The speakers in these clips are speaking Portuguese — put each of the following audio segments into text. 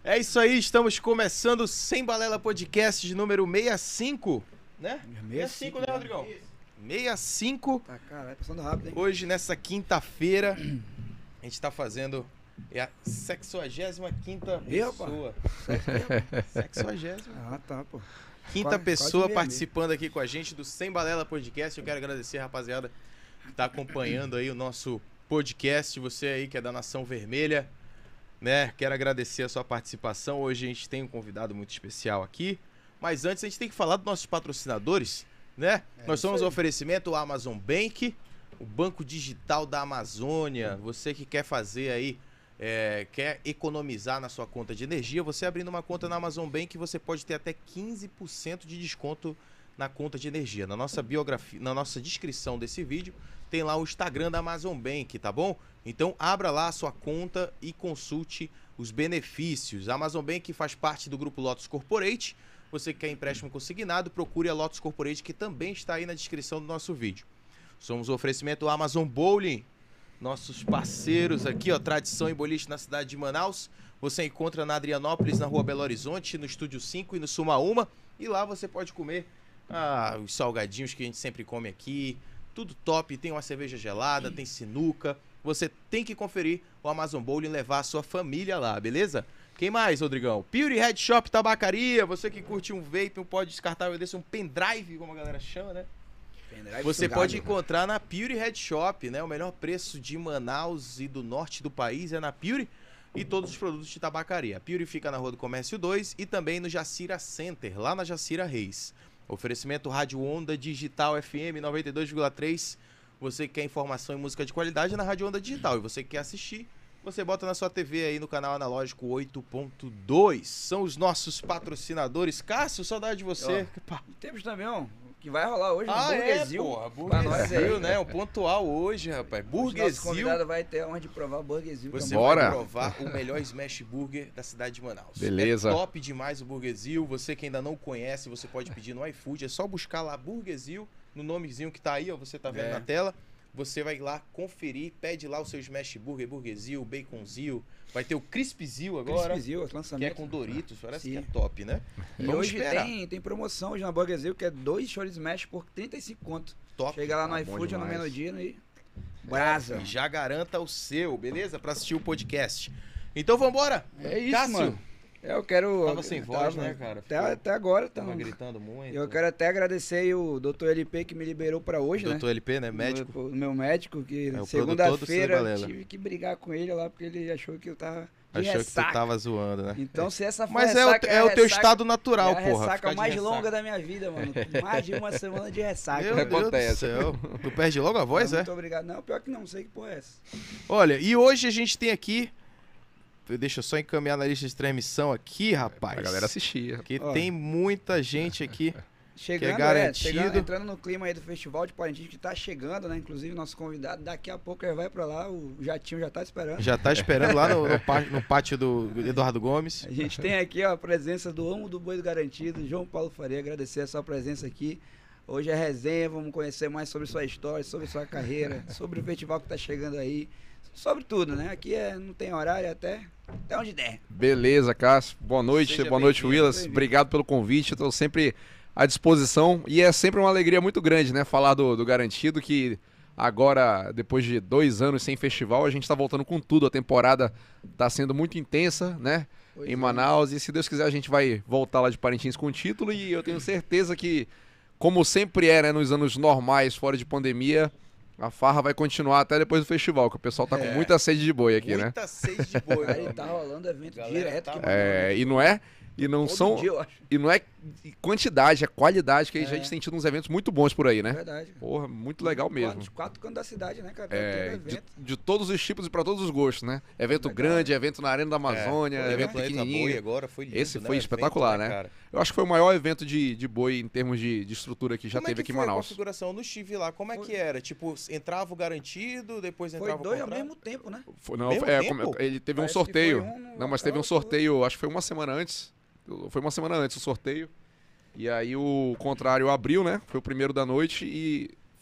É isso aí, estamos começando o Sem Balela Podcast de número 65, né? 65, né, Rodrigão? 65. Tá, caralho, passando rápido, hein? Hoje, nessa quinta-feira, a gente tá fazendo a 65ª pessoa. 60ª. Ah, tá, pô. Quinta Quase pessoa meia participando aqui com a gente do Sem Balela Podcast. Eu quero agradecer a rapaziada que tá acompanhando aí o nosso podcast. Você aí que é da Nação Vermelha, né? Quero agradecer a sua participação. Hoje a gente tem um convidado muito especial aqui. Mas antes a gente tem que falar dos nossos patrocinadores, né? Nós somos o oferecimento Amazon Bank, o banco digital da Amazônia. Você que quer fazer aí, quer economizar na sua conta de energia, você abrindo uma conta na Amazon Bank, você pode ter até 15% de desconto na conta de energia. Na nossa biografia, na nossa descrição desse vídeo, tem lá o Instagram da Amazon Bank, tá bom? Então abra lá a sua conta e consulte os benefícios. A Amazon Bank faz parte do grupo Lotus Corporate. Você que quer empréstimo consignado, procure a Lotus Corporate, que também está aí na descrição do nosso vídeo. Somos o oferecimento Amazon Bowling, nossos parceiros aqui, ó, tradição em boliche na cidade de Manaus. Você encontra na Adrianópolis, na rua Belo Horizonte, no Estúdio 5 e no Sumaúma. E lá você pode comer os salgadinhos que a gente sempre come aqui. Tudo top, tem uma cerveja gelada, tem sinuca. Você tem que conferir o Amazon Bowling e levar a sua família lá, beleza? Quem mais, Rodrigão? Pure Head Shop Tabacaria. Você que curte um vape, um pó descartável desse, um pendrive, como a galera chama, né? Você pode encontrar na Pure Head Shop, né? O melhor preço de Manaus e do norte do país é na Pure e todos os produtos de tabacaria. A Pure fica na Rua do Comércio 2 e também no Jacira Center, lá na Jacira Reis. Oferecimento Rádio Onda Digital FM 92,3. Você quer informação e música de qualidade na Rádio Onda Digital. E você quer assistir, você bota na sua TV aí no canal analógico 8.2. São os nossos patrocinadores. Cássio, saudade de você. Temos também, ó, que vai rolar hoje, um Burguesil. Burguesil. Burguesil, né? Um pontual hoje, rapaz. Burguesil. Nosso convidado vai ter onde provar o Burguesil. Você também. vai provar o melhor smash burger da cidade de Manaus. Beleza. É top demais o Burguesil. Você que ainda não conhece, você pode pedir no iFood. É só buscar lá Burguesil, no nomezinho que tá aí, ó. Você tá vendo na tela. Você vai lá conferir, pede lá o seu smash burger, Burguesil, Baconzil. Vai ter o Crispzil agora. Crispzil, lançamento. Que é com Doritos, parece Sim. que é top, né? E Vamos hoje esperar. tem promoção hoje na Burguesil, que é 2 Chori Smash por 35 conto. Top. Chega lá no bom iFood ou no demais. Menudino e brasa. E já garanta o seu, beleza? Pra assistir o podcast. Então vambora. É isso, Cássio, mano. Eu quero... Tava sem voz, né, cara? Até agora. Tava gritando muito. Eu quero até agradecer aí o Dr. LP que me liberou pra hoje, né? Dr. LP, né? Médico. O meu médico, que É o segunda-feira produtor do Sem tive que brigar com ele lá, porque ele achou que eu tava de Achou que ressaca. tu tava zoando, né? Então, se essa for Mas ressaca, é o teu ressaca- estado natural, é a porra. ressaca ficar de mais ressaca. longa da minha vida, mano. Mais de uma semana de ressaca. Meu velho. Deus do Acontece. céu. Tu perde logo a voz, é? Muito obrigado. Não, pior que não, sei que porra é essa. Olha, e hoje a gente tem aqui... Deixa eu só encaminhar na lista de transmissão aqui, rapaz. A galera assistia. Que Ó. tem muita gente aqui. Chegando, garantido. entrando no clima aí do Festival de Parintins, que tá chegando, né? Inclusive, nosso convidado, daqui a pouco ele vai pra lá, o Jatinho já tá esperando. Já tá esperando lá no pátio do Eduardo Gomes. A gente tem aqui ó, a presença do Amo do Boi do Garantido, João Paulo Faria, agradecer a sua presença aqui. Hoje é resenha, vamos conhecer mais sobre sua história, sobre sua carreira, sobre o festival que tá chegando aí, sobre tudo, né? Aqui não tem horário até onde der. Beleza, Cássio. Boa noite, Seja boa noite, bem-vindo, Willas. bem-vindo. Obrigado pelo convite. Estou sempre à disposição. E é sempre uma alegria muito grande, né? Falar do Garantido, que agora, depois de 2 anos sem festival, a gente está voltando com tudo. A temporada está sendo muito intensa, né? Pois em é. Manaus. E se Deus quiser, a gente vai voltar lá de Parintins com o título. E eu tenho certeza que, como sempre é, né, nos anos normais, fora de pandemia, a farra vai continuar até depois do festival, que o pessoal tá com muita sede de boi aqui, né? Muita sede de boi, Aí mano. tá rolando evento Galera direto tá- que E não todo são. dia, eu acho. E não é quantidade, é qualidade, que a É. gente tem tido uns eventos muito bons por aí, É né? verdade. Porra, muito legal mesmo. Os 4 cantos da cidade, né, cara? Tá É, tendo evento. de todos os tipos e para todos os gostos, né? Evento Legal. grande, evento na Arena da Amazônia, O evento Planeta Boi pequenininho. agora foi lindo, Esse né? foi O espetacular, evento, né? cara? Eu acho que foi o maior evento de boi em termos de estrutura que já Como é teve que aqui em foi a Manaus. configuração? Eu não estive lá. Como é Foi- que era? Tipo, entrava o garantido, depois Foi entrava o 2 ao comprado? mesmo tempo, né? Não, Mesmo tempo? ele teve um Parece que sorteio. foi um Não, mas teve um local, sorteio, acho que foi uma semana antes. Foi uma semana antes o sorteio. E aí o contrário abriu, né? Foi o primeiro da noite e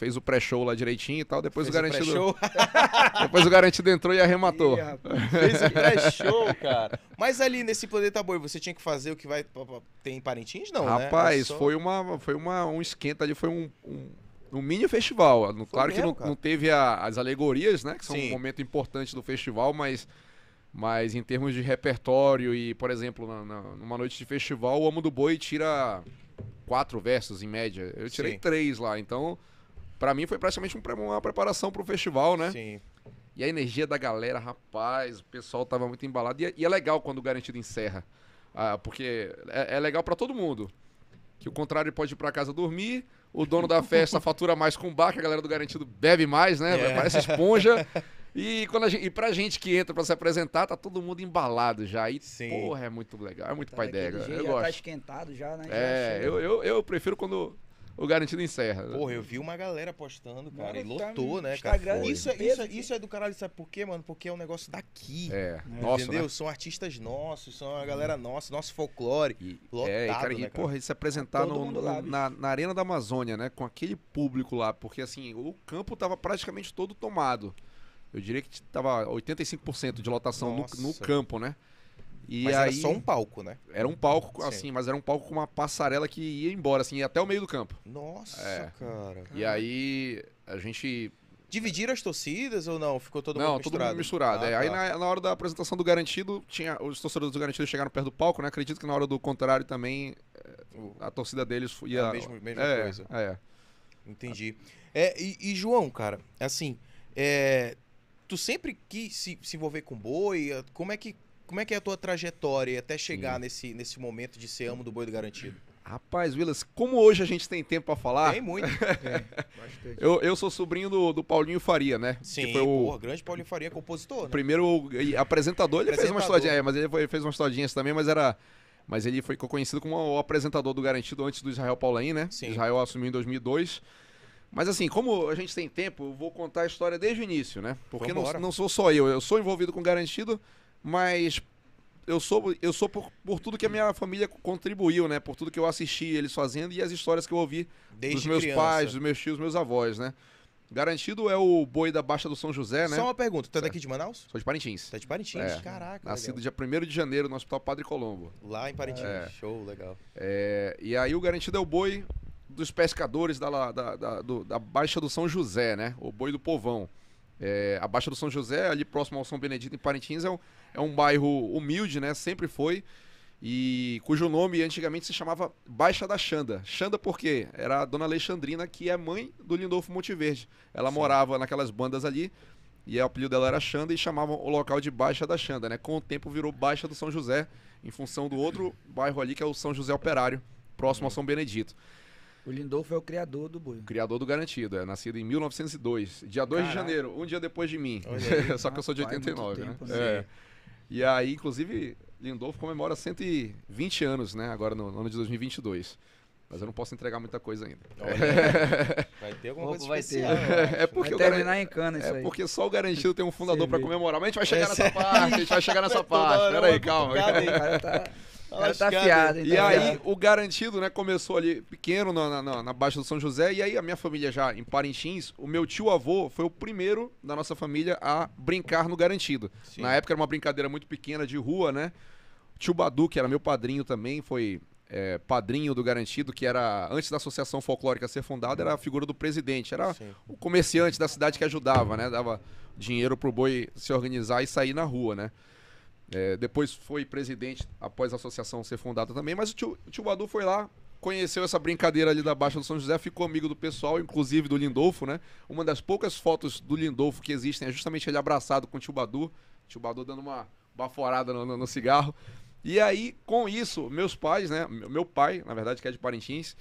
fez o pré-show lá direitinho e tal, depois Fez o Garantido... pré-show? Depois o Garantido entrou e arrematou. Ih, rapaz. Fez o pré-show, cara. Mas ali nesse Planeta Boi, você tinha que fazer o que vai... Tem em Parintins? Não, Rapaz, né? foi um esquenta ali, foi um mini festival. Claro que mesmo, cara. não teve as alegorias, né? Que são Sim. um momento importante do festival, mas em termos de repertório e, por exemplo, numa noite de festival, o Amo do Boi tira 4 versos em média. Eu tirei Sim. 3 lá, então pra mim foi praticamente uma preparação pro festival, né? Sim. E a energia da galera, rapaz, o pessoal tava muito embalado. E é legal quando o Garantido encerra, porque é legal pra todo mundo. Que o contrário pode ir pra casa dormir, o dono da festa fatura mais com o bar, que a galera do Garantido bebe mais, né? É. Parece esponja. E pra gente que entra pra se apresentar, tá todo mundo embalado já. E, Sim. porra, é muito legal, é muito Tá pai daquele d'égua. jeito, Eu já tá gosto. esquentado já, né? Já É, chega. eu prefiro quando o Garantido encerra. Porra, eu vi uma galera postando, cara, e Mano, tá lotou, no né, cara? Instagram, Isso é do caralho, sabe por quê, mano? Porque é um negócio daqui. Nossa, Entendeu? né? São artistas nossos, são a galera nossa, nosso folclore. Lotado, E, cara, né, cara? porra, se apresentar Todo mundo lá, bicho. na Arena da Amazônia, né? Com aquele público lá, porque assim, o campo tava praticamente todo tomado. Eu diria que tava 85% de lotação no Nossa. campo, né? E Mas aí, era só um palco, né? era um palco, Sim. assim, mas era um palco com uma passarela que ia embora, assim, ia até o meio do campo. Nossa, É. cara. E aí, a gente... Dividiram as torcidas ou não? Ficou todo Não, mundo todo misturado? mundo misturado. Ah, Aí tá. na hora da apresentação do Garantido, os torcedores do Garantido chegaram perto do palco, né? Acredito que na hora do contrário também, a torcida deles ia... É a mesma coisa. É. Entendi. E João, cara, assim, tu sempre quis se envolver com boi? Como é que é a tua trajetória até chegar nesse momento de ser amo do boi do Garantido? Rapaz, Willis, como hoje a gente tem tempo pra falar, Tem muito. Bastante. eu sou sobrinho do Paulinho Faria, né? Sim, que foi o porra, grande Paulinho Faria, compositor, né? primeiro apresentador. Ele fez uma Apresentador. historinha, mas ele fez umas historinhas também, mas ele foi conhecido como o apresentador do Garantido antes do Israel Paulain, né? Sim. Israel assumiu em 2002. Mas assim, como a gente tem tempo, eu vou contar a história desde o início, né? Porque Vambora. não sou só eu sou envolvido com Garantido, mas eu sou por tudo que a minha família contribuiu, né? Por tudo que eu assisti eles fazendo e as histórias que eu ouvi Desde dos meus criança. pais, dos meus tios, dos meus avós, né? Garantido é o boi da Baixa do São José, né? Só uma pergunta, tu é daqui de Manaus? Sou de Parintins. Tá de Parintins? É. Caraca, Nascido legal. dia 1º de janeiro no Hospital Padre Colombo. Lá em Parintins. Show, legal. E aí o Garantido é o boi dos pescadores da Baixa do São José, né? O boi do povão. A Baixa do São José, ali próximo ao São Benedito, em Parintins, é um bairro humilde, né? Sempre foi. E cujo nome antigamente se chamava Baixa da Xanda. Xanda por quê? Era a dona Alexandrina, que é mãe do Lindolfo Monteverde. Ela morava naquelas bandas ali, e o apelido dela era Xanda, e chamavam o local de Baixa da Xanda, né? Com o tempo virou Baixa do São José, em função do outro bairro ali, que é o São José Operário, próximo ao São Benedito. O Lindolfo é o criador do boi. Criador do Garantido, nascido em 1902, dia 2 de Caraca. janeiro, um dia depois de mim. Olha aí. Só que eu sou de Rapaz, 89, muito né? tempo, né? E aí, inclusive, Lindolfo comemora 120 anos, né? Agora no ano de 2022. Mas eu não posso entregar muita coisa ainda. Olha aí. Vai ter alguma coisa Vai ter. especial, eu acho. É porque Vai o Garan- terminar em cana isso aí. porque só o Garantido tem um fundador pra Cerveja. comemorar. Mas a gente vai chegar Essa- nessa parte, a gente vai chegar nessa Toda parte. hora Pera aí, uma calma. cutucada aí. O cara tá lascado. afiado, hein? E Tá aí, afiado. o Garantido, né, começou ali pequeno na Baixa do São José, e aí a minha família já em Parintins, o meu tio-avô foi o primeiro da nossa família a brincar no Garantido. Sim. Na época era uma brincadeira muito pequena de rua, né? O tio Badu, que era meu padrinho também, foi padrinho do Garantido, que era, antes da Associação Folclórica ser fundada, era a figura do presidente, era Sim. o comerciante da cidade que ajudava, né? Dava dinheiro pro boi se organizar e sair na rua, né? Depois foi presidente após a associação ser fundada também, mas o tio Badu foi lá, conheceu essa brincadeira ali da Baixa do São José, ficou amigo do pessoal, inclusive do Lindolfo, né? Uma das poucas fotos do Lindolfo que existem é justamente ele abraçado com o tio Badu dando uma baforada no cigarro. E aí, com isso, meus pais, né? Meu pai, na verdade, que é de Parintins,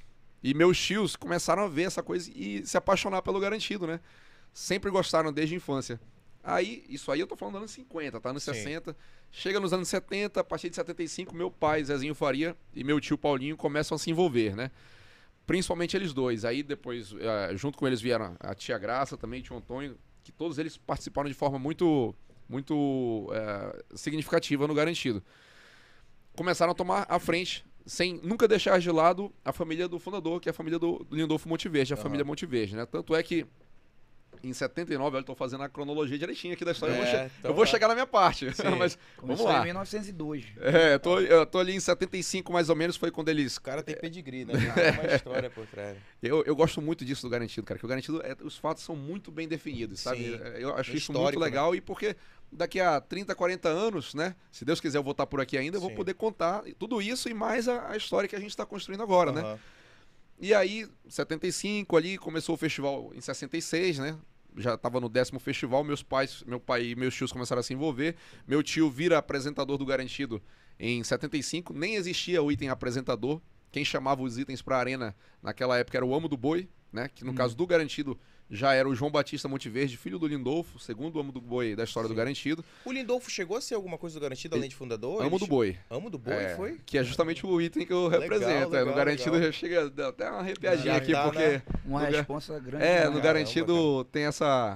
e meus tios começaram a ver essa coisa e se apaixonar pelo Garantido, né? Sempre gostaram desde a infância. Isso aí eu tô falando dos anos 50, tá? Anos Sim. 60. Chega nos anos 70, a partir de 75, meu pai, Zezinho Faria, e meu tio Paulinho começam a se envolver, né? Principalmente eles dois. Aí depois, junto com eles vieram a tia Graça também, o tio Antônio, que todos eles participaram de forma muito significativa no Garantido. Começaram a tomar a frente sem nunca deixar de lado a família do fundador, que é a família do Lindolfo Monteverde, a família Monteverde, né? Tanto é que em 79, eu estou fazendo a cronologia direitinho aqui da história, eu vou chegar na minha parte, mas vamos lá. Em 1902. Eu tô ali em 75 mais ou menos, foi quando eles... O cara tem pedigree, né? Tem uma história por trás. Eu gosto muito disso do Garantido, cara, que o Garantido, os fatos são muito bem definidos, sabe? Sim. Eu acho isso muito legal, né? E porque daqui a 30, 40 anos, né? Se Deus quiser eu vou estar por aqui ainda, eu vou poder contar tudo isso e mais a história que a gente está construindo agora, né? E aí, 75 ali, começou o festival em 66, né? Já estava no 10º festival, meu pai e meus tios começaram a se envolver. Meu tio vira apresentador do Garantido em 75, nem existia o item apresentador. Quem chamava os itens para a arena naquela época era o Amo do Boi, né? Que no caso do Garantido já era o João Batista Monteverde, filho do Lindolfo, segundo Amo do Boi da história do Garantido. O Lindolfo chegou a ser alguma coisa do Garantido além de fundador? Amo do Boi. Amo do Boi, foi? Que é justamente o item que eu represento. No Garantido já chega até uma arrepiadinha aqui, porque... Uma responsa grande. No Garantido tem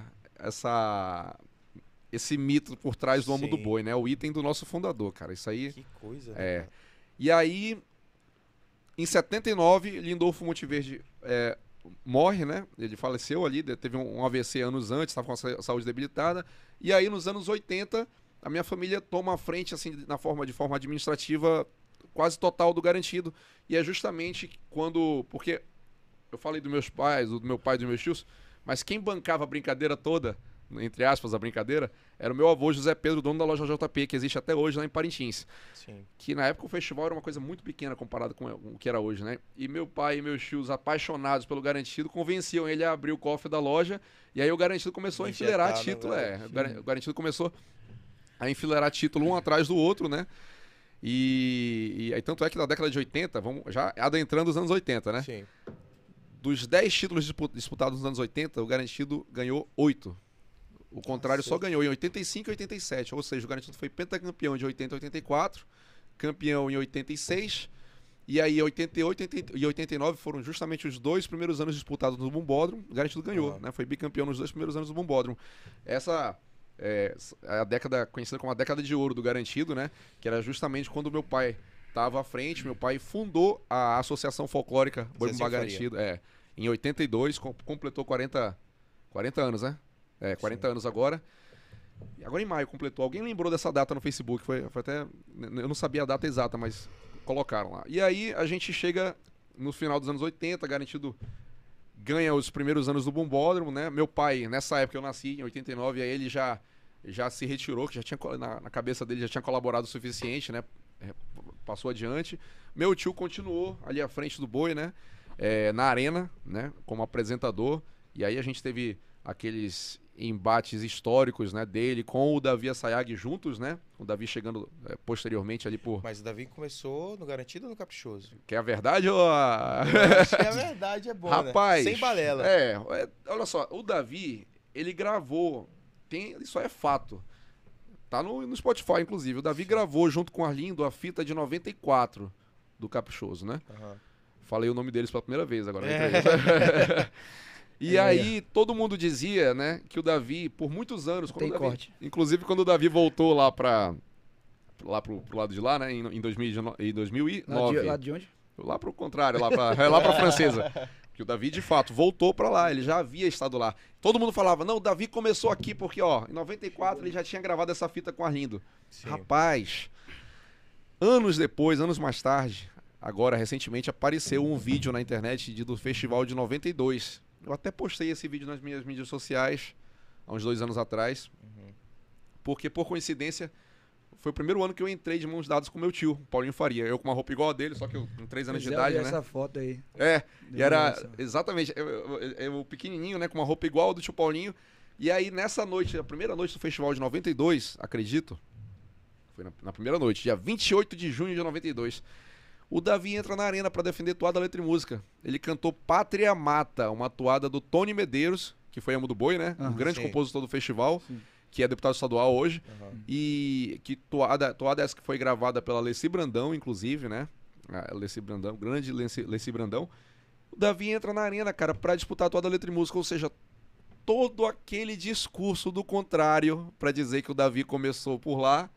esse mito por trás do Amo do Boi, né? O item do nosso fundador, cara. Isso aí... Que coisa, né? E aí, em 79, Lindolfo Monteverde morre, né? Ele faleceu ali, teve um AVC anos antes, estava com a saúde debilitada. E aí, nos anos 80, a minha família toma a frente, assim, de forma administrativa quase total do Garantido. E é justamente quando... Porque eu falei dos meus pais, do meu pai e dos meus tios, mas quem bancava a brincadeira toda, entre aspas, a brincadeira, era o meu avô José Pedro, dono da loja JP, que existe até hoje lá em Parintins. Sim. Que na época o festival era uma coisa muito pequena comparado com o que era hoje, né? E meu pai e meus tios, apaixonados pelo Garantido, convenciam ele a abrir o cofre da loja, e aí o Garantido começou a enfileirar título, o Garantido começou a enfileirar título um atrás do outro, né? E aí tanto é que na década de 80, vamos já adentrando os anos 80, né? Sim. Dos 10 títulos disputados nos anos 80, o Garantido ganhou 8. O contrário só ganhou em 85 e 87. Ou seja, o Garantido foi pentacampeão de 80 e 84, campeão em 86, e aí 88 e 89 foram justamente os 2 primeiros anos disputados no Bumbódromo. O Garantido ganhou, né? Foi bicampeão nos 2 primeiros anos do Bumbódromo. Essa é a década conhecida como a década de ouro do Garantido, né? Que era justamente quando meu pai estava à frente. Meu pai fundou a Associação Folclórica Boi Bumbá Garantido. Em 82, completou 40 anos, né? 40 anos agora. E agora em maio completou. Alguém lembrou dessa data no Facebook? Foi até... Eu não sabia a data exata, mas colocaram lá. E aí a gente chega no final dos anos 80, Garantido ganha os primeiros anos do Bumbódromo, né? Meu pai, nessa época eu nasci, em 89, aí ele já se retirou, que já tinha na cabeça dele já tinha colaborado o suficiente, né? Passou adiante. Meu tio continuou ali à frente do boi, né? Na arena, né? Como apresentador. E aí a gente teve aqueles embates históricos, né, dele com o Davi Assayag juntos, né? O Davi chegando posteriormente ali por... Mas o Davi começou no Garantido ou no Caprichoso? Que é a verdade ou a... Acho que a verdade é boa, Rapaz, né? Sem balela. Olha só, o Davi, ele gravou, isso é fato, tá no Spotify, inclusive. O Davi gravou junto com o Arlindo a fita de 94 do Caprichoso, né? Falei o nome deles pela primeira vez agora. E aí, todo mundo dizia, né, que o Davi, por muitos anos... Inclusive, quando o Davi voltou lá pro lado de lá, né, em 2009... Lá de onde? Lá pro contrário, lá pra Francesa. Que o Davi, de fato, voltou pra lá, ele já havia estado lá. Todo mundo falava, não, o Davi começou aqui porque, ó, em 94 ele já tinha gravado essa fita com o Arlindo. Sim. Rapaz, anos depois, anos mais tarde, agora, recentemente, apareceu um vídeo na internet do festival de 92. Eu até postei esse vídeo nas minhas mídias sociais, há uns 2 anos atrás, porque, por coincidência, foi o primeiro ano que eu entrei de mãos dadas com meu tio, Paulinho Faria. Eu com uma roupa igual a dele, só que eu com 3 anos de idade, né? Essa foto aí. E era exatamente, eu pequenininho, né, com uma roupa igual a do tio Paulinho. E aí, nessa noite, a primeira noite do festival de 92, acredito, foi na primeira noite, dia 28 de junho de 92, o Davi entra na arena para defender toada, letra e música. Ele cantou Pátria Mata, uma toada do Tony Medeiros, que foi Amo do Boi, né? Um grande compositor do festival, que é deputado estadual hoje. E que toada essa que foi gravada pela Leci Brandão, inclusive, né? A Leci Brandão, grande Leci Brandão. O Davi entra na arena, cara, para disputar toada, letra e música, ou seja, todo aquele discurso do contrário para dizer que o Davi começou por lá,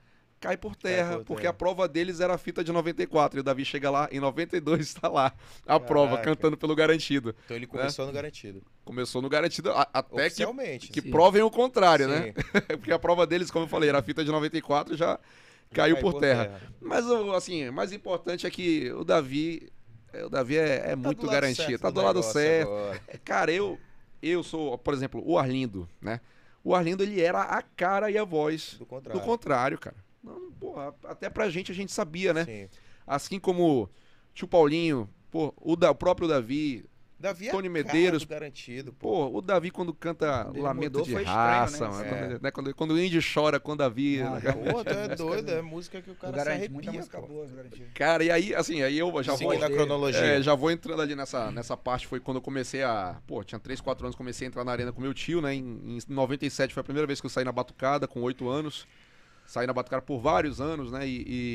cai por terra, por porque terra. a prova deles era a fita de 94, e o Davi chega lá, em 92 está lá, a prova, cantando pelo Garantido. Então ele começou no Garantido. Começou no Garantido, até Oficialmente. que Sim. provem o contrário, Sim. né? Porque a prova deles, como eu falei, era a fita de 94 e já caiu por terra. Mas, assim, o mais importante é que o Davi é muito do lado garantido, certo tá do do lado negócio certo. agora. Cara, eu sou, por exemplo, o Arlindo, né? O Arlindo, ele era a cara e a voz Do contrário. do contrário, cara. Não, porra, até pra gente a gente sabia, né? Sim. Assim como tio Paulinho, pô, o próprio Davi, Davi é Tony a Medeiros. cara do Garantido, pô. pô, o Davi quando canta Quando ele Lamento mudou, de foi Raça, estranho, mano, né? né? Quando o índio chora com o Davi, Ah, né? Pô, tu é doido, é música que o O cara se Garantido, muita arrepia, música pô. boa, o Garantido. Cara, e aí, assim, aí eu já vou... Seguindo a cronologia. Já vou entrando ali nessa parte, foi quando eu comecei tinha 3, 4 anos, comecei a entrar na arena com meu tio, né? Em 97 foi a primeira vez que eu saí na batucada, com 8 anos. Saí na batucada por vários anos, né?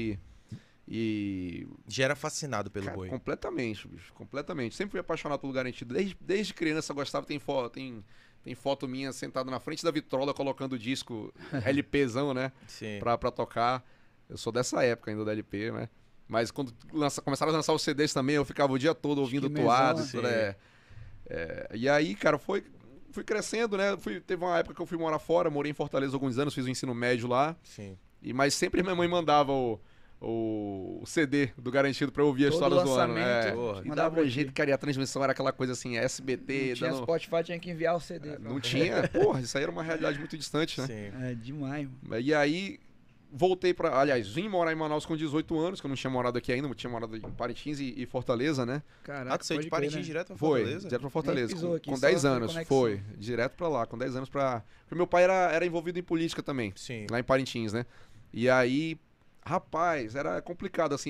E Já era fascinado pelo cara, boi. completamente, bicho, completamente. Sempre fui apaixonado pelo Garantido. Desde criança eu gostava, tem foto minha sentado na frente da vitrola colocando o disco LPzão, né? Sim. Pra tocar. Eu sou dessa época ainda do LP, né? Mas quando começaram a lançar os CDs também, eu ficava o dia todo ouvindo Chiquimezão, toadas, né? né? E aí, cara, fui crescendo, né? Teve uma época que eu fui morar fora, morei em Fortaleza alguns anos, fiz o ensino médio lá. Sim. Mas sempre minha mãe mandava o CD do Garantido pra eu ouvir as Todo histórias do ano. lançamento, porra. E mandava dava um pra jeito, ti. cara, e a transmissão era aquela coisa assim, SBT, Não tinha dando... Spotify, tinha que enviar o CD. Não tinha, porra, isso aí era uma realidade muito distante, né? Sim. É demais, mano. E aí, voltei pra... Aliás, vim morar em Manaus com 18 anos, que eu não tinha morado aqui ainda, eu tinha morado em Parintins e Fortaleza, né? Caraca, Tu saiu de pode crer, Parintins né? direto pra Foi, Fortaleza? direto pra Fortaleza. Nem pisou aqui, Com só 10 foi anos, conexão. foi. Direto pra lá, com 10 anos pra... Porque meu pai era envolvido em política também, Sim. lá em Parintins, né? E aí, rapaz, era complicado, assim...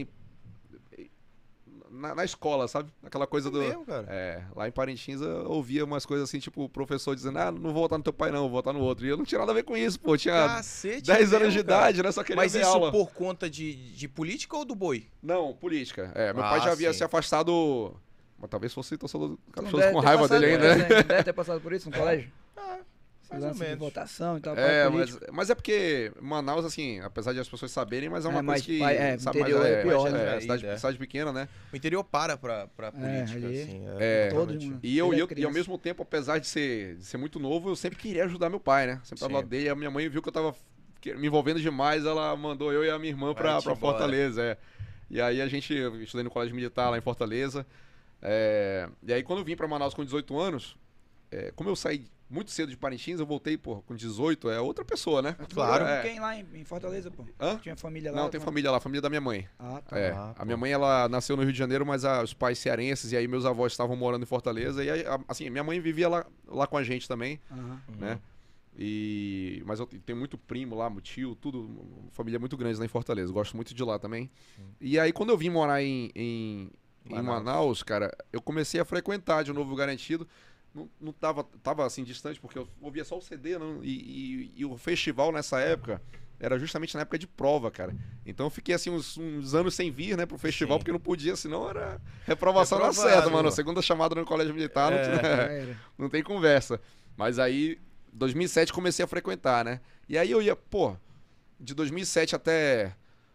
Na escola, sabe? Aquela coisa do... mesmo, cara? Lá em Parintins eu ouvia umas coisas assim, tipo, o professor dizendo, não vou votar no teu pai não, vou votar no outro. E eu não tinha nada a ver com isso, pô. Eu tinha Cacete, 10 anos mesmo, de cara. idade, né? Só queria Mas ver isso aula. por conta de política ou do boi? Não, política. Meu Ah, pai já havia sim. se afastado... Mas talvez fosse torcedor Tu não caprichoso deve com ter raiva passado dele por ainda, isso, né? né? Não deve ter passado por isso no colégio? Mais ou Lance de menos. votação e tal, pai político. mas é porque Manaus, assim, apesar de as pessoas saberem, mas é uma mas coisa que... no interior é pior, né? cidade pequena, né? O interior pra política, ali. assim. Todo realmente. mundo. E, eu, Ele é e, eu- e criança. ao mesmo tempo, apesar de ser muito novo, eu sempre queria ajudar meu pai, né? Sempre tava Sim. do lado dele. A minha mãe viu que eu tava me envolvendo demais, ela mandou eu e a minha irmã pra Vai-te embora. Fortaleza. E aí eu estudei no colégio militar lá em Fortaleza. E aí quando eu vim pra Manaus com 18 anos, como eu saí muito cedo de Parintins, eu voltei, pô, com 18, é outra pessoa, né? Tu Claro. morou com quem lá em Fortaleza, pô? Hã? Tinha família lá? Não, tem família lá, família da minha mãe. Ah, tá. Ah, A minha mãe, ela nasceu no Rio de Janeiro, mas os pais cearenses, e aí meus avós estavam morando em Fortaleza, e aí, assim, minha mãe vivia lá com a gente também, Aham. né? Mas eu tenho muito primo lá, meu tio, tudo, família muito grande lá em Fortaleza, gosto muito de lá também. E aí quando eu vim morar em Manaus, cara, eu comecei a frequentar de novo o Garantido. Não tava assim distante, porque eu ouvia só o CD, não, e o festival nessa época era justamente na época de prova, cara. Então eu fiquei assim uns anos sem vir, né, pro festival, Sim. porque não podia, senão era reprovação na Reprovado, certa, mano. mano. Segunda chamada no colégio militar, Já era. não tem conversa. Mas aí, 2007 comecei a frequentar, né? E aí eu ia, pô, de 2007 até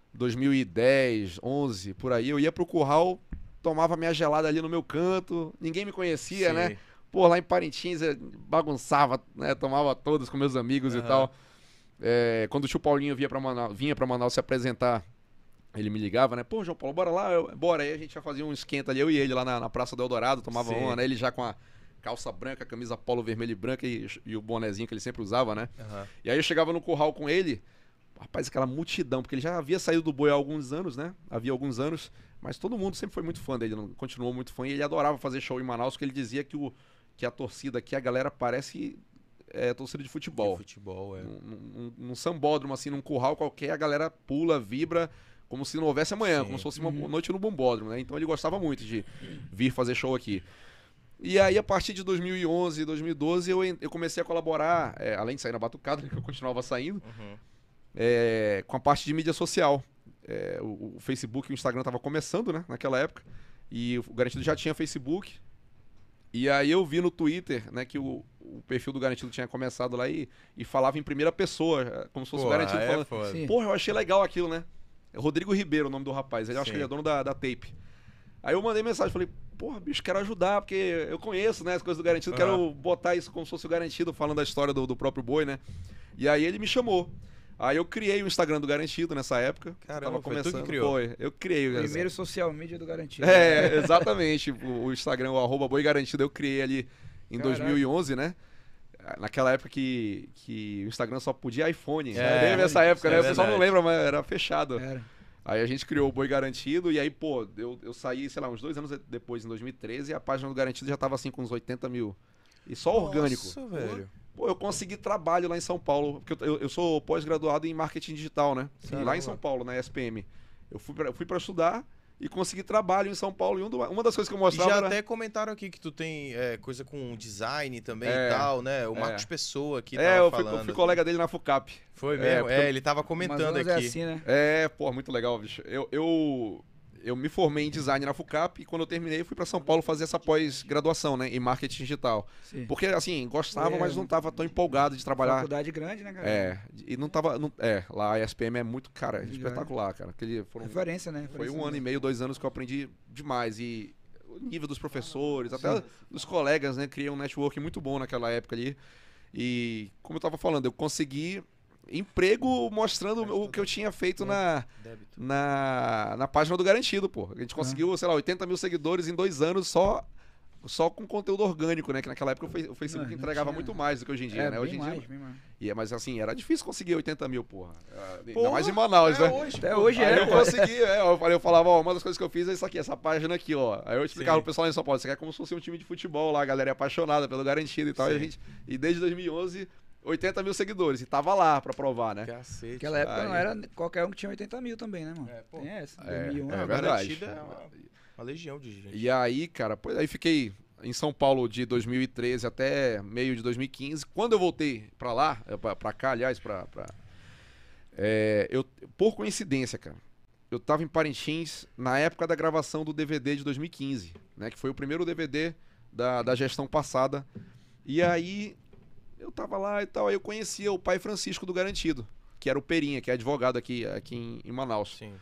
2010, 11, por aí, eu ia pro curral, tomava minha gelada ali no meu canto, ninguém me conhecia, Sim. né? Pô, lá em Parintins, eu bagunçava, né? Tomava todos com meus amigos e Aham. tal. Quando o tio Paulinho vinha pra Manaus se apresentar, ele me ligava, né? Pô, João Paulo, bora lá, bora. Aí a gente já fazia um esquenta ali, eu e ele lá na Praça do Eldorado, tomava Sim. uma, né? Ele já com a calça branca, camisa polo vermelha e branca e o bonezinho que ele sempre usava, né? Aham. E aí eu chegava no curral com ele, rapaz, aquela multidão, porque ele já havia saído do boi há alguns anos, né? Havia alguns anos, mas todo mundo sempre foi muito fã dele, continuou muito fã, e ele adorava fazer show em Manaus, porque ele dizia que a torcida aqui, a galera parece torcida de futebol. Futebol, Num sambódromo, assim, num curral qualquer, a galera pula, vibra, como se não houvesse amanhã, Sim. como se fosse uma noite no bombódromo, né? Então ele gostava muito de vir fazer show aqui. E aí, a partir de 2011, 2012, eu comecei a colaborar, além de sair na batucada, que eu continuava saindo, Uhum. com a parte de mídia social. O Facebook e o Instagram estavam começando, né, naquela época, e o Garantido já tinha Facebook. E aí eu vi no Twitter, né, que o o perfil do Garantido tinha começado lá e falava em primeira pessoa, como se fosse o Garantido falando. Foda. Porra, eu achei legal aquilo, né? É Rodrigo Ribeiro o nome do rapaz, ele acho que ele é dono da Tape. Aí eu mandei mensagem, falei, porra, bicho, quero ajudar, porque eu conheço, né, as coisas do Garantido, quero botar isso como se fosse o Garantido, falando da história do próprio boi, né? E aí ele me chamou. Aí eu criei o Instagram do Garantido nessa época. Caramba, tava começando. foi tu que criou? Foi, eu criei. O primeiro social media do Garantido. É, exatamente. O Instagram, o @boi garantido, eu criei ali em 2011, né? Naquela época que o Instagram só podia iPhone. Lembra essa época, né? O pessoal não lembra, mas era fechado. Aí a gente criou o Boi Garantido e aí, pô, eu saí, sei lá, uns 2 anos depois, em 2013, e a página do Garantido já tava assim com uns 80 mil. E só orgânico. Nossa, velho. Pô, eu consegui trabalho lá em São Paulo, porque eu sou pós-graduado em marketing digital, né? Lá em São Paulo, na SPM. Eu fui pra estudar e consegui trabalho em São Paulo. E uma das coisas que eu mostrava E já até comentaram aqui que tu tem coisa com design também e tal, né? O Marcos Pessoa aqui tava falando. Eu fui colega dele na FUCAP. Foi mesmo? Ele tava comentando aqui. É assim, né? Pô, muito legal, bicho. Eu me formei em design na FUCAP e quando eu terminei fui pra São Paulo fazer essa pós-graduação, né, em marketing digital. Sim. Porque, assim, gostava, mas não tava tão empolgado de trabalhar. Faculdade grande, né, cara? E não tava... lá a SPM é muito, cara, espetacular, cara. Referência, né? Foi 1 ano e meio, 2 anos que eu aprendi demais. E o nível dos professores, até dos colegas, né, criei um network muito bom naquela época ali. E, como eu tava falando, eu consegui emprego mostrando o que eu tinha feito na página do Garantido, pô. A gente conseguiu, sei lá, 80 mil seguidores em 2 anos só com conteúdo orgânico, né? Que naquela época o Facebook entregava muito mais do que hoje em dia, né? Hoje em dia. Mas assim, era difícil conseguir 80 mil, porra. Ainda mais em Manaus, né? Até hoje eu consegui, eu falava, ó, uma das coisas que eu fiz é isso aqui, essa página aqui, ó. Aí eu explicava pro pessoal lá em São Paulo, isso aqui é como se fosse um time de futebol lá, a galera é apaixonada pelo Garantido e tal. E desde 2011... 80 mil seguidores, e tava lá pra provar, né? Cacete. Naquela época não era qualquer um que tinha 80 mil também, né, mano? Tem essa. 2001, é verdade. Uma legião de gente. E aí, cara, aí fiquei em São Paulo de 2013 até meio de 2015. Quando eu voltei pra lá, pra cá, aliás, por coincidência, cara, eu tava em Parintins na época da gravação do DVD de 2015, né? Que foi o primeiro DVD da gestão passada. E aí... eu tava lá e tal, aí eu conhecia o pai Francisco do Garantido, que era o Perinha, que é advogado aqui em Manaus. Sim.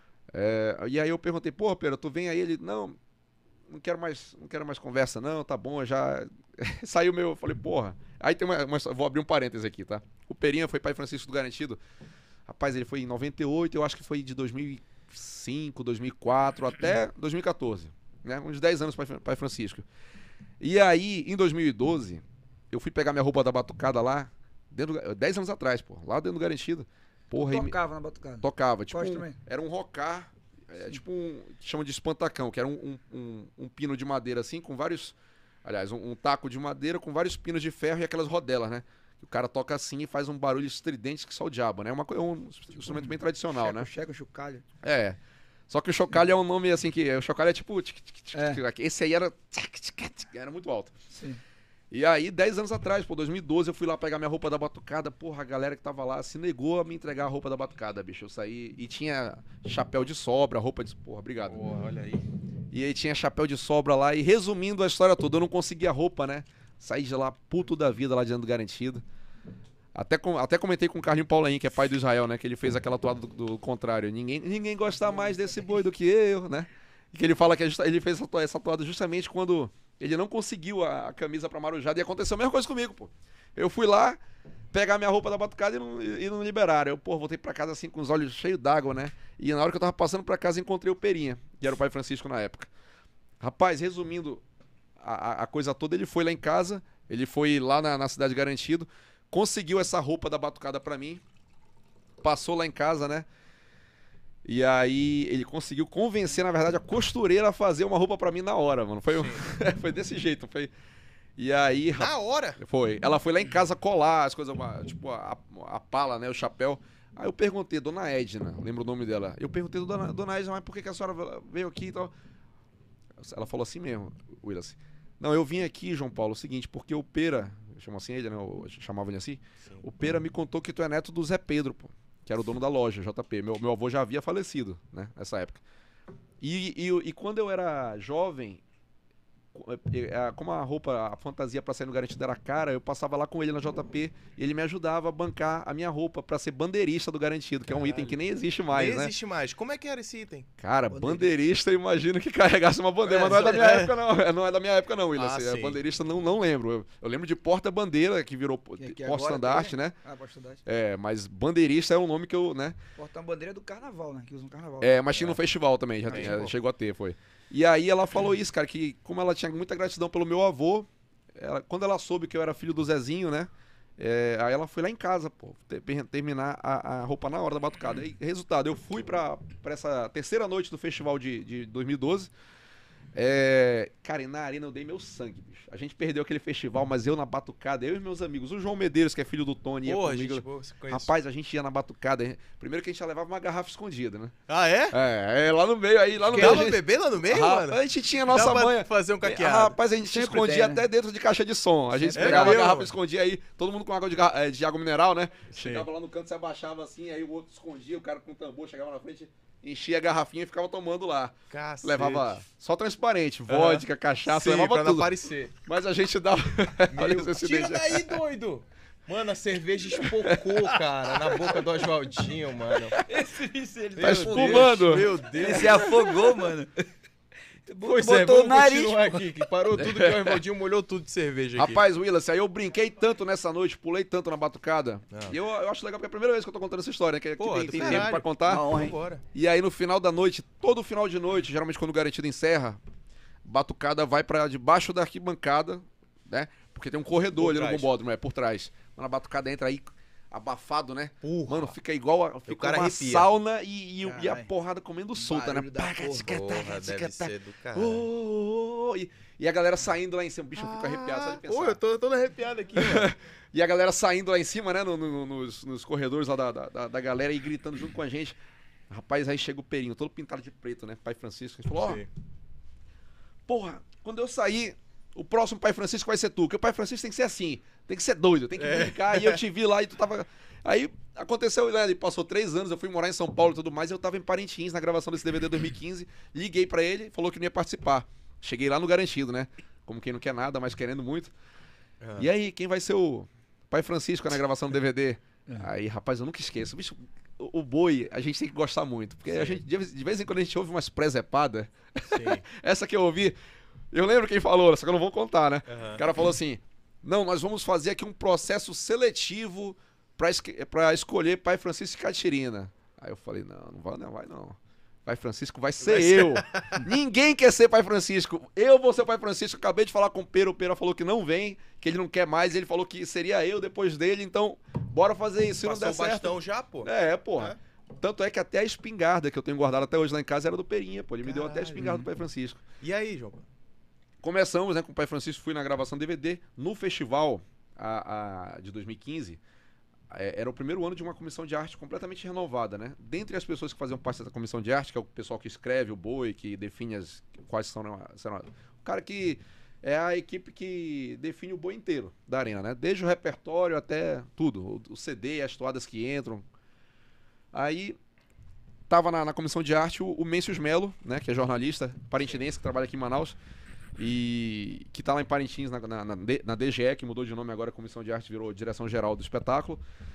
E aí eu perguntei, pô, Pera, tu vem aí? Ele, não quero mais conversa não, tá bom, já... Saiu eu falei, porra. Aí tem vou abrir um parêntese aqui, tá? O Perinha foi pai Francisco do Garantido. Rapaz, ele foi em 98, eu acho que foi de 2005, 2004 até 2014, né? Uns 10 anos pai Francisco. E aí, em 2012... eu fui pegar minha roupa da batucada lá, 10 anos atrás, pô, lá dentro do Garantido. Porra, tocava na batucada? Tocava, tipo, era um rocar, tipo que chama de espantacão, que era um pino de madeira assim, com vários, aliás, um taco de madeira com vários pinos de ferro e aquelas rodelas, né? O cara toca assim e faz um barulho estridente que só o diabo, né? É um instrumento bem tradicional, né? Chocalho. Só que o chocalho é um nome assim que, o chocalho é tipo, esse aí era muito alto. Sim. E aí, 10 anos atrás, 2012, eu fui lá pegar minha roupa da batucada. Porra, a galera que tava lá se negou a me entregar a roupa da batucada, bicho. Eu saí e tinha chapéu de sobra, roupa de... Porra, obrigado. Porra, olha aí. E aí tinha chapéu de sobra lá. E resumindo a história toda, eu não conseguia roupa, né? Saí de lá puto da vida, lá dentro do Garantido. Até comentei com o Carlinho Paulain, que é pai do Israel, né? Que ele fez aquela toada do contrário. Ninguém gosta mais desse boi do que eu, né? E que ele fala que ele fez essa toada justamente quando... ele não conseguiu a camisa pra Marujada e aconteceu a mesma coisa comigo, pô. Eu fui lá pegar minha roupa da batucada e não liberaram. Eu, pô, voltei pra casa assim com os olhos cheios d'água, né? E na hora que eu tava passando pra casa encontrei o Perinha, que era o pai Francisco na época. Rapaz, resumindo a coisa toda, ele foi lá em casa, ele foi lá na Cidade Garantido, conseguiu essa roupa da batucada pra mim, passou lá em casa, né? E aí ele conseguiu convencer, na verdade, a costureira a fazer uma roupa pra mim na hora, mano. Foi desse jeito, foi... E aí... Na hora? Foi. Ela foi lá em casa colar as coisas, tipo a pala, né, o chapéu. Aí eu perguntei, dona Edna, lembro o nome dela. Eu perguntei, dona Edna, mas por que a senhora veio aqui e tal? Ela falou assim mesmo, Willis. Não, eu vim aqui, João Paulo, é o seguinte, porque o Pera, chama assim ele, né, eu chamava ele assim, sim. O Pera me contou que tu é neto do Zé Pedro, pô. Que era o dono da loja, JP. Meu avô já havia falecido, né? Nessa época. E quando eu era jovem, como a roupa, a fantasia pra sair no Garantido era cara, eu passava lá com ele na JP e ele me ajudava a bancar a minha roupa pra ser bandeirista do Garantido, que é um item que nem existe mais, Nem né? existe mais. Como é que era esse item? Cara, bandeirista, eu imagino que carregasse uma bandeira, mas não é da minha época não, não é da minha época não, William. sim. Bandeirista não lembro, eu lembro de porta-bandeira, que virou porta-estandarte, né? Ah, porta-estandarte. Mas bandeirista é um nome que eu, né? Porta-bandeira do carnaval, né? Que usa no carnaval. Mas tinha no festival também, chegou a ter, foi. E aí ela falou isso, cara, que como ela tinha muita gratidão pelo meu avô, quando ela soube que eu era filho do Zezinho, né? Aí ela foi lá em casa, pô, terminar a roupa na hora da batucada. E resultado, eu fui pra essa terceira noite do festival de 2012. Cara, e na arena eu dei meu sangue, bicho. A gente perdeu aquele festival, mas eu na batucada, eu e meus amigos, o João Medeiros, que é filho do Tony, ia comigo. Gente, boa, rapaz, a gente ia na batucada. Primeiro que a gente já levava uma garrafa escondida, né? Ah, é? Lá no meio, aí lá no meio. Gente... beber lá no meio, mano? A gente tinha nossa manha. Fazer um caqueado. Rapaz, a gente se escondia até dentro de caixa de som. A gente pegava a garrafa e escondia aí, todo mundo com água de água mineral, né? Sim. Chegava lá no canto, se abaixava assim, aí o outro escondia, o cara com o tambor chegava na frente, enchia a garrafinha e ficava tomando lá. Cacete. Levava só transparente, vodka, cachaça, levava pra tudo. Não aparecer. Mas a gente dava... Tira daí, doido! Mano, a cerveja espocou, cara, na boca do Oswaldinho, mano. Ele tá espumando. Meu Deus. Ele se afogou, mano. Pois botou o nariz. Aqui, que parou tudo que o Oswaldinho molhou tudo de cerveja aqui. Rapaz, Willis, aí eu brinquei tanto nessa noite, pulei tanto na batucada. E eu acho legal porque é a primeira vez que eu tô contando essa história, né? Que tem tempo pra contar. E aí no final da noite, todo final de noite, geralmente quando o Garantido encerra, batucada vai pra debaixo da arquibancada, né? Porque tem um corredor ali no bombódromo, por trás. Quando a batucada entra aí, abafado, né? Mano, fica igual fica uma sauna e a porrada comendo solta, né? Porra, deve ser do caralho. E a galera saindo lá em cima. Bicho, eu fico arrepiado só de pensar. Pô, eu tô todo arrepiado aqui, mano. E a galera saindo lá em cima, né? Nos corredores lá da galera e gritando junto com a gente. Rapaz, aí chega o Perinho, todo pintado de preto, né? Pai Francisco. A gente falou, porra, quando eu sair, o próximo Pai Francisco vai ser tu. Porque o Pai Francisco tem que ser assim. Tem que ser doido, tem que brincar. E eu te vi lá e tu tava... Aí aconteceu, né? Ele passou 3 anos, eu fui morar em São Paulo e tudo mais. E eu tava em Parintins na gravação desse DVD 2015. Liguei pra ele, falou que não ia participar. Cheguei lá no Garantido, né? Como quem não quer nada, mas querendo muito. E aí, quem vai ser o Pai Francisco na gravação do DVD? Aí, rapaz, eu nunca esqueço. Bicho, o Boi, a gente tem que gostar muito. Porque a gente, de vez em quando a gente ouve umas presepadas. Essa que eu ouvi, eu lembro quem falou, só que eu não vou contar, né? O cara falou assim, não, nós vamos fazer aqui um processo seletivo pra escolher Pai Francisco e Catirina. Aí eu falei, não vai não. Pai Francisco vai ser eu. Ninguém quer ser Pai Francisco. Eu vou ser o Pai Francisco. Acabei de falar com o Pera falou que não vem, que ele não quer mais. Ele falou que seria eu depois dele. Então, bora fazer isso. Se não der certo... Passou o bastão já, pô? Porra. Tanto é que até a espingarda que eu tenho guardado até hoje lá em casa era do Perinha, pô. Ele me deu até a espingarda do Pai Francisco. E aí, João? Começamos, né, com o Pai Francisco. Fui na gravação DVD. No festival de 2015... Era o primeiro ano de uma comissão de arte completamente renovada, né? Dentre as pessoas que faziam parte dessa comissão de arte, que é o pessoal que escreve o Boi, que define quais são... O cara que é a equipe que define o Boi inteiro da arena, né? Desde o repertório até tudo. O CD, as toadas que entram. Aí tava na comissão de arte o Mêncios Melo, né? Que é jornalista parintinense, que trabalha aqui em Manaus. E que tá lá em Parintins, na DGE, que mudou de nome agora, a Comissão de Arte virou Direção Geral do Espetáculo.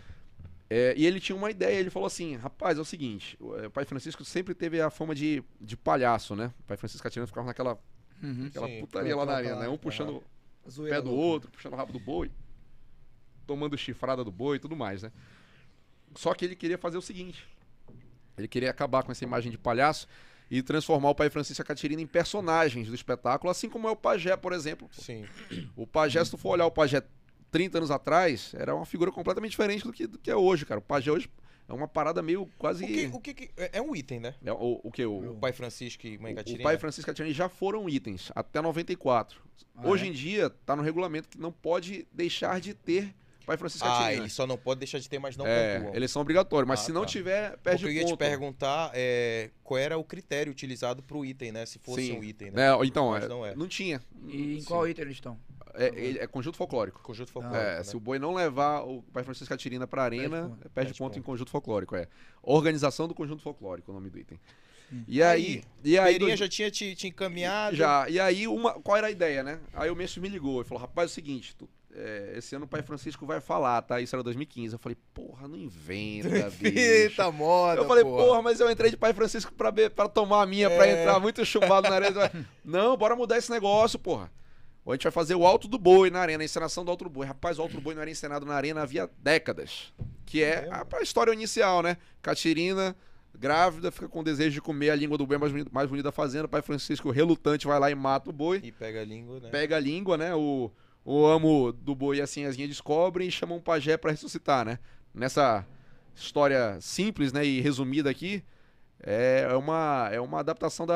E ele tinha uma ideia, ele falou assim, rapaz, é o seguinte, o Pai Francisco sempre teve a fama de palhaço, né? O Pai Francisco e Catirina ficavam naquela putaria lá na arena, né? Um puxando o pé do outro, puxando o rabo do boi, tomando chifrada do boi e tudo mais, né? Só que ele queria fazer o seguinte, ele queria acabar com essa imagem de palhaço e transformar o Pai Francisco e a Catirina em personagens do espetáculo, assim como é o Pajé, por exemplo. Sim. O Pajé, se tu for olhar o Pajé 30 anos atrás, era uma figura completamente diferente do que é hoje, cara. O Pajé hoje é uma parada meio quase... O que é um item, né? O que? O Pai Francisco e Mãe Catirina? O Pai Francisco e Catirina já foram itens, até 94. Hoje em dia, tá no regulamento que não pode deixar de ter Pai Francisco e Catirina. Ele só não pode deixar de ter, mas não pontuam. Eles são obrigatórios, mas se não tiver, perde ponto. O que eu ia te perguntar qual era o critério utilizado pro item, né? Se fosse um item, né? Então, não, não tinha. E em qual item eles estão? É conjunto folclórico. Conjunto folclórico, né? Se o Boi não levar o Pai Francisco e Catirina pra arena, perde ponto em conjunto folclórico, Organização do conjunto folclórico, o nome do item. E aí Perinha já tinha te encaminhado. Já. E aí, qual era a ideia, né? Aí o Mestre me ligou e falou, rapaz, é o seguinte, esse ano o Pai Francisco vai falar, tá? Isso era 2015. Eu falei, porra, não inventa, bicho. Eita moda, eu falei, porra, mas eu entrei de Pai Francisco pra tomar a minha, pra entrar muito chumbado na arena. Não, bora mudar esse negócio, porra. Ou a gente vai fazer o Alto do Boi na arena, a encenação do Alto do Boi. Rapaz, o Alto do Boi não era encenado na arena havia décadas. Que é a história inicial, né? Catirina, grávida, fica com desejo de comer a língua do boi mais bonita da fazenda. Pai Francisco, relutante, vai lá e mata o boi. E pega a língua, né? Pega a língua, né? O amo do boi e a sinhazinha descobrem e chamam um pajé pra ressuscitar, né? Nessa história simples, né, e resumida aqui, é uma adaptação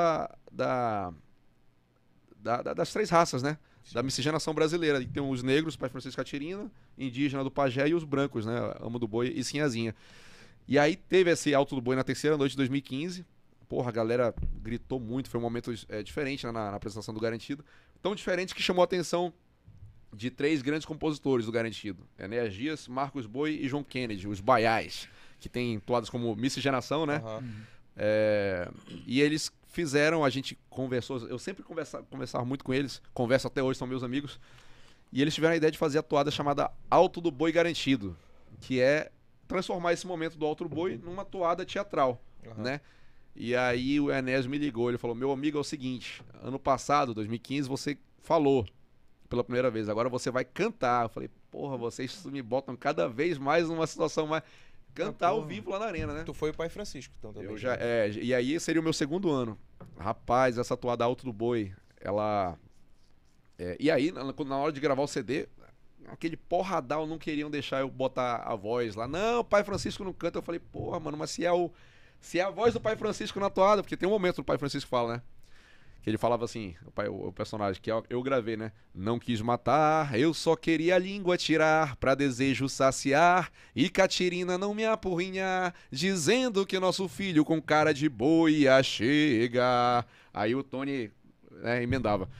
das três raças, né? Sim. Da miscigenação brasileira. Tem os negros, Pai Francisco Catirina, indígena do pajé, e os brancos, né? Amo do boi e sinhazinha. E aí teve esse Alto do Boi na terceira noite de 2015. Porra, a galera gritou muito, foi um momento diferente, né, na apresentação do Garantido. Tão diferente que chamou a atenção de três grandes compositores do Garantido. Enéas Dias, Marcos Boi e João Kennedy, os baiais, que tem toadas como Miscigenação, né? Uhum. E eles fizeram, a gente conversou, eu sempre conversava muito com eles, converso até hoje, são meus amigos, e eles tiveram a ideia de fazer a toada chamada Alto do Boi Garantido, que é transformar esse momento do Alto do Boi numa toada teatral, né? E aí o Enéas me ligou, ele falou, meu amigo, é o seguinte, ano passado, 2015, você falou pela primeira vez, agora você vai cantar. Eu falei, porra, vocês me botam cada vez mais numa situação mais... Cantar ao vivo lá na arena, né? Tu foi o Pai Francisco, então, também. E aí seria o meu segundo ano. Rapaz, essa toada Alto do Boi, ela... e aí, na hora de gravar o CD, aquele porradal não queriam deixar eu botar a voz lá. Não, o Pai Francisco não canta. Eu falei, porra, mano, mas se é a voz do Pai Francisco na toada, porque tem um momento do Pai Francisco que fala, né? Que ele falava assim, o personagem que eu gravei, né? Não quis matar, eu só queria a língua tirar, pra desejo saciar, e Catirina não me apurrinhar, dizendo que nosso filho com cara de boi ia chegar. Aí o Tony, né, emendava.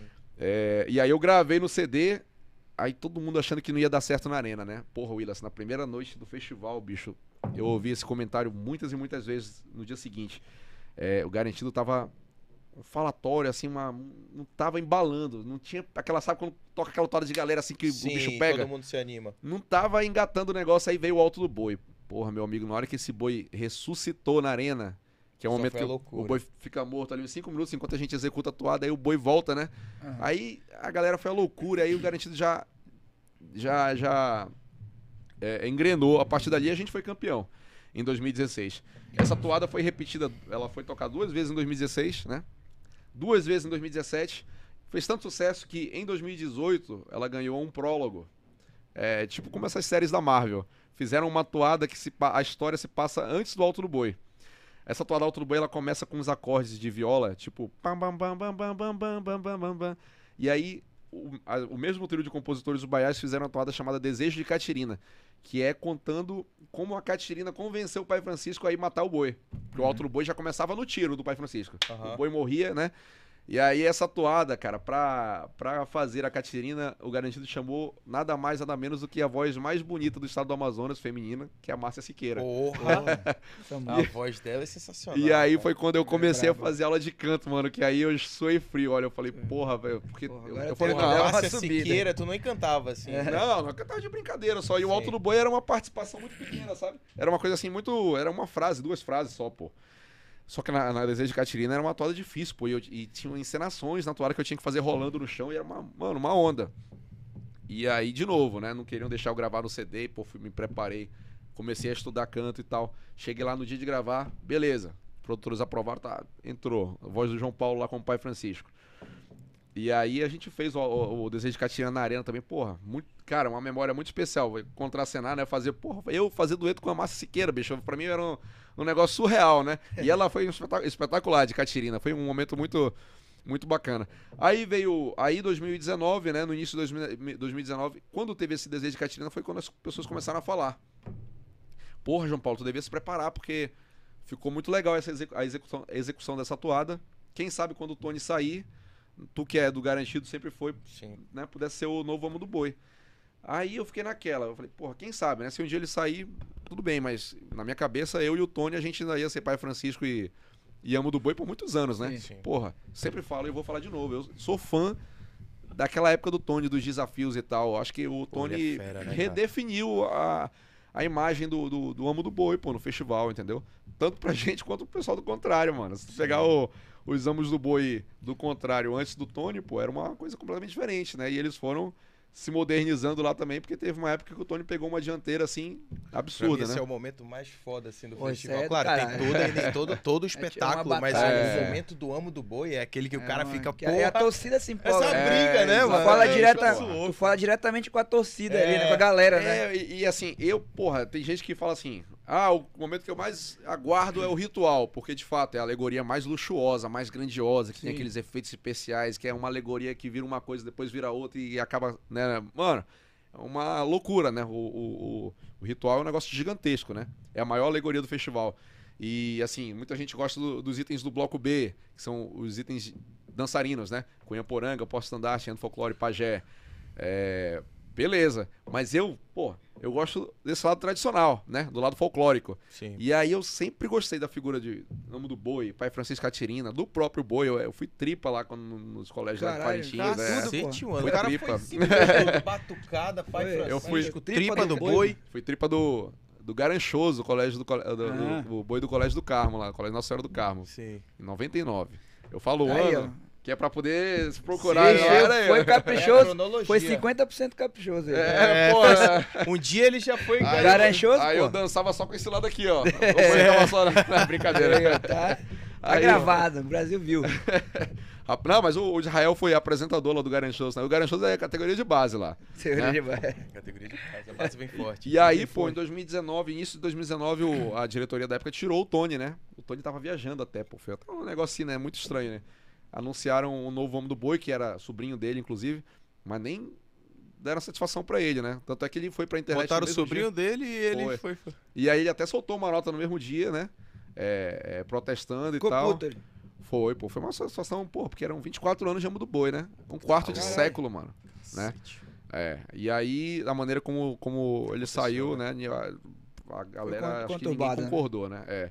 E aí eu gravei no CD, aí todo mundo achando que não ia dar certo na arena, né? Porra, Willis, na primeira noite do festival, bicho, eu ouvi esse comentário muitas e muitas vezes no dia seguinte. O Garantido tava... um falatório, assim, não tava embalando, não tinha aquela, sabe quando toca aquela toada de galera assim que sim, o bicho pega? Todo mundo se anima. Não tava engatando o negócio, aí veio o Alto do Boi. Porra, meu amigo, na hora que esse boi ressuscitou na arena, que é o momento que o boi fica morto ali uns 5 minutos, enquanto a gente executa a toada, aí o boi volta, né? Uhum. Aí a galera foi a loucura, aí o Garantido já engrenou. A partir dali a gente foi campeão, em 2016. Essa toada foi repetida, ela foi tocada 2 vezes em 2016, né? 2 vezes em 2017, fez tanto sucesso que em 2018 ela ganhou um prólogo, tipo como essas séries da Marvel, fizeram uma toada que a história se passa antes do Alto do Boi. Essa toada Alto do Boi, ela começa com uns acordes de viola, tipo pam bam bam bam bam bam bam bam bam bam bam, e aí o mesmo trio de compositores do Baiás fizeram uma toada chamada Desejo de Catirina, que é contando como a Catirina convenceu o Pai Francisco a ir matar o boi. Porque o Alto do Boi já começava no tiro do Pai Francisco. O boi morria, né? E aí essa toada, cara, pra fazer a Catirina, o Garantido chamou nada mais, nada menos do que a voz mais bonita do estado do Amazonas, feminina, que é a Márcia Siqueira. Porra! A voz dela é sensacional. E aí foi quando eu comecei a fazer aula de canto, mano, que aí eu suei frio. Olha, eu falei, porra, velho, porque... eu falei, não, a Márcia Siqueira, tu não cantava assim. Não cantava de brincadeira só. E o Alto do Boi era uma participação muito pequena, sabe? Era uma coisa assim muito... Era uma frase, 2 frases só, pô. Só que na Desejo de Catirina era uma toada difícil, pô. E tinha encenações na toada que eu tinha que fazer rolando no chão e era uma onda. E aí, de novo, né? Não queriam deixar eu gravar no CD, pô, me preparei. Comecei a estudar canto e tal. Cheguei lá no dia de gravar, beleza. Produtores aprovaram, tá, entrou. A voz do João Paulo lá com o Pai Francisco. E aí a gente fez o Desejo de Catirina na arena também, porra, cara, uma memória muito especial, contracenar, né, eu fazer dueto com a Márcia Siqueira, bicho, pra mim era um negócio surreal, né, e ela foi espetacular de Catirina, foi um momento muito, muito bacana. Aí 2019, né, no início de 2019, quando teve esse Desejo de Catirina, foi quando as pessoas começaram a falar, porra, João Paulo, tu devia se preparar, porque ficou muito legal a execução dessa toada, quem sabe quando o Tony sair, tu que é do Garantido sempre foi, né, pudesse ser o novo amo do boi. Aí eu fiquei naquela, eu falei, porra, quem sabe, né, se um dia ele sair, tudo bem, mas na minha cabeça, eu e o Tony, a gente ainda ia ser Pai Francisco e e amo do boi por muitos anos, né? Sim. Porra, sempre falo e eu vou falar de novo. Eu sou fã daquela época do Tony, dos desafios e tal. Acho que o Pô, ele Tony é fera, né, cara? redefiniu a imagem do amo do boi, pô, no festival, entendeu? Tanto pra gente quanto pro pessoal do contrário, mano. Se tu pegar os amos do boi do contrário antes do Tony, pô, era uma coisa completamente diferente, né? E eles foram se modernizando lá também, porque teve uma época que o Tony pegou uma dianteira, assim, Pra absurda, mim, esse né? é o momento mais foda, assim, do Pô, isso festival. é do Claro, tem caralho. todo o espetáculo, mas batalha, o momento do amo do boi é aquele que o cara mano, fica, que aí a porra, torcida se empolga. essa né? briga, né, exatamente. mano? Tu fala, É, tu fala diretamente com a torcida ali, né? Com a galera, né? E assim, porra, tem gente que fala assim, o momento que eu mais aguardo é o ritual, porque de fato é a alegoria mais luxuosa, mais grandiosa, que tem Sim. aqueles efeitos especiais, que é uma alegoria que vira uma coisa, depois vira outra e acaba, né, mano, é uma loucura, né, o ritual é um negócio gigantesco, né, é a maior alegoria do festival. E assim, muita gente gosta dos itens do bloco B, que são os itens dançarinos, né, Cunhaporanga, Porta-Estandarte, Ano Folclore, Pajé, beleza, mas eu gosto desse lado tradicional, né? Do lado folclórico. Sim. E aí eu sempre gostei da figura de Amo do Boi, Pai Francisco Catirina, do próprio boi. Eu fui tripa lá nos colégios lá de Caralho, Parintins. Cacete, mano. Foi O cara tripa. foi simplesmente batucada, pai Foi, Francisco. eu fui tripa do boi. Fui tripa do Garanchoso, colégio o boi do Colégio do Carmo lá, Colégio Nossa Senhora do Carmo, Sim. em 99. Eu falo o Aí, ano, que é pra poder se procurar. Sim, Né? foi É caprichoso. cronologia. Foi 50% caprichoso. Ele. Um dia ele já foi Garanchoso, Aí pô. eu dançava só com esse lado aqui, ó. O boi tava só na brincadeira. Tá Aí, ó. gravado, o Brasil viu. Não, mas o Israel foi apresentador lá do Garanchoso, né? O Garanchoso é categoria de base lá. Categoria de casa, a base vem forte. E aí, pô, em 2019, início de 2019, a diretoria da época tirou o Tony, né? O Tony tava viajando até, pô. Foi até um negócio assim, né? Muito estranho, né? Anunciaram o novo Amo do Boi, que era sobrinho dele, inclusive, mas nem deram satisfação pra ele, né? Tanto é que ele foi pra internet Botaram no o mesmo sobrinho dia. dele e ele Foi. foi. E aí ele até soltou uma nota no mesmo dia, né? Protestando Ficou e tal. puto ele. Foi uma situação, pô, porque eram 24 anos de Amo do Boi, né? Um quarto de Caralho. século, mano. Né? E aí, a maneira como ele saiu, né? A galera, acho que ninguém conturbada, né? concordou, né?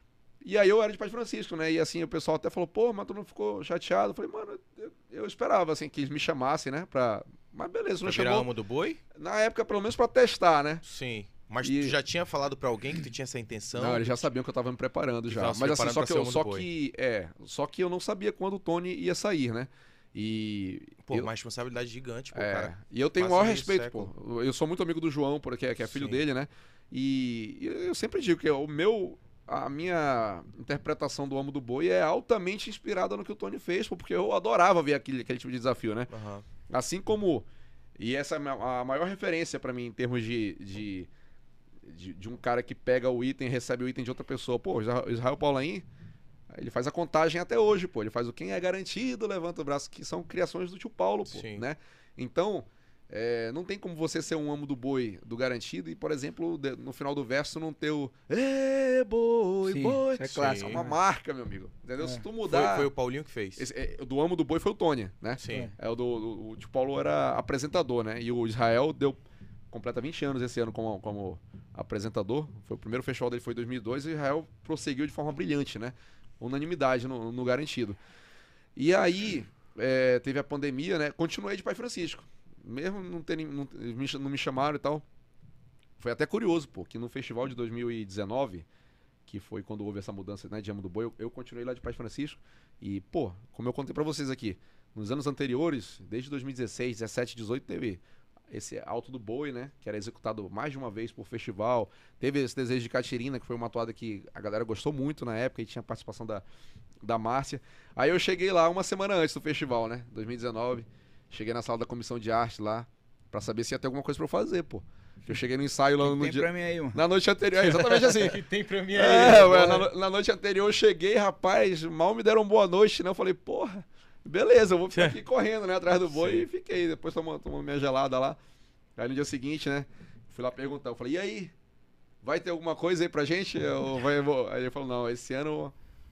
E aí eu era de Padre Francisco, né? E assim, o pessoal até falou, pô, mas tu não ficou chateado? Eu falei, mano, eu esperava, assim, que eles me chamassem, né? Mas beleza, não Pra virar chamou. amo do boi? Na época, pelo menos pra testar, né? Sim. Mas E- tu já tinha falado pra alguém que tu tinha essa intenção? Não, eles já sabiam que eu tava me preparando já. tava se Mas assim, preparando só pra que, ser eu, Amo só, do Boi. que, só que eu não sabia quando o Tony ia sair, né? Pô, eu- uma responsabilidade gigante, pô, cara. E eu tenho o Quase maior meio respeito, século. pô. Eu sou muito amigo do João, porque é filho Sim. dele, né? E eu sempre digo que a minha interpretação do Amo do Boi é altamente inspirada no que o Tony fez, pô, porque eu adorava ver aquele tipo de desafio, né? Aham. Assim como... E essa é a maior referência pra mim em termos de um cara que pega o item e recebe o item de outra pessoa. Pô, o Israel Paulain, ele faz a contagem até hoje, pô. Ele faz o quem é garantido, levanta o braço, que são criações do tio Paulo, pô, Sim. né? Então, não tem como você ser um amo do boi do garantido e, por exemplo, no final do verso não ter o boi, Sim, boi. isso é clássico. É uma marca, meu amigo. Entendeu? Se tu mudar... Foi o Paulinho que fez. do amo do boi foi o Tony, né? Sim. O tio Paulo era apresentador, né? E o Israel completa 20 anos esse ano como apresentador. Foi o primeiro festival dele foi em 2002 e o Israel prosseguiu de forma brilhante, né? Unanimidade no garantido. E aí, teve a pandemia, né? Continuei de Pai Francisco. Mesmo não me chamaram e tal. Foi até curioso, pô, que no festival de 2019, que foi quando houve essa mudança, né, de Amo do Boi, eu continuei lá de Pai Francisco. E, pô, como eu contei pra vocês aqui, nos anos anteriores, desde 2016, 17, 18, teve esse Alto do Boi, né, que era executado mais de uma vez por festival. Teve esse Desejo de Catirina, que foi uma toada que a galera gostou muito na época e tinha participação da Márcia. Aí eu cheguei lá uma semana antes do festival, né, 2019. Cheguei na sala da comissão de arte lá, pra saber se ia ter alguma coisa pra eu fazer, pô. Eu cheguei no ensaio lá no Tem dia... pra mim aí, mano. Na noite anterior, exatamente assim. que tem pra mim Na noite anterior eu cheguei, rapaz, mal me deram boa noite, né? Eu falei, porra, beleza, eu vou ficar aqui correndo, né, atrás do boi. Sim. E fiquei, depois tomando minha gelada lá. Aí no dia seguinte, né, fui lá perguntar, eu falei, e aí? Vai ter alguma coisa aí pra gente? Aí ele falou, não, esse ano,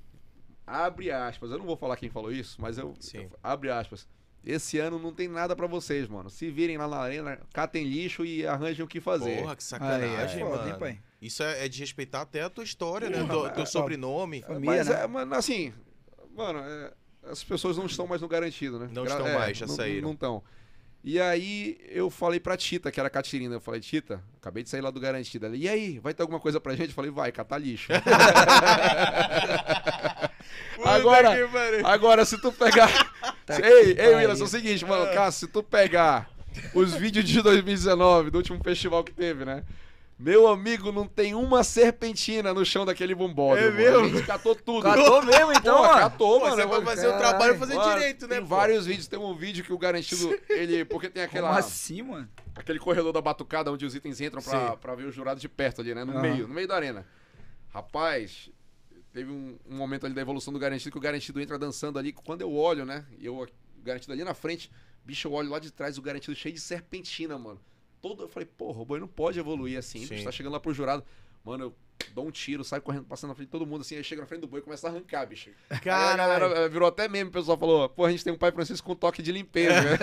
abre aspas, eu não vou falar quem falou isso, mas abre aspas. Esse ano não tem nada pra vocês, mano. Se virem lá na arena, catem lixo e arranjem o que fazer. Porra, que sacanagem, Aí, é foda, mano. hein, pai? Isso é de respeitar até a tua história, né? Porra, Teu sobrenome. Família, Mas, né? mano, assim, mano, as pessoas não estão mais no garantido, né? Não estão mais, já saíram. Não estão. E aí eu falei pra Tita, que era a Catirina, eu falei, Tita, acabei de sair lá do garantido. Ela, e aí, vai ter alguma coisa pra gente? Eu falei, vai, catar lixo. Agora, se tu pegar... Ei, Willis, é o seguinte, mano, Cássio, se tu pegar os vídeos de 2019, do último festival que teve, né? Meu amigo, não tem uma serpentina no chão daquele bombódromo. É mesmo? A gente catou tudo. Catou mesmo, então, Pô, mano? catou, Pô, mano. você vai fazer o trabalho e fazer Mano, direito, né, tem pô? vários vídeos. Tem um vídeo que o garantido, ele... Porque tem Como assim, mano? aquele corredor da batucada onde os itens entram Sim. pra ver os jurados de perto ali, né? No meio da arena. Rapaz, teve um momento ali da evolução do garantido que o garantido entra dançando ali. Quando eu olho, né? O garantido ali na frente, bicho, eu olho lá de trás, o garantido cheio de serpentina, mano. Eu falei, porra, o boi não pode evoluir assim. Sim. Você tá chegando lá pro jurado. Mano, eu dou um tiro, saio correndo, passando na frente de todo mundo, assim, aí chega na frente do boi e começa a arrancar, bicho. Aí a galera virou até meme, o pessoal falou, pô, a gente tem um Pai Francisco com toque de limpeza, né?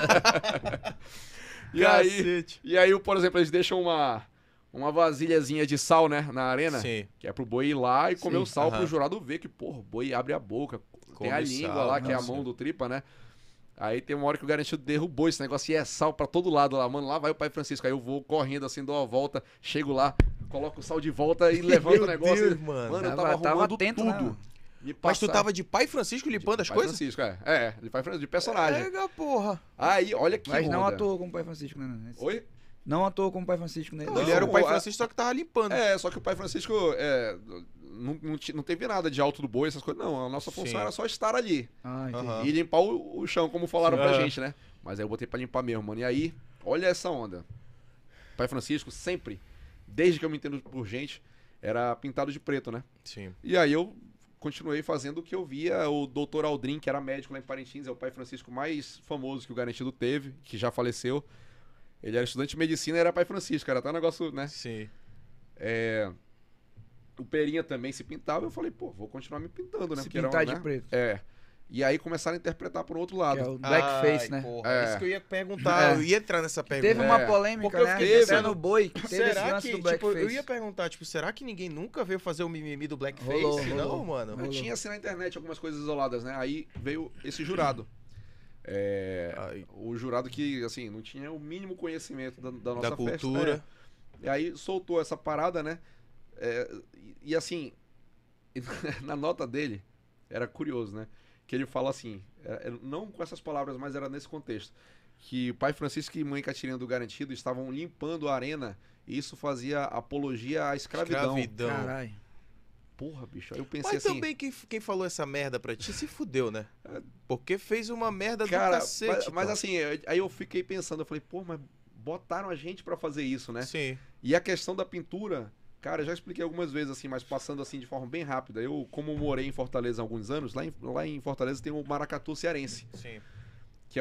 E aí, por exemplo, eles deixam uma vasilhazinha de sal, né, na arena, Sim. que é pro boi ir lá e comer Sim, o sal aham. pro jurado ver que, porra, o boi abre a boca, Come tem a língua sal, lá, que é a nossa. mão do tripa, né? Aí tem uma hora que o garantido derrubou esse negócio e é sal pra todo lado lá, mano. Lá vai o Pai Francisco. Aí eu vou correndo assim, dou uma volta, chego lá, coloco o sal de volta e levanto o negócio. Deus, mano. Eu tava arrumando atento, tudo. né, mano? Mas tu tava de Pai Francisco limpando as Pai coisas? Francisco, de Pai Francisco, de personagem. Pega, porra. Aí, olha que Mas não onda. atuou como Pai Francisco, né? Oi? Não atuou como Pai Francisco, né? Não, Não, ele era o Pai o- Francisco, só que tava limpando. Só que o Pai Francisco não teve nada de alto do boi, essas coisas. Não, a nossa função Sim. era só estar ali. Ah, entendi. Aham. E limpar o chão, como falaram pra Aham. gente, né? Mas aí eu botei pra limpar mesmo, mano. E aí, olha essa onda. Pai Francisco sempre, desde que eu me entendo por gente, era pintado de preto, né? Sim. E aí eu continuei fazendo o que eu via. O Dr. Aldrin, que era médico lá em Parintins, é o Pai Francisco mais famoso que o garantido teve, que já faleceu. Ele era estudante de medicina e era Pai Francisco, era até um negócio, né? Sim. O Perinha também se pintava, eu falei, pô, vou continuar me pintando, né? Se Porque era pintar uma, de né? preto. E aí começaram a interpretar por outro Que lado. é o blackface, Ai, né? porra, É. isso que eu ia perguntar, É. eu ia entrar nessa pergunta. Teve uma polêmica, Porque eu né? fiquei Até pensando, no boi, que teve esse Será lance que, do tipo, blackface. eu ia perguntar, tipo, será que ninguém nunca veio fazer o mimimi do blackface? Rolou. Não, mano. Eu tinha assim na internet algumas coisas isoladas, né? Aí veio esse jurado. Ai. O jurado que, assim, não tinha o mínimo conhecimento da nossa Da festa. cultura. E aí soltou essa parada, né? E assim, na nota dele, era curioso, né? Que ele fala assim, não com essas palavras, mas era nesse contexto, que o Pai Francisco e Mãe Catirina do Garantido estavam limpando a arena e isso fazia apologia à escravidão. Caralho. Porra, bicho, aí eu pensei Mas assim... também quem falou essa merda pra ti se fudeu, né? Porque fez uma merda Cara, do cacete. mas pô. assim, aí eu fiquei pensando, eu falei, pô, mas botaram a gente pra fazer isso, né? Sim. E a questão da pintura, cara, eu já expliquei algumas vezes, assim, mas passando assim de forma bem rápida. Eu, como morei em Fortaleza há alguns anos, lá em Fortaleza tem o Maracatu Cearense, Sim. que é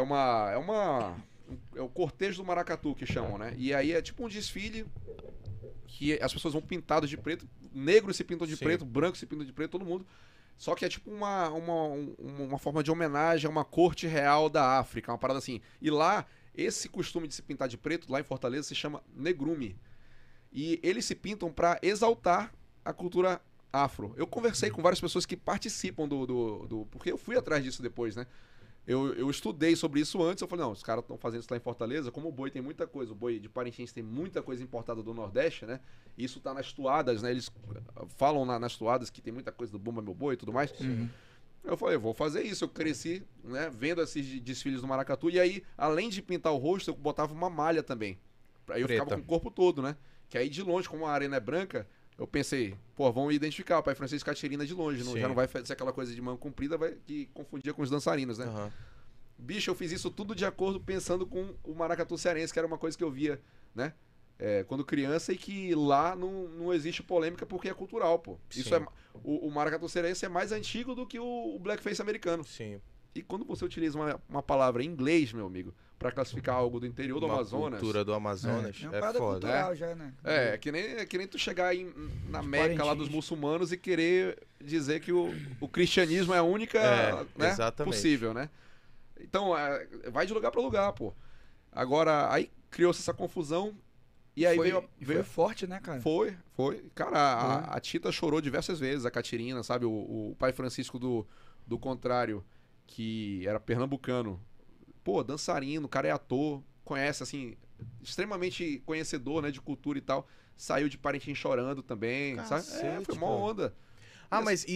o cortejo do maracatu que chamam, né? E aí é tipo um desfile que as pessoas vão pintados de preto, negros se pintam de Sim. preto, brancos se pintam de preto, todo mundo. Só que é tipo uma forma de homenagem a uma corte real da África, uma parada assim. E lá, esse costume de se pintar de preto, lá em Fortaleza, se chama negrume. E eles se pintam pra exaltar a cultura afro. Eu conversei com várias pessoas que participam porque eu fui atrás disso depois, né? Eu estudei sobre isso antes, eu falei, não, os caras estão fazendo isso lá em Fortaleza, como o boi tem muita coisa, o boi de Parintins tem muita coisa importada do Nordeste, né? Isso tá nas toadas, né? Eles falam nas toadas que tem muita coisa do Bumba Meu Boi e tudo mais. Uhum. Eu falei, eu vou fazer isso. Eu cresci, né, vendo esses desfiles do maracatu. E aí, além de pintar o rosto, eu botava uma malha também. Aí eu ficava Preta. com o corpo todo, né? Que aí de longe, como a arena é branca, eu pensei, pô, vão identificar o Pai Francisco Catirina de longe. Sim. Já não vai ser aquela coisa de mão comprida que confundia com os dançarinos, né? Aham. Bicho, eu fiz isso tudo de acordo pensando com o maracatu cearense, que era uma coisa que eu via, né? Quando criança e que lá não existe polêmica porque é cultural, pô. Isso Sim. o maracatu cearense é mais antigo do que o blackface americano. Sim. E quando você utiliza uma palavra em inglês, meu amigo, pra classificar algo do interior do Uma Amazonas... cultura do Amazonas. É uma É parada foda. cultural já, né? É que nem tu chegar na Meca lá dos muçulmanos e querer dizer que o cristianismo é a única, né, exatamente. possível, né? Então, vai de lugar pra lugar, pô. Agora, aí criou-se essa confusão E aí Veio forte, né, cara? Foi. Cara, a Tita chorou diversas vezes, a Catirina, sabe? O pai Francisco do Contrário, que era pernambucano. Pô, dançarino, o cara é ator, conhece, assim, extremamente conhecedor, né, de cultura e tal. Saiu de Parintins chorando também, sabe? Foi uma onda. Mas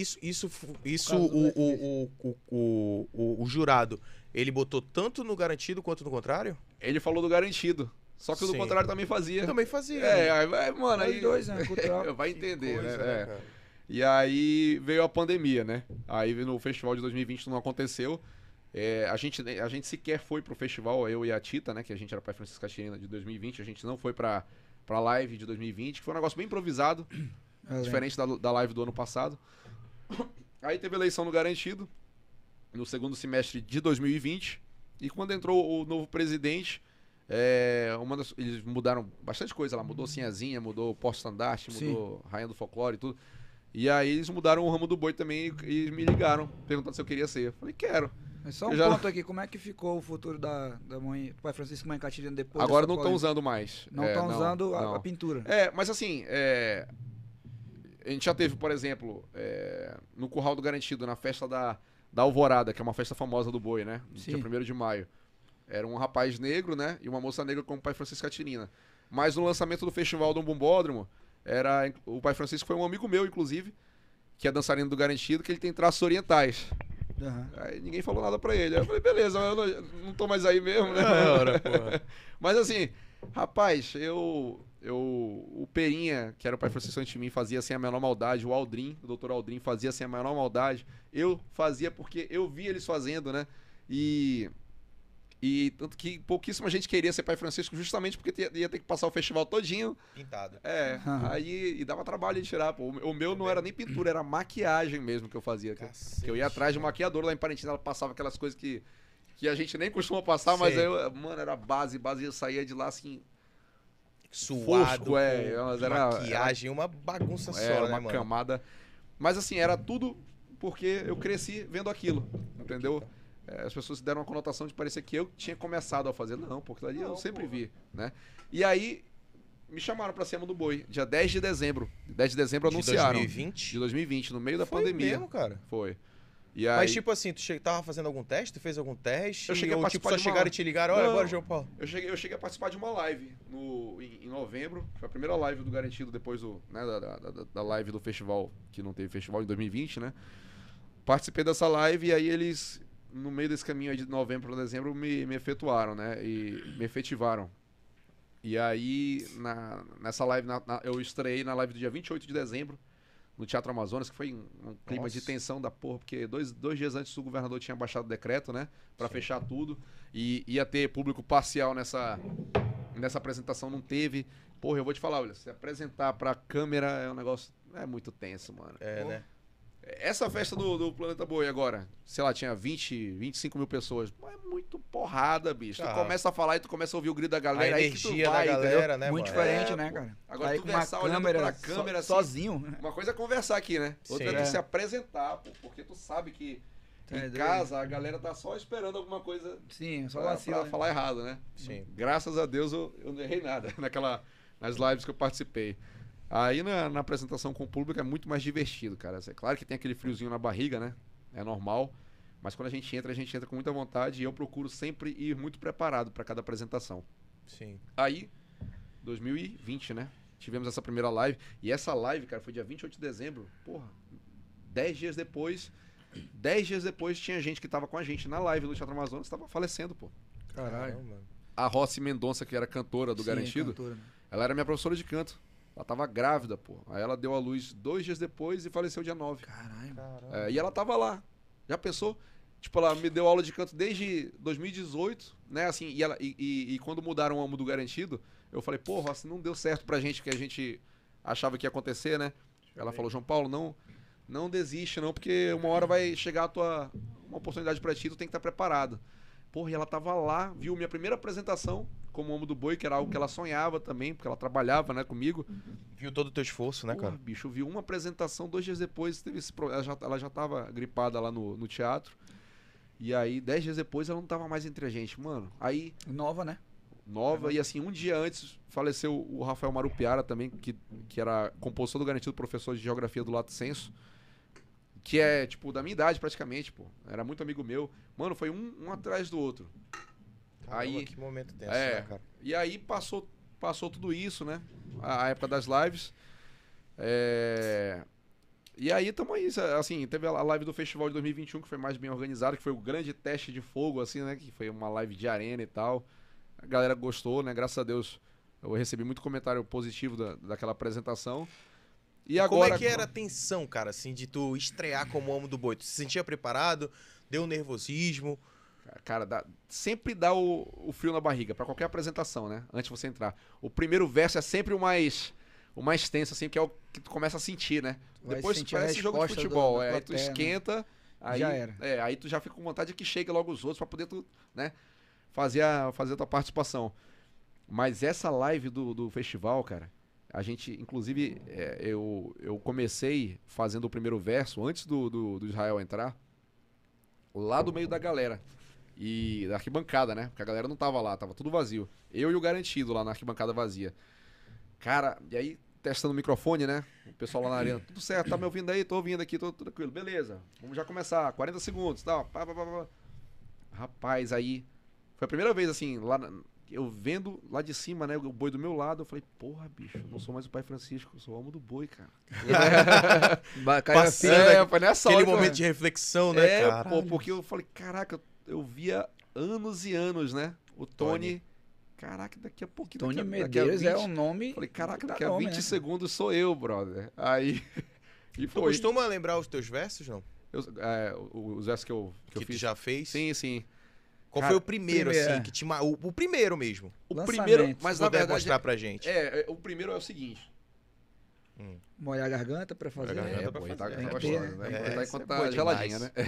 o jurado, ele botou tanto no garantido quanto no contrário? Ele falou do garantido. Só que o do Sim. contrário também fazia. Também fazia. Mano, aí... Os dois, né? Cultural. Vai entender, coisa, né? cara? E aí veio a pandemia, né? Aí no festival de 2020 não aconteceu. A gente sequer foi pro festival, eu e a Tita, né? Que a gente era Pai Francisco Catirina de 2020. A gente não foi pra live de 2020, que foi um negócio bem improvisado. Diferente da live do ano passado. Aí teve eleição no garantido, no segundo semestre de 2020. E quando entrou o novo presidente, eles mudaram bastante coisa lá. Mudou Sinhazinha, mudou Porto-Estandarte, mudou Rainha do Folclore e tudo. E aí eles mudaram o ramo do boi também e me ligaram, perguntando se eu queria ser. Eu falei, quero. Mas só um ponto aqui, como é que ficou o futuro da mãe, do Pai Francisco e Mãe Catirina depois? Agora não estão usando mais. Não estão usando a pintura. Mas assim, a gente já teve, por exemplo, no Curral do Garantido, na festa da Alvorada, que é uma festa famosa do boi, né? No dia 1º de maio. Era um rapaz negro, né? E uma moça negra como o Pai Francisco Catirina. Mas no lançamento do festival do Bumbódromo, o Pai Francisco foi um amigo meu, inclusive, que é dançarino do Garantido, que ele tem traços orientais. Aí ninguém falou nada pra ele. Aí eu falei, beleza, eu não tô mais aí mesmo, né? Porra. Mas assim, rapaz, o Perinha, que era o Pai Francisco antes de mim, fazia sem a menor maldade. O Aldrin, o Dr. Aldrin, fazia sem a menor maldade. Eu fazia porque eu vi eles fazendo, né? E tanto que pouquíssima gente queria ser Pai Francisco justamente porque ia ter que passar o festival todinho Pintado. Aí dava trabalho de tirar, pô. O meu não era nem pintura, era maquiagem mesmo que eu fazia. Que eu ia atrás de maquiador lá em Parintins, ela passava aquelas coisas que a gente nem costuma passar, mas aí mano, era base, eu saía de lá assim... Suado, era maquiagem, uma bagunça só, era né, uma mano? camada. Mas assim, era tudo porque eu cresci vendo aquilo, entendeu? As pessoas deram uma conotação de parecer que eu tinha começado a fazer. Não, porque ali eu sempre vi, né? E aí, me chamaram pra Cima do Boi, dia 10 de dezembro. 10 de dezembro anunciaram. De 2020? De 2020, no meio da Foi pandemia. mesmo, cara? Foi. E aí, Mas tipo assim, tu tava fazendo algum teste? Tu fez algum teste? Eu cheguei a ou participar só de uma- chegaram e te ligaram, olha Não. agora, João Paulo. eu cheguei a participar de uma live em novembro. Foi a primeira live do Garantido depois da live do festival, que não teve festival em 2020, né? Participei dessa live e aí eles, no meio desse caminho aí de novembro para dezembro, me efetuaram, né? E me efetivaram. E aí, nessa live, eu estreiei na live do dia 28 de dezembro, no Teatro Amazonas, que foi um clima de tensão da porra, porque dois dias antes o governador tinha baixado o decreto, né? Pra fechar tudo. E ia ter público parcial nessa apresentação, não teve. Porra, eu vou te falar, olha, se apresentar pra câmera é um negócio... É muito tenso, mano. Né? Essa festa do Planeta Boi agora, sei lá, tinha 25 mil pessoas. É muito porrada, bicho. Tu começa a falar e tu começa a ouvir o grito da galera. A aí que tu energia vai, da galera, entendeu? né, Muito mano? diferente, né, cara? Agora Aí tu com uma conversar olhando pra câmera assim, sozinho. uma coisa é conversar aqui, né? Outra Sim. é tu se apresentar, pô, porque tu sabe que em casa a galera tá só esperando alguma coisa Sim, só pra vacila. né? falar errado, né? Sim. Graças a Deus eu não errei nada nas lives que eu participei. Aí na apresentação com o público é muito mais divertido, cara. É claro que tem aquele friozinho na barriga, né? É normal. Mas quando a gente entra com muita vontade e eu procuro sempre ir muito preparado para cada apresentação. Sim. Aí, 2020, né? Tivemos essa primeira live. E essa live, cara, foi dia 28 de dezembro. Porra, 10 dias depois tinha gente que tava com a gente na live do Teatro Amazonas, tava falecendo, pô. Caralho. Mano. A Rossi Mendonça, que era cantora do Sim, Garantido, cantora, né? ela era minha professora de canto. Ela tava grávida, pô. Aí ela deu à luz 2 dias depois e faleceu dia 9. Caralho. E ela tava lá. Já pensou? Tipo, ela me deu aula de canto desde 2018, né? Assim, e quando mudaram o âmbito do Garantido, eu falei, pô, Rossi, não deu certo pra gente o que a gente achava que ia acontecer, né? Ela falou, João Paulo, não desiste, não, porque uma hora vai chegar uma oportunidade pra ti, tu tem que estar preparado. Porra, e ela tava lá, viu minha primeira apresentação como Homem do Boi, que era algo que ela sonhava também, porque ela trabalhava, né, comigo. Viu todo o teu esforço, né, Porra, cara? bicho, viu uma apresentação, 2 dias depois, teve esse problema. Ela já tava gripada lá no teatro. E aí, 10 dias depois, ela não tava mais entre a gente, mano. Aí, Nova, né? nova. E assim, um dia antes faleceu o Rafael Marupiara também, que era compositor do Garantido, professor de Geografia do Lato Senso. Que é, tipo, da minha idade praticamente, pô. Era muito amigo meu. Mano, foi um atrás do outro. Caramba, Aí, que momento tenso, né, cara? E aí passou tudo isso, né? A época das lives. E aí tamo aí, assim, teve a live do festival de 2021 que foi mais bem organizada, que foi o grande teste de fogo, assim, né? Que foi uma live de arena e tal. A galera gostou, né? Graças a Deus eu recebi muito comentário positivo daquela apresentação. E agora, como é que era a tensão, cara, assim, de tu estrear como Amo do Boi? Tu se sentia preparado? Deu nervosismo? Cara, sempre dá o frio na barriga, pra qualquer apresentação, né? Antes de você entrar. O primeiro verso é sempre o mais tenso, assim, que é o que tu começa a sentir, né? Depois parece jogo de futebol. Aí tu esquenta, aí, já era. Aí tu já fica com vontade de que chegue logo os outros pra poder tu, né, fazer a tua participação. Mas essa live do festival, cara, a gente, inclusive, eu comecei fazendo o primeiro verso antes do Israel entrar, lá do meio da galera. E da arquibancada, né? Porque a galera não tava lá, tava tudo vazio. Eu e o Garantido lá na arquibancada vazia. Cara, e aí, testando o microfone, né? O pessoal lá na arena, tudo certo, tá me ouvindo aí? Tô ouvindo aqui, tô tranquilo. Beleza, vamos já começar, 40 segundos, tal. Pá. Rapaz, aí, foi a primeira vez, assim, eu vendo lá de cima, né, o boi do meu lado, eu falei, porra, bicho, eu não sou mais o pai Francisco, eu sou o Amo do Boi, cara. Foi nessa hora. Aquele momento de reflexão, né, cara? Pô, porque eu falei, caraca, eu via anos e anos, né? O Tony. Caraca, daqui a pouquinho. Tony Medeiros é um nome. Falei, caraca, daqui a 20 segundos sou eu, brother. Aí. E tu costuma lembrar os teus versos, não? Os versos que eu fiz. Que tu já fez? Sim. Qual foi o primeiro, assim, que te o primeiro mesmo? O primeiro, mas na verdade. Mostrar pra gente. O primeiro é o seguinte. Molhar a garganta pra fazer. Tá gostoso, né? Enquanto tá geladinha, né?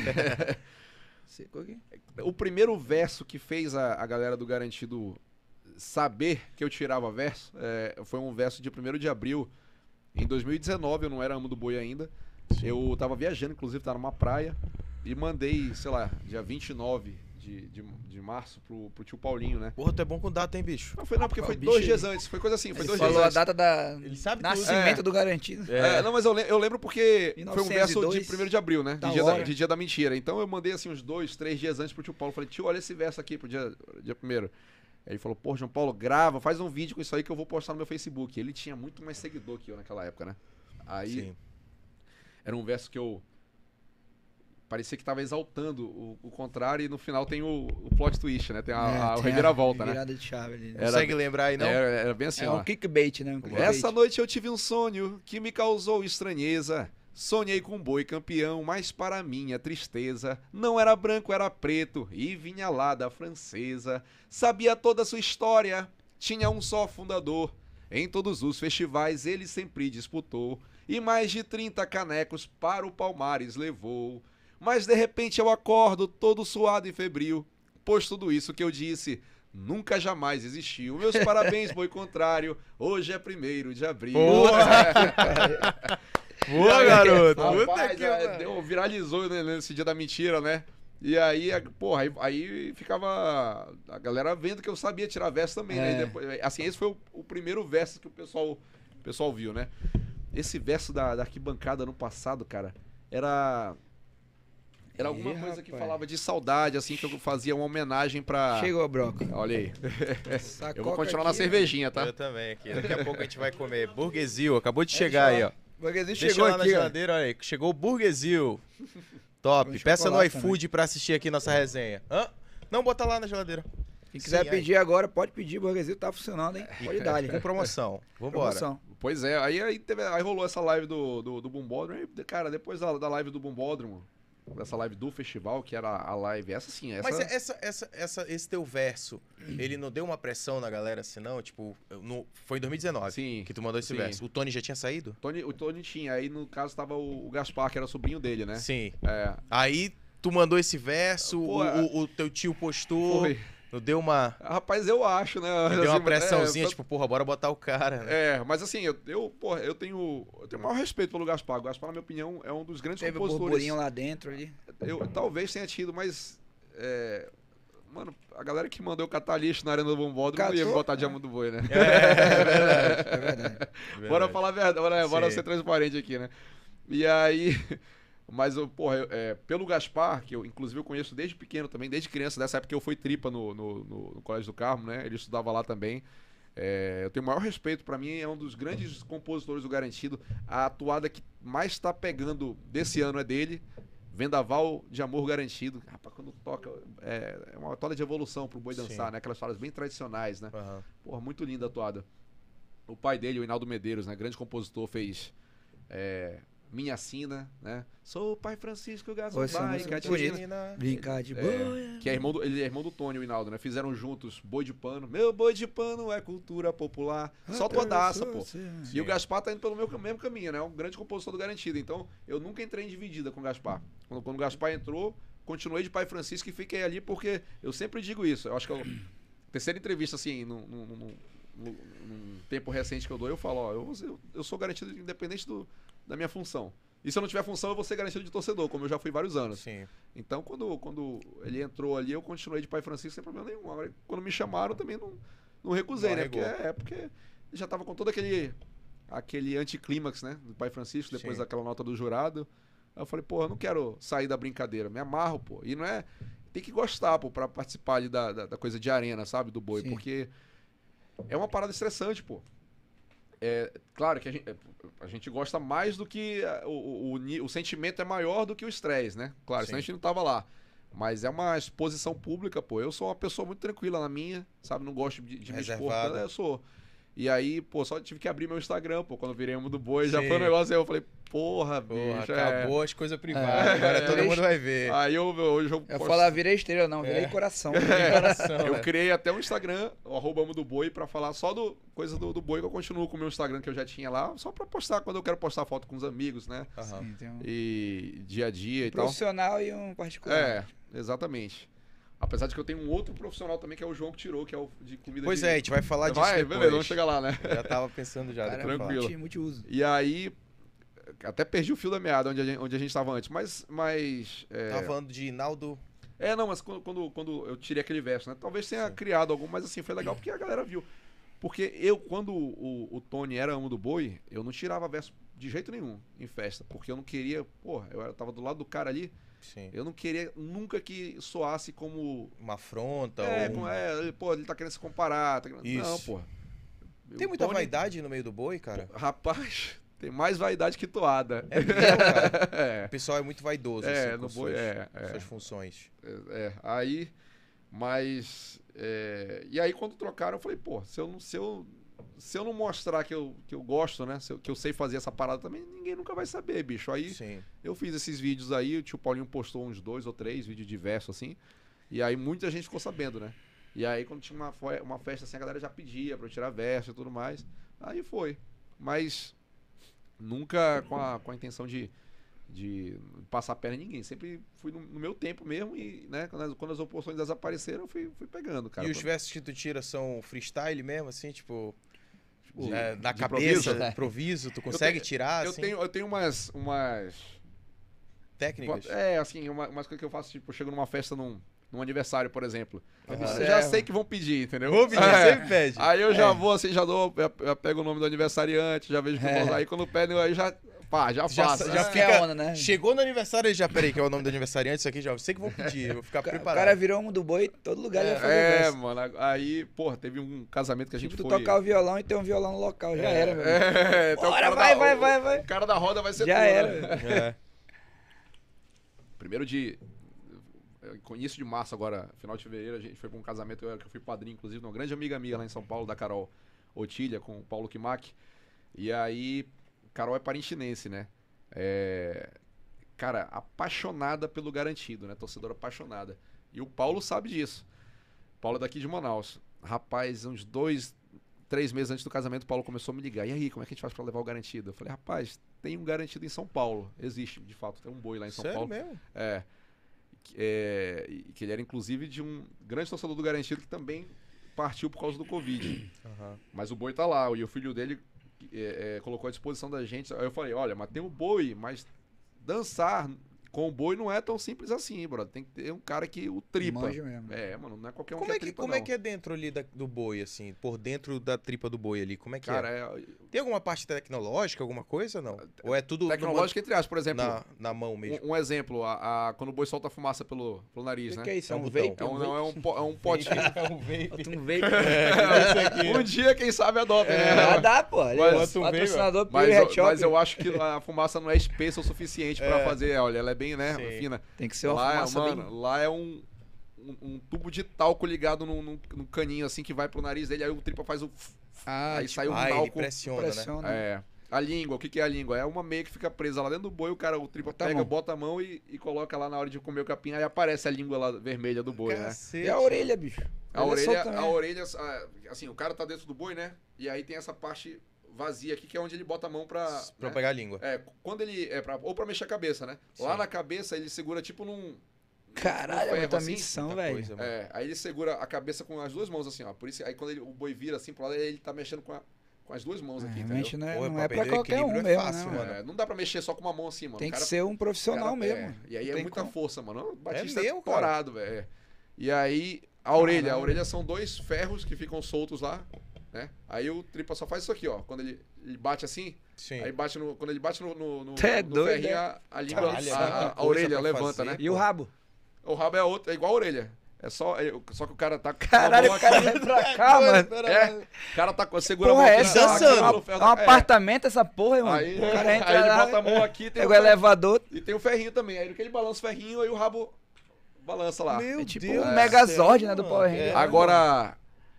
O primeiro verso que fez a galera do Garantido saber que eu tirava verso foi um verso de 1º de abril. Em 2019, eu não era Amo do Boi ainda. Sim. Eu tava viajando, inclusive, tava numa praia. E mandei, sei lá, dia 29 de março pro tio Paulinho, né? Porra, tu é bom com data, hein, bicho? Não, porque foi 2 dias antes. Foi coisa assim, foi 2 dias antes. Falou a data da Ele sabe nascimento do Garantido. Não, mas eu lembro porque 1902, foi um verso de 1º de abril, né? De dia da mentira. Então eu mandei assim uns 2, 3 dias antes pro tio Paulo. Falei, tio, olha esse verso aqui pro dia 1º. Aí ele falou, pô, João Paulo, grava, faz um vídeo com isso aí que eu vou postar no meu Facebook. Ele tinha muito mais seguidor que eu naquela época, né? Aí, sim. Era um verso que eu parecia que tava exaltando o contrário e no final tem o plot twist, né? Tem a reviravolta, né? Virada de chave ali. Consegue lembrar aí, não? Era bem assim, ó. Um clickbait, né? Essa noite eu tive um sonho que me causou estranheza. Sonhei com um boi campeão, mas para minha tristeza, não era branco, era preto, e vinha lá da francesa. Sabia toda a sua história, tinha um só fundador. Em todos os festivais ele sempre disputou, e mais de 30 canecos para o Palmares levou. Mas de repente eu acordo todo suado e febril, pois tudo isso que eu disse nunca jamais existiu. Meus parabéns, boi contrário, hoje é 1º de abril. Boa, garoto! Rapaz, viralizou nesse dia da mentira, né? E aí, porra, aí ficava a galera vendo que eu sabia tirar verso também, né? E depois, assim, esse foi o primeiro verso que o pessoal viu, né? Esse verso da arquibancada no passado, cara, era alguma coisa que falava de saudade, assim, que eu fazia uma homenagem pra... Chegou, Broco. Olha aí. Eu vou continuar na cervejinha, tá? Eu também aqui. Daqui a pouco a gente vai comer Burguesil. Acabou de chegar aí, ó. Burguesil Deixa chegou lá aqui, na geladeira, olha aí. Chegou o Burguesil. Top. Peça no iFood pra assistir aqui nossa resenha. Não, bota lá na geladeira. Quem quiser pedir agora, pode pedir. O Burguesil tá funcionando, hein? Pode dar ali. Com promoção. Vambora. Promoção. Pois é. Aí rolou essa live do Bombódromo. Cara, depois da live do Bombódromo, dessa live do festival, que era a live, essa sim, essa... Mas esse teu verso, ele não deu uma pressão na galera assim, não? Tipo, foi em 2019 sim, que tu mandou esse verso. O Tony já tinha saído? O Tony tinha, aí no caso tava o Gaspar, que era sobrinho dele, né? Sim. Aí tu mandou esse verso, o teu tio postou... Foi. Não deu uma... Rapaz, eu acho, né? Deu uma pressãozinha, tipo, porra, bora botar o cara, né? Mas assim, eu tenho o maior respeito pelo Gaspar. O Gaspar, na minha opinião, é um dos grandes compositores. Teve um burburinho lá dentro ali. Eu talvez tenha tido, mas Mano, a galera que mandou eu catar lixo na Arena do Bombódromo não ia me botar de amo do boi, né? É verdade. Bora falar a verdade, bora ser transparente aqui, né? E aí... Mas, porra, pelo Gaspar, que eu inclusive eu conheço desde pequeno também, desde criança, dessa época que eu fui tripa no Colégio do Carmo, né? Ele estudava lá também. Eu tenho o maior respeito, pra mim é um dos grandes compositores do Garantido. A atuada que mais tá pegando desse ano é dele, Vendaval de Amor Garantido. Rapaz, quando toca, é uma toada de evolução pro boi dançar, né? Aquelas toadas bem tradicionais, né? Uhum. Porra, muito linda a toada. O pai dele, o Hinaldo Medeiros, né? Grande compositor, fez Minha Sina, né? Sou o pai Francisco Gazubá e Catarina. Brincar de boia. Que ele é irmão do Tony, o Hinaldo, né? Fizeram juntos Boi de Pano. Meu boi de pano é cultura popular. Só toadaça, pô. E o Gaspar tá indo pelo mesmo caminho, né? É um grande compositor do Garantido. Então, eu nunca entrei em dividida com o Gaspar. Quando o Gaspar entrou, continuei de pai Francisco e fiquei ali porque eu sempre digo isso. Eu acho que a terceira entrevista, assim, num tempo recente que eu dou, eu falo, ó, eu sou garantido independente da minha função. E se eu não tiver função, eu vou ser garantido de torcedor, como eu já fui vários anos. Sim. Então, quando ele entrou ali, eu continuei de pai Francisco sem problema nenhum. Agora, quando me chamaram, também não recusei, né? Porque já tava com todo aquele anticlímax, né? Do pai Francisco, depois daquela nota do jurado. Aí eu falei, pô, eu não quero sair da brincadeira, me amarro, pô. E não é... Tem que gostar, pô, pra participar ali da coisa de arena, sabe? Do boi, porque é uma parada estressante, pô. Claro que a gente gosta mais do que o sentimento é maior do que o estresse, né? Claro, senão a gente não tava lá. Mas é uma exposição pública, pô. Eu sou uma pessoa muito tranquila na minha, sabe? Não gosto de me expor. Eu sou. E aí, pô, só tive que abrir meu Instagram, pô. Quando eu virei Amo do Boi, já foi um negócio aí. Eu falei, porra, bicho. Acabou as coisas privadas. Agora todo mundo vai ver. Aí hoje eu falar, virei estrela, não, virei coração. Eu criei até um Instagram, o @Amo do Boi, pra falar só coisa do boi, que eu continuo com o meu Instagram que eu já tinha lá, só pra postar quando eu quero postar foto com os amigos, né? Sim, E dia a dia e tal. Profissional e um particular. Exatamente. Apesar de que eu tenho um outro profissional também, que é o João que tirou, que é o de comida. Pois a gente vai falar disso depois. Beleza, vamos chegar lá, né? Eu já tava pensando já. Cara, tranquilo. Multiuso. E aí, até perdi o fio da meada onde a gente tava antes, mas Tava falando de Hinaldo... não, mas quando eu tirei aquele verso, né? Talvez tenha criado algum, mas assim, foi legal porque a galera viu. Porque quando o Tony era Amo do Boi, eu não tirava verso de jeito nenhum em festa, porque eu não queria, porra, eu tava do lado do cara ali. Sim. Eu não queria nunca que soasse como... Uma afronta pô, ele tá querendo se comparar. Isso. Não, pô. Tem muita vaidade no meio do boi, cara? Pô, rapaz, tem mais vaidade que toada. É mesmo, cara. O pessoal é muito vaidoso, assim, no com boi, suas funções. Aí, mas... E aí, quando trocaram, eu falei, pô, se eu não mostrar que eu gosto, né? Que eu sei fazer essa parada também, ninguém nunca vai saber, bicho. Aí eu fiz esses vídeos aí, o tio Paulinho postou uns 2 ou 3 vídeos diversos, assim. E aí muita gente ficou sabendo, né? E aí quando tinha uma festa assim, a galera já pedia pra eu tirar verso e tudo mais. Aí foi. Mas nunca com a intenção de passar a perna em ninguém. Sempre fui no meu tempo mesmo e, né, quando as oportunidades apareceram, eu fui pegando, cara. E os versos que tu tira são freestyle mesmo, assim, tipo... na de cabeça, improviso, tu consegue tirar, assim? Eu tenho umas técnicas? Assim, umas coisas que eu faço, tipo, eu chego numa festa num aniversário, por exemplo. Eu Observa. já sei que vão pedir, entendeu? Vou pedir, sempre pede. Aí eu já vou, assim, já pego o nome do aniversariante, já vejo que vão usar. Aí quando pedem, aí já faço. Já fica fica, onda, né? Chegou no aniversário e já, peraí, que é o nome do aniversariante, isso aqui já, eu sei que vou pedir, eu vou ficar O preparado. cara virou Amo do Boi, todo lugar ele vai fazer verso. Mano, aí, porra, teve um casamento que a gente Tu foi... tocar o violão e ter um violão no local, já era, meu. Então Bora, o vai. O cara da roda vai ser Já tu, era. né? Primeiro início de março agora, final de fevereiro, a gente foi pra um casamento que eu fui padrinho, inclusive, de uma grande amiga minha lá em São Paulo, da Carol Otília, com o Paulo Kimak. E aí, Carol é parintinense, né? Cara, apaixonada pelo Garantido, né? Torcedora apaixonada. E o Paulo sabe disso. O Paulo é daqui de Manaus. Rapaz, uns 2, 3 meses antes do casamento, o Paulo começou a me ligar. E aí, como é que a gente faz pra levar o Garantido? Eu falei, rapaz, tem um Garantido em São Paulo. Existe, de fato, tem um boi lá em São Paulo. Sério mesmo? Que ele era inclusive de um grande torcedor do Garantido que também partiu por causa do Covid. Mas o boi tá lá, e o filho dele colocou à disposição da gente. Aí eu falei, olha, mas tem o boi, mas dançar com o boi não é tão simples assim, brother. Tem que ter um cara que o tripa. Manja mesmo. É, mano, não é qualquer um Como que é é que, tripa, como não. é que é dentro ali do boi, assim? Por dentro da tripa do boi ali, como é que Cara, é? Tem alguma parte tecnológica, alguma coisa, não? Ou é tudo tecnológica entre aspas, por exemplo, na mão mesmo? um exemplo, quando o boi solta a fumaça pelo nariz, né? O que é isso? É É um um botão. vape? Não, é um potinho. É um vape. Bota um vape. Um dia, quem sabe, adota, né? Ah, dá, pô. Mas- Patrocinador Mas, Pure Head Shop. mas eu acho que a fumaça não é espessa o suficiente pra fazer, olha, ela é bem, né, Sim. fina. Tem que ser uma Lá, fumaça mano, bem... lá é um tubo de talco ligado num caninho assim que vai pro nariz dele, aí o tripa faz o... aí sai um ele talco. pressiona, né? Pressiona. É. A língua, o que é a língua? É uma meia que fica presa lá dentro do boi, o tripa Bota a pega, mão. bota a mão e coloca lá na hora de comer o capim, aí aparece a língua lá vermelha do boi, né? Cacete. E a orelha, bicho? A Ele é solto também. orelha, assim, o cara tá dentro do boi, né? E aí tem essa parte vazia aqui que é onde ele bota a mão pra Pra né? pegar a língua. Quando ele ou pra mexer a cabeça, né? Lá Sim. na cabeça ele segura tipo num Caralho, é ferro, muita assim, missão, muita velho. coisa, mano. aí ele segura a cabeça com as duas mãos assim, ó. Por isso aí quando o boi vira assim pro lado, ele tá mexendo com as duas mãos aqui, Realmente entendeu? não é, Pô, não é pra pra perder qualquer um equilíbrio é mesmo, fácil, né, mano. mano? Não dá pra mexer só com uma mão assim, mano. Tem O que cara- ser um profissional cara- mesmo. E aí Não é tem muita como. força, mano. O Batista É mesmo, torado, velho. E aí, a orelha. A Caralho. orelha são dois ferros que ficam soltos lá, né? Aí o tripa só faz isso aqui, ó. Quando ele bate assim, Sim. aí quando ele bate no É doido, ferrinho, né? a língua, Caralho, é muita a coisa orelha pra levanta, fazer. né? E o rabo? O rabo é outro, é igual a orelha. Só que o cara tá com a Caralho, mão o cara aqui. vem pra cá, mano. O cara tá segura a Porra, mão é aqui, essa? tá Dançando. no ferro É um da- apartamento essa porra, irmão. Aí, O cara entra aí ele lá, bota a mão aqui, tem pega o elevador. e tem o ferrinho também. Aí que ele balança o ferrinho, aí o rabo balança lá. Meu É tipo Deus um do Megazord, céu, né, do mano. Power Ranger. Agora,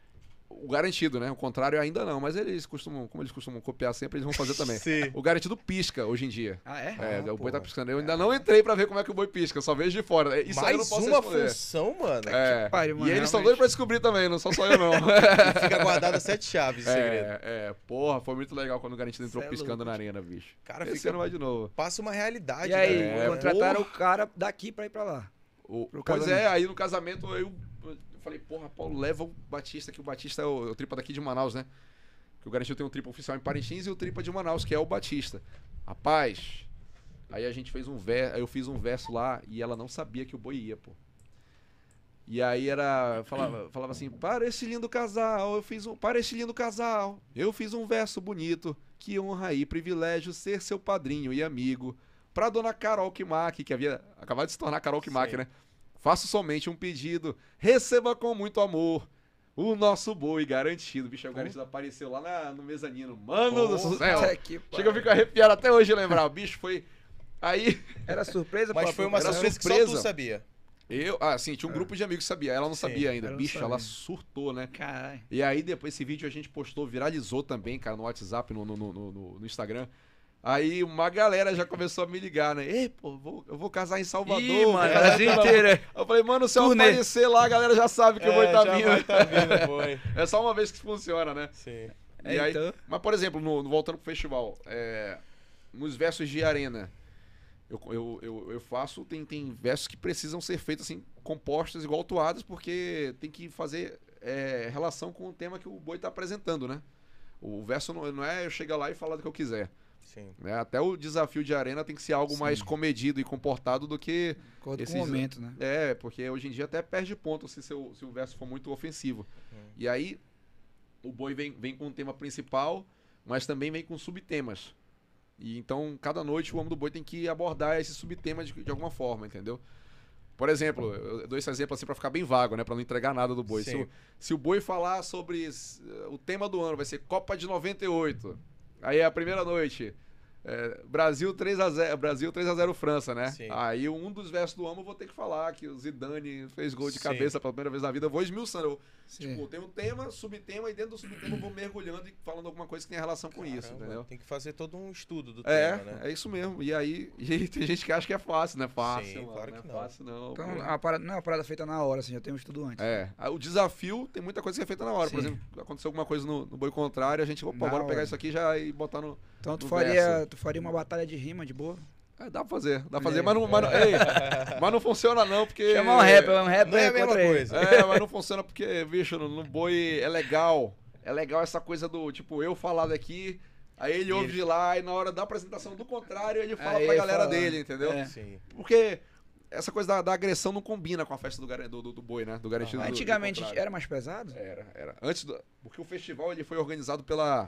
o garantido, né? O contrário ainda não, mas eles costumam, como eles costumam copiar sempre, eles vão fazer também. Sim. O garantido pisca hoje em dia. Ah, é? O boi tá porra. piscando. Eu ainda não entrei pra ver como é que o boi pisca, só vejo de fora. Isso aí eu não Mais posso uma responder. função, mano. pariu, mano, E eles estão realmente. doidos pra descobrir também, não sou só eu não. Fica guardado as 7 chaves, o segredo. Porra, foi muito legal quando o garantido entrou Cê é piscando louco. na arena, bicho. Cara, Esse fica- ano vai de novo. Passa uma realidade, E aí, né? contrataram o cara daqui pra ir pra lá. Pro Pois casamento. aí no casamento eu falei, porra, Paulo, leva o Batista, que o Batista é o tripa daqui de Manaus, né? Que o Garantido tem um tripa oficial em Parintins e o tripa de Manaus, que é o Batista. Rapaz, aí a gente fez aí eu fiz um verso lá e ela não sabia que o boi ia, pô. E aí falava assim, para esse lindo casal, para esse lindo casal, eu fiz um verso bonito, que honra e privilégio ser seu padrinho e amigo. Pra dona Carol Kimak, que havia acabado de se tornar Carol Kimak, Sim. né? Faço somente um pedido, receba com muito amor o nosso boi garantido. Bicho, aí o garantido apareceu lá no mezanino. Mano do céu! Puta que Chega, eu pariu. fico arrepiado até hoje de lembrar. O bicho foi... Aí... Era surpresa, Mas pô, foi uma Era surpresa que só surpresa. tu sabia. Sim, tinha um grupo de amigos que sabia. Ela não Sim, sabia ainda. ela não Bicho, ela sabia. surtou, né? Caralho. E aí depois esse vídeo a gente postou, viralizou também, cara, no WhatsApp, no Instagram. Aí uma galera já começou a me ligar, né? Ei, pô, eu vou casar em Salvador. Ih, mano, velho. Brasil inteiro. Eu falei, mano, se eu Turnê. aparecer lá, a galera já sabe que o boi tá já vindo. vai tá vindo, boi. É só uma vez que funciona, né? Sim. E aí, Então. mas, por exemplo, voltando pro festival, nos versos de arena, eu faço, tem versos que precisam ser feitos assim, compostos igual toadas, porque tem que fazer relação com o tema que o boi tá apresentando, né? O verso não é eu chegar lá e falar do que eu quiser. Sim. Né? Até o desafio de arena tem que ser algo mais comedido e comportado do que... De acordo com esses- o momento, né? Porque hoje em dia até perde ponto se o verso for muito ofensivo. E aí, o boi vem com o tema principal, mas também vem com subtemas. E então, cada noite, o Homem do Boi tem que abordar esse subtema de alguma forma, entendeu? Por exemplo, eu dou esse exemplo assim pra ficar bem vago, né? Pra não entregar nada do boi. Sim. Se o boi falar sobre o tema do ano, vai ser Copa de 98. Aí a primeira noite... Brasil 3x0, Brasil 3x0 França, né? Sim. Aí um dos versos do Amo eu vou ter que falar que o Zidane fez gol de Sim. cabeça pela primeira vez na vida. Eu vou esmiuçando. Sim. Tipo, tem um tema, subtema, e dentro do subtema eu vou mergulhando e falando alguma coisa que tem relação com isso, Caramba, entendeu? Tem que fazer todo um estudo do tema, né? É isso mesmo. E aí tem gente que acha que é fácil, não é fácil. Sim, mano, claro não que é não. fácil, não. Então, pô. a parada, não é uma parada feita na hora, assim, já tem um estudo antes. O desafio tem muita coisa que é feita na hora. Por Sim. exemplo, aconteceu alguma coisa no boi contrário, a gente, Na bora pegar hora. isso aqui já e botar no. Então tu no faria uma batalha de rima de boa? Dá pra fazer, É. mas não funciona não, porque... Chamar um rapper Não é a mesma contra ele. coisa. Mas não funciona porque, bicho, no boi é legal. É legal essa coisa do, tipo, eu falar daqui, Aí ele ouve de lá e na hora da apresentação do contrário, ele fala Aí pra ele galera fala, dele, entendeu? é. Sim. Porque essa coisa da agressão não combina com a festa do boi, né? Do garantido do Antigamente contrário. era mais pesado? Era. Porque o festival ele foi organizado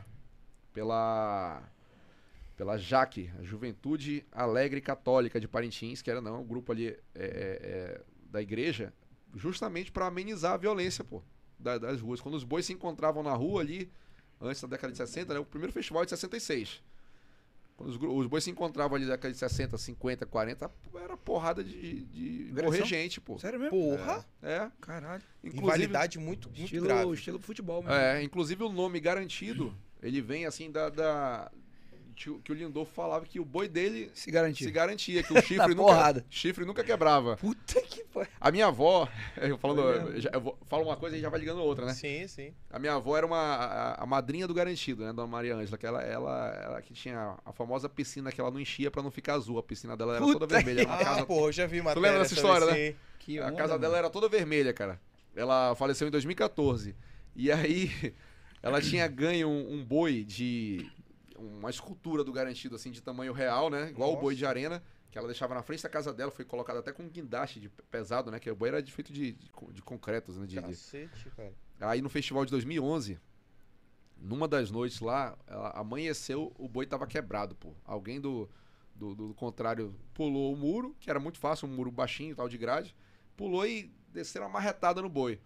pela JAC, a Juventude Alegre Católica de Parintins, que era um grupo ali da igreja, justamente para amenizar a violência, pô, das ruas. Quando os bois se encontravam na rua ali, antes da década de 60, né? O primeiro festival é de 66. Quando os bois se encontravam ali na década de 60, 50, 40, era porrada de morrer gente, pô. Sério mesmo? Porra. Caralho. Rivalidade muito grave. Estilo futebol mesmo. Inclusive o nome garantido, ele vem assim que o Lindolfo falava que o boi dele Se garantia. que o chifre nunca quebrava. Puta que pariu. A minha avó, eu falo uma coisa e já vai ligando outra, né? Sim, sim. A minha avó era a madrinha do garantido, né? Dona Maria Ângela, que ela que tinha a famosa piscina que ela não enchia pra não ficar azul. A piscina dela era toda vermelha. Era uma casa... Pô, eu já vi matéria. Tu lembra dessa história, né? Sim. Que A onda, casa mano. dela era toda vermelha, cara. Ela faleceu em 2014. E aí, ela tinha ganho um boi de... uma escultura do garantido, assim, de tamanho real, né? Igual o boi de arena, que ela deixava na frente da casa dela, foi colocado até com um guindaste pesado, né? Que o boi era feito de concretos, né? Cacete, cara. Aí no festival de 2011, numa das noites lá, amanheceu, o boi tava quebrado, pô. Alguém do contrário pulou o muro, que era muito fácil, um muro baixinho, tal, de grade, pulou e desceram uma marretada no boi.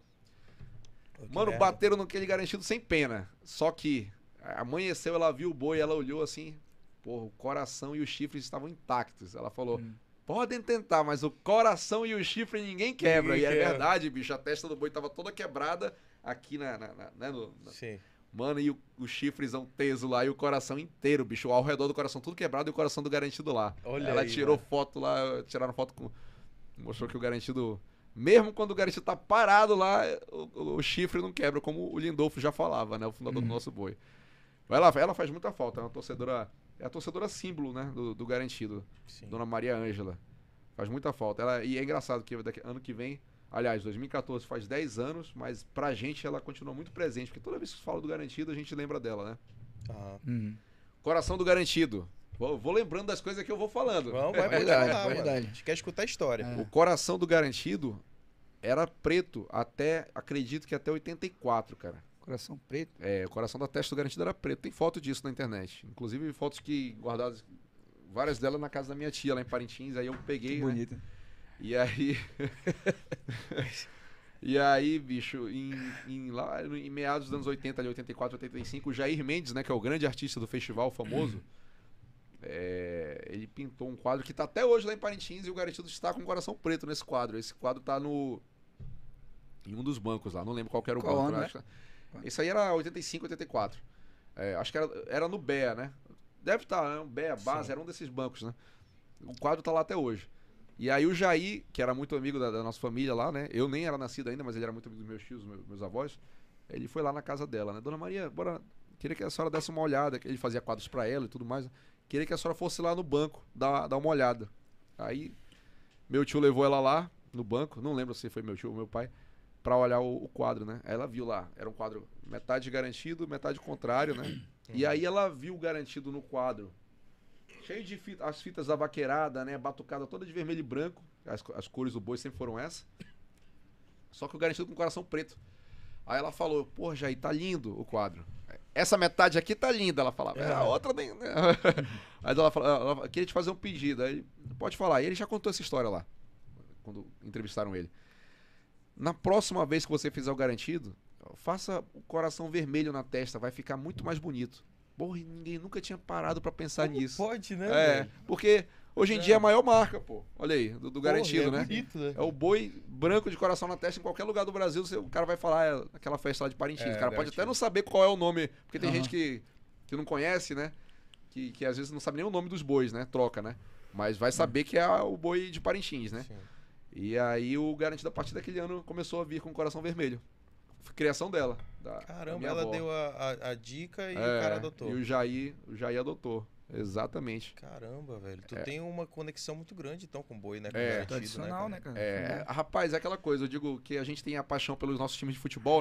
Mano, bateram naquele garantido sem pena. Só que amanheceu, ela viu o boi, ela olhou assim, porra, o coração e os chifres estavam intactos. Ela falou, podem tentar, mas o coração e o chifre ninguém quebra. E é verdade, bicho, a testa do boi tava toda quebrada aqui Sim. Mano, e o chifrezão teso lá e o coração inteiro, bicho, ao redor do coração tudo quebrado e o coração do garantido lá. Olha ela aí, tirou mano. foto lá, tiraram foto com... Mostrou que o garantido... Mesmo quando o garantido tá parado lá, o chifre não quebra, como o Lindolfo já falava, né? O fundador do nosso boi. Ela faz muita falta, é uma torcedora... É a torcedora símbolo, né? Do garantido. Sim. Dona Maria Ângela. Faz muita falta. E é engraçado que ano que vem... Aliás, 2014 faz 10 anos, mas pra gente ela continua muito presente, porque toda vez que se fala do garantido, a gente lembra dela, né? Aham. Coração do garantido. Vou lembrando das coisas que eu vou falando. Vamos, vai verdade, lá, mano. verdade. A gente quer escutar a história. O coração do garantido era preto acredito que até 84, cara. Coração preto. O coração da testa do garantido era preto. Tem foto disso na internet. Inclusive fotos que guardadas, várias delas na casa da minha tia lá em Parintins, aí eu peguei, né? Bonita. E aí... E aí, bicho, lá em meados dos anos 80, ali, 84, 85, o Jair Mendes, né, que é o grande artista do festival famoso, ele pintou um quadro que tá até hoje lá em Parintins e o garantido está com o coração preto nesse quadro. Esse quadro tá em um dos bancos lá, não lembro qual que era o Qual banco. ano, Né? Esse aí era 85, 84. Acho que era no BEA, né? Deve estar, né? O BEA, Base, era um desses bancos, né? O quadro tá lá até hoje. E aí o Jair, que era muito amigo da nossa família lá, né? Eu nem era nascido ainda, mas ele era muito amigo dos meus tios, meus avós. Ele foi lá na casa dela, né? Dona Maria, queria que a senhora desse uma olhada. Ele fazia quadros pra ela e tudo mais. Queria que a senhora fosse lá no banco, dar uma olhada. Aí meu tio levou ela lá no banco, não lembro se foi meu tio ou meu pai, pra olhar o quadro, né? Aí ela viu lá, era um quadro metade garantido, metade contrário, né? E aí ela viu o garantido no quadro, cheio de as fitas da vaqueirada, né? Batucada toda de vermelho e branco. As cores do boi sempre foram essas. Só que o garantido com o coração preto. Aí ela falou, pô, Jair, tá lindo o quadro. Essa metade aqui tá linda, ela falava. A outra nem... Aí ela falou, ela queria te fazer um pedido. Aí, pode falar. E ele já contou essa história lá, quando entrevistaram ele. Na próxima vez que você fizer o garantido, faça o coração vermelho na testa, vai ficar muito mais bonito. Porra, ninguém nunca tinha parado pra pensar nisso. Pode, né, velho? Porque hoje em dia é a maior marca, pô. Olha aí, do garantido, né? Bonito, né? É o boi branco de coração na testa em qualquer lugar do Brasil. O cara vai falar aquela festa lá de Parintins. O cara pode até não saber qual é o nome, porque tem gente que não conhece, né? Que às vezes não sabe nem o nome dos bois, né? Troca, né? Mas vai saber que é o boi de Parintins, né? Sim. E aí o garantido a partir daquele ano começou a vir com o coração vermelho. Criação dela. Caramba, ela deu a dica e o cara adotou. E o Jair adotou. Exatamente. Caramba, velho. Tu tem uma conexão muito grande, então, com o boi, né? Com É. garantido, Tradicional, né, cara? Rapaz, é aquela coisa. Eu digo que a gente tem a paixão pelos nossos times de futebol, né?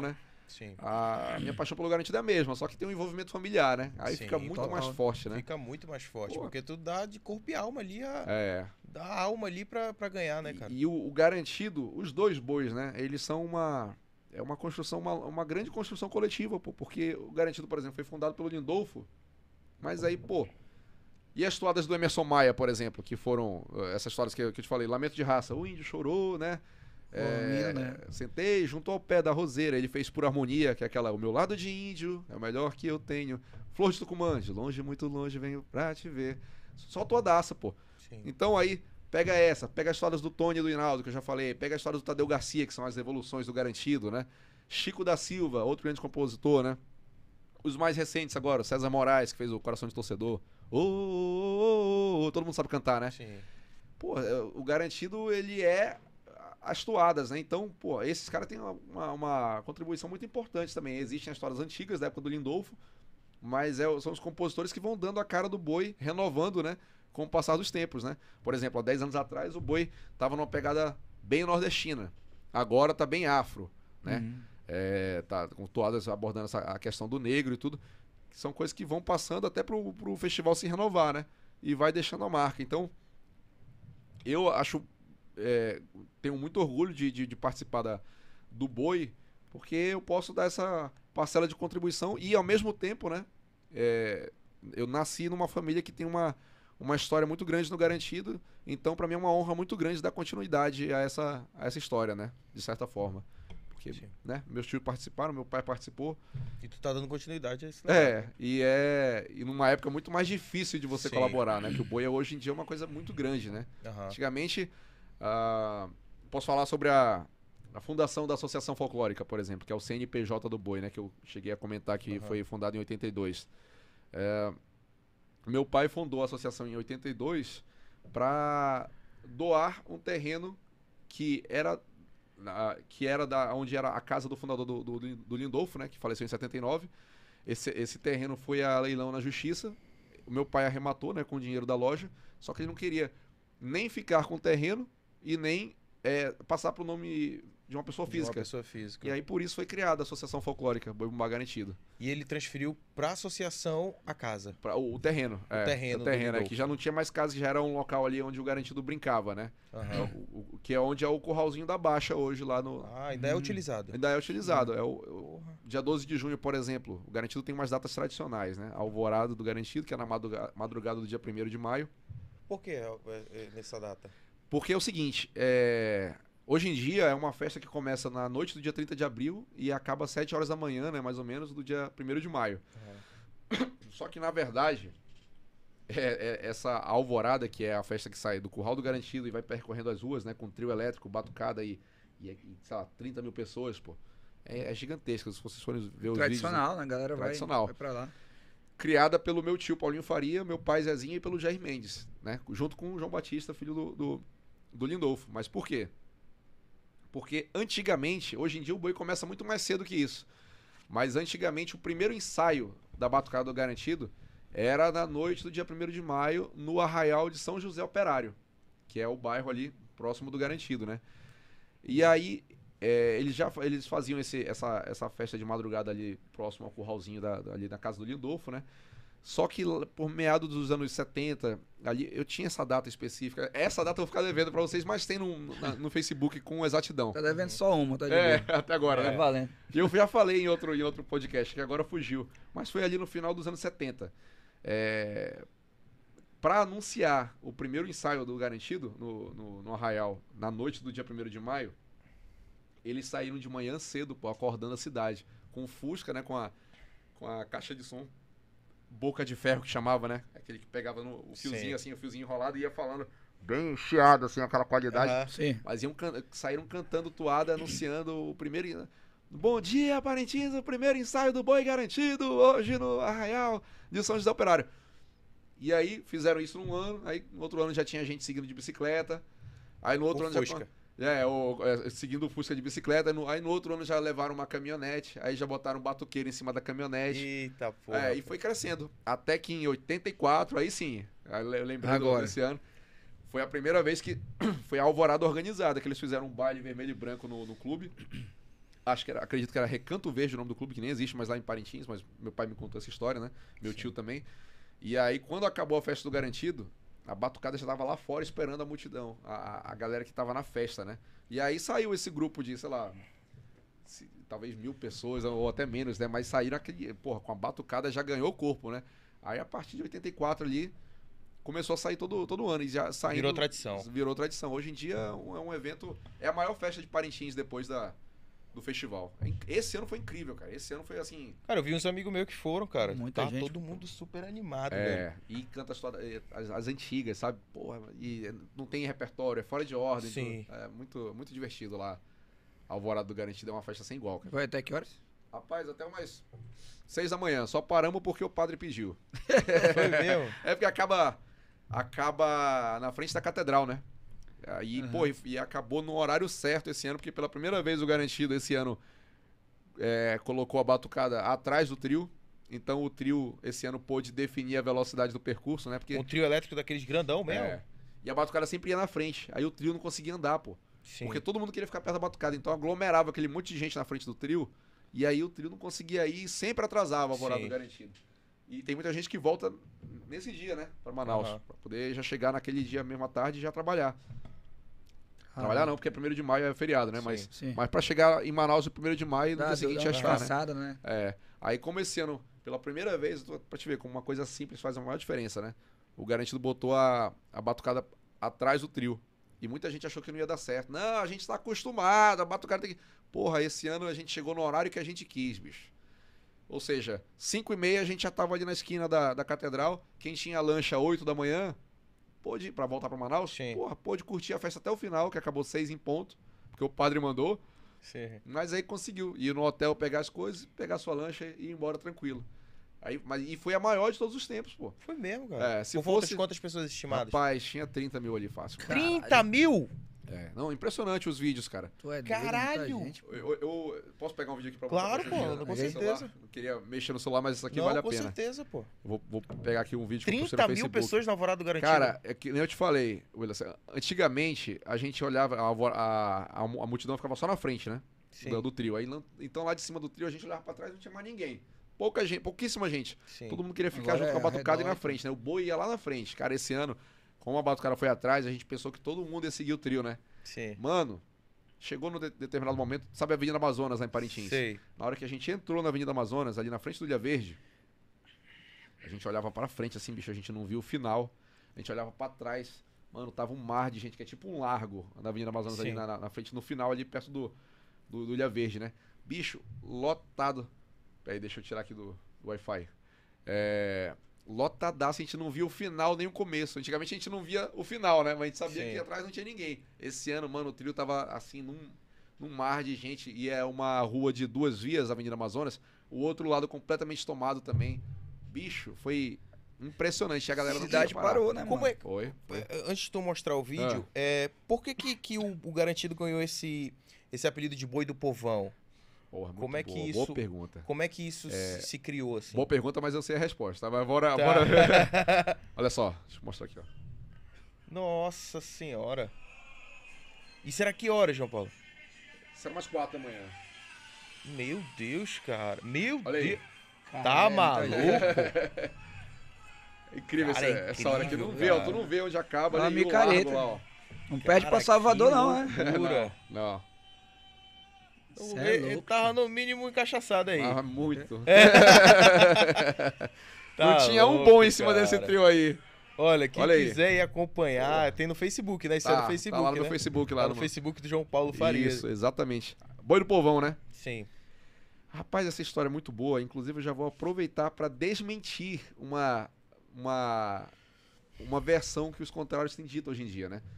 Sim. A minha paixão pelo Garantido é a mesma, só que tem um envolvimento familiar, né? Aí Sim, fica muito total. mais forte, né? Fica muito mais forte, Pô. porque tu dá de corpo e alma ali, É. dá a alma ali pra ganhar, né, cara? E o Garantido, os dois bois, né? Eles são uma construção, uma grande construção coletiva, pô, porque o Garantido, por exemplo, foi fundado pelo Lindolfo, mas aí, pô, e as toadas do Emerson Maia, por exemplo, que foram essas histórias que eu te falei, Lamento de Raça, o índio chorou, né? Né? Sentei junto ao pé da roseira, ele fez Por Harmonia, que é aquela, o meu lado de índio é o melhor que eu tenho. Flor de Tucumã, de longe, muito longe, venho pra te ver. Só toadaça, pô. Sim. Então aí, pega as histórias do Tony e do Hinaldo, que eu já falei, pega as histórias do Tadeu Garcia, que são as evoluções do Garantido, né? Chico da Silva, outro grande compositor, né? Os mais recentes agora, o César Moraes, que fez o Coração de Torcedor. Todo mundo sabe cantar, né? Sim. Pô, o Garantido, ele é as toadas, né? Então, pô, esses caras têm uma contribuição muito importante também. Existem as histórias antigas da época do Lindolfo, mas são os compositores que vão dando a cara do boi, renovando, né? Com o passar dos tempos, né? Por exemplo, há 10 anos atrás o boi tava numa pegada bem nordestina. Agora tá bem afro, né? Tá com toadas abordando a questão do negro e tudo. Que são coisas que vão passando até pro festival se renovar, né? E vai deixando a marca. Então, eu acho... tenho muito orgulho de participar do boi, porque eu posso dar essa parcela de contribuição e, ao mesmo tempo, né? Eu nasci numa família que tem uma história muito grande no Garantido, então para mim é uma honra muito grande dar continuidade a essa história, né? De certa forma. Porque, né? Meus tios participaram, meu pai participou. E tu tá dando continuidade a esse E numa época muito mais difícil de você Sim. colaborar, né? Que o boi hoje em dia é uma coisa muito grande, né? Aham. Antigamente, posso falar sobre a fundação da Associação Folclórica, por exemplo, que é o CNPJ do boi, né? Que eu cheguei a comentar que foi fundado em 82. Meu pai fundou a associação em 82 para doar um terreno que era onde era a casa do fundador do Lindolfo, né? Que faleceu em 79. Esse terreno foi a leilão na justiça. O meu pai arrematou, né? Com o dinheiro da loja. Só que ele não queria nem ficar com o terreno e nem passar para o nome de uma pessoa física. De uma pessoa física. E aí por isso foi criada a Associação Folclórica Boi Bumbá Garantido. E ele transferiu pra associação a casa. O terreno. O terreno do Lindolfo. Que já não tinha mais casa, que já era um local ali onde o Garantido brincava, né? Aham. Que é onde é o curralzinho da Baixa hoje lá no... Ainda é utilizado. Ainda é utilizado. Dia 12 de junho, por exemplo, o Garantido tem umas datas tradicionais, né? A Alvorada do Garantido, que é na madrugada do dia 1º de maio. Por que nessa data? Porque é o seguinte, hoje em dia é uma festa que começa na noite do dia 30 de abril e acaba às 7 horas da manhã, né, mais ou menos, do dia 1º de maio. Só que, na verdade, essa alvorada, que é a festa que sai do Curral do Garantido e vai percorrendo as ruas, né, com trio elétrico, batucada e sei lá, 30 mil pessoas, pô, é gigantesca. Se vocês forem ver os vídeos... Tradicional, né? A galera vai pra lá. Criada pelo meu tio Paulinho Faria, meu pai Zezinho e pelo Jair Mendes, né? Junto com o João Batista, filho do Lindolfo. Mas por quê? Porque antigamente, hoje em dia o boi começa muito mais cedo que isso. Mas antigamente o primeiro ensaio da Batucada do Garantido era na noite do dia 1º de maio, no Arraial de São José Operário, que é o bairro ali próximo do Garantido, né? E aí eles faziam essa festa de madrugada ali próximo ao curralzinho ali na casa do Lindolfo, né? Só que por meados dos anos 70, ali eu tinha essa data específica. Essa data eu vou ficar devendo pra vocês, mas tem no Facebook com exatidão. Tá devendo só uma, tá de boa. Até agora, né? Valendo. Eu já falei em outro podcast, que agora fugiu. Mas foi ali no final dos anos 70. Pra anunciar o primeiro ensaio do Garantido no Arraial, na noite do dia 1º de maio, eles saíram de manhã cedo, pô, acordando a cidade. Com o Fusca, né? Com a caixa de som. Boca de ferro que chamava, né? Aquele que pegava o fiozinho, assim, o fiozinho enrolado e ia falando bem chiado, assim, aquela qualidade. Sim. Mas saíram cantando toada, anunciando o primeiro... Bom dia, Parintins, o primeiro ensaio do Boi Garantido, hoje no Arraial de São José Operário. E aí, fizeram isso num ano, aí no outro ano já tinha gente seguindo de bicicleta, aí no outro ano Fusca. Seguindo o Fusca de bicicleta, aí no outro ano já levaram uma caminhonete, aí já botaram um batuqueiro em cima da caminhonete. Eita porra. E foi crescendo. Até que em 84, aí sim, eu lembrei desse ano, foi a primeira vez que foi a alvorada organizada, que eles fizeram um baile vermelho e branco no clube, acredito que era Recanto Verde o nome do clube, que nem existe mais lá em Parintins, mas meu pai me contou essa história, né? Meu tio também. E aí, quando acabou a festa do Garantido, a batucada já estava lá fora esperando a multidão, a galera que estava na festa, né? E aí saiu esse grupo de, sei lá, talvez 1.000 pessoas ou até menos, né? Mas saíram aquele, porra, com a batucada já ganhou o corpo, né? Aí a partir de 84 ali, começou a sair todo ano. E já saindo, Virou tradição. Virou tradição. Hoje em dia é um evento, é a maior festa de Parintins depois do festival. Esse ano foi incrível, cara. Esse ano foi assim... Cara, eu vi uns amigos meus que foram, cara. Muita Tá gente. todo mundo super animado, velho. E canta as antigas, sabe? Porra, e não tem repertório, é fora de ordem. Sim. Tudo. É muito, muito divertido lá. A Alvorada do Garantido é uma festa sem igual, cara. Vai até que horas? Rapaz, até umas 6 da manhã. Só paramos porque o padre pediu. Foi mesmo? É porque acaba na frente da catedral, né? Aí, pô, e acabou no horário certo esse ano, porque pela primeira vez o Garantido esse ano colocou a batucada atrás do trio. Então o trio esse ano pôde definir a velocidade do percurso, né? Porque Um trio elétrico daqueles grandão mesmo? E a batucada sempre ia na frente. Aí o trio não conseguia andar, pô. Sim. Porque todo mundo queria ficar perto da batucada. Então aglomerava aquele monte de gente na frente do trio. E aí o trio não conseguia ir e sempre atrasava a Alvorada do Garantido. E tem muita gente que volta nesse dia, né? Pra Manaus. Pra poder já chegar naquele dia mesmo à tarde e já trabalhar. Trabalhar não, porque 1º de maio é feriado, né? Sim. Mas pra chegar em Manaus no 1º de maio, no dia seguinte já está, né? Passada, né? Aí como esse ano, pela primeira vez, pra te ver como uma coisa simples faz a maior diferença, né? O Garantido botou a batucada atrás do trio. E muita gente achou que não ia dar certo. Não, a gente tá acostumado, a batucada tem que... Porra, esse ano a gente chegou no horário que a gente quis, bicho. Ou seja, 5h30 a gente já tava ali na esquina da catedral. Quem tinha lancha 8 da manhã, pôde ir pra voltar pra Manaus. Sim. Porra, pôde curtir a festa até o final, que acabou 6 em ponto, porque o padre mandou. Sim. Mas aí conseguiu ir no hotel pegar as coisas, pegar sua lancha e ir embora tranquilo. E foi a maior de todos os tempos, pô. Foi mesmo, cara. Se Por volta fosse... de quantas pessoas estimadas? Rapaz, tinha 30 mil ali fácil. 30 mil? Não, impressionante os vídeos, cara. Tu é doido, Caralho! muita gente. Eu posso pegar um vídeo aqui pra Claro, você? pô, com certeza. Não queria mexer no celular, mas isso aqui Não, vale a com pena. certeza, pô. Vou pegar aqui um vídeo que eu postei 30 no mil Facebook. pessoas na Alvorada do Garantido. Cara, é que nem eu te falei, Willis, antigamente a gente olhava, a multidão ficava só na frente, né? Sim. Do trio. Então lá de cima do trio a gente olhava pra trás e não tinha mais ninguém. Pouca gente, pouquíssima gente. Sim. Todo mundo queria ficar Agora junto com a batucada e redor, na frente, né? O boi ia lá na frente. Cara, esse ano, como a batucada foi atrás, a gente pensou que todo mundo ia seguir o trio, né? Sim. Mano, chegou no determinado momento, sabe a Avenida Amazonas lá em Parintins? Sei. Na hora que a gente entrou na Avenida Amazonas, ali na frente do Ilha Verde, a gente olhava pra frente assim, bicho, a gente não viu o final. A gente olhava pra trás, mano, tava um mar de gente, que é tipo um largo na Avenida Amazonas ali Sim. na frente, no final ali perto do Ilha Verde, né? Bicho, lotado. Peraí, deixa eu tirar aqui do Wi-Fi. Lotadaço, a gente não via o final nem o começo. Antigamente a gente não via o final, né? Mas a gente sabia Sim. que atrás não tinha ninguém. Esse ano, mano, o trio tava assim num mar de gente. E é uma rua de 2 vias, Avenida Amazonas. O outro lado completamente tomado também. Bicho, foi impressionante. A galera A não cidade queria parar. parou, né, Como mano? é... Foi. Antes de tu mostrar o vídeo, por que o Garantido ganhou esse apelido de Boi do Povão? Porra, muito Como é que boa. isso- Boa pergunta. Como é que isso se criou, assim? Boa pergunta, mas eu sei a resposta. Tá? Mas bora. Olha só, deixa eu mostrar aqui, ó. Nossa senhora. Isso era que hora, João Paulo? Isso é umas 4 da manhã. Meu Deus, cara. Meu Olha aí. Deus. Tá Caralho, maluco? É incrível, Cara, é essa hora aqui. incrível, Não vê, ó. cara. Tu não vê onde acaba Uma ali o micareta. largo lá, ó. Não perde Cara, pra Salvador, que não, né? loucura. Não. Então, Cê é ele louco, tava no mínimo encaixaçado aí. Ah, muito. Tá não tinha um louco, bom em cima cara. desse trio aí. Olha, quem Olha aí. quiser ir acompanhar, tem no Facebook, né? Isso é no Facebook, tá lá no né? meu Facebook, lá Tá no no Facebook do João Paulo Faria. Isso, exatamente. Boi do Povão, né? Sim. Rapaz, essa história é muito boa. Inclusive, eu já vou aproveitar para desmentir uma versão que os contrários têm dito hoje em dia, né?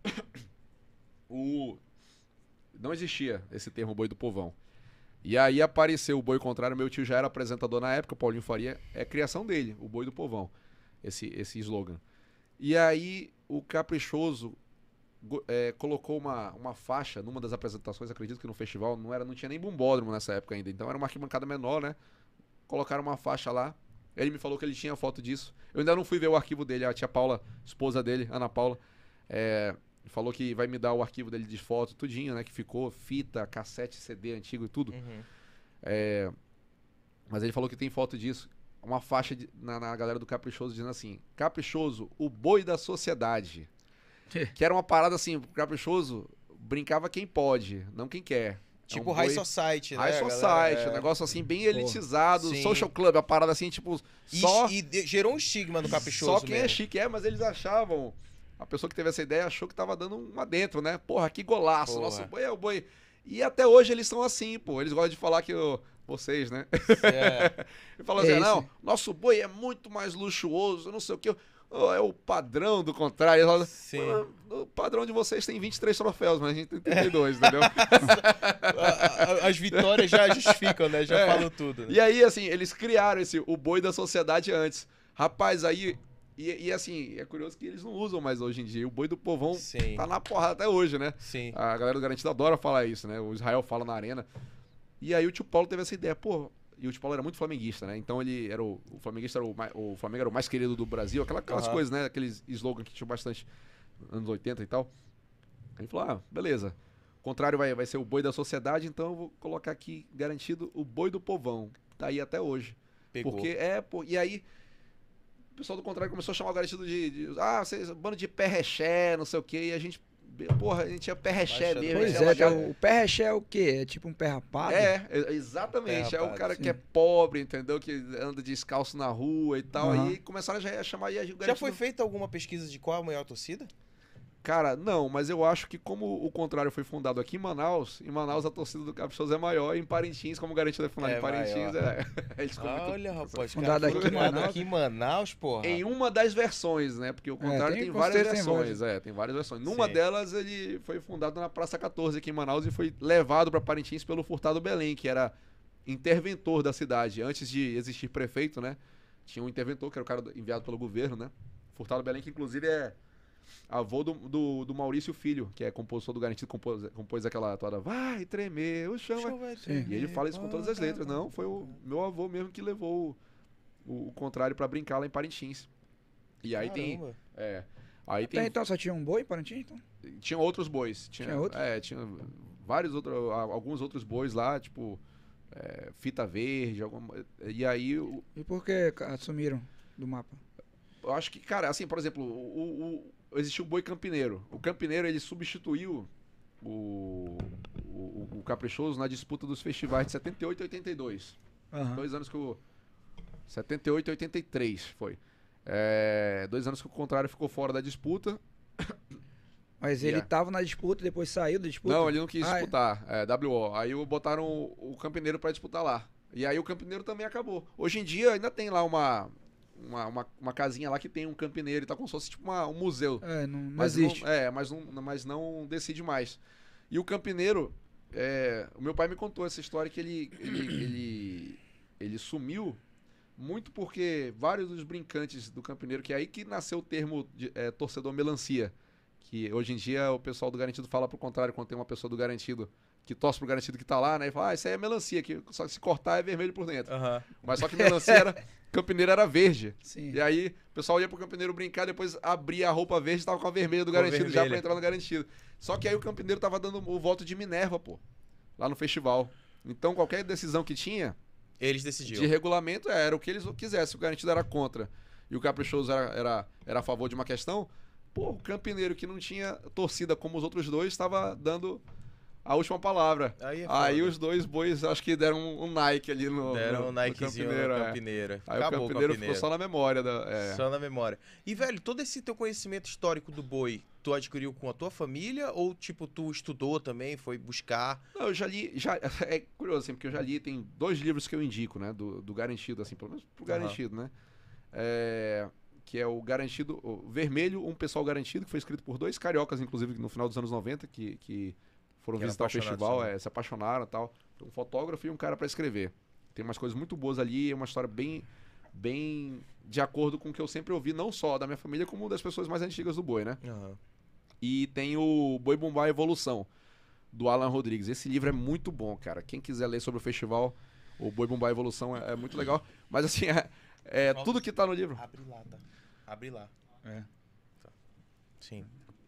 Não existia esse termo boi do povão. E aí apareceu o boi contrário. Meu tio já era apresentador na época, o Paulinho Faria. É criação dele, o boi do povão. Esse slogan. E aí o Caprichoso colocou uma faixa numa das apresentações, acredito que no festival, não tinha nem bumbódromo nessa época ainda, então era uma arquibancada menor, né? Colocaram uma faixa lá, ele me falou que ele tinha foto disso. Eu ainda não fui ver o arquivo dele, a tia Paula, esposa dele, Ana Paula, falou que vai me dar o arquivo dele de foto, tudinho, né? Que ficou, fita, cassete, CD antigo e tudo. Mas ele falou que tem foto disso. Uma faixa na galera do Caprichoso dizendo assim: Caprichoso, o boi da sociedade. Que era uma parada assim, o Caprichoso brincava quem pode, não quem quer. Tipo High Society, né? High Society, um negócio assim bem elitizado, social club, a parada assim, tipo, só... E gerou um estigma do Caprichoso Só quem mesmo. é chique, mas eles achavam... A pessoa que teve essa ideia achou que tava dando um adentro, né? Porra, que golaço, nosso boi é o boi. E até hoje eles são assim, pô, eles gostam de falar que vocês, né? Ele fala assim, não, nosso boi é muito mais luxuoso, não sei o que... É o padrão do contrário. Sim. O padrão de vocês tem 23 troféus, mas a gente tem 32, entendeu? As vitórias já justificam, né? Já falam tudo. Né? E aí, assim, eles criaram o boi da sociedade antes. Rapaz, aí... E assim, é curioso que eles não usam mais hoje em dia. O boi do povão tá na porrada até hoje, né? Sim. A galera do Garantido adora falar isso, né? O Israel fala na arena. E aí o tio Paulo teve essa ideia, pô... E o tio Paulo era muito flamenguista, né? Então ele era o flamenguista, o Flamengo era o mais querido do Brasil. Aquelas coisas, né? Aqueles slogans que tinham bastante anos 80 e tal. Aí ele falou, beleza. O contrário vai ser o boi da sociedade, então eu vou colocar aqui, garantido, o boi do povão. Tá aí até hoje. Pegou. Porque e aí... O pessoal do contrário começou a chamar o garantido vocês, bando de pé-rexé, não sei o quê. E a gente... Porra, a gente é pé-rexé mesmo. Pois o pé-rexé é o quê? É tipo um pé rapado? Exatamente. É o cara que é pobre, entendeu? Que anda descalço na rua e tal. Aí começaram a chamar... Já foi feita alguma pesquisa de qual a maior torcida? Cara, não, mas eu acho que como o contrário foi fundado aqui em Manaus a torcida do Caprichoso é maior, e em Parintins, como garantido é fundado em Parintins, Olha, rapaz, fundado aqui em Manaus, porra. Em uma das versões, né? Porque o contrário tem várias versões. Tem várias versões. Numa delas, ele foi fundado na Praça 14 aqui em Manaus e foi levado para Parintins pelo Furtado Belém, que era interventor da cidade. Antes de existir prefeito, né? Tinha um interventor, que era o cara enviado pelo governo, né? Furtado Belém, que inclusive é avô do Maurício Filho, que é compositor do Garantido, compôs aquela toada Vai tremer, o chão vai tremer. E ele fala isso com todas as letras. Não, foi o meu avô mesmo que levou o contrário pra brincar lá em Parintins. E aí Então só tinha um boi em Parintins? Então? Tinha outros bois. Tinha outros? Tinha alguns outros bois lá, tipo Fita Verde, e aí... E por que assumiram do mapa? Eu acho que, cara, assim, por exemplo, existiu o boi campineiro. O campineiro, ele substituiu o Caprichoso na disputa dos festivais de 78 e 82. 2 anos que 78 e 83 foi. 2 anos que o contrário ficou fora da disputa. Mas ele tava na disputa e depois saiu da disputa? Não, ele não quis disputar. WO. Aí botaram o campineiro pra disputar lá. E aí o campineiro também acabou. Hoje em dia ainda tem lá uma casinha lá que tem um campineiro e tá como se fosse tipo um museu. Não existe. Mas não decide mais. E o campineiro, o meu pai me contou essa história que ele sumiu muito porque vários dos brincantes do campineiro, que é aí que nasceu o termo de, torcedor melancia, que hoje em dia o pessoal do Garantido fala pro contrário, quando tem uma pessoa do Garantido que torce pro Garantido que tá lá, né, e fala, isso aí é melancia, que só que se cortar é vermelho por dentro. Mas só que melancia campineiro era verde. Sim. E aí o pessoal ia pro campineiro brincar, depois abria a roupa verde e tava com a vermelha do Garantido já pra entrar no Garantido. Só que aí o campineiro tava dando o voto de Minerva, pô, lá no festival. Então qualquer decisão que tinha... Eles decidiam. De regulamento era o que eles quisessem. O Garantido era contra e o Caprichoso era a favor de uma questão. Pô, o campineiro que não tinha torcida como os outros dois estava dando a última palavra. Aí os dois bois acho que deram um Nike ali no Nikezinho no campineiro. Aí o campineiro ficou só na memória. Só na memória. E, velho, todo esse teu conhecimento histórico do boi, tu adquiriu com a tua família ou, tipo, tu estudou também, foi buscar? Não, eu já li, é curioso, assim, porque eu já li, tem 2 livros que eu indico, né, do Garantido, assim, pelo menos pro Garantido, né, que é o Garantido, o Vermelho, Um Pessoal Garantido, que foi escrito por 2 cariocas, inclusive, no final dos anos 90, que foram visitar o festival, se apaixonaram e tal, um fotógrafo e um cara para escrever. Tem umas coisas muito boas ali, é uma história bem de acordo com o que eu sempre ouvi, não só da minha família, como das pessoas mais antigas do boi, né? E tem o Boi Bumbá Evolução, do Alan Rodrigues. Esse livro é muito bom, cara. Quem quiser ler sobre o festival, o Boi Bumbá Evolução é muito legal. Mas assim, tudo que tá no livro... Abre lá, tá? Abre lá. Tá. Sim.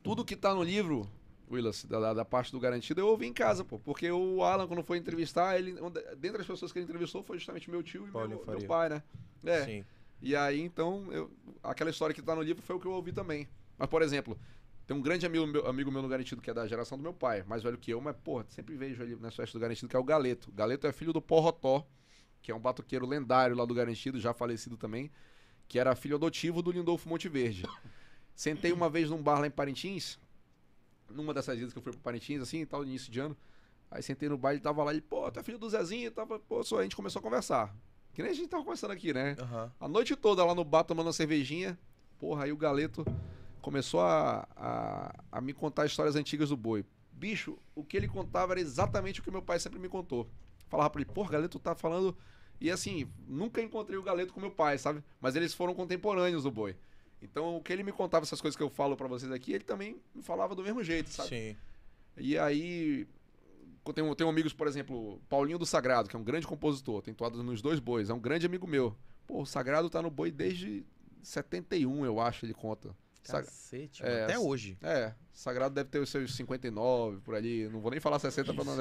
tudo que tá no livro, Willis, da parte do Garantido, eu ouvi em casa, pô. Porque o Alan, quando foi entrevistar, dentre as pessoas que ele entrevistou foi justamente meu tio e meu pai, né? Sim. E aí, então, aquela história que tá no livro foi o que eu ouvi também. Mas, por exemplo, tem um grande amigo meu no Garantido, que é da geração do meu pai, mais velho que eu, mas, porra, sempre vejo ele nas festas do Garantido, que é o Galeto. O Galeto é filho do Porrotó, que é um batuqueiro lendário lá do Garantido, já falecido também, que era filho adotivo do Lindolfo Monteverde. Sentei uma vez num bar lá em Parintins, numa dessas vezes que eu fui pro Parintins, assim, tal, início de ano. Aí sentei no bar, ele tava lá, ele, pô, tu é filho do Zezinho? Tava, pô, a gente começou a conversar. Que nem a gente tava conversando aqui, né? A noite toda lá no bar, tomando uma cervejinha. Porra, aí o Galeto começou a me contar histórias antigas do boi. Bicho, o que ele contava era exatamente o que meu pai sempre me contou. Falava pra ele, porra, Galeto tá falando... E assim, nunca encontrei o Galeto com meu pai, sabe? Mas eles foram contemporâneos do boi. Então, o que ele me contava, essas coisas que eu falo pra vocês aqui, ele também me falava do mesmo jeito, sabe? Sim. E aí... Tenho amigos, por exemplo, Paulinho do Sagrado, que é um grande compositor, tem toadas nos dois bois, é um grande amigo meu. Pô, o Sagrado tá no boi desde 71, eu acho, ele conta. Cacete, até hoje. Sagrado deve ter os seus 59, por ali, não vou nem falar 60 pra não...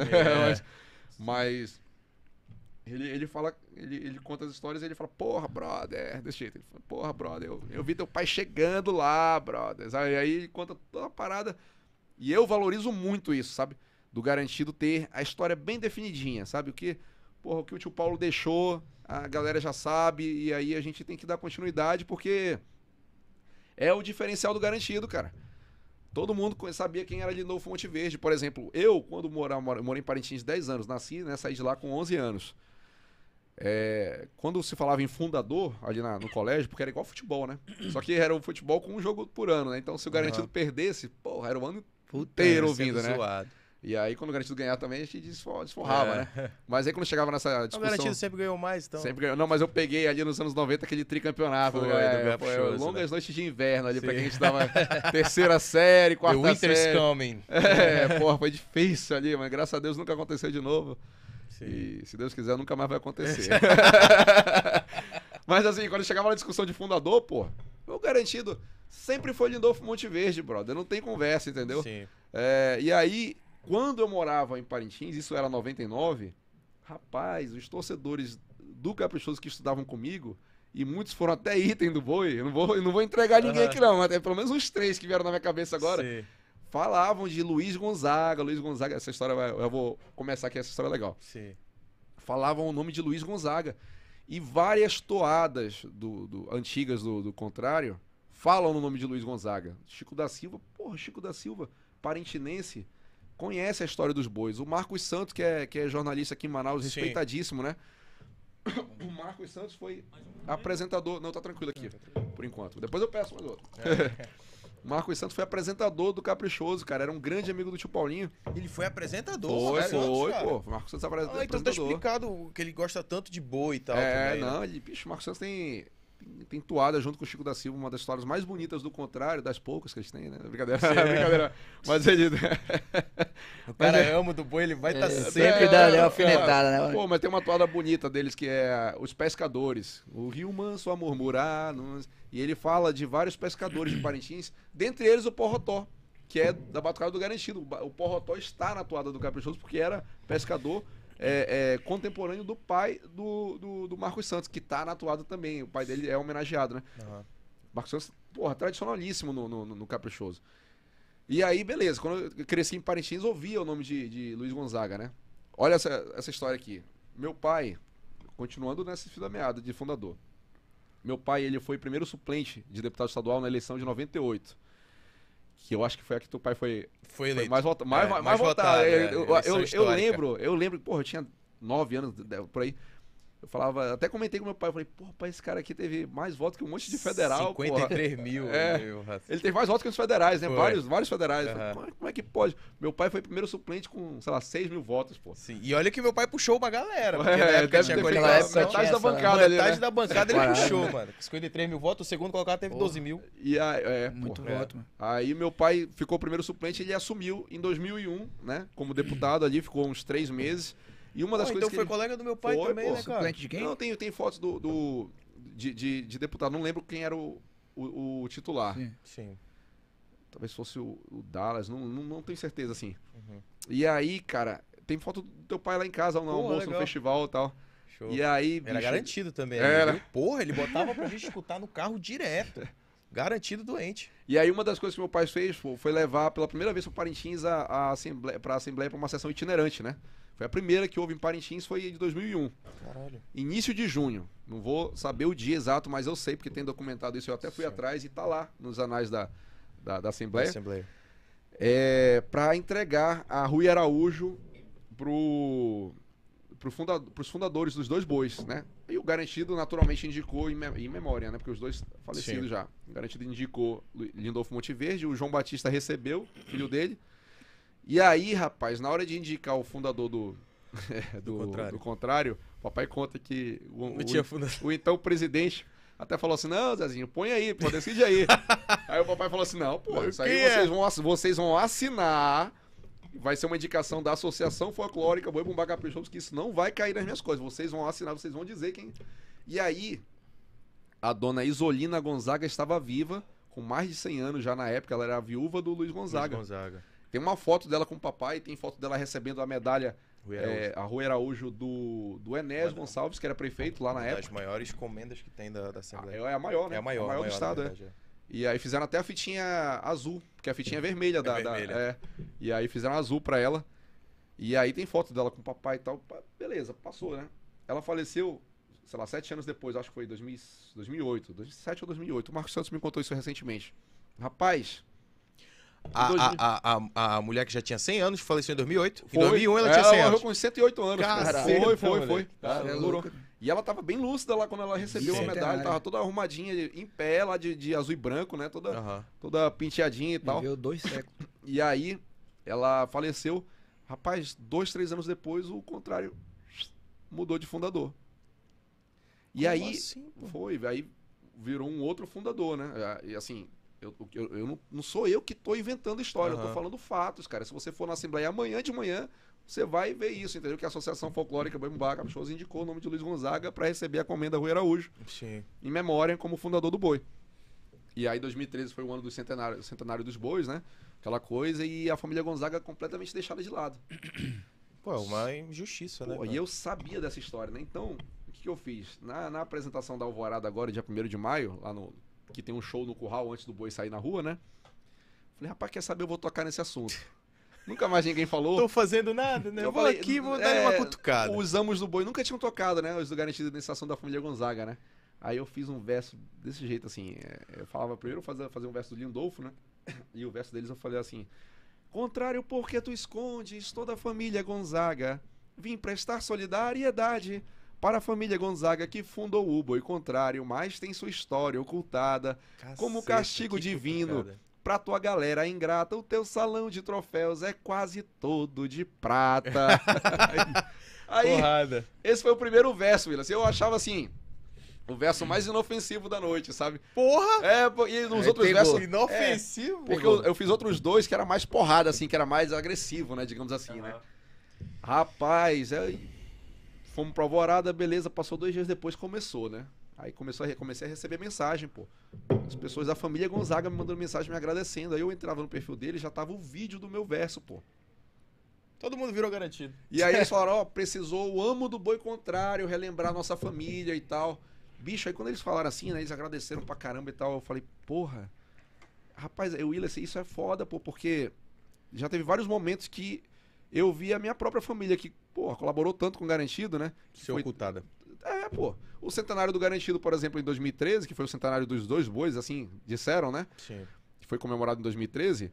Mas ele fala, ele conta as histórias e ele fala, porra, brother, desse jeito. Ele fala, porra, brother, eu vi teu pai chegando lá, brother. Aí ele conta toda a parada e eu valorizo muito isso, sabe? Do Garantido ter a história bem definidinha, sabe? O que o tio Paulo deixou, a galera já sabe, e aí a gente tem que dar continuidade, porque é o diferencial do Garantido, cara. Todo mundo sabia quem era Lindolfo Monteverde. Por exemplo, eu, quando morei em Parintins 10 anos, nasci, né, saí de lá com 11 anos. Quando se falava em fundador, ali no colégio, porque era igual futebol, né? Só que era o futebol com um jogo por ano, né? Então, se o Garantido perdesse, porra, era o ano inteiro ouvindo, né? Zoado. E aí, quando o Garantido ganhar também, a gente desforrava, né? Mas aí, quando chegava nessa discussão... O Garantido sempre ganhou mais, então. Sempre ganhou. Não, mas eu peguei ali nos anos 90 aquele tricampeonato. Foi longas noites de inverno ali, pra quem a gente dava terceira série, quarta série. The Winter's Coming. Porra, foi difícil ali, mas graças a Deus nunca aconteceu de novo. Sim. E se Deus quiser, nunca mais vai acontecer. Mas assim, quando chegava na discussão de fundador, pô, o Garantido sempre foi Lindolfo Monteverde, brother. Não tem conversa, entendeu? Sim. E aí... Quando eu morava em Parintins, isso era 99, rapaz, os torcedores do Caprichoso que estudavam comigo, e muitos foram até item do boi, eu não vou entregar ninguém aqui não, mas pelo menos uns 3 que vieram na minha cabeça agora, Sim. falavam de Luiz Gonzaga, eu vou começar aqui, essa história é legal. Sim. Falavam o nome de Luiz Gonzaga, e várias toadas antigas do contrário, falam no nome de Luiz Gonzaga. Chico da Silva, parintinense, conhece a história dos bois. O Marcos Santos, que é jornalista aqui em Manaus, respeitadíssimo, né? O Marcos Santos foi apresentador... Não, tá tranquilo aqui, por enquanto. Depois eu peço mais outro. O Marcos Santos foi apresentador do Caprichoso, cara. Era um grande amigo do tio Paulinho. Ele foi apresentador. Foi, pô. O Marcos Santos apresentador. Então tá explicado que ele gosta tanto de boi e tal. Também, não, né? Bicho, o Marcos Santos tem toada junto com o Chico da Silva, uma das histórias mais bonitas do contrário, das poucas que eles têm, né? Brincadeira. Brincadeira. Mas ele... O cara ama do boi, ele vai estar sempre dando uma alfinetada, né? Pô, mas tem uma toada bonita deles que é Os Pescadores. O Rio Manso a murmurar. E ele fala de vários pescadores de Parintins, dentre eles o Porrotó, que é da Batucada do Garantido. O Porrotó está na toada do Caprichoso porque era pescador contemporâneo do pai do Marcos Santos, que tá na toada também. O pai dele é homenageado, né? Uhum. Marcos Santos, porra, tradicionalíssimo no Caprichoso. E aí, beleza, quando eu cresci em Parintins, ouvia o nome de Luiz Gonzaga, né? Olha essa história aqui. Meu pai, continuando nesse fio da meada de fundador, meu pai, ele foi primeiro suplente de deputado estadual na eleição de 98. Que eu acho que foi a que teu pai foi eleito. mais votado. Eu lembro, porra, eu tinha 9 anos, por aí. Eu falava, até comentei com meu pai, eu falei, porra, pai, esse cara aqui teve mais votos que um monte de federal, 53 mil. Ele teve mais votos que os federais, né? Foi. Vários federais. Uhum. Falei, como é que pode? Meu pai foi primeiro suplente com, sei lá, 6 mil votos, pô. Sim. E olha que meu pai puxou uma galera. Porque na época tinha metade da bancada ali, metade da bancada ele puxou, mano. 53 mil votos, o segundo colocado teve 12 mil. E aí, muito voto, mano. Aí meu pai ficou primeiro suplente, ele assumiu em 2001, né? Como deputado ali, ficou uns 3 meses. E uma das coisas então foi colega do meu pai também, né, cara? Suplente de quem? Não, tem fotos de deputado, não lembro quem era o titular. Sim. talvez fosse o Dallas, não tenho certeza, assim. Uhum. E aí, cara, tem foto do teu pai lá em casa, no almoço, legal. no festival e tal. Show. E aí, Era bicho, garantido também. Era. Viu? Porra, ele botava pra gente escutar no carro direto. Garantido doente. E aí uma das coisas que meu pai fez foi levar pela primeira vez para Parintins pra Assembleia para uma sessão itinerante, né? Foi a primeira que houve em Parintins, foi de 2001. Caralho. Início de junho. Não vou saber o dia exato, mas eu sei porque tem documentado isso. Eu até fui Sim. atrás e tá lá nos anais da Assembleia. Assembleia. Para entregar a Rui Araújo pros fundadores dos dois bois, né? E o Garantido naturalmente indicou em memória, né? Porque os dois falecidos Sim. já. O Garantido indicou Lindolfo Monteverde, o João Batista recebeu, filho dele. E aí, rapaz, na hora de indicar o fundador do contrário, o papai conta que o então presidente até falou assim: não, Zezinho, põe aí, pô, decide aí. Aí o papai falou assim: não, pô, isso aí vocês vão assinar. Vai ser uma indicação da Associação Folclórica Boi Bumbá Caprichoso, que isso não vai cair nas minhas coisas. Vocês vão assinar, vocês vão dizer quem. E aí, a dona Isolina Gonzaga estava viva, com mais de 100 anos já na época. Ela era a viúva do Luiz Gonzaga. Tem uma foto dela com o papai, tem foto dela recebendo a medalha, a Rui Araújo do Enés Gonçalves, que era prefeito lá na época. Das maiores comendas que tem da Assembleia. É a maior, né? É a maior do estado, verdade, E aí fizeram até a fitinha azul, porque a fitinha é vermelha. E aí fizeram azul pra ela. E aí tem foto dela com o papai e tal. Beleza, passou, né? Ela faleceu, sei lá, 7 anos depois, acho que foi 2008, 2007 ou 2008. O Marcos Santos me contou isso recentemente. Rapaz... A mulher que já tinha 100 anos faleceu em 2008. Foi. Em 2001 ela tinha 100 Ela anos. morreu com 108 anos. Caceta, Foi. É Durou. louco. E ela tava bem lúcida lá quando ela recebeu a medalha. Centenário. Tava toda arrumadinha, em pé lá de azul e branco, né? Toda penteadinha e tal. Viveu 2 séculos. E aí, ela faleceu. Rapaz, 2, 3 anos depois, o contrário mudou de fundador. E Como aí, assim, pô? aí virou um outro fundador, né? E assim, eu não sou eu que tô inventando história, eu tô falando fatos, cara. Se você for na Assembleia amanhã de manhã, você vai ver isso, entendeu? Que a Associação Folclórica Boi Bumbá Caprichoso indicou o nome de Luiz Gonzaga para receber a comenda Rui Araújo. Sim. Em memória como fundador do boi. E aí 2013 foi o ano do centenário dos bois, né? Aquela coisa, e a família Gonzaga completamente deixada de lado. Pô, é uma injustiça, né? Pô, e eu sabia dessa história, né? Então, o que eu fiz? Na apresentação da Alvorada agora, dia 1º de maio, lá que tem um show no curral antes do boi sair na rua, né? Falei, rapaz, quer saber? Eu vou tocar nesse assunto. Nunca mais ninguém falou. Tô fazendo nada, né? Eu Vou falei, aqui, vou dar uma cutucada. Os amos do boi nunca tinham tocado, né? Os do Garantido nessa ação da família Gonzaga, né? Aí eu fiz um verso desse jeito, assim. Eu falava primeiro fazer um verso do Lindolfo, né? E o verso deles eu falei assim: contrário, porque tu escondes toda a família Gonzaga, vim prestar solidariedade para a família Gonzaga que fundou o boi contrário, mas tem sua história ocultada. Como castigo que divino, cutucada. pra tua galera ingrata, o teu salão de troféus é quase todo de prata. Aí, Porrada. esse foi o primeiro verso, Willis. Eu achava assim, o verso mais inofensivo da noite, sabe? Porra! E nos outros pegou. versos... Inofensivo. Porque eu fiz outros dois que era mais porrada, assim, que era mais agressivo, né? Digamos assim, né? Rapaz, fomos pra Alvorada, beleza, passou 2 dias depois, começou, né? Aí comecei a receber mensagem, pô. As pessoas da família Gonzaga me mandando mensagem me agradecendo. Aí eu entrava no perfil dele e já tava o vídeo do meu verso, pô. Todo mundo virou garantido. E aí eles falaram, ó, precisou o amo do boi contrário, relembrar nossa família e tal. Bicho, aí quando eles falaram assim, né, eles agradeceram pra caramba e tal, eu falei, porra, rapaz, Willis, isso é foda, pô, porque já teve vários momentos que eu vi a minha própria família que, pô, colaborou tanto com o Garantido, né? Seu ocultada. Pô. O centenário do Garantido, por exemplo, em 2013, que foi o centenário dos dois bois, assim, disseram, né? Sim. Que foi comemorado em 2013,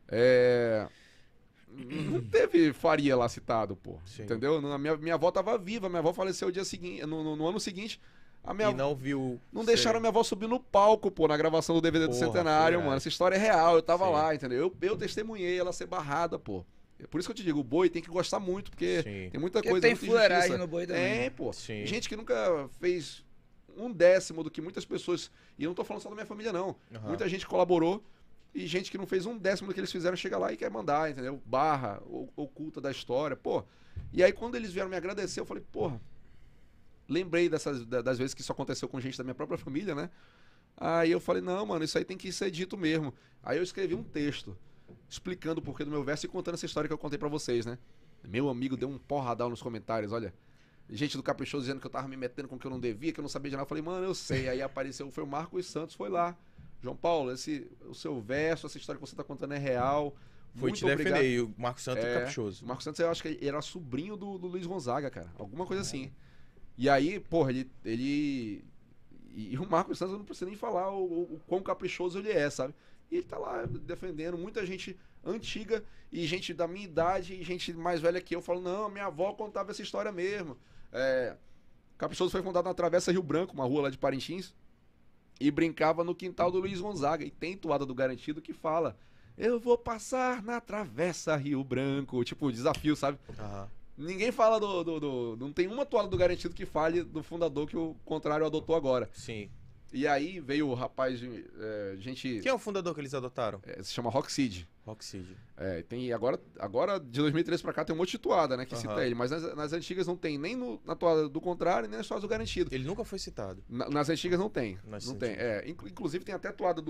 não teve Faria lá citado, pô. Sim. Entendeu? Minha avó tava viva, minha avó faleceu o dia seguinte, no ano seguinte. E não viu... Não deixaram minha avó subir no palco, pô, na gravação do DVD do centenário, mano. Essa história é real, eu tava lá, entendeu? Eu testemunhei ela ser barrada, pô. É por isso que eu te digo, o boi tem que gostar muito, porque tem muita coisa, tem muita fuleiragem injustiça. no boi também. Pô. Sim. Gente que nunca fez 1/10 do que muitas pessoas... E eu não tô falando só da minha família, não. Muita gente colaborou e gente que não fez 1/10 do que eles fizeram chega lá e quer mandar, entendeu? Barra, oculta da história, pô. E aí quando eles vieram me agradecer, eu falei, porra, lembrei das vezes que isso aconteceu com gente da minha própria família, né? Aí eu falei, não, mano, isso aí tem que ser dito mesmo. Aí eu escrevi um texto explicando o porquê do meu verso e contando essa história que eu contei pra vocês, né? Meu amigo deu um porradão nos comentários, olha. Gente do Caprichoso dizendo que eu tava me metendo com o que eu não devia, que eu não sabia de nada. Eu falei, mano, eu sei. Aí apareceu, foi o Marcos Santos, foi lá. João Paulo, o seu verso, essa história que você tá contando é real. Foi te defender, e o Marcos Santos é Caprichoso. O Marcos Santos, eu acho que ele era sobrinho do Luiz Gonzaga, cara. Alguma coisa assim. E aí, porra, ele... E o Marcos Santos, eu não preciso nem falar o quão caprichoso ele é, sabe? E ele tá lá defendendo, muita gente antiga e gente da minha idade e gente mais velha que eu falando, não, minha avó contava essa história mesmo. Caprichoso foi fundado na Travessa Rio Branco, uma rua lá de Parintins, e brincava no quintal do Luiz Gonzaga. E tem toada do Garantido que fala, eu vou passar na Travessa Rio Branco, tipo, desafio, sabe? Ninguém fala não tem uma toada do Garantido que fale do fundador que o contrário adotou agora. Sim. E aí veio o rapaz gente... Quem é o fundador que eles adotaram? Se chama Rockseed. Rockseed. Tem agora de 2013 pra cá tem um monte de toada, né, que cita ele. Mas nas antigas não tem nem na toada do contrário, nem nas toadas do Garantido. Ele nunca foi citado. Nas antigas não tem. Não tem. Inclusive tem até toada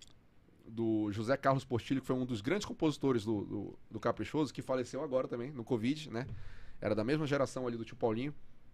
do José Carlos Portilho, que foi um dos grandes compositores do Caprichoso, que faleceu agora também, no Covid, né? Era da mesma geração ali do tio Paulinho.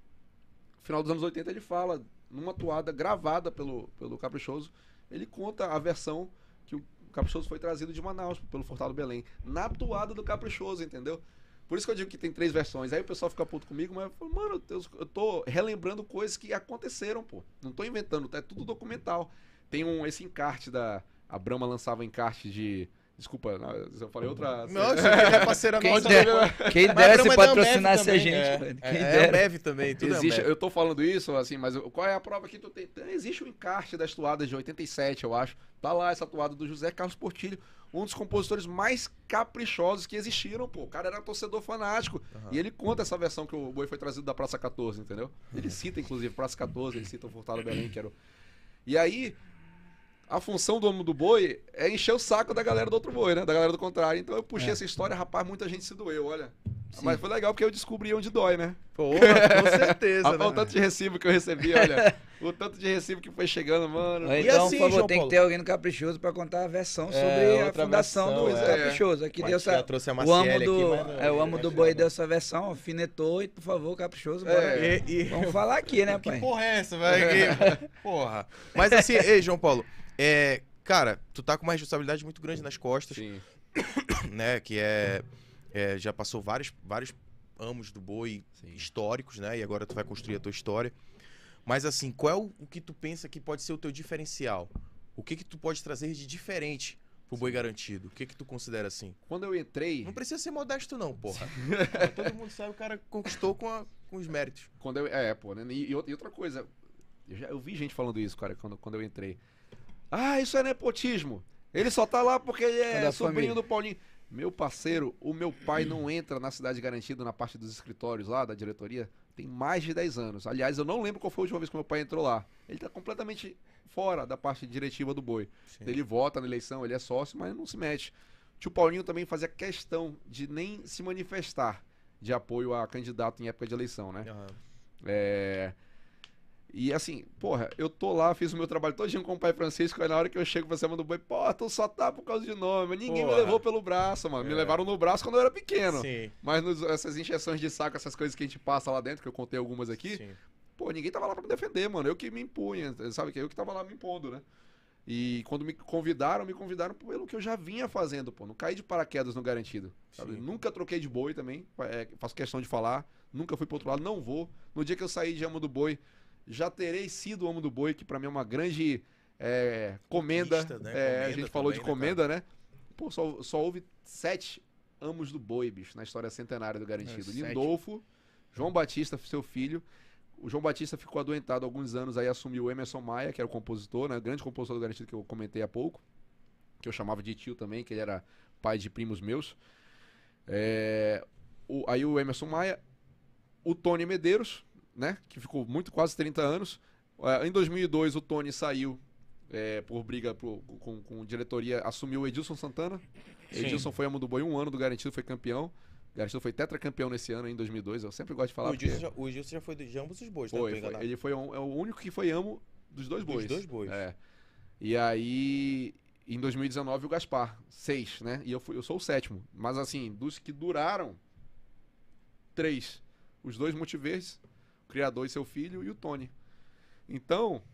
No final dos anos 80 ele fala, numa toada gravada pelo Caprichoso, ele conta a versão que o Caprichoso foi trazido de Manaus, pelo Furtado Belém, na toada do Caprichoso, entendeu? Por isso que eu digo que tem 3 versões. Aí o pessoal fica puto comigo, mas eu falo, mano, eu tô relembrando coisas que aconteceram, pô. Não tô inventando, é tudo documental. Tem esse encarte a Brahma lançava encarte de... Desculpa, eu falei outra... Não, isso aqui é parceira nossa. Quem dera se patrocinasse a gente. É Ambev também, tudo existe, é Ambev. eu tô falando isso, assim, mas qual é a prova que tu tem? Existe o encarte das toadas de 87, eu acho. Tá lá essa toada do José Carlos Portilho, um dos compositores mais caprichosos que existiram, pô. O cara era torcedor fanático. E ele conta essa versão que o Boi foi trazido da Praça 14, entendeu? Ele cita, inclusive, Praça 14, ele cita o Furtado Belém, que era o... E aí... A função do Amo do Boi é encher o saco da galera do outro boi, né? Da galera do contrário. Então eu puxei essa história, rapaz, muita gente se doeu, olha. Sim. Mas foi legal porque eu descobri onde dói, né? Porra, com certeza, né? O tanto de recibo que eu recebi, olha. O tanto de recibo que foi chegando, mano. Então, assim, por favor, tem que ter alguém no Caprichoso pra contar a versão sobre a fundação do Caprichoso. Aqui deu essa... trouxe a o Amo do Boi deu essa versão, alfinetou e, por favor, Caprichoso, bora. Vamos falar aqui, né, pai? Que porra é essa, velho? Porra. Mas assim, ei, João Paulo, cara, tu tá com uma responsabilidade muito grande nas costas. Sim. Né, que já passou vários amos do boi históricos, né? E agora tu vai construir a tua história. Mas assim, qual é o que tu pensa que pode ser o teu diferencial? O que tu pode trazer de diferente pro Boi Garantido? O que tu considera assim? Quando eu entrei... Não precisa ser modesto não, porra. Todo mundo sabe, o cara conquistou com os méritos. Né? E outra coisa, eu vi gente falando isso, cara, quando eu entrei. Ah, isso é nepotismo. Ele só tá lá porque ele é sobrinho do Paulinho. Meu parceiro, o meu pai não entra na Cidade Garantida, na parte dos escritórios lá, da diretoria, tem mais de 10 anos. Aliás, eu não lembro qual foi a última vez que meu pai entrou lá. Ele tá completamente fora da parte diretiva do Boi. Sim. Ele vota na eleição, ele é sócio, mas não se mete. Tio Paulinho também fazia questão de nem se manifestar de apoio a candidato em época de eleição, né? E assim, porra, eu tô lá, fiz o meu trabalho todinho com o pai Francisco, aí na hora que eu chego pra cima do Boi, pô, tu só tá por causa de nome. Ninguém me levou pelo braço, mano. Me levaram no braço quando eu era pequeno. Sim. Mas essas injeções de saco, essas coisas que a gente passa lá dentro, que eu contei algumas aqui, pô, ninguém tava lá pra me defender, mano. Eu que me impunha, sabe? Eu que tava lá me impondo, né? E quando me convidaram pelo que eu já vinha fazendo, pô. Não caí de paraquedas no Garantido, sabe? Nunca troquei de boi também, faço questão de falar. Nunca fui pro outro lado, não vou. No dia que eu saí de Amo do Boi, já terei sido o Amo do Boi, que pra mim é uma grande comenda. Né? A gente falou também, de comenda, né? Pô, só houve 7 Amos do Boi, bicho, na história centenária do Garantido. Lindolfo, João Batista, seu filho. O João Batista ficou adoentado há alguns anos, aí assumiu o Emerson Maia, que era o compositor, né? O grande compositor do Garantido que eu comentei há pouco. Que eu chamava de tio também, que ele era pai de primos meus. Aí o Emerson Maia, o Tony Medeiros, né, que ficou quase 30 anos. Em 2002 o Tony saiu por briga com diretoria, assumiu o Edilson Santana. Sim. Edilson foi Amo do Boi 1 ano do Garantido, foi campeão. O Garantido foi tetracampeão nesse ano, em 2002. Eu sempre gosto de falar. O Edilson já foi de ambos os bois, ele foi o único que foi Amo dos dois bois. Dos dois bois. E aí, em 2019, o Gaspar, 6, né? E eu sou o 7º. Mas assim, dos que duraram, 3. Os 2 Multiverdes, o criador e seu filho, e o Tony. Então,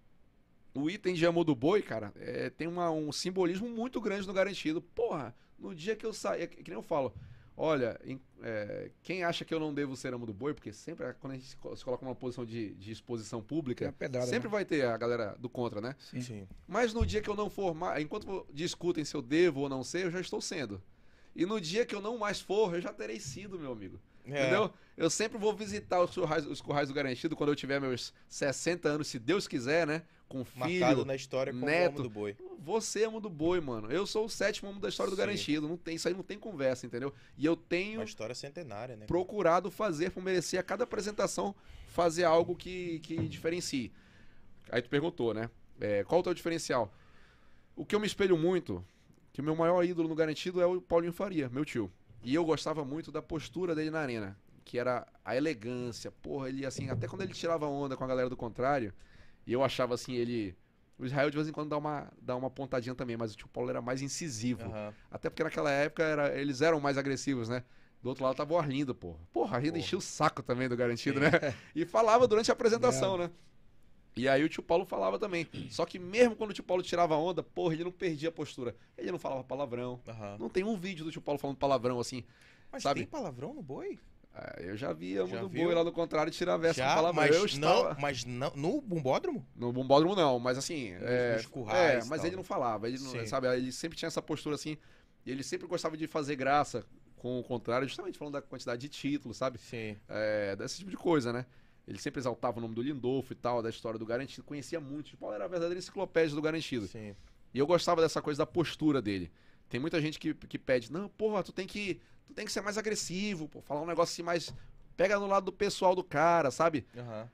o item de Amo do Boi, cara, tem um simbolismo muito grande no Garantido. Porra, no dia que eu saí, que nem eu falo, olha, quem acha que eu não devo ser Amo do Boi, porque sempre quando a gente se coloca numa posição de exposição pública, pedrada, sempre né? vai ter a galera do contra, né? Sim. Mas no dia que eu não for mais, enquanto discutem se eu devo ou não ser, eu já estou sendo. E no dia que eu não mais for, eu já terei sido, meu amigo. Entendeu? Eu sempre vou visitar os currais do Garantido quando eu tiver meus 60 anos, se Deus quiser, né? Com filho, Marcado na história como neto. Amo do Boi. Você é Amo do Boi, mano. Eu sou o 7º amo da história do Sim. Garantido. Não tem, isso aí não tem conversa, entendeu? E eu tenho Uma história centenária, né? procurado fazer, por merecer a cada apresentação, fazer algo que diferencie. Aí tu perguntou, né? Qual o teu diferencial? O que eu me espelho muito, que o meu maior ídolo no Garantido é o Paulinho Faria, meu tio. E eu gostava muito da postura dele na arena, que era a elegância. Porra, ele assim, até quando ele tirava onda com a galera do contrário, e eu achava assim, ele... O Israel de vez em quando dá uma pontadinha também, mas o tio Paulo era mais incisivo. Aham. Até porque naquela época eles eram mais agressivos, né? Do outro lado tava o Arlindo, porra. Porra, o Arlindo enchia o saco também do Garantido, Sim. né? E falava durante a apresentação, né? E aí o tio Paulo falava também. Só que mesmo quando o tio Paulo tirava onda, porra, ele não perdia a postura. Ele não falava palavrão. Aham. Não tem um vídeo do tio Paulo falando palavrão assim. Mas sabe? tem palavrão no Boi? Eu já vi Amo Já do viu? Boi lá no contrário tirar verso com Já, palavrão. mas, Eu estava... mas não no Bumbódromo? No Bombódromo não, mas assim... Nos currais e mas tal, ele não falava, ele não, Sim. sabe? Ele sempre tinha essa postura assim, e ele sempre gostava de fazer graça com o contrário, justamente falando da quantidade de títulos, sabe? Sim. Desse tipo de coisa, né? Ele sempre exaltava o nome do Lindolfo e tal, da história do Garantido, conhecia muito. O Paulo era a verdadeira enciclopédia do Garantido. Sim. E eu gostava dessa coisa da postura dele. Tem muita gente que pede, não, porra, tu tem que ser mais agressivo, pô, falar um negócio assim mais... Pega no lado do pessoal do cara, sabe? Aham.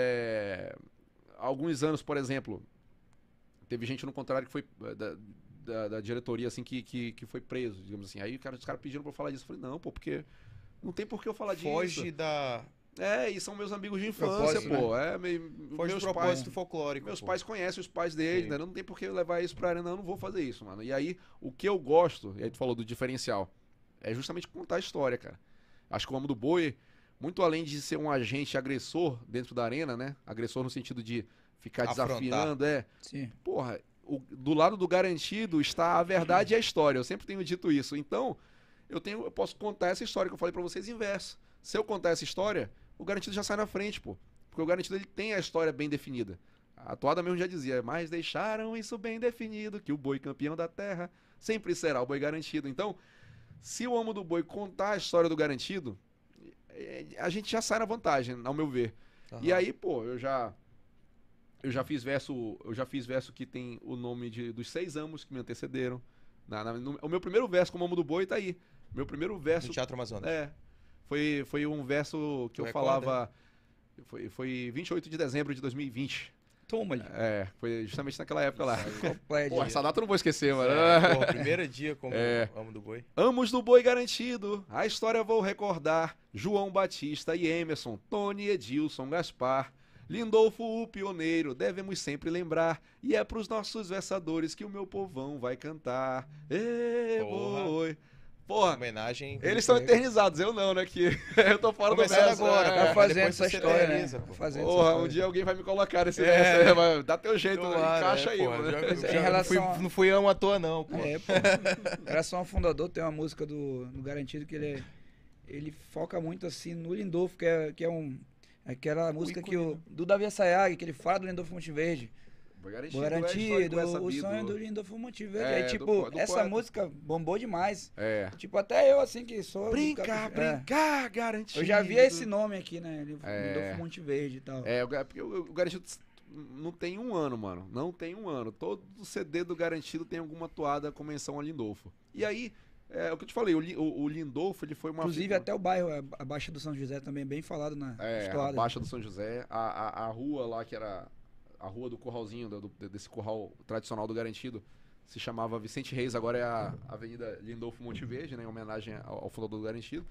Alguns anos, por exemplo, teve gente no contrário que foi da diretoria, assim, que foi preso, digamos assim. Aí os caras pediram pra eu falar disso. Eu falei, não, pô, porque não tem por que eu falar disso. Foge da... E são meus amigos de infância, Propósito, pô. Foge do Meus propósito pais, folclórico. meus pô. pais conhecem os pais deles, Sim. né? Não tem por que eu levar isso pra arena, não, eu não vou fazer isso, mano. E aí, o que eu gosto, e aí tu falou do diferencial, é justamente contar a história, cara. Acho que o Amo do Boi, muito além de ser um agente agressor dentro da arena, né? Agressor no sentido de ficar Afrontar. desafiando, Sim. porra, do lado do Garantido está a verdade e a história. Eu sempre tenho dito isso. Então, eu posso contar essa história que eu falei pra vocês em verso. Se eu contar essa história, o Garantido já sai na frente, pô. Porque o Garantido ele tem a história bem definida. A Toada mesmo já dizia, mas deixaram isso bem definido, que o boi campeão da terra sempre será o boi garantido. Então, se o Amo do Boi contar a história do Garantido, a gente já sai na vantagem, ao meu ver. Aham. E aí, pô, eu já fiz verso que tem o nome dos 6 amos que me antecederam. O meu primeiro verso como Amo do Boi tá aí. Meu primeiro verso... No Teatro Amazonas. Foi um verso que Tu eu recorda? falava... Foi 28 de dezembro de 2020. Toma ali. Foi justamente naquela época lá. Completo. Pô, essa data eu não vou esquecer, mano. Porra, primeiro dia como Amo do Boi. Amos do Boi garantido, a história vou recordar. João Batista e Emerson, Tony, Edilson, Gaspar. Lindolfo, o pioneiro, devemos sempre lembrar. E é pros nossos versadores que o meu povão vai cantar. Ê, Porra. boi. Porra, Homenagem. eles estão eternizados, eu não, né? Que eu tô fora do Começando verso. agora, Tá cara. fazendo Depois essa você história, né? eterniza, pô. Fazendo Porra, essa um história. dia alguém vai me colocar nesse É. verso aí, mas dá teu jeito, Claro, encaixa aí, porra, mano. Mas em não relação não fui amo à toa, não, pô. Pô. Em relação ao fundador, tem uma música do Garantido que ele foca muito assim no Lindolfo, que é aquela música ícone, né? do Davi Assayag, que ele fala do Lindolfo Monteverde. Boi Garantido, garantido, o sonho do Lindolfo Monteverde. É, Aí, tipo, do essa poeta. música bombou demais. É. Tipo, até eu, assim, que sou... Brincar, garantido. Eu já vi esse nome aqui, né? É. Lindolfo Monteverde e tal. Porque o Garantido não tem um ano, mano. Não tem um ano. Todo CD do Garantido tem alguma toada com menção a Lindolfo. E aí, o que eu te falei, o Lindolfo, ele foi uma... Inclusive, até o bairro, a Baixa do São José, também bem falado na a história. Baixa do São José, a rua lá, que era a rua do curralzinho, desse curral tradicional do Garantido, se chamava Vicente Reis, agora é a Avenida Lindolfo Monteverde, né, em homenagem ao fundador do Garantido.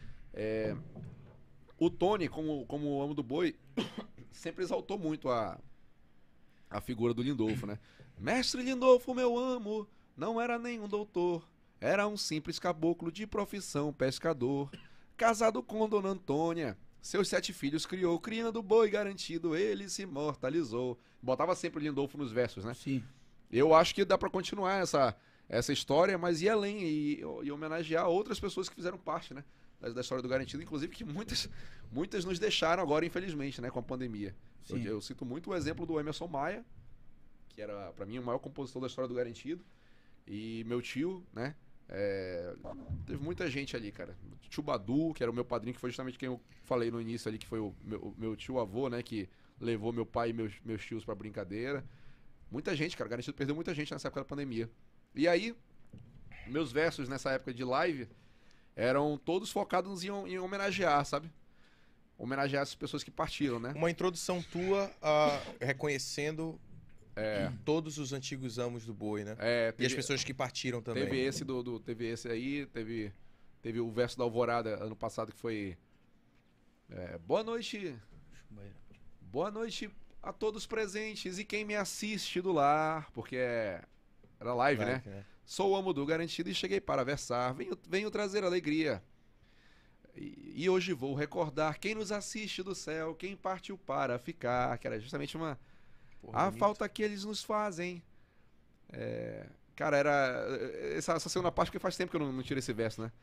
O Tony, como Amo do Boi, sempre exaltou muito a figura do Lindolfo, né? Mestre Lindolfo, meu amo, não era nenhum doutor. Era um simples caboclo de profissão pescador. Casado com Dona Antônia, seus 7 filhos criou. Criando boi garantido, ele se imortalizou. Botava sempre o Lindolfo nos versos, né? Sim. Eu acho que dá pra continuar essa história, mas ir além e homenagear outras pessoas que fizeram parte, né? Da história do Garantido, inclusive que muitas nos deixaram agora, infelizmente, né? Com a pandemia. Eu cito muito o exemplo do Emerson Maia, que era, pra mim, o maior compositor da história do Garantido. E meu tio, né? Teve muita gente ali, cara. Tio Badu, que era o meu padrinho, que foi justamente quem eu falei no início ali, que foi o meu tio-avô, né? Que levou meu pai e meus tios pra brincadeira. Muita gente, cara. O Garantido perdeu muita gente nessa época da pandemia. E aí, meus versos nessa época de live eram todos focados em homenagear, sabe? Homenagear as pessoas que partiram, né? Uma introdução tua reconhecendo todos os antigos amos do boi, né? E as pessoas que partiram também. Teve esse aí, teve o verso da Alvorada ano passado que foi boa noite a todos presentes e quem me assiste do lar, porque era live, né? Sou o amo do Garantido e cheguei para versar, venho trazer alegria. E hoje vou recordar quem nos assiste do céu, quem partiu para ficar, que era justamente a falta que eles nos fazem. Cara, era essa segunda parte, porque faz tempo que eu não tiro esse verso, né?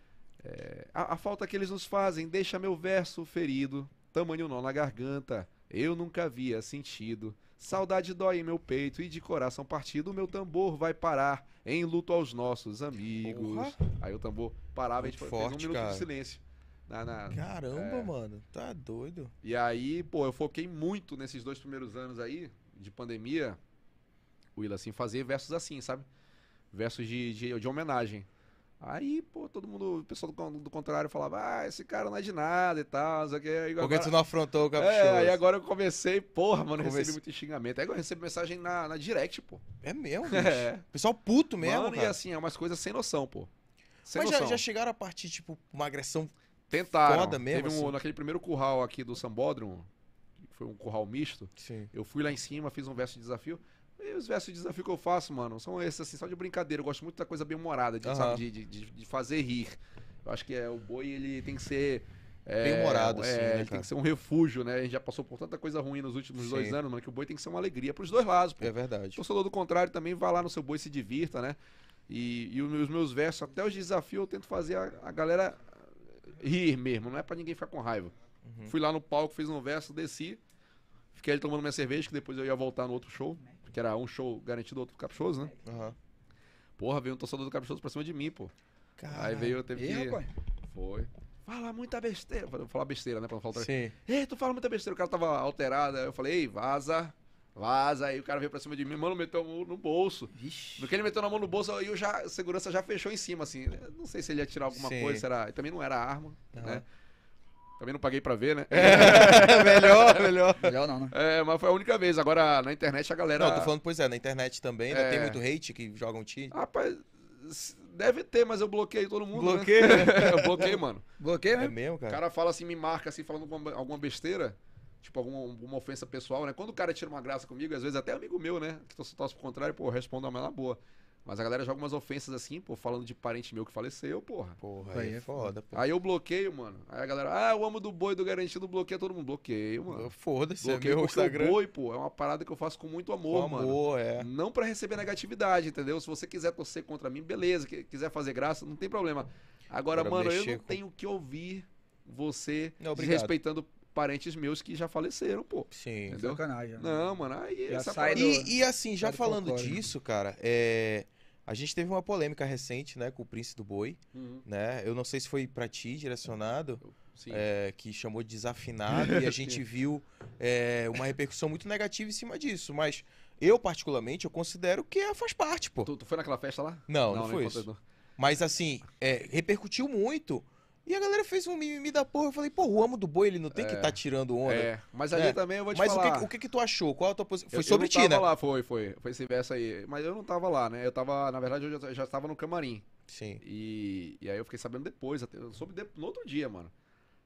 A falta que eles nos fazem deixa meu verso ferido, tamanho nó na garganta, eu nunca havia sentido. Saudade dói em meu peito e de coração partido meu tambor vai parar em luto aos nossos amigos. Porra. Aí o tambor parava e a gente fez um minuto de silêncio. Caramba, mano, tá doido. E aí, pô, eu foquei muito nesses 2 primeiros anos aí de pandemia, Willa, assim, fazer versos assim, sabe? Versos de homenagem. Aí, pô, todo mundo, o pessoal do contrário falava, esse cara não é de nada e tal, não sei o que. Porque tu não afrontou o Caprichoso. Aí agora eu comecei, porra, mano, recebi muito xingamento. Aí eu recebo mensagem na direct, pô. É mesmo, bicho? Pessoal puto mesmo, mano, cara. E assim, é umas coisas sem noção, pô. Mas já chegaram a partir, tipo, uma agressão Tentaram. Foda mesmo, Teve naquele primeiro curral aqui do Sambódromo, que foi um curral misto. Sim. Eu fui lá em cima, fiz um verso de desafio. E os versos de desafio que eu faço, mano, são esses, assim, só de brincadeira. Eu gosto muito da coisa bem humorada, sabe, de fazer rir. Eu acho que o boi, ele tem que ser... bem humorado, assim, né, ele tem que ser um refúgio, né? A gente já passou por tanta coisa ruim nos últimos 2 anos, mano, que o boi tem que ser uma alegria pros 2 lados, pô. É verdade. O torcedor do contrário também vai lá no seu boi e se divirta, né? E os meus versos, até os desafios, eu tento fazer a galera rir mesmo, não é pra ninguém ficar com raiva. Fui lá no palco, fiz um verso, desci, fiquei ali tomando minha cerveja, que depois eu ia voltar no outro show, que era um show garantido, outro Caprichoso, né? Porra, veio um torcedor do Caprichoso pra cima de mim, pô. Caralho. Aí veio, teve que... Rapaz. Foi. Fala muita besteira. Vou falar besteira, né? Pra não falar outra Sim. Ei, tu fala muita besteira. O cara tava alterado. Aí eu falei, ei, vaza. Aí o cara veio pra cima de mim, mano, meteu a mão no bolso. Vixe. No que ele meteu na mão no bolso, aí a segurança já fechou em cima, assim. Eu não sei se ele ia tirar alguma coisa, será? E também não era arma, né? Também não paguei pra ver, né? Melhor. Melhor não, né? Mas foi a única vez. Agora, na internet, a galera... Não, tô falando, pois na internet também, ainda tem muito hate que jogam ti. Rapaz, deve ter, mas eu bloqueei todo mundo, Bloqueio? né? Eu bloqueei, mano. Bloqueio É mesmo? mesmo, O cara? cara fala assim, me marca assim, falando alguma besteira, tipo alguma ofensa pessoal, né? Quando o cara tira uma graça comigo, às vezes até amigo meu, né? Que torce pro contrário, pô, eu respondo na boa. Mas a galera joga umas ofensas assim, pô, falando de parente meu que faleceu, porra. Porra, aí é foda, pô. Aí eu bloqueio, mano. Aí a galera, eu amo do boi do Garantido, bloqueia todo mundo. Bloqueio, mano. Foda-se, Bloqueio meu porque Instagram. o boi, pô, é uma parada que eu faço com muito amor, Com mano. amor, Não pra receber negatividade, entendeu? Se você quiser torcer contra mim, beleza. Quiser fazer graça, não tem problema. Agora mano, eu não tenho que ouvir você desrespeitando parentes meus que já faleceram, pô. Sim. Entendeu? Sacanagem. Não, mano, aí... Já essa sai parada- E assim, já Sai do falando folclore, né? disso, cara, a gente teve uma polêmica recente, né, com o Príncipe do Boi, né? Eu não sei se foi pra ti direcionado, Sim. que chamou de desafinado, e a gente viu uma repercussão muito negativa em cima disso, mas eu, particularmente, eu considero que faz parte, pô. Tu foi naquela festa lá? Não foi isso. Não. Mas assim, repercutiu muito. E a galera fez um mimimi da porra. Eu falei, pô, o amo do boi, ele não tem que estar tirando onda. Mas ali também eu vou te Mas falar. o que tu achou? Qual a tua posição? Foi Eu sobre não ti, né? tava lá, foi esse verso aí. Mas eu não tava lá, né? Eu tava, na verdade, eu já estava no camarim. Sim. E aí eu fiquei sabendo depois, eu soube no outro dia, mano.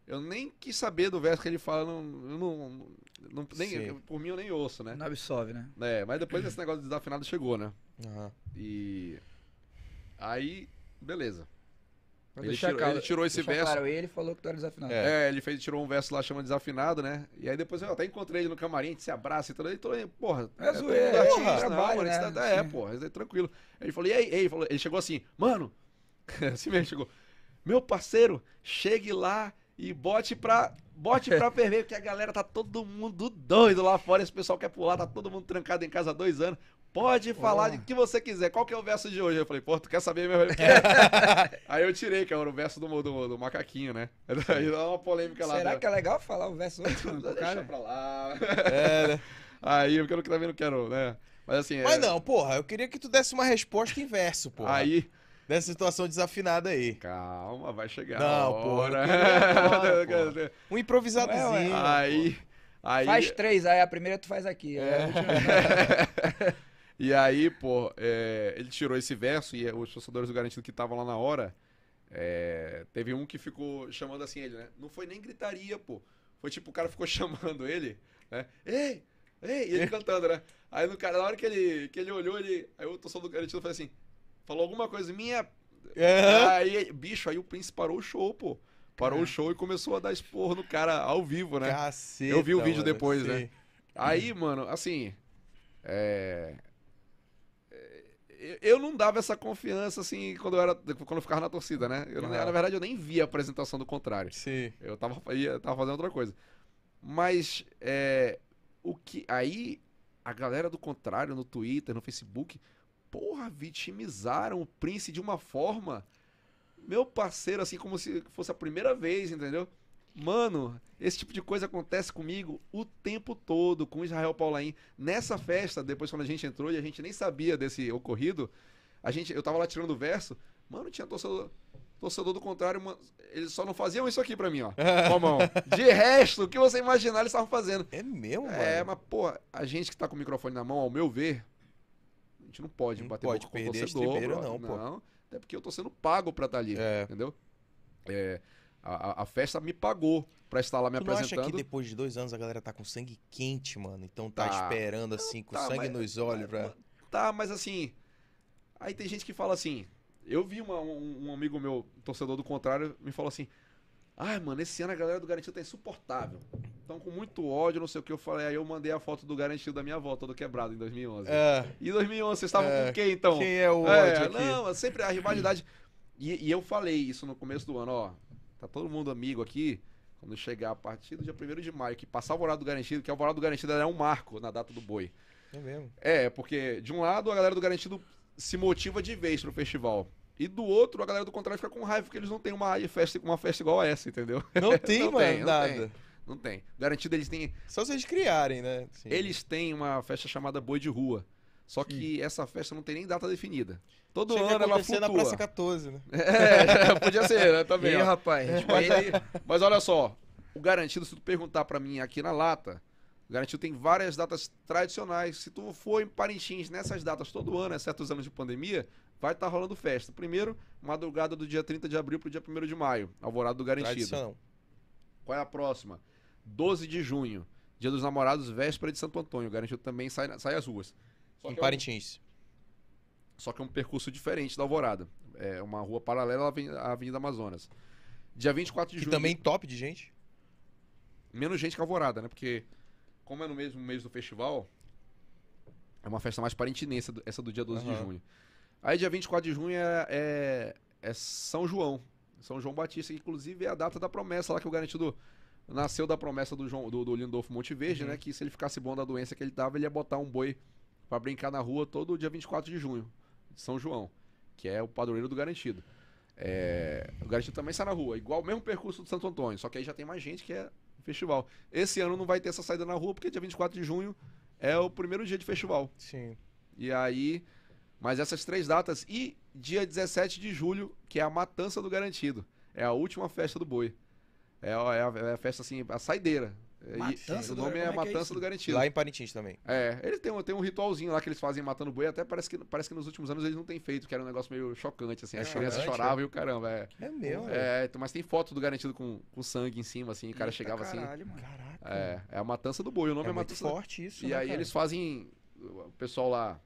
eu nem quis saber do verso que ele fala, nem, Sim. por mim eu nem ouço, né? Não absolve, né? Mas depois esse negócio de desafinado chegou, né? Aham. E aí, beleza. Pra Ele deixar tirou- claro- ele tirou esse deixar verso. Claro, ele falou que tu era desafinado. Ele tirou um verso lá chamando desafinado, né? E aí depois eu até encontrei ele no camarim, a gente se abraça e tudo. Ele falou, porra, É todo zoeira, mundo é artista, não, trabalho, mano, né? isso tá, Sim. porra, isso é tranquilo. Aí ele falou, e aí? Ele chegou assim, mano, assim mesmo, chegou, meu parceiro, chegue lá e bote pra ferver, porque a galera tá todo mundo doido lá fora, esse pessoal quer pular, tá todo mundo trancado em casa há 2 anos. Pode falar de que você quiser. Qual que é o verso de hoje? Eu falei, pô, tu quer saber mesmo? Aí eu tirei, que era o verso do macaquinho, né? Aí dá uma polêmica lá. Será que é legal falar o verso hoje, mano? pro Deixa cara? pra lá. Né? Aí, porque eu também não quero, né? Mas assim... Mas não, porra, eu queria que tu desse uma resposta em verso, porra. Aí... Dessa situação desafinada aí. Calma, vai chegar Não, a porra, hora. eu queria agora, porra. Um improvisadozinho. Aí... Faz 3, aí a primeira tu faz aqui. Aí a última... E aí, pô, ele tirou esse verso e os torcedores do Garantido que estavam lá na hora, teve um que ficou chamando assim ele, né? Não foi nem gritaria, pô. Foi tipo, o cara ficou chamando ele, né? Ei! E ele cantando, né? Aí na hora que ele olhou, aí o torcedor do Garantido falou assim, falou alguma coisa minha... Aí, bicho, aí o Prince parou o show, pô. Parou o show e começou a dar esporro no cara ao vivo, né? Caceta, Eu vi o vídeo mano, depois, sim. né? Aí, mano, assim... Eu não dava essa confiança, assim, quando eu ficava na torcida, né? Na verdade, eu nem via a apresentação do contrário. Sim. Eu tava fazendo outra coisa. Mas, aí, a galera do contrário, no Twitter, no Facebook, porra, vitimizaram o Prince de uma forma, meu parceiro, assim, como se fosse a primeira vez, entendeu? Mano, esse tipo de coisa acontece comigo o tempo todo com o Israel Paulain. Nessa festa, depois quando a gente entrou e a gente nem sabia desse ocorrido, eu tava lá tirando o verso, mano, tinha torcedor do contrário, mano, eles só não faziam isso aqui pra mim, ó, com a mão. De resto, o que você imaginar, eles estavam fazendo. É mesmo, mano? Mas, pô, a gente que tá com o microfone na mão, ao meu ver, a gente não pode bater boca com o perder a torcedor, estribeira, bro. não, pô. Não, até porque eu tô sendo pago pra estar ali, entendeu? A festa me pagou pra estar lá me Tu não apresentando. acha que depois de 2 anos a galera tá com sangue quente, mano? Então tá Tá. esperando, assim, com sangue nos olhos pra... Tá, mas assim... Aí tem gente que fala assim... Eu vi um amigo meu, torcedor do contrário, me falou assim... Ai, mano, esse ano a galera do Garantido tá insuportável. Estão com muito ódio, não sei o que. Eu falei, aí eu mandei a foto do Garantido da minha avó, todo quebrado, em 2011. E em 2011 vocês estavam com quem, então? Quem é o ódio aqui? Não, sempre a rivalidade... E eu falei isso no começo do ano, ó... Tá todo mundo amigo aqui, quando chegar a partir do dia 1º de maio, que passar o Alvorada do Garantido, que o Alvorada do Garantido é um marco na data do boi. É mesmo? Porque de um lado a galera do Garantido se motiva de vez pro festival. E do outro, a galera do contrário fica com raiva porque eles não têm uma festa igual a essa, entendeu? Não tem, Não mano, tem, nada. Não tem. Garantido eles têm... Só se eles criarem, né? Sim. Eles têm uma festa chamada Boi de Rua. Só que essa festa não tem nem data definida. Todo Tinha que ano ela acontecer flutua. na Praça 14, né? Podia ser, né? Também, ó. rapaz, Mas olha só, o Garantido, se tu perguntar pra mim aqui na lata, o Garantido tem várias datas tradicionais. Se tu for em Parintins nessas datas todo ano, exceto os anos de pandemia, vai estar rolando festa. Primeiro, madrugada do dia 30 de abril pro dia 1º de maio, Alvorada do Garantido. Tradição. Qual é a próxima? 12 de junho, Dia dos Namorados, véspera de Santo Antônio. O Garantido também sai às ruas. Em Parintins. Só que é um percurso diferente da Alvorada. É uma rua paralela à Avenida Amazonas. Dia 24 de Que junho... também top de gente. Menos gente que a Alvorada, né? Porque, como é no mesmo mês do festival, é uma festa mais parintinense, essa do dia 12 de junho. Aí, dia 24 de junho é São João. São João Batista, que inclusive é a data da promessa lá que o Garantido nasceu da promessa do Lindolfo Monteverde, né? Que se ele ficasse bom da doença que ele tava, ele ia botar um boi pra brincar na rua todo dia 24 de junho, de São João, que é o padroeiro do Garantido. O Garantido também sai na rua, igual o mesmo percurso do Santo Antônio, só que aí já tem mais gente que é festival. Esse ano não vai ter essa saída na rua, porque dia 24 de junho é o primeiro dia de festival. Sim. E aí, mas essas 3 datas, e dia 17 de julho, que é a matança do Garantido. É a última festa do boi. É a festa assim, a saideira. Matança o do- nome é como é que é Matança isso? do Garantido. Lá em Parintins também. Ele tem um ritualzinho lá que eles fazem matando boi, até parece que nos últimos anos eles não têm feito, que era um negócio meio chocante, assim, as crianças chocante, choravam e o caramba, É mesmo? mas tem foto do Garantido com sangue em cima, assim, o cara chegava assim, Caralho, mano. Caraca. é a Matança do Boi, o nome é, muito Matança forte isso, E né, aí cara? eles fazem, o pessoal lá,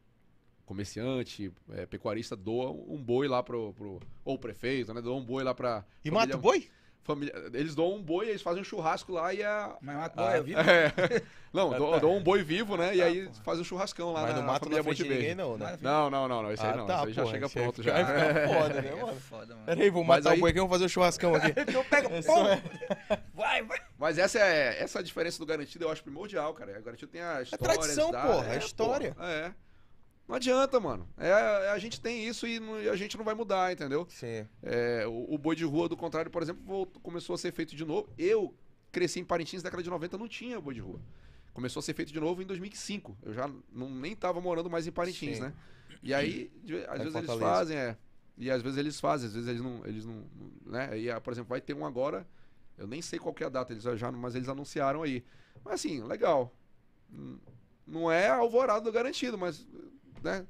comerciante, pecuarista, doa um boi lá ou o prefeito, né, doa um boi lá pra... E mata o boi? Eles doam um boi, eles fazem um churrasco lá e a... Mas mata boi, eu vi. Não, doam um boi vivo, né, e aí fazem um churrascão lá Mas não na mata família na frente de Monte ninguém, Verde. não, né? Não, esse aí não, esse aí já porra, chega esse aí pronto fica- já. Vai ficar foda, né, É mano? foda, mano. Peraí, vou Mas matar aí- o boi aqui, vamos fazer um churrascão aqui. Então pega, É pô! só- Vai, vai. Mas essa é a diferença do Garantido, eu acho primordial, cara. O Garantido tem a história. tradição, porra, é história. É. Não adianta, mano. A gente tem isso e a gente não vai mudar, entendeu? Sim. O boi de rua, do contrário, por exemplo, começou a ser feito de novo. Eu cresci em Parintins, na década de 90, não tinha boi de rua. Começou a ser feito de novo em 2005. Eu já nem tava morando mais em Parintins, Sim. né? E aí, às vezes eles Fortaleza. fazem, E às vezes eles fazem, às vezes eles não, né? E, por exemplo, vai ter um agora, eu nem sei qual que é a data, mas eles anunciaram aí. Mas assim, legal. Não é a alvorada do Garantido, mas, né?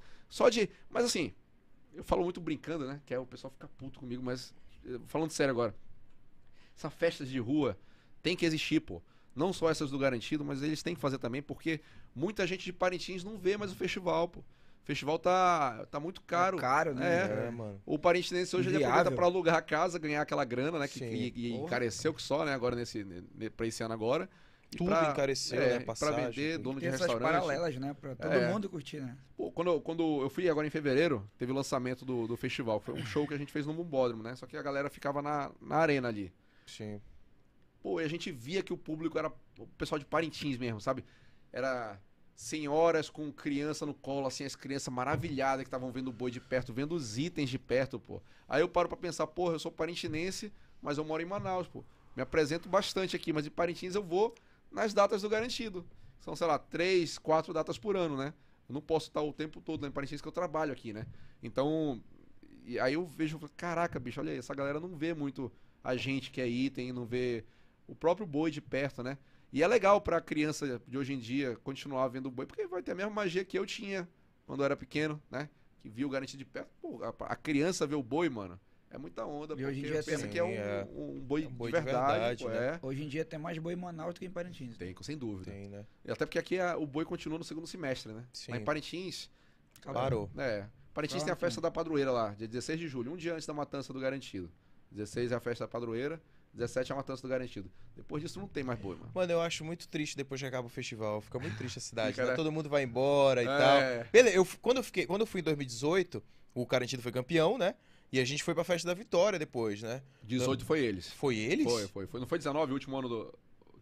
Mas assim, eu falo muito brincando, né? Que aí o pessoal fica puto comigo, mas falando sério agora. Essa festa de rua tem que existir, pô. Não só essas do Garantido, mas eles têm que fazer também, porque muita gente de Parintins não vê mais o festival, pô. O festival tá muito caro. É caro, né? É, mano. O parintinense hoje ele Inviável. aproveita pra alugar a casa, ganhar aquela grana, né? Sim. E Porra. encareceu que só, né? Agora pra esse ano agora. E Tudo encareceu, né? Pra Passagem, vender, tudo. dono de Tem essas restaurante. paralelas, né? Pra todo mundo curtir, né? Pô, quando eu fui agora em fevereiro, teve o lançamento do festival. Foi um show que a gente fez no Bumbódromo, né? Só que a galera ficava na arena ali. Sim. Pô, e a gente via que o público era o pessoal de Parintins mesmo, sabe? Era senhoras com criança no colo, assim, as crianças maravilhadas que estavam vendo o boi de perto, vendo os itens de perto, pô. Aí eu paro pra pensar, porra, eu sou parintinense, mas eu moro em Manaus, pô. Me apresento bastante aqui, mas de Parintins eu vou nas datas do Garantido. São, sei lá, 3, 4 datas por ano, né? Eu não posso estar o tempo todo lá em Parintins, que eu trabalho aqui, né? Então, e aí eu vejo, caraca, bicho, olha aí, essa galera não vê muito a gente que é item, não vê o próprio boi de perto, né? E é legal pra criança de hoje em dia continuar vendo o boi, porque vai ter a mesma magia que eu tinha quando eu era pequeno, né? Que viu o Garantido de perto. Pô, a criança vê o boi, mano, é muita onda, E hoje em porque dia pensa tem- que é é. um boi, É um boi de de verdade, verdade, pô, né? Hoje em dia tem mais boi em Manaus do que em Parintins. Tem, sem dúvida. Tem, né? E até porque aqui o boi continua no segundo semestre, né? Sim. Lá em Parintins, Parou. Parintins Só tem a aqui. festa da padroeira lá, dia 16 de julho, um dia antes da matança do Garantido. 16 é a festa da padroeira, 17 é a matança do Garantido. Depois disso não tem mais boi, mano. Mano, eu acho muito triste depois que acaba o festival. Fica muito triste a cidade, Fica, né? né? Todo mundo vai embora e É. tal. Beleza, quando eu fui em 2018, o Garantido foi campeão, né? E a gente foi pra festa da vitória depois, né? 18 foi eles. Foi eles? Foi. Não foi 19, o último ano do...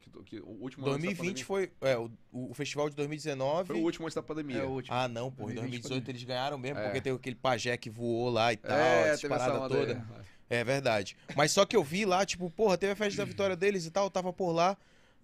o último ano antes da 2020 pandemia. foi. O festival de 2019. Foi o último antes da pandemia. É o último. Ah, não, pô. Em 2020 2018 eles ganharam mesmo, É. porque teve aquele pajé que voou lá e tal, essa teve essa parada onda toda. aí. É verdade. Mas só que eu vi lá, tipo, porra, teve a festa da vitória deles e tal, eu tava por lá,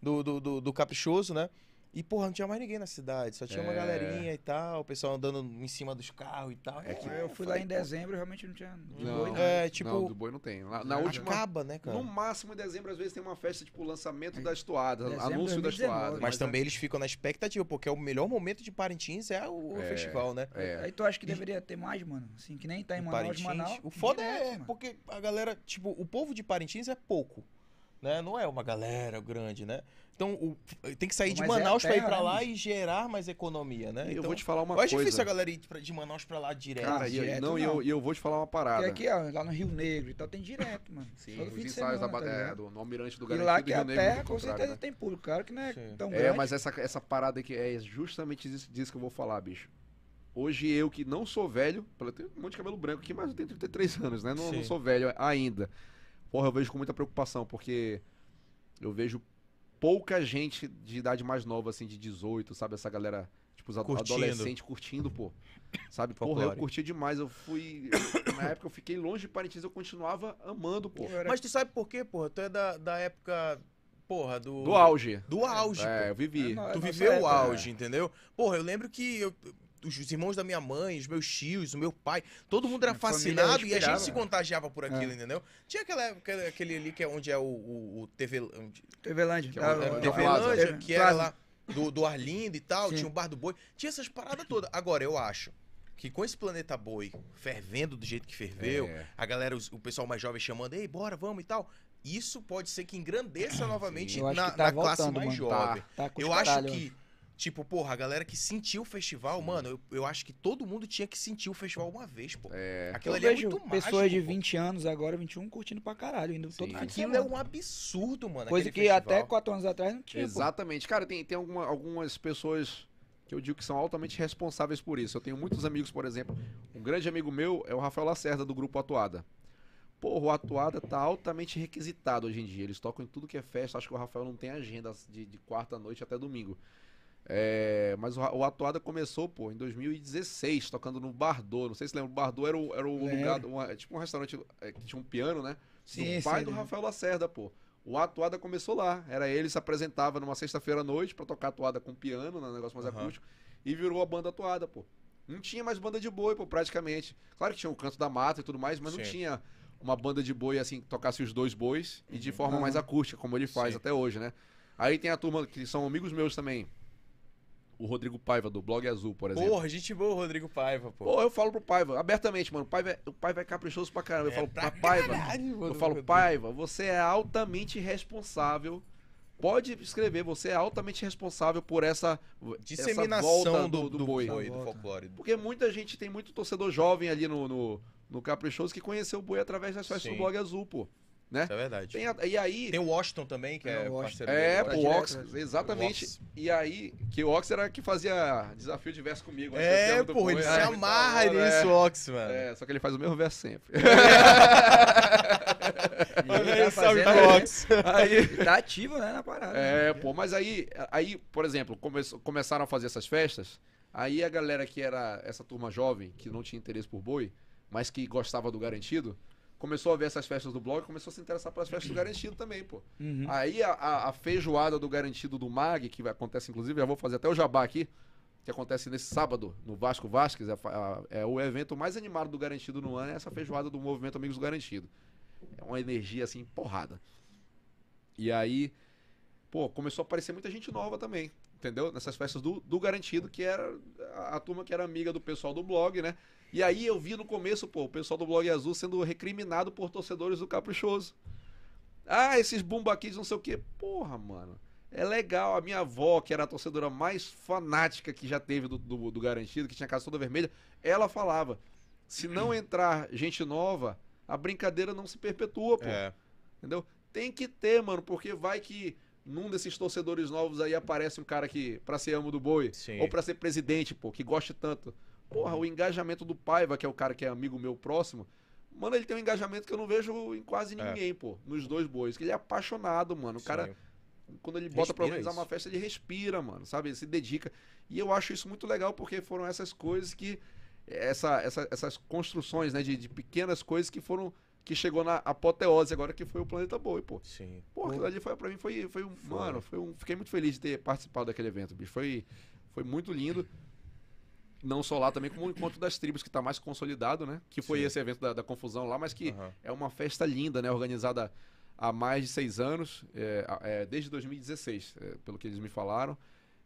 do Caprichoso, né? E, porra, não tinha mais ninguém na cidade, só tinha uma É. galerinha e tal, o pessoal andando em cima dos carros e tal. Eu fui lá em dezembro e realmente não tinha de Não, boi, não. É, tipo, não, do boi não tem. Na última... acaba, né, cara? No máximo, em dezembro, às vezes tem uma festa, tipo, lançamento das toadas, Dezembro anúncio das 2019. toadas. Mas também eles ficam na expectativa, porque é o melhor momento de Parintins é o festival, né? Aí tu acha que deveria ter mais, mano? Assim, que nem tá em Manaus, Manaus. O foda direto, é, mano. porque a galera, tipo, o povo de Parintins é pouco, né? Não é uma galera grande, né? Então, tem que sair de Mas é a Manaus pra ir terra, pra né, lá mano? e gerar mais economia, né? Eu Então, vou te falar uma eu acho coisa. difícil a galera ir de Manaus pra lá direto. Cara, direto não. E eu vou te falar uma parada. E aqui, ó, lá no Rio Negro e tal, tem direto, mano. Sim, Todo os fim de ensaios semana, tá ligado? no Almirante do E Garantido lá e que Rio a Negro terra, do com contrário, certeza né? tem público. Claro que não é Sim. tão grande. Mas essa parada que é justamente disso que eu vou falar, bicho. Hoje eu que não sou velho, eu tenho um monte de cabelo branco aqui, mas eu tenho 33 anos, né? Não Sim. sou velho ainda. Porra, eu vejo com muita preocupação, porque eu vejo pouca gente de idade mais nova, assim, de 18, sabe? Essa galera, tipo, os Curtindo. adolescentes curtindo, pô. Sabe? Porra, Folclore. eu curti demais. Na época eu fiquei longe de Parintins, eu continuava amando, pô. Eu era- Mas tu sabe por quê, porra? Tu é da época, porra, do... Do auge. Do auge, É, pô. eu vivi. É, Tu nossa viveu o época, auge, entendeu? Porra, eu lembro que os irmãos da minha mãe, os meus tios, o meu pai, todo mundo era A família fascinado e a gente respirava. se contagiava por aquilo, entendeu? Tinha aquele ali que é onde é o TV... Tevelândia. Que é Tá, o- Era é o o TV Plaza. Lândia, que era Plaza. lá do Arlindo e tal, Sim. tinha o Bar do Boi, tinha essas paradas todas. Agora, eu acho que com esse Planeta Boi fervendo do jeito que ferveu, É. a galera, o pessoal mais jovem chamando, ei, bora, vamos e tal, isso pode ser que engrandeça novamente Eu acho na, que tá na classe voltando, mais mano. jovem. Tá com Eu os acho caralho, que, tipo, porra, a galera que sentiu o festival, mano, eu acho que todo mundo tinha que sentir o festival uma vez, pô. Aquilo Eu ali é vejo muito pessoas mágico, de pô. 20 anos agora, 21, curtindo pra caralho, indo todo fim de Aquilo semana. é um absurdo, mano. Coisa aquele que festival. até 4 anos atrás não tinha, pô. Exatamente. Cara, tem algumas pessoas que eu digo que são altamente responsáveis por isso. Eu tenho muitos amigos, por exemplo. Um grande amigo meu é o Rafael Lacerda, do Grupo Atuada. Porra, o Atuada tá altamente requisitado hoje em dia. Eles tocam em tudo que é festa. Acho que o Rafael não tem agenda de quarta noite até domingo. Mas o Atuada começou, pô, em 2016, tocando no Bardot. Não sei se lembra. O Bardot era o lugar, tipo um restaurante que tinha um piano, né? Sim, do pai sim, do né? Rafael Lacerda, pô. O Atuada começou lá. Era ele se apresentava numa sexta-feira à noite pra tocar Atuada com piano, um negócio mais acústico, e virou a banda Atuada, pô. Não tinha mais banda de boi, pô, praticamente. Claro que tinha o Canto da Mata e tudo mais, mas não Sim. tinha uma banda de boi assim que tocasse os dois bois e de forma mais acústica, como ele faz Sim. até hoje, né? Aí tem a turma que são amigos meus também. O Rodrigo Paiva, do Blog Azul, por exemplo. Porra, gente boa, Rodrigo Paiva, pô. Pô, eu falo pro Paiva, abertamente, mano. O Paiva é caprichoso pra caramba. Eu falo, pra Paiva, caralho, mano, eu falo, Rodrigo. Paiva, você é altamente responsável. Pode escrever, você é altamente responsável por essa Disseminação volta do boi. boi, do Volta. folclore. Porque muita gente, tem muito torcedor jovem ali no Caprichoso que conheceu o boi através das festas Sim. do Blog Azul, pô. Né? Isso é verdade. E aí... Tem o Washington também, que é o Washington. parceiro É, dele. pô, o direto, Ox, né? exatamente. O Ox. E aí, que o Ox era que fazia desafio de verso comigo. acho que É, esse muito pô, bom, ele é, se muito amarra da hora, nisso, Ox, mano. É, só que ele faz o mesmo verso sempre. E Olha ele aí, tá salve fazendo pro aí, Ox. Aí, tá ativo, né, na parada. pô, mas aí, por exemplo, começaram a fazer essas festas, aí a galera que era essa turma jovem, que não tinha interesse por boi, mas que gostava do Garantido, começou a ver essas festas do blog e começou a se interessar pelas festas do Garantido também, pô. Aí a feijoada do Garantido do MAG, que acontece inclusive, já vou fazer até o jabá aqui, que acontece nesse sábado, no Vasco Vasquez, é o evento mais animado do Garantido no ano, é essa feijoada do Movimento Amigos do Garantido. É uma energia, assim, porrada. E aí, pô, começou a aparecer muita gente nova também, entendeu? Nessas festas do Garantido, que era a turma que era amiga do pessoal do blog, né? E aí eu vi no começo, pô, o pessoal do Blog Azul sendo recriminado por torcedores do Caprichoso. Ah, esses Bumba Kids não sei o quê. Porra, mano. É legal. A minha avó, que era a torcedora mais fanática que já teve do Garantido, que tinha a casa toda vermelha, ela falava, se não entrar gente nova, a brincadeira não se perpetua, pô. É. Entendeu? Tem que ter, mano, porque vai que num desses torcedores novos aí aparece um cara que pra ser amo do boi, Sim. ou pra ser presidente, pô, que goste tanto. Porra, o engajamento do Paiva, que é o cara que é amigo meu próximo, mano, ele tem um engajamento que eu não vejo em quase ninguém, pô, nos dois bois. Que ele é apaixonado, mano. O cara, quando ele bota pra Respira organizar isso. uma festa, ele respira, mano, sabe? Ele se dedica. E eu acho isso muito legal, porque foram essas coisas que... Essas construções, né, de pequenas coisas que chegou na apoteose agora, que foi o Planeta Boi, pô. Sim. Pô, aquilo ali pra mim foi um... Mano, fiquei muito feliz de ter participado daquele evento, bicho. Foi muito lindo. Não só lá também, como o Encontro das Tribos, que tá mais consolidado, né? Que foi Sim. esse evento da confusão lá, mas que Aham. é uma festa linda, né? Organizada há mais de 6 anos, desde 2016, pelo que eles me falaram.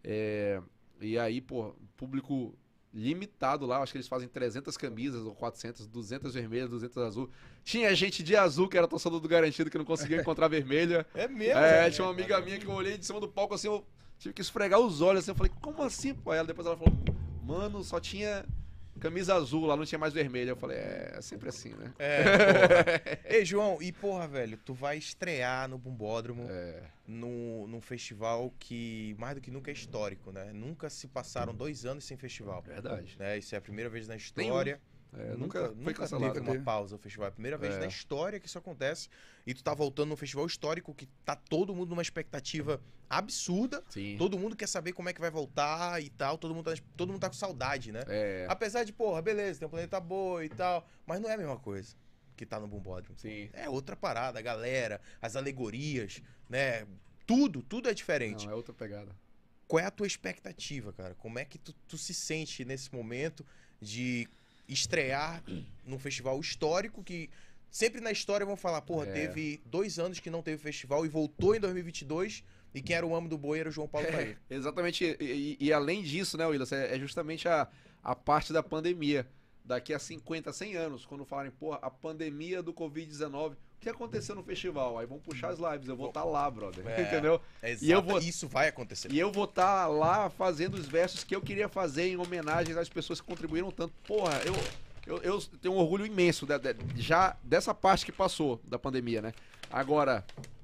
E aí, pô, público limitado lá, acho que eles fazem 300 camisas ou 400, 200 vermelhas, 200 azul. Tinha gente de azul que era torcedor do Garantido que não conseguia encontrar vermelha. É mesmo? Tinha uma amiga minha que eu olhei de cima do palco assim, eu tive que esfregar os olhos assim, eu falei, como assim, pô? Aí depois ela falou, mano, só tinha camisa azul lá, não tinha mais vermelha. Eu falei, é sempre assim, né? Porra. Ei, João, e porra, velho, tu vai estrear no Bumbódromo num festival que mais do que nunca é histórico, né? Nunca se passaram 2 anos sem festival. Verdade. Né? Isso é a primeira vez na história. Nunca foi cancelado. teve uma pausa o festival. É a primeira vez É. na história que isso acontece. E tu tá voltando num festival histórico que tá todo mundo numa expectativa absurda. Sim. Todo mundo quer saber como é que vai voltar e tal. Todo mundo tá com saudade, né? É. Apesar de, porra, beleza, tem um Planeta Boi e tal. Mas não é a mesma coisa que tá no Bumbódromo. Sim. É outra parada, a galera, as alegorias, né? Tudo é diferente. Não, é outra pegada. qual é a tua expectativa, cara? Como é que tu se sente nesse momento de estrear num festival histórico que sempre na história vão falar, porra, teve 2 anos que não teve festival e voltou em 2022 e quem era o amo do boi era o João Paulo Faria. Exatamente. E além disso, né, Willis, é justamente a parte da pandemia. Daqui a 50, 100 anos, quando falarem, porra, a pandemia do Covid-19, o que aconteceu no festival? Aí vão puxar as lives, eu vou estar lá, brother. Entendeu? Isso vai acontecer. E eu vou estar lá fazendo os versos que eu queria fazer em homenagem às pessoas que contribuíram tanto. Porra, eu tenho um orgulho imenso já dessa parte que passou da pandemia, né? Agora,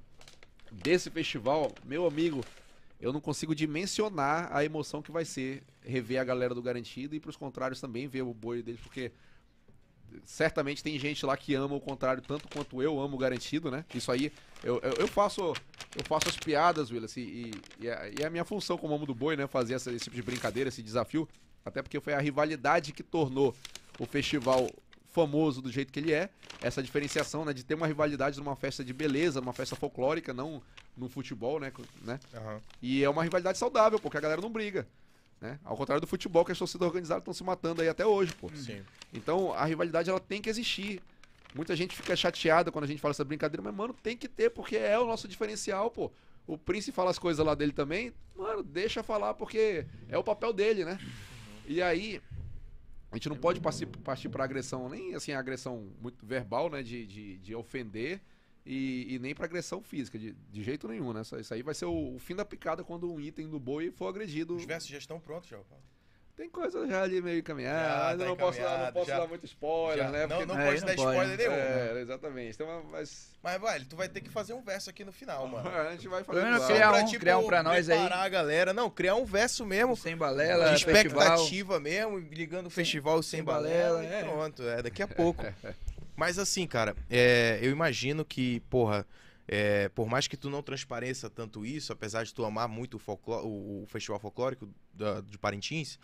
desse festival, meu amigo, eu não consigo dimensionar a emoção que vai ser rever a galera do Garantido e pros contrários também ver o boi deles, porque certamente tem gente lá que ama o contrário tanto quanto eu amo o Garantido, né? Isso aí, eu faço as piadas, Willis, e é a minha função como amo do boi, né? Fazer esse tipo de brincadeira, esse desafio, até porque foi a rivalidade que tornou o festival famoso do jeito que ele é, essa diferenciação, né, de ter uma rivalidade numa festa de beleza, numa festa folclórica, não no futebol, né? Uhum. E é uma rivalidade saudável, porque a galera não briga, né? Ao contrário do futebol, que as torcidas organizadas estão se matando aí até hoje, pô. Sim. Então, a rivalidade, ela tem que existir. Muita gente fica chateada quando a gente fala essa brincadeira, mas, mano, tem que ter, porque é o nosso diferencial, pô. O Prince fala as coisas lá dele também, mano, deixa falar, porque é o papel dele, né? E aí, a gente não pode partir pra agressão, nem assim, agressão muito verbal, né, de ofender, e nem pra agressão física, de jeito nenhum, né? Isso aí vai ser o fim da picada quando um item do boi for agredido. Os versos já estão prontos, João. Tem coisa já ali meio encaminhada, Já tá não posso já. dar muito spoiler, né? Não, Porque- não pode dar spoiler nenhum. exatamente. Então, mas Mas, tu vai ter que fazer um verso aqui no final, mano. a gente vai fazer Pelo menos igual. criar um pra nós aí. Preparar a galera. Não, criar um verso mesmo. Sem balela, De festival. expectativa mesmo, ligando o festival sem balela. balela, E pronto, daqui a pouco. Mas assim, cara, eu imagino que, porra, por mais que tu não transpareça tanto isso, apesar de tu amar muito o festival folclórico de Parintins,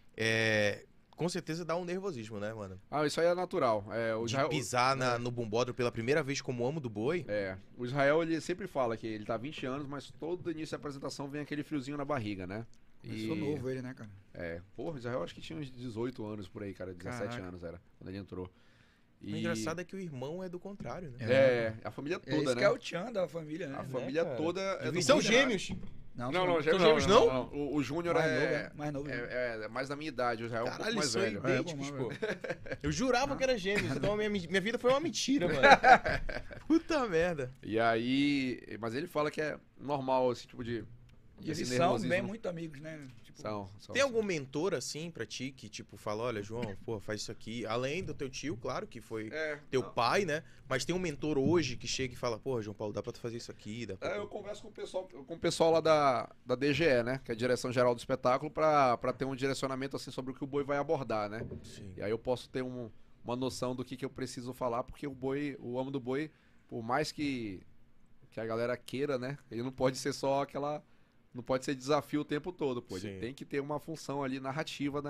com certeza dá um nervosismo, né, mano? Ah, isso aí é natural. De pisar no bumbódromo pela primeira vez como amo do boi. O Israel, ele sempre fala que ele tá há 20 anos, mas todo início da apresentação vem aquele friozinho na barriga, né? Começou novo ele, né, cara? Porra, o Israel acho que tinha uns 18 anos por aí, cara, 17 Caraca. anos era, quando ele entrou. O engraçado é que o irmão é do contrário, né? A família É toda, isso né? que é o tchan da família, né? A família cara? toda é do E são Júnior, gêmeos. Não, Não, gêmeos não? O Júnior mais novo. é mais da minha idade, o Israel é um pouco Caralho, mais são velho. idênticos, bom, pô. Eu jurava que era gêmeos, então minha vida foi uma mentira, mano. Puta merda. E aí, mas ele fala que é normal esse tipo de E esse eles são nervosismo. bem muito amigos, né? Tipo, São. Tem algum mentor, assim, pra ti, que, tipo, fala, olha, João, pô, faz isso aqui. Além do teu tio, claro, que foi teu pai, né? Mas tem um mentor hoje que chega e fala, pô, João Paulo, dá pra tu fazer isso aqui? Dá pra Eu converso com o pessoal lá da DGE, né? Que é a Direção Geral do Espetáculo, pra ter um direcionamento assim sobre o que o boi vai abordar, né? Sim. E aí eu posso ter uma noção do que eu preciso falar, porque o amo do boi, por mais que a galera queira, né? Ele não pode ser só aquela... Não pode ser desafio o tempo todo, pô. Ele Sim. tem que ter uma função ali narrativa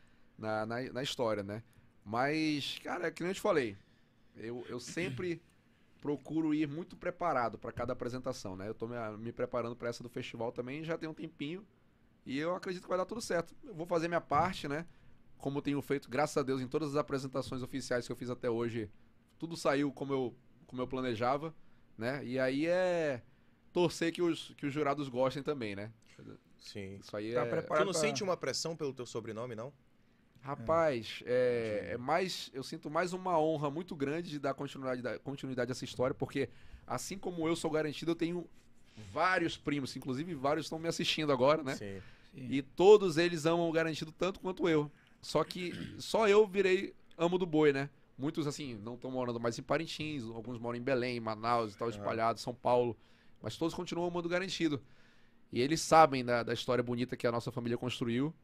na história, né? Mas, cara, é que nem eu te falei. Eu sempre procuro ir muito preparado para cada apresentação, né? Eu tô me preparando para essa do festival também já tem um tempinho. E eu acredito que vai dar tudo certo. Eu vou fazer minha parte, né? Como eu tenho feito, graças a Deus, em todas as apresentações oficiais que eu fiz até hoje, tudo saiu como eu planejava, né? E aí torcer que os jurados gostem também, né? Sim. Isso aí Tá preparado. Tu não sente uma pressão pelo teu sobrenome, não? Rapaz, eu sinto mais uma honra muito grande de dar continuidade a essa história, porque assim como eu sou garantido, eu tenho vários primos, inclusive vários estão me assistindo agora, né? Sim. E todos eles amam o garantido tanto quanto eu. Só que só eu virei amo do boi, né? Muitos, assim, não estão morando mais em Parintins, alguns moram em Belém, Manaus e tal, espalhados, São Paulo. Mas todos continuam amando o garantido. E eles sabem da história bonita que a nossa família construiu.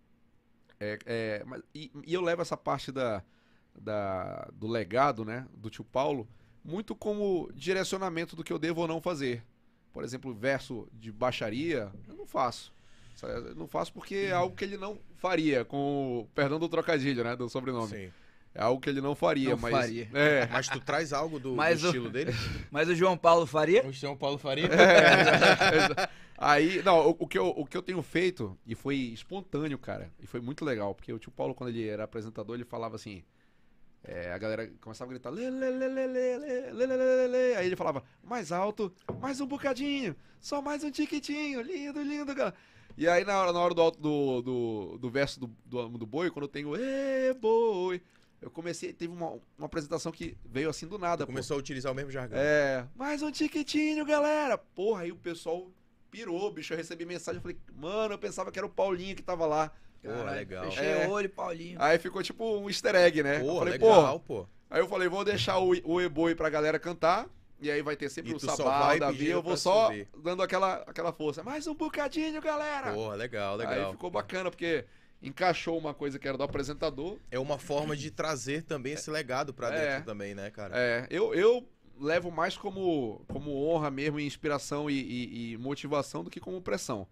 E eu levo essa parte do legado, né, do tio Paulo, muito como direcionamento do que eu devo ou não fazer. Por exemplo, verso de baixaria, eu não faço. Eu não faço porque é algo que ele não faria, com o perdão do trocadilho, né, do sobrenome. Sim. É algo que ele não faria, Não mas... faria. Mas tu traz algo do Mas estilo dele? Mas o João Paulo faria? O João Paulo faria? Aí, não, o que eu tenho feito, e foi espontâneo, cara, e foi muito legal, porque o tio Paulo, quando ele era apresentador, ele falava assim, a galera começava a gritar, lê, lê, lê, lê, lê, lê, lê, lê, lê, lê. Aí ele falava, mais alto, mais um bocadinho, só mais um tiquitinho, lindo, lindo, cara. E aí na hora do verso do boi, quando eu tenho, boi, eu comecei, teve uma apresentação que veio assim do nada, Começou a utilizar o mesmo jargão. mais um tiquitinho, galera. Porra, aí o pessoal pirou, bicho. Eu recebi mensagem, eu falei, mano, eu pensava que era o Paulinho que tava lá. Porra, legal. Fechei o olho, Paulinho. Aí ficou tipo um easter egg, né? Eu Porra, falei, legal, pô. Aí eu falei, vou deixar o e-boi pra galera cantar. E aí vai ter sempre E o tu só Sabá, vai o Davi. pedindo Eu vou pra só subir. dando aquela força. Mais um bocadinho, galera. Porra, legal, Aí legal. ficou bacana, porque encaixou uma coisa que era do apresentador. É uma forma de trazer também esse legado pra dentro também, né, cara? Eu levo mais como honra mesmo, e inspiração e motivação do que como pressão.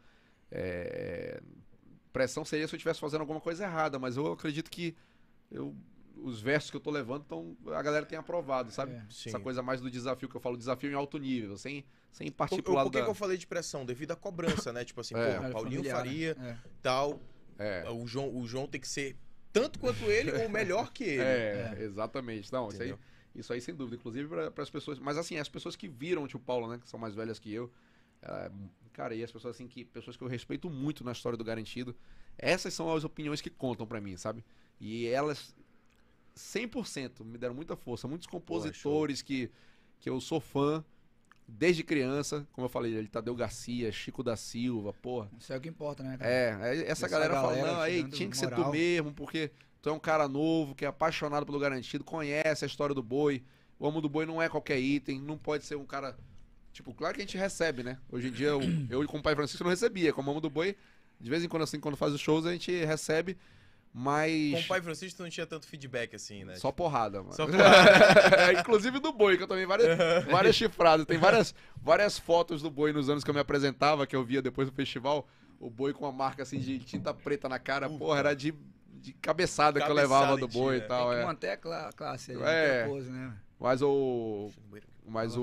Pressão seria se eu estivesse fazendo alguma coisa errada, mas eu acredito que os versos que eu tô levando, a galera tem aprovado, sabe? Sim. Essa coisa mais do desafio que eu falo, desafio em alto nível, sem Por particular que eu falei de pressão? Devido à cobrança, né? Tipo assim, É. porra, Paulinho Familiar, Faria, né? tal. É. O João tem que ser tanto quanto ele ou melhor que ele. Exatamente. Não, Entendeu? isso aí sem dúvida. Inclusive para as pessoas. Mas assim, as pessoas que viram o tio Paulo, né? Que são mais velhas que eu. Cara, e as pessoas assim pessoas que eu respeito muito na história do Garantido. Essas são as opiniões que contam pra mim, sabe? E elas 100% me deram muita força. Muitos compositores que eu sou fã desde criança. Como eu falei, ele Tadeu Garcia, Chico da Silva, porra. Isso é o que importa, né, cara? Essa Essa galera fala, galera não, aí dando tinha que ser tu moral. mesmo, porque tu é um cara novo, que é apaixonado pelo Garantido, conhece a história do boi. O amo do boi não é qualquer item, não pode ser um cara. Tipo, claro que a gente recebe, né? Hoje em dia, eu com o pai Francisco não recebia. Como amo do boi, de vez em quando, assim, quando faz os shows, a gente recebe, mas. Com o pai Francisco tu não tinha tanto feedback assim, né? Só porrada, mano. Só porrada. Inclusive do boi, que eu tomei várias chifradas. Tem várias fotos do boi nos anos que eu me apresentava, que eu via depois do festival. O boi com uma marca assim de tinta preta na cara. Porra, era de cabeçada que eu levava do boi e Cabeçada em ti, tal. Tem que manter a classe ali, É. manter a pose, né? Mas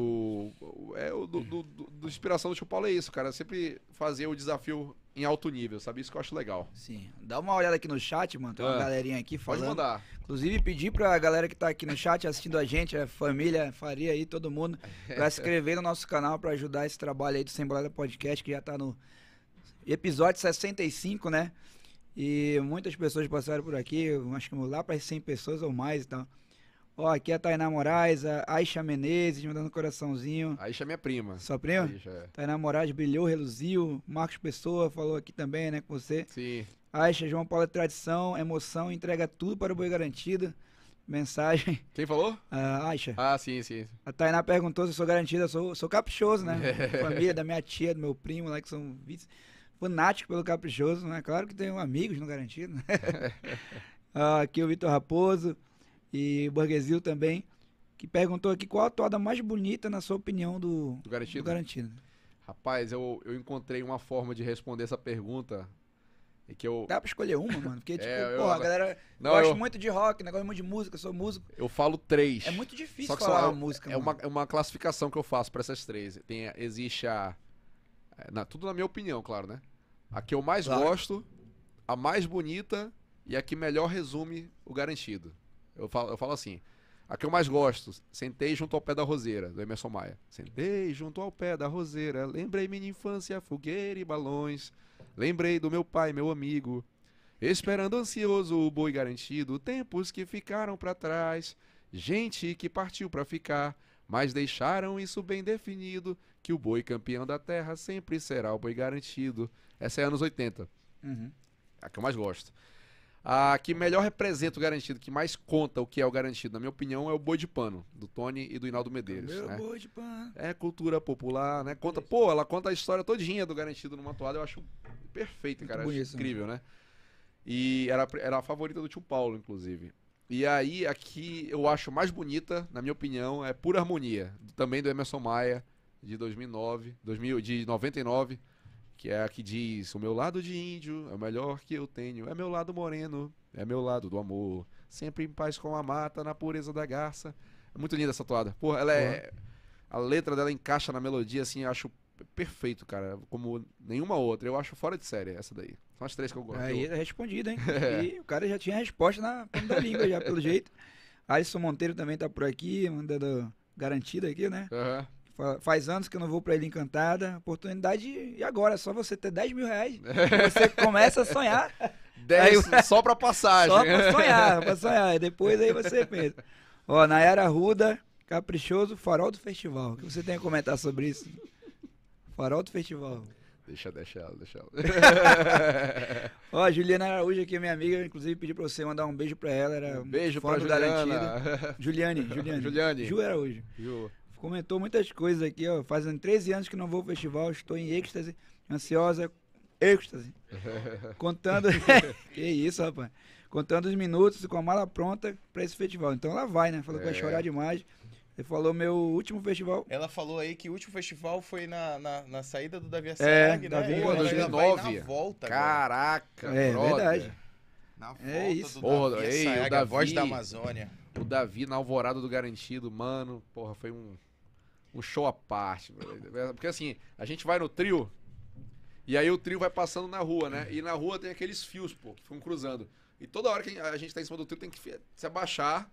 do inspiração do tio Paulo é isso, cara. Sempre fazer o desafio em alto nível, sabe? Isso que eu acho legal. Sim. Dá uma olhada aqui no chat, mano. Tem uma galerinha aqui Pode falando. mandar. Inclusive, pedir pra galera que tá aqui no chat assistindo a gente, a família Faria aí, todo mundo, pra se inscrever no nosso canal pra ajudar esse trabalho aí do Sem Balela Podcast, que já tá no episódio 65, né? E muitas pessoas passaram por aqui, eu acho que lá para 100 pessoas ou mais e tal. Ó, aqui é a Tainá Moraes, a Aisha Menezes, mandando um coraçãozinho. Aisha é minha prima. Sua prima? Aisha, Tainá Moraes brilhou, reluziu. Marcos Pessoa falou aqui também, né, com você. Sim. Aisha, João Paulo é tradição, emoção, entrega tudo para o Boi Garantido. Mensagem. Quem falou? A Aisha. Ah, sim, sim. A Tainá perguntou se eu sou garantida. Sou caprichoso, né? Família da minha tia, do meu primo lá, que são fanáticos pelo caprichoso, né? Claro que tenho amigos no Garantido, né? Aqui o Vitor Raposo e o Burguesil também, que perguntou aqui qual a toada mais bonita, na sua opinião, do Garantido. Rapaz, eu encontrei uma forma de responder essa pergunta. E que eu... Dá pra escolher uma, mano? Porque, tipo, a galera gosta muito de rock, negócio muito de música, sou músico. Eu falo 3. É muito difícil Só que falar uma música, é uma classificação que eu faço pra essas 3. Existe tudo na minha opinião, claro, né? A que eu mais gosto, a mais bonita e a que melhor resume o Garantido. Eu falo assim, a que eu mais gosto, Sentei junto ao pé da roseira, do Emerson Maia. Sentei junto ao pé da roseira, lembrei minha infância, fogueira e balões. Lembrei do meu pai, meu amigo, esperando ansioso o boi garantido, tempos que ficaram pra trás, gente que partiu pra ficar, mas deixaram isso bem definido, que o boi campeão da terra sempre será o boi garantido. Essa é anos 80. Uhum. A que eu mais gosto. A que melhor representa o Garantido, que mais conta o que é o Garantido, na minha opinião, é o Boi de Pano, do Tony e do Hinaldo Medeiros. Meu Né? boi de pano. É cultura popular, né? Ela conta a história todinha do Garantido numa toada, eu acho perfeito, cara. bonito, Acho incrível, né? E era a favorita do tio Paulo, inclusive. E aí, aqui eu acho mais bonita, na minha opinião, é Pura Harmonia, também do Emerson Maia, de 99, que é a que diz: o meu lado de índio é o melhor que eu tenho, é meu lado moreno, é meu lado do amor, sempre em paz com a mata, na pureza da garça. É muito linda essa toada. Porra, a letra dela encaixa na melodia, assim, eu acho perfeito, cara. Como nenhuma outra. Eu acho fora de série essa daí. São as 3 que eu gosto. Aí é respondido, hein? E o cara já tinha a resposta na ponta da língua, já, pelo jeito. Alisson Monteiro também tá por aqui, mandando garantida aqui, né? Aham. Faz anos que eu não vou pra Ilha Encantada. Oportunidade, e agora? É só você ter 10 mil reais. Você começa a sonhar. 10 só pra passagem. Só pra sonhar, pra sonhar. Depois aí você pensa. Ó, Nayara Arruda, caprichoso, farol do festival. O que você tem a comentar sobre isso? Farol do festival. Deixa ela. Ó, a Juliana Araújo aqui, minha amiga, inclusive pediu pra você mandar um beijo pra ela. Era Beijo fã pra do Juliana. Garantido. Juliane. Ju Araújo. Ju. Comentou muitas coisas aqui, ó. Fazem 13 anos que não vou ao festival, estou em êxtase, ansiosa, êxtase. Contando. Que isso, rapaz. Contando os minutos com a mala pronta pra esse festival. Então ela vai, né? Falou que vai chorar demais. Ele falou meu último festival. Ela falou aí que o último festival foi na saída do Davi Assayag, né? Davi, E Pô, ela 2009. vai na volta, Caraca, É, brother. verdade. Na volta É isso. do Porra, Davi ei, o Assayag, a Davi- voz da Amazônia. O Davi na alvorada do Garantido, mano, porra, foi um show à parte. Porque assim, a gente vai no trio, e aí o trio vai passando na rua, né? E na rua tem aqueles fios, pô, que ficam cruzando. E toda hora que a gente tá em cima do trio tem que se abaixar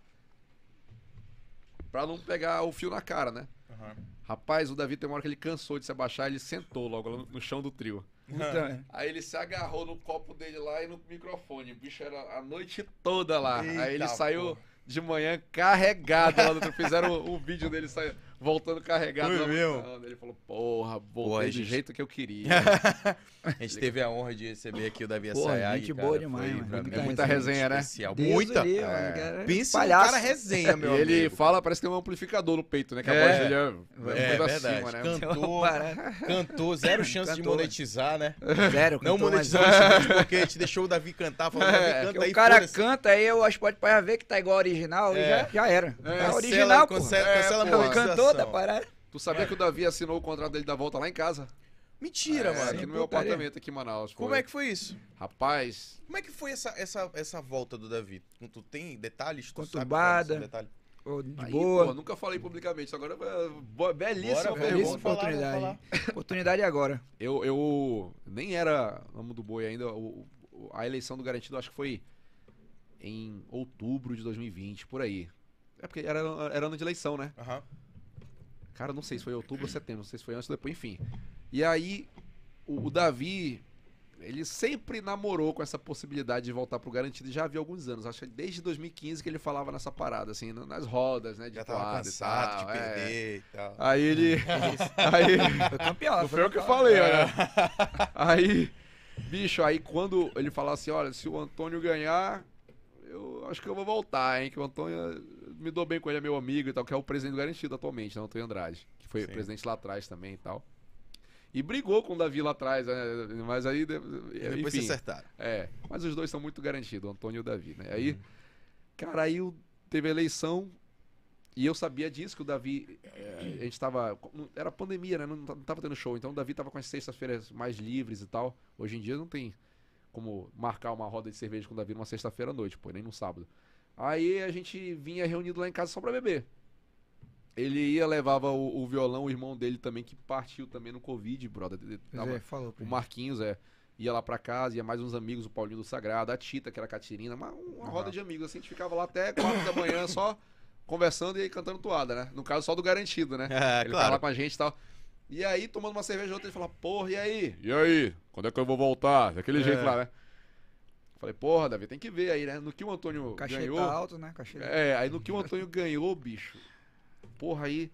pra não pegar o fio na cara, né? Aham. Rapaz, o Davi tem uma hora que ele cansou de se abaixar, ele sentou logo lá no chão do trio. Então, Aí ele se agarrou no copo dele lá e no microfone. O bicho era a noite toda lá. Eita, Aí ele saiu porra. de manhã carregado lá do trio. Fizeram o vídeo dele voltando carregado. Foi lá mesmo? voltando. Ele falou, porra, voltei Porra, do gente. jeito que eu queria. A gente teve a honra de receber aqui o Davi Porra, Assayag, gente cara. boa demais, Foi, mano. pra Muita mim, muita resenha, né? especial. Deus Muita. o livre, mano, cara. Pensa no Palhaço. cara resenha, meu E ele amigo. fala, parece que tem um amplificador no peito, né? Que a É. voz dele É muito verdade. acima, né? Cantou, zero chance de Cantou. monetizar, né? Zero, Não cantou, mas- monetizou esse vídeo porque a gente deixou o Davi cantar, falou, Davi, canta Porque aí, o cara foda-se. canta aí, o Spotify ver que tá igual ao original e já era. É original, pô. Cancela a pô. monetização. Cantou, tá parado. Tu sabia que o Davi assinou o contrato dele da volta lá em casa? Mentira, Aqui mano. no meu putaria. apartamento aqui em Manaus. Como é que foi isso? Rapaz, Como é que foi essa volta do Davi? Tu tem detalhes? Tu sabe Conturbada. qual é esse detalhe? Pô, de aí, boa. pô, nunca falei publicamente. Agora, belíssima Bora, pergunta. Belíssima vamos falar, oportunidade. vamos Oportunidade agora. Eu nem era amo do boi ainda. A eleição do Garantido acho que foi em outubro de 2020, por aí. É porque era ano de eleição, né? Aham. Cara, não sei se foi outubro ou setembro, não sei se foi antes ou depois, enfim. E aí, o Davi, ele sempre namorou com essa possibilidade de voltar pro Garantido já havia alguns anos. Acho que desde 2015 que ele falava nessa parada, assim, nas rodas, né? De Já tava toada e cansado tal, de perder e tal. Aí ele. aí, Foi campeão. não foi eu que falei, olha. Aí, bicho, aí quando ele falava assim, olha, se o Antônio ganhar, eu acho que eu vou voltar, hein? Que o Antônio, me dou bem com ele, é meu amigo e tal, que é o presidente do Garantido atualmente, né? O Antônio Andrade, que foi Sim. presidente lá atrás também e tal. E brigou com o Davi lá atrás, né? Mas aí, E depois se enfim, acertaram. mas os dois são muito garantidos, o Antônio e o Davi, né? Aí, cara, aí teve a eleição e eu sabia disso, que o Davi, a gente tava, era pandemia, né? Não tava tendo show, então o Davi tava com as sextas-feiras mais livres e tal. Hoje em dia não tem como marcar uma roda de cerveja com o Davi numa sexta-feira à noite, pô, nem no sábado. Aí a gente vinha reunido lá em casa só pra beber. Ele ia, levava o violão, o irmão dele também, que partiu também no Covid, brother. Ele tava- Falou. o Marquinhos, ia lá pra casa, ia mais uns amigos, o Paulinho do Sagrado, a Tita, que era a Catirina, uma roda de amigos, assim, a gente ficava lá até 4 da manhã só conversando e aí cantando toada, né? No caso, só do Garantido, né? É, Ele claro. tava lá com a gente e tal. E aí, tomando uma cerveja outra, ele falava, porra, e aí? E aí? Quando é que eu vou voltar? Daquele jeito lá, né? Falei, porra, Davi, tem que ver aí, né? No que o Antônio Cachê ganhou... tá alto, né? Cachê. Aí no que o Antônio ganhou, bicho. Porra, aí.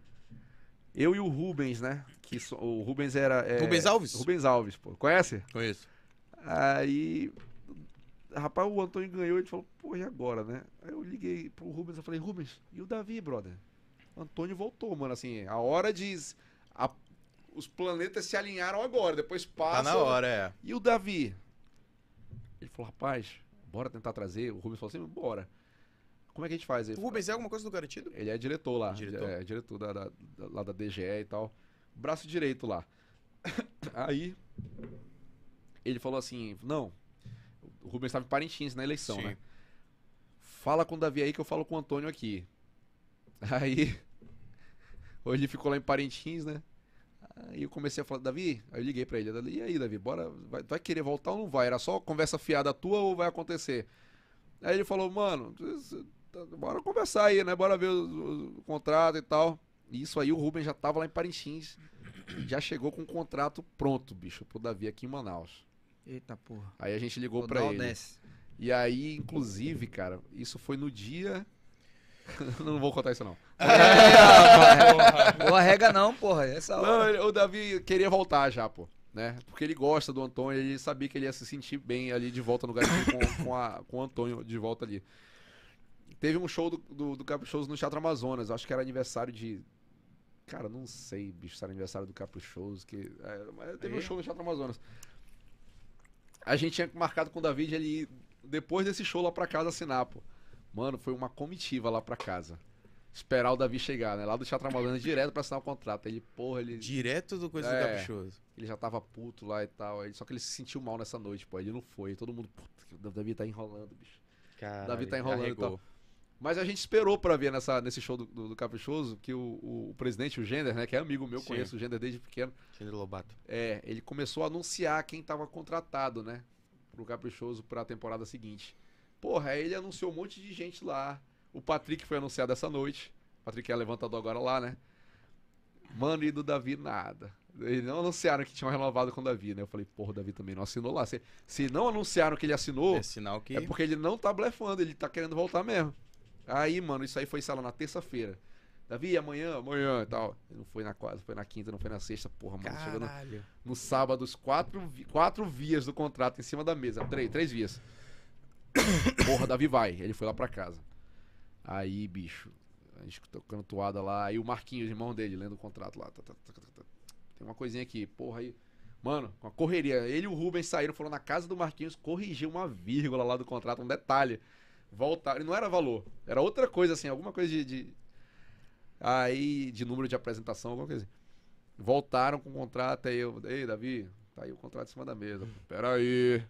Eu e o Rubens, né? O Rubens era. Rubens Alves? Rubens Alves, pô. Conhece? Conheço. Aí. Rapaz, o Antônio ganhou e ele falou, pô, e agora, né? Aí eu liguei pro Rubens e falei, Rubens, e o Davi, brother? O Antônio voltou, mano. Assim, a hora de. Os planetas se alinharam agora, depois passa. Tá na hora, é. E o Davi? Ele falou, rapaz, bora tentar trazer. O Rubens falou assim, bora. Como é que a gente faz? O Rubens é alguma coisa do Garantido? Ele é diretor lá. Diretor? É, diretor lá da DGE e tal. Braço direito lá. Aí, ele falou assim, não, o Rubens estava em Parintins na eleição, Sim. né? Fala com o Davi aí que eu falo com o Antônio aqui. Aí, hoje ele ficou lá em Parintins, né? Aí eu comecei a falar, Davi, aí eu liguei pra ele, e aí, Davi, bora, vai querer voltar ou não vai? Era só conversa fiada tua ou vai acontecer? Aí ele falou, mano, bora conversar aí, né? Bora ver o contrato e tal. E isso aí o Rubens já tava lá em Parintins, já chegou com o contrato pronto, bicho, pro Davi aqui em Manaus. Eita porra. Aí a gente ligou O pra dó ele. desce. E aí, inclusive, cara, isso foi no dia... Não vou contar isso não. Não arrega não, porra. Essa hora. Não, o Davi queria voltar já, pô. Né? Porque ele gosta do Antônio, ele sabia que ele ia se sentir bem ali de volta no Garantido com o Antônio de volta ali. Teve um show do Caprichoso no Teatro Amazonas, acho que era aniversário de... Cara, não sei, bicho, se era aniversário do Caprichoso, mas teve um show no Teatro Amazonas. A gente tinha marcado com o Davi ele ir, depois desse show lá pra casa assinar, pô. Mano, foi uma comitiva lá pra casa. Esperar o Davi chegar, né? Lá do Teatro Amazonas, direto pra assinar o contrato. Ele, porra, ele... Direto do coisa do Caprichoso. Ele já tava puto lá e tal. Só que ele se sentiu mal nessa noite, pô. Ele não foi. Todo mundo, puta, o Davi tá enrolando, bicho. Caralho, O Davi tá enrolando arregou. e tal. Mas a gente esperou pra ver nesse show do Caprichoso que o presidente, o Gender, né? Que é amigo meu, Sim. conheço o Gender desde pequeno. Gender Lobato. Ele começou a anunciar quem tava contratado, né? Pro Caprichoso pra temporada seguinte. Porra, aí ele anunciou um monte de gente lá. O Patrick foi anunciado essa noite. O Patrick é levantador agora lá, né? Mano, e do Davi, nada. Eles não anunciaram que tinham renovado com o Davi, né? Eu falei, porra, o Davi também não assinou lá. Se não anunciaram que ele assinou, É sinal que... é porque ele não tá blefando, ele tá querendo voltar mesmo. Aí, mano, isso aí foi, sei lá, na terça-feira. Davi, amanhã e tal. Ele não foi na quarta, foi na quinta, não foi na sexta. Porra, mano, chegou no sábado, os quatro vias do contrato em cima da mesa. Três vias. Porra, Davi vai. Ele foi lá pra casa. Aí, bicho, a gente tocando toada lá. Aí o Marquinhos, irmão dele, lendo o contrato lá. Tem uma coisinha aqui. Porra, aí... Mano, com a correria. Ele e o Rubens saíram, foram na casa do Marquinhos, corrigir uma vírgula lá do contrato, um detalhe. Voltaram. E não era valor. Era outra coisa, assim, alguma coisa Aí, de número de apresentação, alguma coisa assim. Voltaram com o contrato, aí eu... Ei, Davi, tá aí o contrato em cima da mesa. Pera aí.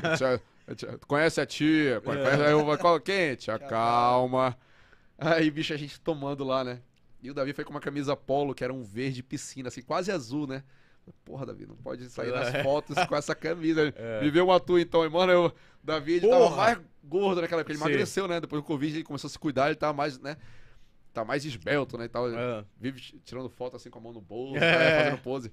Tu conhece a tia? Quem? Tia, calma. Aí, bicho, a gente tomando lá, né? E o Davi foi com uma camisa polo, que era um verde piscina, assim, quase azul, né? Porra, Davi, não pode sair nas fotos com essa camisa. Viveu uma tua, então. E, mano, o Davi, ele tava mais gordo naquela época. Ele emagreceu, né? Depois do Covid, ele começou a se cuidar, ele tava mais, né? Tá mais esbelto, né? E tal. Vive tirando foto, assim, com a mão no bolso, fazendo pose.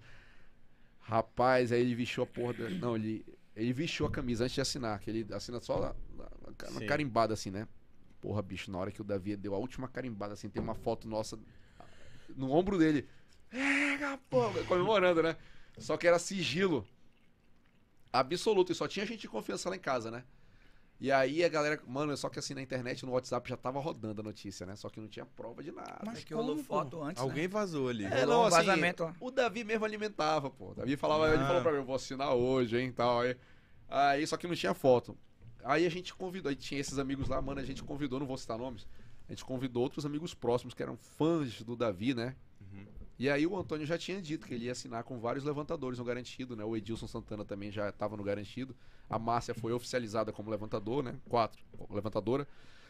Rapaz, aí ele vestiu a porra... Não, ele vestiu a camisa antes de assinar, que ele assina só na carimbada, assim, né? Porra, bicho, na hora que o Davi deu a última carimbada, assim, tem uma foto nossa no ombro dele. Porra, comemorando, né? Só que era sigilo absoluto, e só tinha gente de confiança lá em casa, né? E aí a galera, mano, só que assim na internet, no WhatsApp já tava rodando a notícia, né? Só que não tinha prova de nada. Mas que rolou foto antes, Alguém vazou ali. Rolou um vazamento lá. O Davi mesmo alimentava, pô. O Davi falava, ele falou pra mim, eu vou assinar hoje, hein, tal. Aí só que não tinha foto. Aí a gente convidou, aí tinha esses amigos lá, mano, a gente convidou, não vou citar nomes, a gente convidou outros amigos próximos que eram fãs do Davi, né? E aí o Antônio já tinha dito que ele ia assinar com vários levantadores no Garantido, né? O Edilson Santana também já estava no Garantido. A Márcia foi oficializada como levantador, né? 4 levantadora.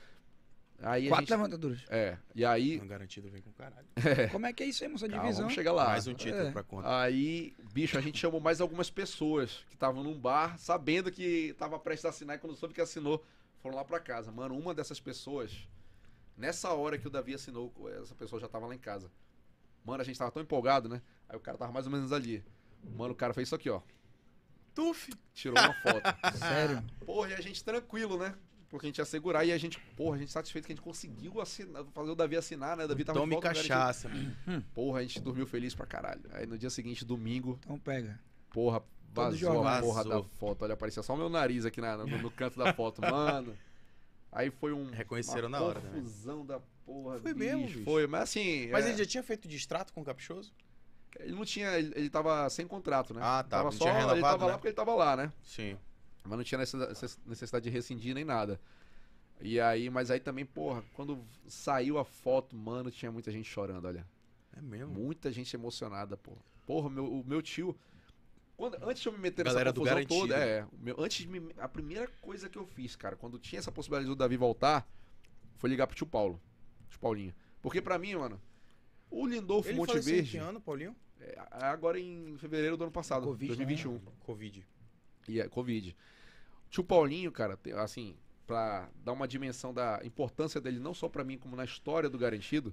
Aí 4 levantadores. E aí... No Garantido vem com caralho. Como é que é isso aí, moça? Calma, Divisão? vamos chegar lá. Mais um título pra conta. Aí, bicho, a gente chamou mais algumas pessoas que estavam num bar, sabendo que tava prestes a assinar, e quando soube que assinou, foram lá pra casa. Mano, uma dessas pessoas, nessa hora que o Davi assinou, essa pessoa já tava lá em casa. Mano, a gente tava tão empolgado, né? Aí o cara tava mais ou menos ali. Mano, o cara fez isso aqui, ó. Tuf! Tirou uma foto. Sério? Porra, e a gente tranquilo, né? Porque a gente ia segurar e a gente satisfeito que a gente conseguiu assinar, fazer o Davi assinar, né? O Davi tava Tome de volta, cachaça, mano. Porra, a gente dormiu feliz pra caralho. Aí no dia seguinte, domingo, Então pega. porra, vazou a porra Vazou. da foto. Olha, aparecia só o meu nariz aqui no canto da foto, mano. Aí foi Reconheceram uma na hora, né? confusão da porra, Foi mesmo, bicho. Foi, mas assim... Mas ele já tinha feito distrato com o Caprichoso? Ele não tinha... Ele tava sem contrato, né? Ah, tá. Tava Não só, tinha renovado, ele tava né? lá porque ele tava lá, né? Sim. Mas não tinha necessidade de rescindir nem nada. E aí, mas aí também, porra, quando saiu a foto, mano, tinha muita gente chorando, olha. É mesmo? Muita gente emocionada, pô. Porra, o meu tio... antes de eu me meter Galera nessa do confusão Garantido. toda, a primeira coisa que eu fiz, cara, quando tinha essa possibilidade do Davi voltar, foi ligar pro tio Paulo. Tio Paulinho. Porque pra mim, mano, o Lindolfo Ele Monte faleceu em Verde... que ano, Paulinho? Agora em fevereiro do ano passado, Covid, 2021. Covid. E é Covid. Tio Paulinho, cara, assim, pra dar uma dimensão da importância dele, não só pra mim, como na história do Garantido,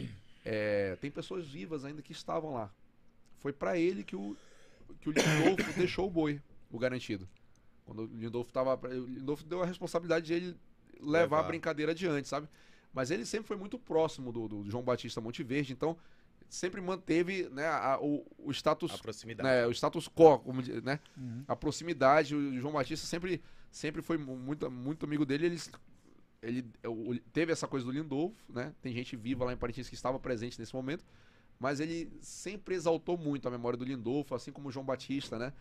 tem pessoas vivas ainda que estavam lá. Foi pra ele que o Lindolfo deixou o boi, o Garantido. Quando o Lindolfo o Lindolfo deu a responsabilidade de ele levar a brincadeira adiante, sabe? Mas ele sempre foi muito próximo do João Batista Monteverde, então sempre manteve, né, o status... A proximidade. Né, o status quo, como, né? A proximidade. O João Batista sempre foi muito amigo dele. Ele teve essa coisa do Lindolfo, né? Tem gente viva lá em Parintins que estava presente nesse momento, mas ele sempre exaltou muito a memória do Lindolfo, assim como o João Batista, né?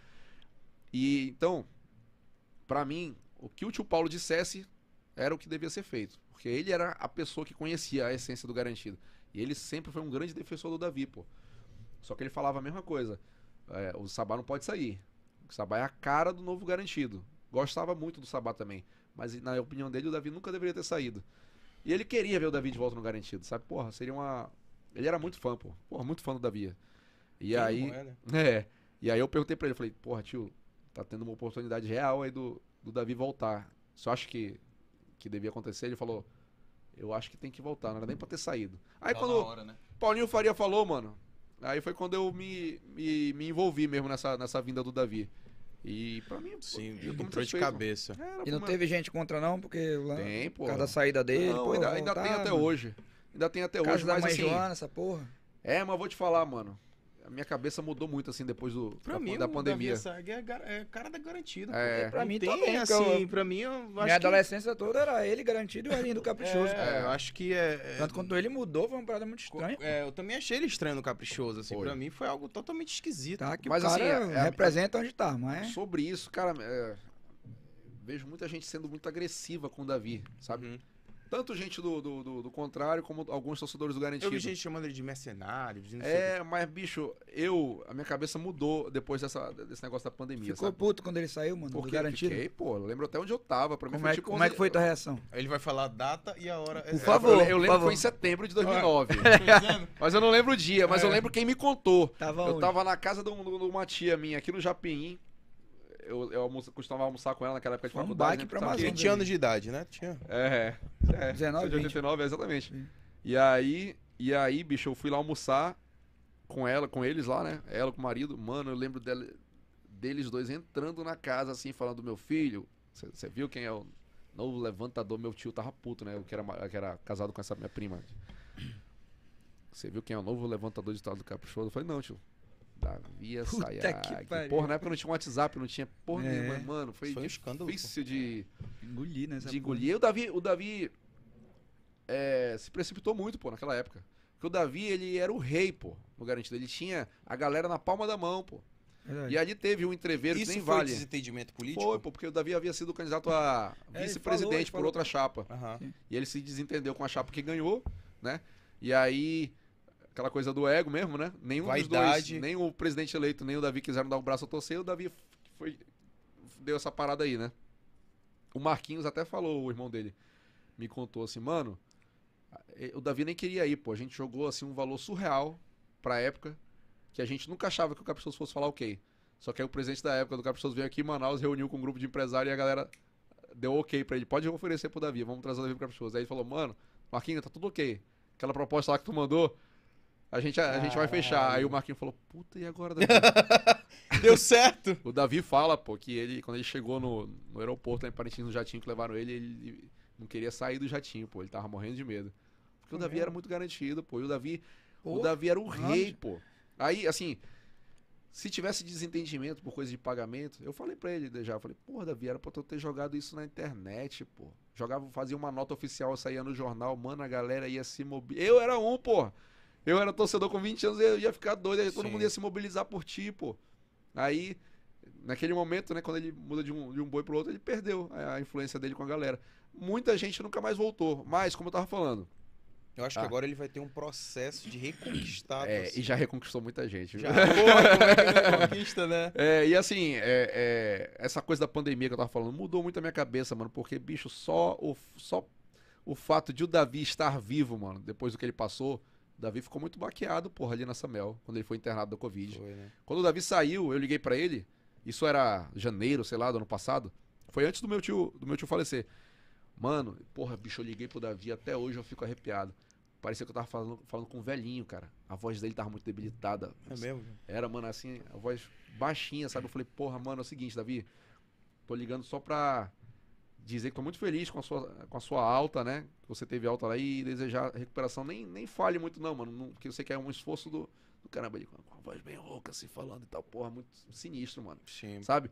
E então, pra mim, o que o tio Paulo dissesse era o que devia ser feito, porque ele era a pessoa que conhecia a essência do Garantido. E ele sempre foi um grande defensor do Davi, pô. Só que ele falava a mesma coisa. O Sabá não pode sair. O Sabá é a cara do novo Garantido. Gostava muito do Sabá também. Mas na opinião dele, o Davi nunca deveria ter saído. E ele queria ver o Davi de volta no Garantido, sabe? Porra, seria uma... Ele era muito fã, pô. Porra, muito fã do Davi. E Quem aí... não é, né? E aí eu perguntei pra ele, falei, porra, tio, tá tendo uma oportunidade real aí do Davi voltar. Você acha que devia acontecer? Ele falou... Eu acho que tem que voltar, não era nem pra ter saído. Aí quando hora, né? Paulinho Faria falou, mano, aí foi quando eu me envolvi mesmo nessa vinda do Davi. E pra mim, Sim, eu tô muito entrou de satisfeito, cabeça. mano. E não teve gente contra não, porque lá, Tem, pô. por causa da saída dele, Não, pô, ainda tem até hoje. Ainda tem até Casa hoje, da mas mãe assim... Joana, essa porra. Mas vou te falar, mano. A minha cabeça mudou muito, assim, depois Pra mim, da o pandemia. Davi Assag é cara da garantida. Pra Não mim tem, também, assim, pra mim, eu acho Minha que... adolescência toda era ele garantido e o Arlindo Caprichoso. eu acho que Tanto quando ele mudou, foi uma parada muito estranha. eu também achei ele estranho no Caprichoso, assim. Foi. Pra mim foi algo totalmente esquisito. Tá, que Mas, o cara assim, representa onde tá, mas... Sobre isso, cara, vejo muita gente sendo muito agressiva com o Davi, sabe? Uhum. Tanto gente do contrário, como alguns torcedores do Garantido. Eu vi gente chamando ele de mercenário, de não sei o quê. Mas, bicho, a minha cabeça mudou depois desse negócio da pandemia, Ficou sabe? puto quando ele saiu, mano, Porque do garantido. fiquei, pô, eu lembro até onde eu tava. Pra mim Como, foi é, tipo como é que foi tua reação? Aí ele vai falar a data e a hora. Por favor. Eu lembro por que favor. foi em setembro de 2009. Tá Mas eu não lembro o dia, mas eu lembro quem me contou. Tava Eu onde? tava na casa de uma tia minha aqui no Japim. Eu costumava almoçar com ela naquela época de Foi um faculdade. baque pra Sabe Amazônia. que- Ele tinha anos de idade, né? Tinha. 19, de 89, exatamente. E aí, bicho, eu fui lá almoçar com eles lá, né? Ela com o marido. Mano, eu lembro deles dois entrando na casa, assim, falando: meu filho, você viu quem é o novo levantador? Meu tio tava puto, né? Que era casado com essa minha prima. Você viu quem é o novo levantador de tal do Caprichoso? Eu falei: não, tio. Davi Puta que pariu. Porra, na época não tinha um WhatsApp, não tinha porra nenhuma, mano. Foi Foi um escândalo, difícil de Engoli, né? essa engolir. E o Davi se precipitou muito, pô, naquela época. Porque o Davi, ele era o rei, pô, no Garantido. Ele tinha a galera na palma da mão, pô. porra. E ali teve um entreveiro Isso que nem foi vale. desentendimento político? Foi, pô, porque o Davi havia sido candidato a ele vice-presidente por falou. outra chapa. Aham. E ele se desentendeu com a chapa que ganhou, né? E aí, aquela coisa do ego mesmo, né? Nenhum dos Vaidade. dois, nem o presidente eleito, nem o Davi quiseram dar um braço a torcer, o Davi deu essa parada aí, né? O Marquinhos até falou, o irmão dele, me contou assim, mano, o Davi nem queria ir, pô, a gente jogou assim um valor surreal pra época, que a gente nunca achava que o Caprichoso fosse falar ok. Só que aí o presidente da época do Caprichoso veio aqui em Manaus, reuniu com um grupo de empresários e a galera deu ok pra ele, pode oferecer pro Davi, vamos trazer o Davi pro Caprichoso. Aí ele falou, mano, Marquinhos, tá tudo ok. Aquela proposta lá que tu mandou, a gente vai fechar. Aí o Marquinhos falou, puta, e agora, Davi? Deu certo! O Davi fala, pô, que ele, quando ele chegou no aeroporto lá em Parintins, no jatinho que levaram ele não queria sair do jatinho, pô, ele tava morrendo de medo. Porque o Davi era muito garantido, pô, e o Davi era o rei, pô. Aí, assim, se tivesse desentendimento por coisa de pagamento, eu falei pra ele já, eu falei, porra, Davi, era pra tu ter jogado isso na internet, pô. Fazia uma nota oficial, saía no jornal, mano, a galera ia se mobilizar. Eu era pô. Eu era torcedor com 20 anos, eu ia ficar doido, aí todo mundo ia se mobilizar por ti, pô. Aí, naquele momento, né, quando ele muda de um boi pro outro, ele perdeu a influência dele com a galera. Muita gente nunca mais voltou, mas, como eu tava falando... Eu acho que agora ele vai ter um processo de reconquistar. E já reconquistou muita gente. Já, porra, como é que ele reconquista, né? E assim, essa coisa da pandemia que eu tava falando mudou muito a minha cabeça, mano, porque, bicho, só o fato de o Davi estar vivo, mano, depois do que ele passou, O Davi ficou muito baqueado, porra, ali na Samel, quando ele foi internado da Covid. Foi, né? Quando o Davi saiu, eu liguei pra ele, isso era janeiro, sei lá, do ano passado, foi antes do meu tio falecer. Mano, porra, bicho, eu liguei pro Davi, até hoje eu fico arrepiado. Parecia que eu tava falando com um velhinho, cara. A voz dele tava muito debilitada. É mesmo? Era, mano, assim, a voz baixinha, sabe? Eu falei, porra, mano, é o seguinte, Davi, tô ligando só pra dizer que tô muito feliz com a sua alta, né? Que você teve alta lá e desejar recuperação. Nem fale muito não, mano, porque eu sei que é um esforço do caramba. Ele com a voz bem rouca, assim, falando e tal, porra, muito sinistro, mano. Sim. Sabe?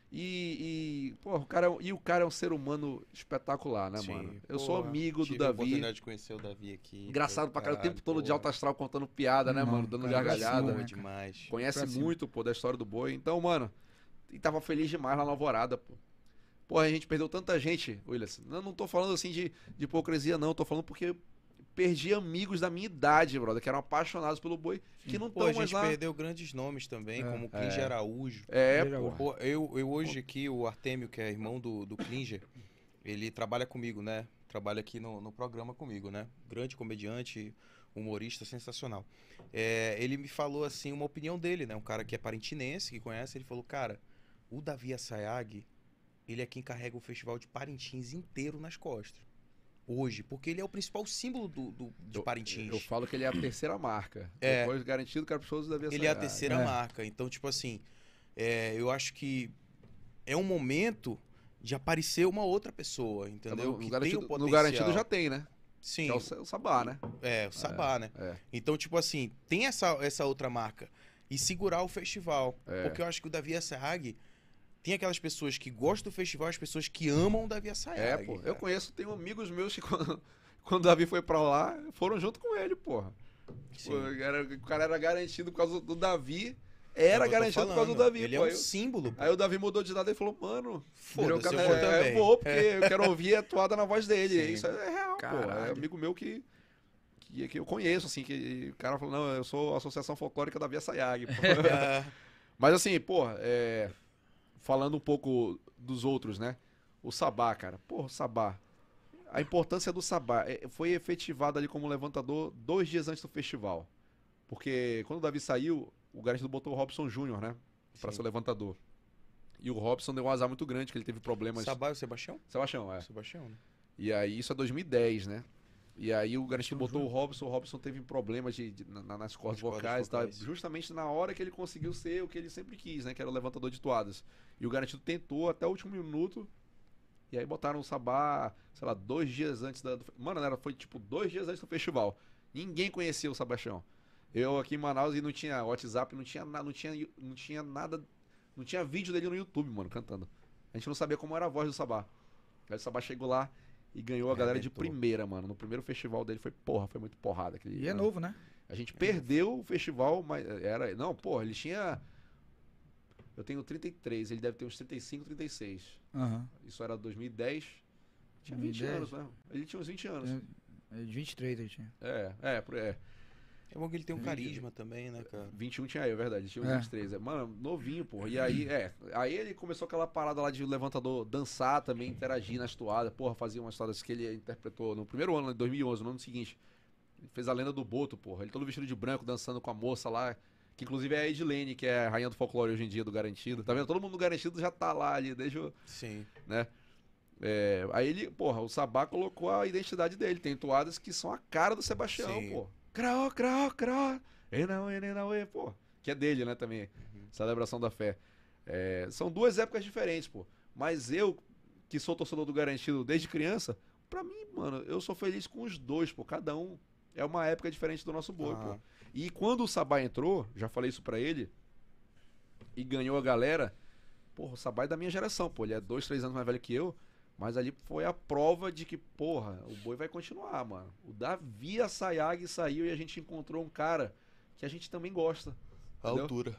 Porra, o cara é um ser humano espetacular, né, Sim, mano? Eu sou porra, amigo do tive a Davi. oportunidade de conhecer o Davi aqui. Engraçado pra caralho, o tempo todo de porra. alto astral contando piada, né, Não, mano? Dando cara, gargalhada. pra Boa cima, demais. Conhece Pra cima. muito, pô, da história do boi. Então, mano, e tava feliz demais lá na Alvorada, pô. Porra, a gente perdeu tanta gente, Willis. Não tô falando assim de hipocrisia, não. Tô falando porque perdi amigos da minha idade, brother, que eram apaixonados pelo boi, que não Pô, a estão mais gente lá. perdeu grandes nomes também, como o Klinger Araújo. Pô. Pô, eu hoje aqui, o Artêmio, que é irmão do Klinger, ele trabalha comigo, né? Trabalha aqui no programa comigo, né? Grande comediante, humorista, sensacional. Ele me falou, assim, uma opinião dele, né? Um cara que é parintinense, que conhece, ele falou, cara, o Davi Assayag, ele é quem carrega o festival de Parintins inteiro nas costas. Hoje, porque ele é o principal símbolo de Parintins. Eu falo que ele é a terceira marca. É. Depois garantido que era pessoas da Ele é a terceira marca. Então, tipo assim, eu acho que é um momento de aparecer uma outra pessoa, entendeu? No garantido já tem, né? Sim. Que é o Sabá, né? O Sabá, né? É. Então, tipo assim, tem essa outra marca. E segurar o festival. É. Porque eu acho que o Davi Assayag tem aquelas pessoas que gostam do festival e as pessoas que amam o Davi Assayag. Pô. Cara. Eu conheço, tenho amigos meus que quando o Davi foi pra lá, foram junto com ele, porra. Pô, o cara era garantido por causa do Davi. Era garantido por causa do Davi, ele pô. É um símbolo. Pô. Aí o Davi mudou de lado e falou, mano, Foda-se, eu eu vou também. vou, porque eu quero ouvir a atuada na voz dele. Sim. Isso é real, pô. É amigo meu que eu conheço, assim, que o cara falou, não, eu sou a Associação Folclórica Davi Assayag, pô. Mas assim, porra, falando um pouco dos outros, né? O Sabá, cara. Porra, o Sabá. A importância do Sabá foi efetivada ali como levantador 2 dias antes do festival. Porque quando o Davi saiu, o garantido botou o Robson Júnior, né? Pra Sim. ser levantador. E o Robson deu um azar muito grande, que ele teve problemas... Sabá e o Sebastião? Sebastião, Sebastião, né? E aí, isso é 2010, né? E aí o garantido botou o Robson teve problemas nas cordas vocais e tal. Justamente na hora que ele conseguiu ser o que ele sempre quis, né? Que era o levantador de toadas. E o garantido tentou até o último minuto. E aí botaram o Sabá, sei lá, 2 dias antes da... Mano, foi tipo 2 dias antes do festival. Ninguém conhecia o Sebastião. Eu aqui em Manaus e não tinha WhatsApp, não tinha nada... Não tinha vídeo dele no YouTube, mano, cantando. A gente não sabia como era a voz do Sabá. Aí o Sabá chegou lá e ganhou a galera de primeira, mano. No primeiro festival dele foi muito porrada. E é novo, né? A gente perdeu o festival, mas era... Não, porra, ele tinha... Eu tenho 33, ele deve ter uns 35, 36. Uhum. Isso era 2010. Tinha 20 anos, né? Ele tinha uns 20 anos. É de 23 ele tinha. É bom que ele tem um carisma também, né, cara? 21 tinha eu, verdade. Ele tinha uns 23. Mano, novinho, porra. E aí, aí ele começou aquela parada lá de levantador dançar também, interagir nas toadas. Porra, fazia umas toadas que ele interpretou no primeiro ano, em 2011, no ano seguinte. Ele fez a Lenda do Boto, porra. Ele todo vestido de branco, dançando com a moça lá, que inclusive é a Edilene, que é a rainha do folclore hoje em dia, do Garantido. Tá vendo? Todo mundo do Garantido já tá lá ali, desde o... Sim. Né? Aí ele, porra, o Sabá colocou a identidade dele. Tem toadas que são a cara do Sebastião, Sim. pô. Cró, cró, cró. Enauê, pô. Que é dele, né, também. Celebração da fé. São 2 épocas diferentes, pô. Mas eu, que sou torcedor do Garantido desde criança, pra mim, mano, eu sou feliz com os dois, pô. Cada um é uma época diferente do nosso boi, pô. E quando o Sabá entrou, já falei isso pra ele, e ganhou a galera, porra, o Sabá é da minha geração, pô. Ele é 2, 3 anos mais velho que eu. Mas ali foi a prova de que, porra, o boi vai continuar, mano. O Davi Assayag saiu e a gente encontrou um cara que a gente também gosta. A altura.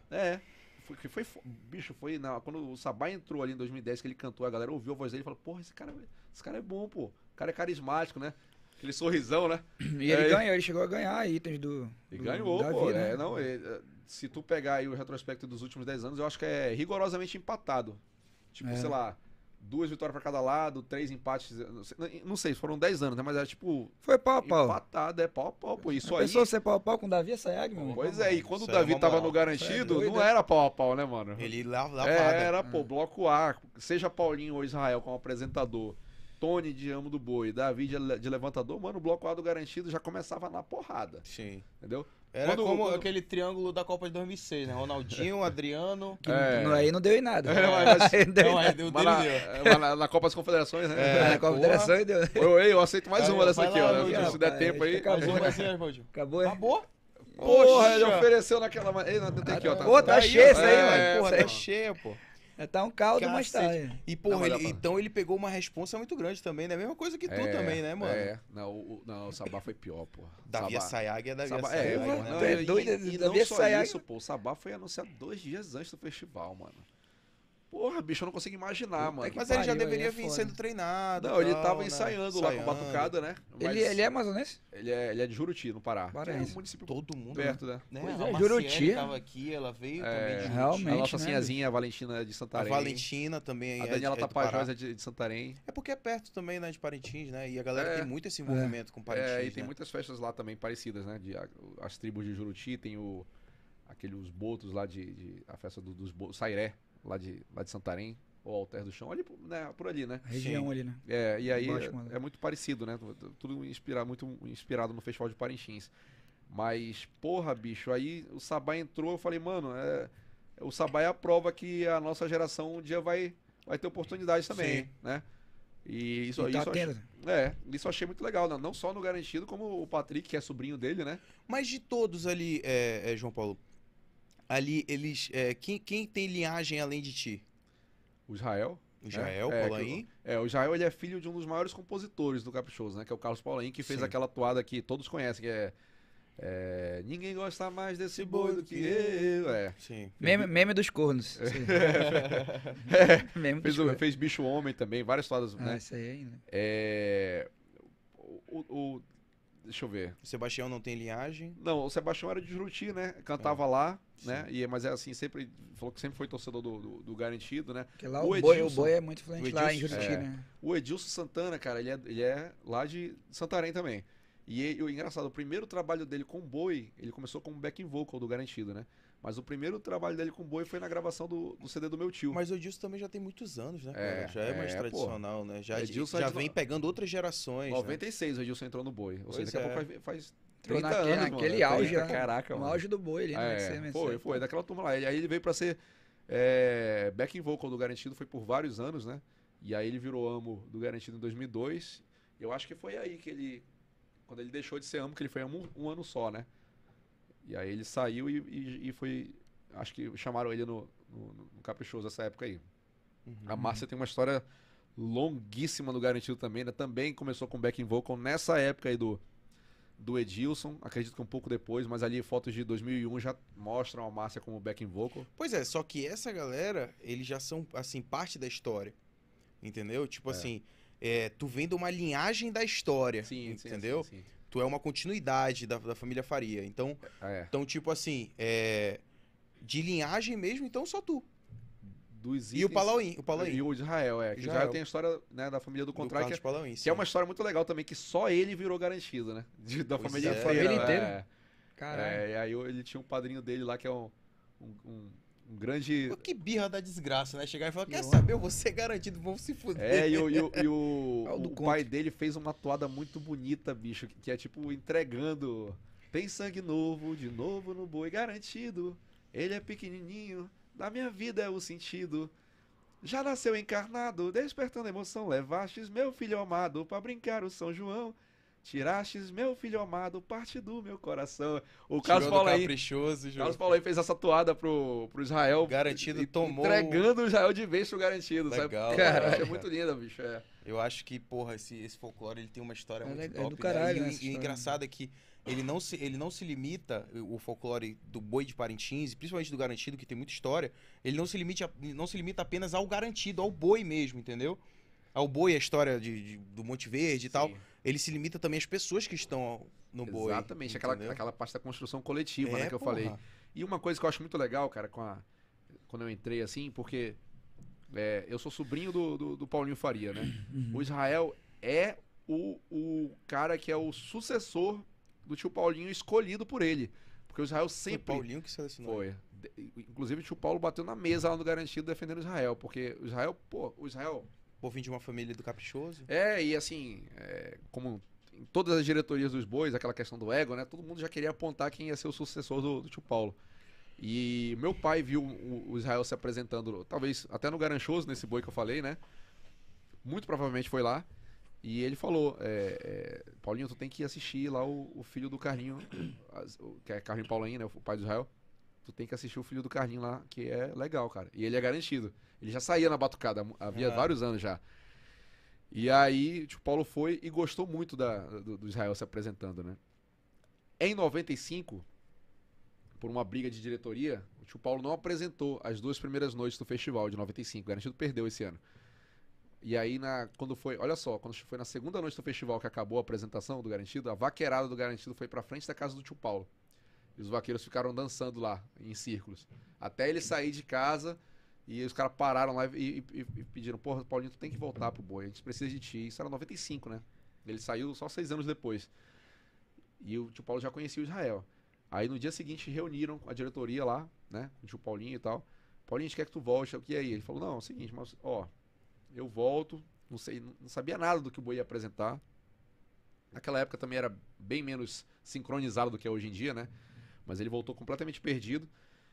Bicho, quando o Sabá entrou ali em 2010, que ele cantou, a galera ouviu a voz dele e falou, porra, esse cara é bom, pô. O cara é carismático, né? Aquele sorrisão, né? E ele chegou a ganhar itens do ganhou, Davi, pô. né? Se tu pegar aí o retrospecto dos últimos 10 anos, eu acho que é rigorosamente empatado. Tipo, sei lá, 2 vitórias pra cada lado, 3 empates. Não sei, foram 10 anos, né? Mas era tipo. Foi pau a pau. Empatado, pau a pau, pô. Isso aí. Pensou ser pau a pau com o Davi Sayag, meu irmão? Pois é, e quando Isso o Davi é uma tava moral. no garantido, Isso é doido, não era pau a pau, né, mano? Ele lavada. Era, pô, bloco A, seja Paulinho ou Israel como apresentador, Tony de Amo do Boi, Davi de levantador, mano, o bloco A do garantido já começava na porrada, Sim. entendeu? Era como aquele triângulo da Copa de 2006, né? Ronaldinho, Adriano... Aí não deu em nada. Mas- Aí não deu em Não, nada. aí deu Mas na Copa das Confederações, né? Na Confederação e deu. Eu aceito mais Aí, uma dessa vai aqui, lá, ó. Valdir. Se der Rapaz, tempo aí. acabou. Mais uma assim, né, Valdir? Acabou, é? Acabou? Porra, ele Poxa. ofereceu naquela. Ei, não tem aqui, ó. Pô, tá cheio isso aí, é, mano. Porra, sei tá lá. cheia, pô. Tá um caldo, mas tá. Cacete. E, porra, Não, mas ele- dá pra- então ele pegou uma responsa muito grande também, né? Mesma coisa que tu também, né, mano? Não, o Sabá foi pior, pô. Davi Sayag é Davi Sabá, Sayag, porra, né? não, Tu é doido, e Davi não só Sayag. isso, pô. O Sabá foi anunciado 2 dias antes do festival, mano. Porra, bicho, eu não consigo imaginar, mano. Mas ele já pariu, deveria aí é vir foda. sendo treinado. Não, ele tal, tava né? ensaiando lá com Batucada, né? Mas Ele é amazonense? ele é de Juruti, no Pará. Paraense. Que é um município Todo mundo, perto, né? né? Pois A é, Marciele Juruti. tava aqui, ela veio É, também de Juruti. realmente. A nossa né, sinhazinha, a Valentina de A Santarém. Valentina também A é Daniela de Pará. Tapajós é de Santarém. É porque é perto também, né, de Parintins, né? E a galera É. tem muito esse envolvimento com Parintins, É, e tem né? muitas festas lá também parecidas, né? As tribos de Juruti, tem os botos lá a festa dos botos, Sairé, lá de Santarém, ou Alter do Chão, ali, né, por ali, né? A região Sim. ali, né? E aí Gosto, mano. é muito parecido, né? Tudo muito inspirado no Festival de Parintins. Mas, porra, bicho, aí o Sabá entrou, eu falei, mano, o Sabá é a prova que a nossa geração um dia vai ter oportunidade também, Sim. né? E isso, E tá isso eu achei- tendo. isso eu achei muito legal, né? Não só no Garantido, como o Patrick, que é sobrinho dele, né? Mas de todos ali, João Paulo, ali eles... quem tem linhagem além de ti? O Israel. O Israel, né? Paulaim? O Israel, ele é filho de um dos maiores compositores do Caprichoso, né? Que é o Carlos Paulaim, que fez Sim. aquela toada que todos conhecem, que é Ninguém gosta mais desse boi do que eu. Sim. Meme dos cornos. Meme dos cornos. Fez Bicho Homem também, várias toadas, Ah, né? isso aí ainda. Deixa eu ver. O Sebastião não tem linhagem. Não, o Sebastião era de Juruti, né? Cantava lá, né? Mas é assim, falou que sempre foi torcedor do Garantido, né? Porque lá O o boi Edilson. é muito influente O lá em Edilson, Juruti, né? O Edilson Santana, cara, ele é lá de Santarém também. E o engraçado, o primeiro trabalho dele com boi, ele começou como backing vocal do Garantido, né? Mas o primeiro trabalho dele com boi foi na gravação do CD do meu tio. Mas o Edilson também já tem muitos anos, né, cara? É, Já é mais pô. tradicional, né? Já Edilson já é de vem no- pegando outras gerações, né? 96 o Edilson entrou no boi. Ou Pois seja, daqui a é. pouco faz Entrou 30 anos, naquele mano. auge, 30, né? caraca, No mano. auge do boi ali, né? Foi, daquela turma lá. Aí ele veio pra ser backing vocal do Garantido, foi por vários anos, né? E aí ele virou amo do Garantido em 2002. Eu acho que foi aí que ele, quando ele deixou de ser amo, que ele foi amo um ano só, né? E aí ele saiu e foi, acho que chamaram ele no Caprichoso essa época aí. A Márcia tem uma história longuíssima no Garantido também, né? Também começou com backing vocal nessa época aí do Edilson, acredito que um pouco depois, mas ali fotos de 2001 já mostram a Márcia como backing vocal. Pois é, só que essa galera, eles já são, assim, parte da história. Entendeu? Tipo assim, tu vem de uma linhagem da história. Entendeu? Sim. Tu é uma continuidade da família Faria. Então, tipo assim, de linhagem mesmo, então só tu. Dos E o itens- Paulaim. E o Israel, que Israel. Israel tem a história, né, da família do Do contrário, Carlos Paulaim, que é uma história muito legal também, que só ele virou garantido, né? Da Pois família é. inteira. Da família inteira? Caralho. E aí ele tinha um padrinho dele lá que é um grande... Pô, que birra da desgraça, né? Chegar e falar, quer Que saber, eu vou ser garantido, vão se fuder. E É o do o pai dele fez uma toada muito bonita, bicho, que é tipo entregando. Tem sangue novo, de novo no boi, garantido. Ele é pequenininho, da minha vida é o sentido. Já nasceu encarnado, despertando emoção. Levastes meu filho amado pra brincar o São João. Tirastes meu filho amado, parte do meu coração. O Carlos Tirou do Paulaim. caprichoso, Carlos Paulaim fez essa toada pro Israel. Garantido tomou... Entregando o Israel de vez pro garantido, Legal, sabe? legal, Cara, é cara. muito linda, bicho. Eu acho que, porra, esse folclore ele tem uma história muito É top, do caralho, né? né, E essa o história. engraçado é que ele não se limita, o folclore do boi de Parintins, principalmente do Garantido, que tem muita história, ele não se limita apenas ao Garantido, ao boi mesmo, entendeu? Ao boi, a história do Monte Verde e tal. Ele se limita também às pessoas que estão no boi. Exatamente, entendeu? aquela parte da construção coletiva, né, que eu porra. falei. E uma coisa que eu acho muito legal, cara, quando eu entrei assim, porque eu sou sobrinho do Paulinho Faria, né? O Israel é o cara que é o sucessor do tio Paulinho escolhido por ele. Porque o Israel sempre... Foi o Paulinho que selecionou. Foi. Inclusive o tio Paulo bateu na mesa lá no Garantido defendendo o Israel. Porque o Israel, Pô, vim de uma família do Caprichoso. e assim, como em todas as diretorias dos bois, aquela questão do ego, né? Todo mundo já queria apontar quem ia ser o sucessor do tio Paulo. E meu pai viu o Israel se apresentando, talvez até no Garanchoso, nesse boi que eu falei, né? Muito provavelmente foi lá. E ele falou, Paulinho, tu tem que assistir lá o filho do Carlinho, que é Carlinho Paulain, né? O pai do Israel. Tu tem que assistir o filho do Carlinho lá, que é legal, cara. E ele é garantido. Ele já saía na batucada, havia vários anos já. E aí, o tio Paulo foi e gostou muito do Israel se apresentando, né? Em 95, por uma briga de diretoria, o tio Paulo não apresentou as 2 primeiras noites do festival de 95. O Garantido perdeu esse ano. E aí, quando foi na segunda noite do festival que acabou a apresentação do Garantido, a vaqueirada do Garantido foi pra frente da casa do tio Paulo. E os vaqueiros ficaram dançando lá, em círculos. Até ele sair de casa, e os caras pararam lá e pediram, porra, Paulinho, tu tem que voltar pro boi, a gente precisa de ti. Isso era 95, né? Ele saiu só 6 anos depois. E o tio Paulo já conhecia o Israel. Aí no dia seguinte reuniram a diretoria lá, né? Com o tio Paulinho e tal. Paulinho, a gente quer que tu volte. E aí? Ele falou, não, é o seguinte, mas eu volto, não sabia nada do que o boi ia apresentar. Naquela época também era bem menos sincronizado do que é hoje em dia, né? Mas ele voltou completamente perdido.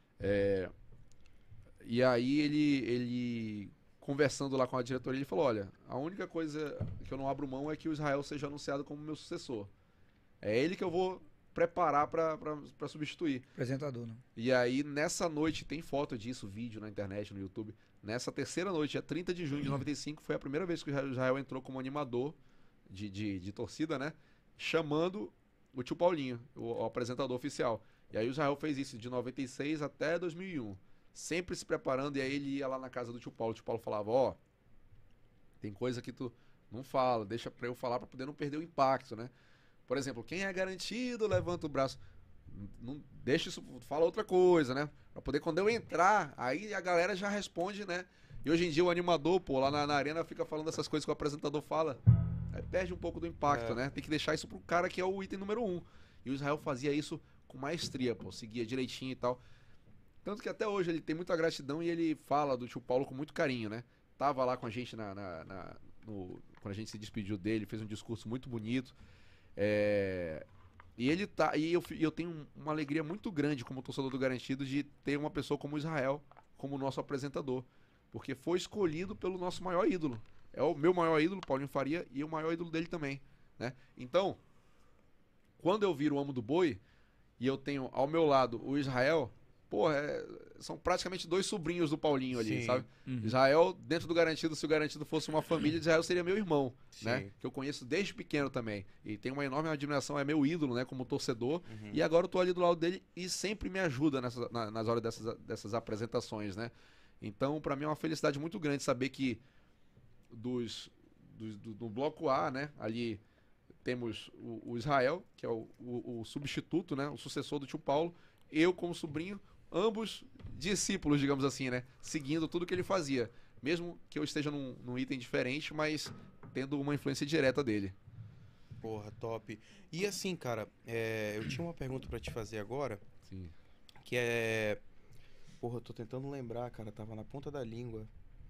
E aí ele conversando lá com a diretoria, ele falou, olha, a única coisa que eu não abro mão é que o Israel seja anunciado como meu sucessor. É ele que eu vou preparar pra substituir. Apresentador, né? E aí, nessa noite, tem foto disso, vídeo na internet, no YouTube. Nessa terceira noite, dia 30 de junho de 95, foi a primeira vez que o Israel entrou como animador de torcida, né? Chamando o tio Paulinho, o apresentador oficial. E aí o Israel fez isso de 96 até 2001. Sempre se preparando, e aí ele ia lá na casa do tio Paulo. O tio Paulo falava, tem coisa que tu não fala, deixa pra eu falar pra poder não perder o impacto, né? Por exemplo, quem é garantido, levanta o braço. Não deixa isso, fala outra coisa, né? Pra poder, quando eu entrar, aí a galera já responde, né? E hoje em dia o animador, lá na arena fica falando essas coisas que o apresentador fala. Aí perde um pouco do impacto, né? Tem que deixar isso pro cara que é o item número 1. E o Israel fazia isso com maestria, seguia direitinho e tal. Tanto que até hoje ele tem muita gratidão e ele fala do tio Paulo com muito carinho, né? Tava lá com a gente quando a gente se despediu dele, fez um discurso muito bonito. E ele eu tenho uma alegria muito grande como torcedor do Garantido de ter uma pessoa como o Israel como nosso apresentador, porque foi escolhido pelo nosso maior ídolo. É o meu maior ídolo, Paulinho Faria, e o maior ídolo dele também, né? Então, quando eu viro o Amo do Boi e eu tenho ao meu lado o Israel, são praticamente 2 sobrinhos do Paulinho ali, Sim. sabe? Israel, dentro do Garantido, se o Garantido fosse uma família, Israel seria meu irmão, Sim. né? Que eu conheço desde pequeno também. E tenho uma enorme admiração, é meu ídolo, né? Como torcedor. E agora eu tô ali do lado dele e sempre me ajuda nas horas dessas apresentações, né? Então, pra mim é uma felicidade muito grande saber que do bloco A, né? Ali temos o Israel, que é o substituto, né? O sucessor do tio Paulo. Eu, como sobrinho, ambos discípulos, digamos assim, né? Seguindo tudo que ele fazia. Mesmo que eu esteja num item diferente, mas tendo uma influência direta dele. Porra, top. E assim, cara, eu tinha uma pergunta pra te fazer agora, Sim. que é... Porra, eu tô tentando lembrar, cara, tava na ponta da língua.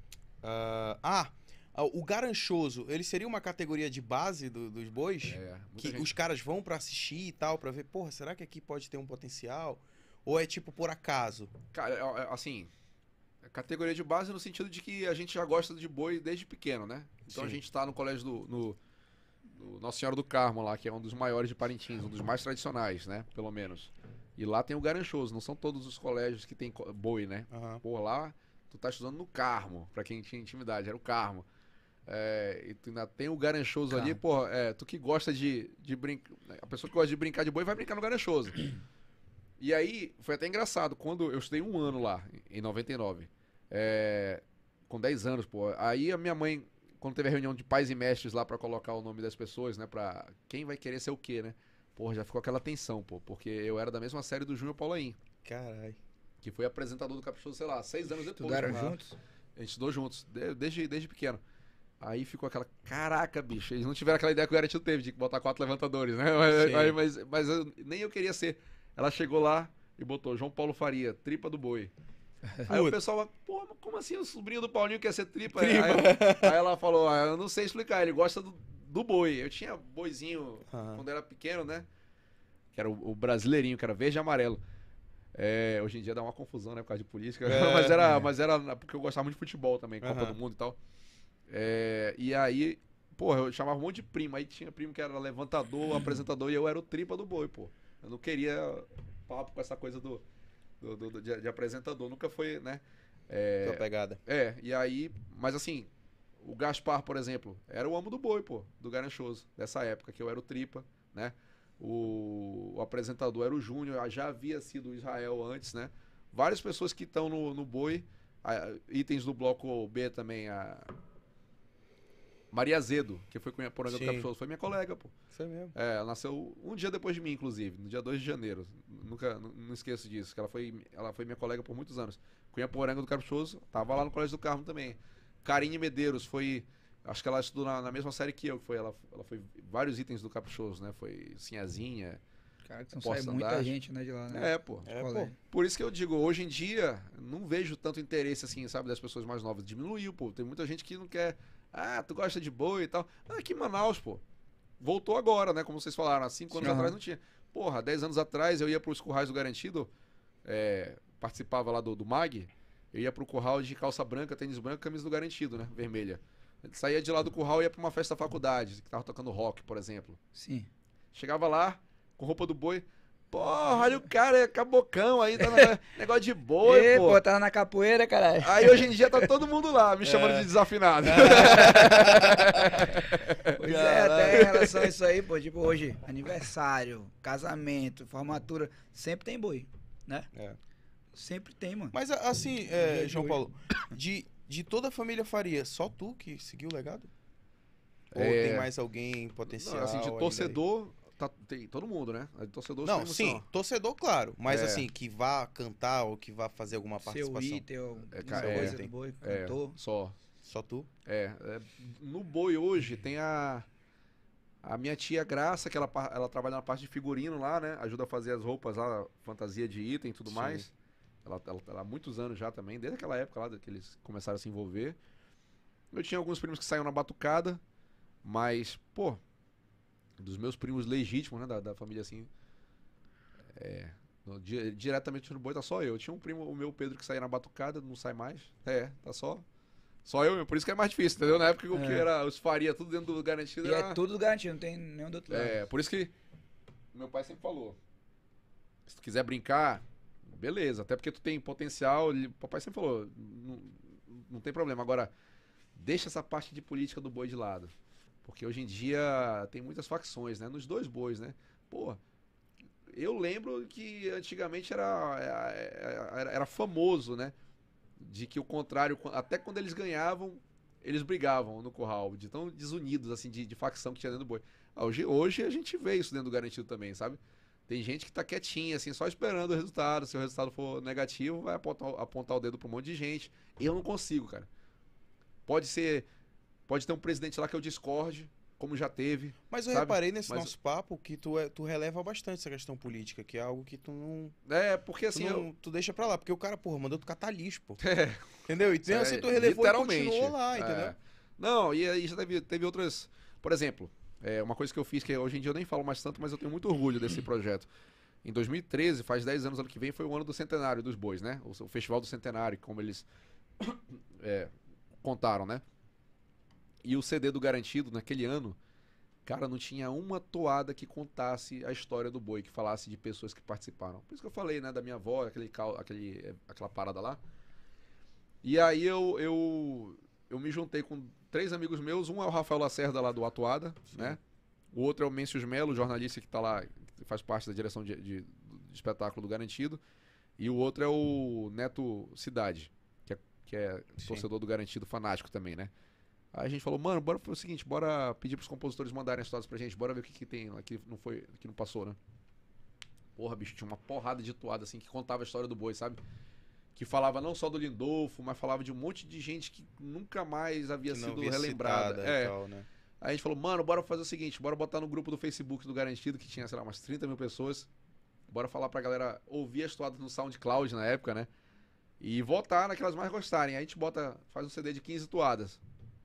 O Garanchoso, ele seria uma categoria de base dos bois? Que os caras vão pra assistir e tal, pra ver, porra, será que aqui pode ter um potencial? Ou é tipo por acaso? Cara, assim, categoria de base no sentido de que a gente já gosta de boi desde pequeno, né? Então Sim. a gente tá no colégio do Nossa Senhora do Carmo lá, que é um dos maiores de Parintins, um dos mais tradicionais, né? Pelo menos. E lá tem o Garanchoso, não são todos os colégios que tem boi, né? Por lá, tu tá estudando no Carmo, pra quem tinha intimidade, era o Carmo. E tu ainda tem o Garanchoso ali, tu que gosta de brincar, a pessoa que gosta de brincar de boi vai brincar no Garanchoso. E aí, foi até engraçado, quando eu estudei 1 ano lá, em 99, com 10 anos, aí a minha mãe, quando teve a reunião de pais e mestres lá pra colocar o nome das pessoas, né, pra quem vai querer ser o quê, né, já ficou aquela tensão, porque eu era da mesma série do Júnior Paulain. Caralho. Que foi apresentador do Caprichoso, sei lá, 6 anos depois. Estudaram juntos? A gente estudou juntos, desde pequeno. Aí ficou aquela, caraca, bicho, eles não tiveram aquela ideia que o Garantido teve, de botar 4 levantadores, né? Mas nem eu queria ser. Ela chegou lá e botou João Paulo Faria, tripa do boi. Aí o pessoal, pô, como assim o sobrinho do Paulinho quer ser tripa? Aí ela falou, eu não sei explicar, ele gosta do boi. Eu tinha boizinho quando era pequeno, né? Que era o brasileirinho, que era verde e amarelo. Hoje em dia dá uma confusão, né, por causa de política. Mas era porque eu gostava muito de futebol também, Copa do Mundo e tal. E aí, porra, eu chamava um monte de primo. Aí tinha primo que era levantador, apresentador, e eu era o tripa do boi, pô. Eu não queria papo com essa coisa de apresentador. Nunca foi, né? Tua pegada. E aí, mas assim, o Gaspar, por exemplo, era o amo do boi, pô, do Garanchoso, dessa época, que eu era o tripa, né? O apresentador era o Júnior, já havia sido o Israel antes, né? Várias pessoas que estão no boi, itens do bloco B também, a Maria Azedo, que foi com a Poranga do Caprichoso, foi minha colega, pô. Foi mesmo. Ela nasceu um dia depois de mim, inclusive, no dia 2 de janeiro. Não esqueço disso, que ela foi minha colega por muitos anos. Cunha Poranga do Caprichoso, tava lá no Colégio do Carmo também. Karine Medeiros foi, acho que ela estudou na mesma série que eu, que foi, ela foi vários itens do Caprichoso, né? Foi Sinhazinha. Cara, que não sai muita gente, né, de lá, né? Pô. Por isso que eu digo, hoje em dia, não vejo tanto interesse, assim, sabe, das pessoas mais novas. Diminuiu, pô. Tem muita gente que não quer. Tu gosta de boi e tal. Aqui em Manaus, pô. Voltou agora, né? Como vocês falaram, há 5 anos atrás não tinha. Porra, 10 anos atrás eu ia pros currais do Garantido, participava lá do MAG, eu ia pro curral de calça branca, tênis branco, camisa do Garantido, né? Vermelha. Saía de lá do curral e ia pra uma festa da faculdade, que tava tocando rock, por exemplo. Sim. Chegava lá, com roupa do boi. Porra, olha o cara, é cabocão aí, tá no negócio de boi, pô. Tava na capoeira, caralho. Aí hoje em dia tá todo mundo lá, me chamando de desafinado. Pois até em relação a isso aí, pô, tipo, hoje, aniversário, casamento, formatura, sempre tem boi, né? Sempre tem, mano. Mas assim, João Paulo, de toda a família Faria, só tu que seguiu o legado? Ou tem mais alguém potencial? Não, assim, de torcedor... tem todo mundo, né? De torcedor, não, sim, torcedor, claro. Mas assim, que vá cantar ou que vá fazer alguma participação. Seu item, coisa do boi, cantor. Só tu? No boi hoje tem a minha tia Graça, que ela trabalha na parte de figurino lá, né? Ajuda a fazer as roupas lá, fantasia de item e tudo mais. Ela há muitos anos já também, desde aquela época lá que eles começaram a se envolver. Eu tinha alguns primos que saíam na batucada, mas, pô, dos meus primos legítimos, né, da família assim, diretamente no boi tá só eu. Tinha um primo, o meu Pedro, que saía na batucada, não sai mais. Tá só eu, por isso que é mais difícil, entendeu? Na época que era os Faria, tudo dentro do Garantido. E é tudo Garantido, não tem nenhum do outro lado. Por isso que meu pai sempre falou, se tu quiser brincar, beleza, até porque tu tem potencial, o papai sempre falou, não tem problema. Agora, deixa essa parte de política do boi de lado. Porque hoje em dia tem muitas facções, né? Nos dois bois, né? Pô, eu lembro que antigamente era famoso, né? De que o contrário, até quando eles ganhavam, eles brigavam no curral, de tão desunidos, assim, de facção que tinha dentro do boi. Hoje a gente vê isso dentro do Garantido também, sabe? Tem gente que tá quietinha, assim, só esperando o resultado. Se o resultado for negativo, vai apontar o dedo pra um monte de gente. Eu não consigo, cara. Pode ter um presidente lá que eu discorde, como já teve. Mas eu reparei nesse nosso papo que tu releva bastante essa questão política, que é algo que tu não... porque assim... Tu deixa pra lá, porque o cara, porra, mandou tu catar lixo, pô. Entendeu? E então, assim, tu relevou e continuou lá, entendeu? Não, e aí já teve outras... Por exemplo, uma coisa que eu fiz, que hoje em dia eu nem falo mais tanto, mas eu tenho muito orgulho desse projeto. Em 2013, faz 10 anos, ano que vem, foi o ano do centenário dos bois, né? O Festival do Centenário, como eles contaram, né? E o CD do Garantido, naquele ano, cara, não tinha uma toada que contasse a história do boi, que falasse de pessoas que participaram. Por isso que eu falei, né, da minha avó, aquela parada lá. E aí eu me juntei com 3 amigos meus. Um é o Rafael Lacerda, lá do Atuada, né? O outro é o Mêncios Melo, jornalista que tá lá, que faz parte da direção de espetáculo do Garantido. E o outro é o Neto Cidade, que é torcedor do Garantido, fanático também, né? Aí a gente falou, mano, bora fazer o seguinte, bora pedir pros compositores mandarem as histórias pra gente, bora ver o que tem aqui, que não passou, né? Porra, bicho, tinha uma porrada de toada, assim, que contava a história do boi, sabe? que falava não só do Lindolfo, mas falava de um monte de gente que nunca mais havia Que não sido havia relembrada. citada e tal, né? Aí a gente falou, mano, bora fazer o seguinte, bora botar no grupo do Facebook do Garantido, que tinha, sei lá, umas 30 mil pessoas. Bora falar pra galera ouvir as toadas no SoundCloud na época, né? E votar naquelas mais gostarem. Aí a gente faz um CD de 15 toadas.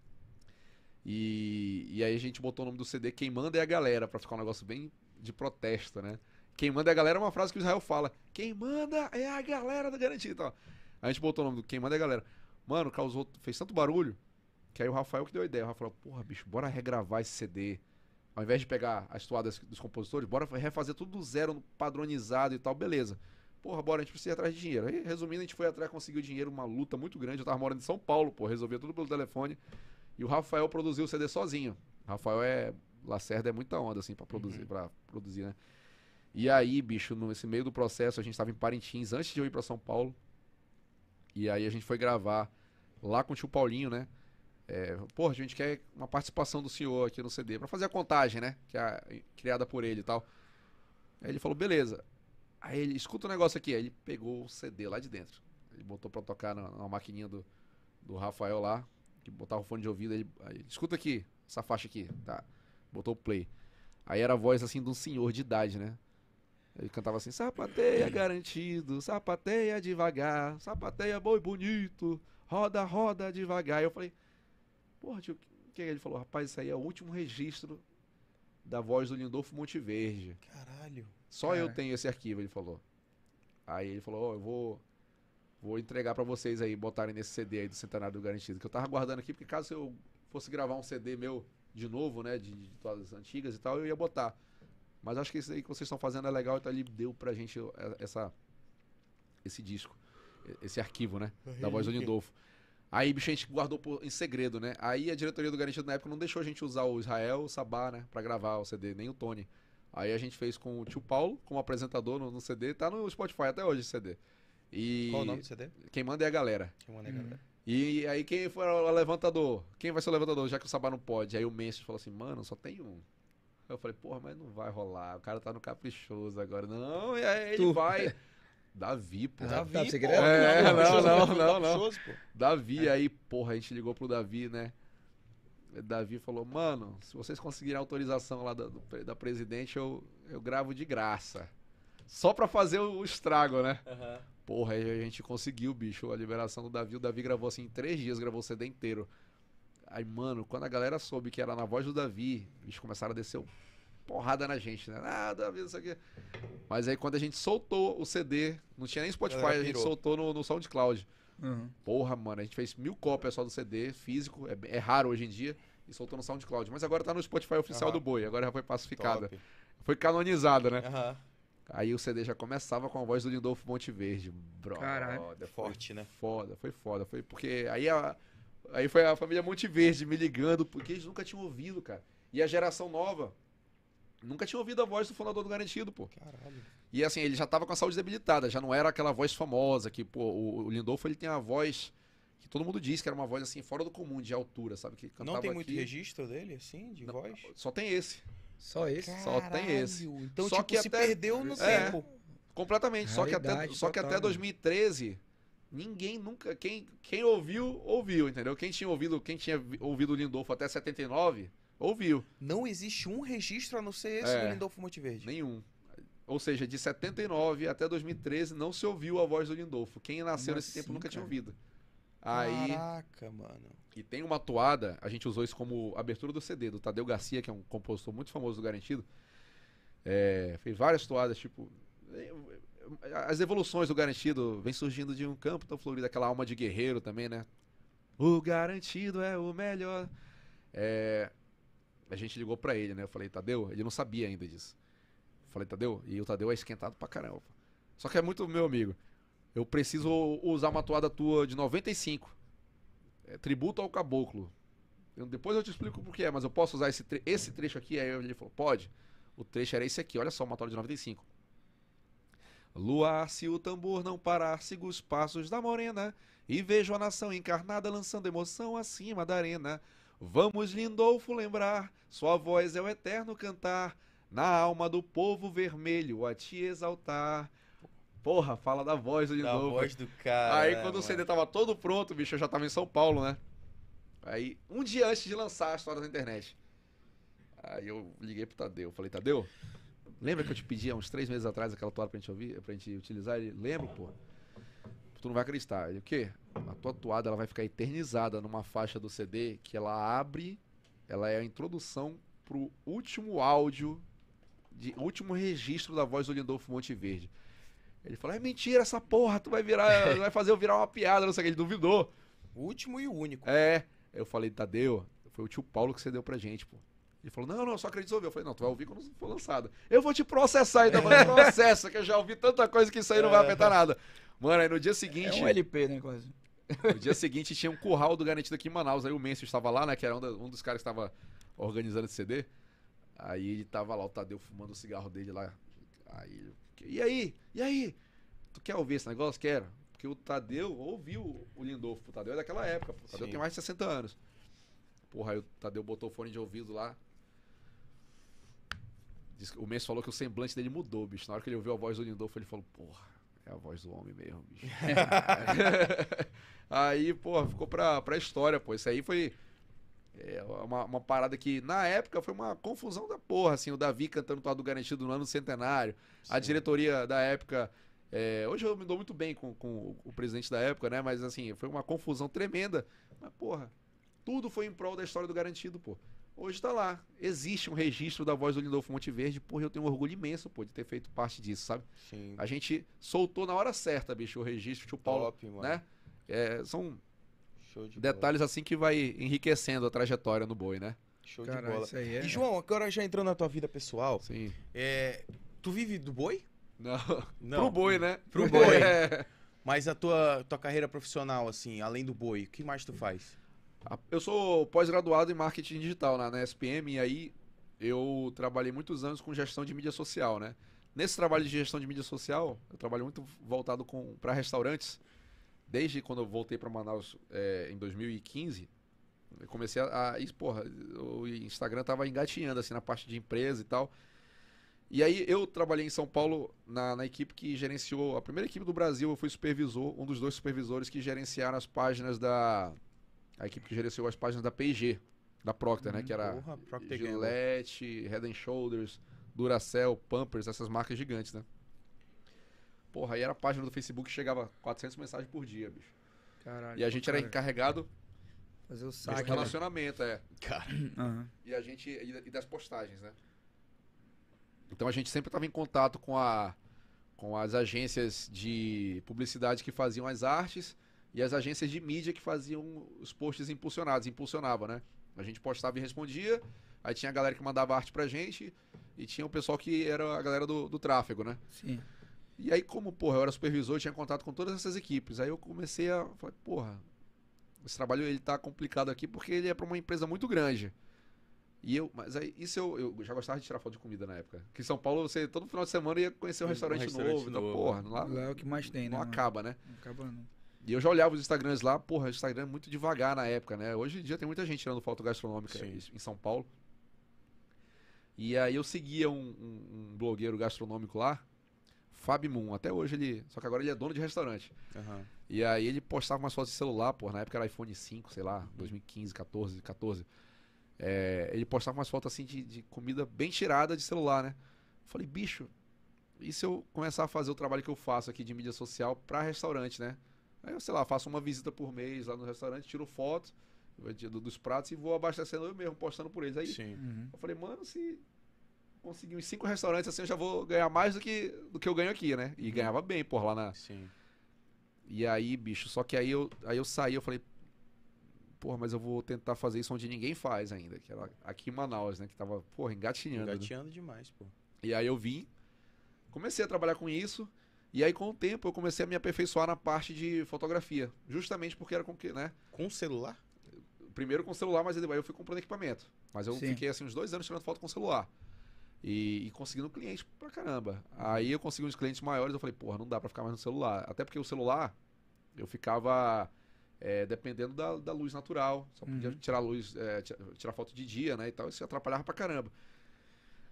E aí a gente botou o nome do CD Quem Manda é a Galera, pra ficar um negócio bem de protesto, né? Quem manda é a galera é uma frase que o Israel fala. Quem manda é a galera do Garantido. Então, a gente botou o nome do Quem Manda é a Galera. Mano, fez tanto barulho que aí o Rafael que deu a ideia. O Rafael falou, porra, bicho, bora regravar esse CD. Ao invés de pegar as toadas dos compositores, bora refazer tudo do zero, padronizado e tal, beleza. Porra, bora, a gente precisa ir atrás de dinheiro. Aí, resumindo, a gente foi atrás, conseguiu dinheiro, uma luta muito grande. Eu tava morando em São Paulo, pô, resolvia tudo pelo telefone. E o Rafael produziu o CD sozinho. O Rafael Lacerda é muita onda, assim, pra produzir, né? E aí, bicho, nesse meio do processo, a gente tava em Parintins, antes de eu ir pra São Paulo. E aí a gente foi gravar lá com o tio Paulinho, né? Porra, a gente quer uma participação do senhor aqui no CD, pra fazer a contagem, né? Que é criada por ele e tal. Aí ele falou, beleza. Aí ele, escuta o negócio aqui. Aí ele pegou o CD lá de dentro. Ele botou pra tocar na maquininha do Rafael lá, que botava o fone de ouvido. Aí, escuta aqui, essa faixa aqui. Tá. Botou o play. Aí era a voz, assim, de um senhor de idade, né? Ele cantava assim, sapateia garantido, sapateia devagar, sapateia boi bonito, roda, roda devagar. Aí eu falei, porra, tio, o que é? Ele falou, rapaz, isso aí é o último registro da voz do Lindolfo Monteverde. Caralho. Só eu tenho esse arquivo, ele falou. Aí ele falou, eu vou entregar pra vocês aí, botarem nesse CD aí do Centenário do Garantido, que eu tava guardando aqui, porque caso eu fosse gravar um CD meu de novo, né, de todas as antigas e tal, eu ia botar. Mas acho que isso aí que vocês estão fazendo é legal, então ele deu pra gente esse disco, esse arquivo, né, da voz do Lindolfo. Aí, bicho, a gente guardou em segredo, né? Aí a diretoria do Garantido na época não deixou a gente usar o Israel, o Sabá, né, pra gravar o CD, nem o Tony. Aí a gente fez com o tio Paulo, como apresentador no CD, tá no Spotify até hoje esse CD. E qual o nome do CD? Quem Manda é a Galera. Quem Manda é a Galera. E aí quem foi o levantador? Quem vai ser o levantador, já que o Sabá não pode? Aí o Mendes falou assim, mano, só tem um. Eu falei, porra, mas não vai rolar, o cara tá no caprichoso agora. Não, e aí ele vai... Davi, pô. Davi, Tá, você pô. queria? Não. Pô. Davi, aí, porra, a gente ligou pro Davi, né? Davi falou, mano, se vocês conseguirem a autorização lá da presidente, eu gravo de graça. Só pra fazer o estrago, né? Uhum. Porra, aí a gente conseguiu, bicho, a liberação do Davi. O Davi gravou assim em 3 dias, gravou o CD inteiro. Aí, mano, quando a galera soube que era na voz do Davi, bicho, começaram a descer porrada na gente, né? Ah, Davi, isso aqui. Mas aí quando a gente soltou o CD, não tinha nem Spotify, a gente soltou no SoundCloud. Uhum. Porra, mano, a gente fez 1000 cópias só do CD físico, é raro hoje em dia, e soltou no SoundCloud. Mas agora tá no Spotify oficial do Boi, agora já foi pacificada. Top. Foi canonizada, né? Aham. Aí o CD já começava com a voz do Lindolfo Monteverde. Caralho. Forte, né? Foi foda. Foi porque aí foi a família Monteverde me ligando, porque eles nunca tinham ouvido, cara. E a geração nova nunca tinha ouvido a voz do fundador do Garantido, pô. Caralho. E assim, ele já tava com a saúde debilitada, já não era aquela voz famosa que, pô, o Lindolfo, ele tem a voz que todo mundo diz que era uma voz assim, fora do comum, de altura, sabe? Que cantava Não tem muito aqui. registro dele, assim, de voz? Só tem esse. Só esse? Só tem esse. Então, Só tipo, que se até- perdeu no É. tempo. Completamente. Só que Raridade até total, 2013, ninguém nunca. Quem ouviu, entendeu? Quem tinha ouvido o Lindolfo até 79, ouviu. Não existe um registro a não ser esse do Lindolfo Monteverde. Nenhum. Ou seja, de 79 até 2013 não se ouviu a voz do Lindolfo. Quem nasceu Como nesse assim, tempo nunca tinha cara? ouvido. Aí. Caraca, mano. E tem uma toada, a gente usou isso como abertura do CD, do Tadeu Garcia, que é um compositor muito famoso do Garantido. Fez várias toadas, tipo. As evoluções do Garantido vem surgindo de um campo tão florido, aquela alma de guerreiro também, né? O Garantido é o melhor. A gente ligou pra ele, né? Eu falei, Tadeu, ele não sabia ainda disso. Eu falei, Tadeu, e o Tadeu é esquentado pra caramba. Só que é muito meu amigo. Eu preciso usar uma toada tua de 95. Tributo ao Caboclo. Depois eu te explico por que é, mas eu posso usar esse trecho aqui? Aí ele falou, pode. O trecho era esse aqui, olha só, uma toada de 95. Luar, se o tambor não parar, siga os passos da morena e vejo a nação encarnada lançando emoção acima da arena. Vamos, Lindolfo, lembrar, sua voz é o eterno cantar, na alma do povo vermelho a te exaltar. Porra, fala da voz do Da Lindolfo. voz do cara. Aí né, quando o mano? CD tava todo pronto, bicho, eu já tava em São Paulo, né? Aí, um dia antes de lançar a história da internet. Aí eu liguei pro Tadeu. Falei, Tadeu, lembra que eu te pedi há uns 3 meses atrás aquela toalha pra gente ouvir, pra gente utilizar? Ele, lembro, pô. Tu não vai acreditar. Ele, o quê? A tua toada ela vai ficar eternizada numa faixa do CD que ela abre, ela é a introdução pro último áudio, último registro da voz do Lindolfo Monteverde. Ele falou, é mentira essa porra, tu vai virar, vai fazer eu virar uma piada, não sei o que. Ele duvidou. O último e o único. É. Eu falei, Tadeu, foi o tio Paulo que você deu pra gente, pô. Ele falou, não, eu só acredito ouvir. Eu falei, não, tu vai ouvir quando for lançado. Eu vou te processar ainda, mano, processa, que eu já ouvi tanta coisa que isso aí não vai afetar nada. Mano, aí no dia seguinte... É um LP, né, quase. No dia seguinte tinha um curral do Garantido aqui em Manaus. Aí o Mêncio estava lá, né, que era um dos caras que estava organizando esse CD. Aí ele tava lá, o Tadeu fumando o cigarro dele lá. Aí, e aí? E aí? Tu quer ouvir esse negócio? Quero. Porque o Tadeu ouviu o Lindolfo. O Tadeu é daquela época. O Tadeu Sim. tem mais de 60 anos. Porra, aí o Tadeu botou o fone de ouvido lá. O Mêncio falou que o semblante dele mudou, bicho. Na hora que ele ouviu a voz do Lindolfo, ele falou, porra, é a voz do homem mesmo, bicho. Aí, porra, ficou pra história, pô. Isso aí foi uma parada que, na época, foi uma confusão da porra, assim. O Davi cantando o do Garantido no ano do centenário. A Sim. diretoria da época... hoje eu me dou muito bem com o presidente da época, né? Mas, assim, foi uma confusão tremenda. Mas, porra, tudo foi em prol da história do Garantido, pô. Hoje tá lá. Existe um registro da voz do Lindolfo Monteverde. Porra, eu tenho um orgulho imenso, pô, de ter feito parte disso, sabe? Sim. A gente soltou na hora certa, bicho, o registro. Tio Paulo, Top, mano. né? São Show de detalhes assim que vai enriquecendo a trajetória no boi, né? bola. Show de Cara, bola. isso aí é... E, João, agora já entrando na tua vida pessoal, Sim. tu vive do boi? Não. Não. Pro boi, né? Pro boi. É. Mas a tua carreira profissional, assim, além do boi, o que mais tu faz? Eu sou pós-graduado em marketing digital na SPM e aí eu trabalhei muitos anos com gestão de mídia social, né? Nesse trabalho de gestão de mídia social, eu trabalho muito voltado para restaurantes. Desde quando eu voltei para Manaus em 2015, eu comecei porra, o Instagram tava engatinhando assim na parte de empresa e tal. E aí eu trabalhei em São Paulo na equipe que gerenciou, a primeira equipe do Brasil, eu fui supervisor, um dos 2 supervisores que gerenciaram as páginas a equipe que gerenciou as páginas da P&G, da Procter, né? Que era Porra, Procter Gillette, Head & Shoulders, Duracell, Pampers, essas marcas gigantes, né? Porra, aí era a página do Facebook que chegava 400 mensagens por dia, bicho. Caralho. E a gente era encarregado Fazer o do saque, né? relacionamento, Cara, Aham. E a gente e das postagens, né? Então a gente sempre estava em contato com as agências de publicidade que faziam as artes e as agências de mídia que faziam os posts impulsionavam, né? A gente postava e respondia, aí tinha a galera que mandava arte pra gente e tinha o pessoal que era a galera do tráfego, né? Sim. E aí, como, porra, eu era supervisor, eu tinha contato com todas essas equipes. Aí eu comecei a falar, porra, esse trabalho ele tá complicado aqui porque ele é pra uma empresa muito grande. Mas aí, isso eu já gostava de tirar foto de comida na época. Porque em São Paulo, você todo final de semana ia conhecer um restaurante novo. Então, porra, Lá é o que mais tem, né? não mano? acaba, né? Não acaba, não. E eu já olhava os Instagrams lá, porra, o Instagram é muito devagar na época, né? Hoje em dia tem muita gente tirando foto gastronômica Sim. em São Paulo. E aí eu seguia um blogueiro gastronômico lá, Fábio Moon, até hoje ele... Só que agora ele é dono de restaurante. aham. E aí ele postava umas fotos de celular, porra, na época era iPhone 5, sei lá, 2015, 14. Ele postava umas fotos assim de comida bem tirada de celular, né? Falei, bicho, e se eu começar a fazer o trabalho que eu faço aqui de mídia social pra restaurante, né? Aí eu, sei lá, faço uma visita por mês lá no restaurante, tiro foto dos pratos e vou abastecendo eu mesmo, postando por eles. Aí Sim. Uhum. eu falei, mano, se conseguir uns 5 restaurantes assim, eu já vou ganhar mais do que eu ganho aqui, né? E ganhava bem, porra, lá na... Sim. E aí, bicho, só que aí eu saí, eu falei, porra, mas eu vou tentar fazer isso onde ninguém faz ainda, que era aqui em Manaus, né? Que tava, porra, engatinhando. Né? Engateando demais, pô. E aí eu vim, comecei a trabalhar com isso, e aí com o tempo eu comecei a me aperfeiçoar na parte de fotografia, justamente porque era com que, né? Com celular? Primeiro com celular, mas aí eu fui comprando equipamento. Mas eu Sim. fiquei assim uns 2 anos tirando foto com celular. E conseguindo cliente pra caramba. Aí eu consegui uns clientes maiores, eu falei, porra, não dá pra ficar mais no celular. Até porque o celular, eu ficava dependendo da luz natural. Só podia tirar luz, tirar foto de dia, né? E tal, isso atrapalhava pra caramba.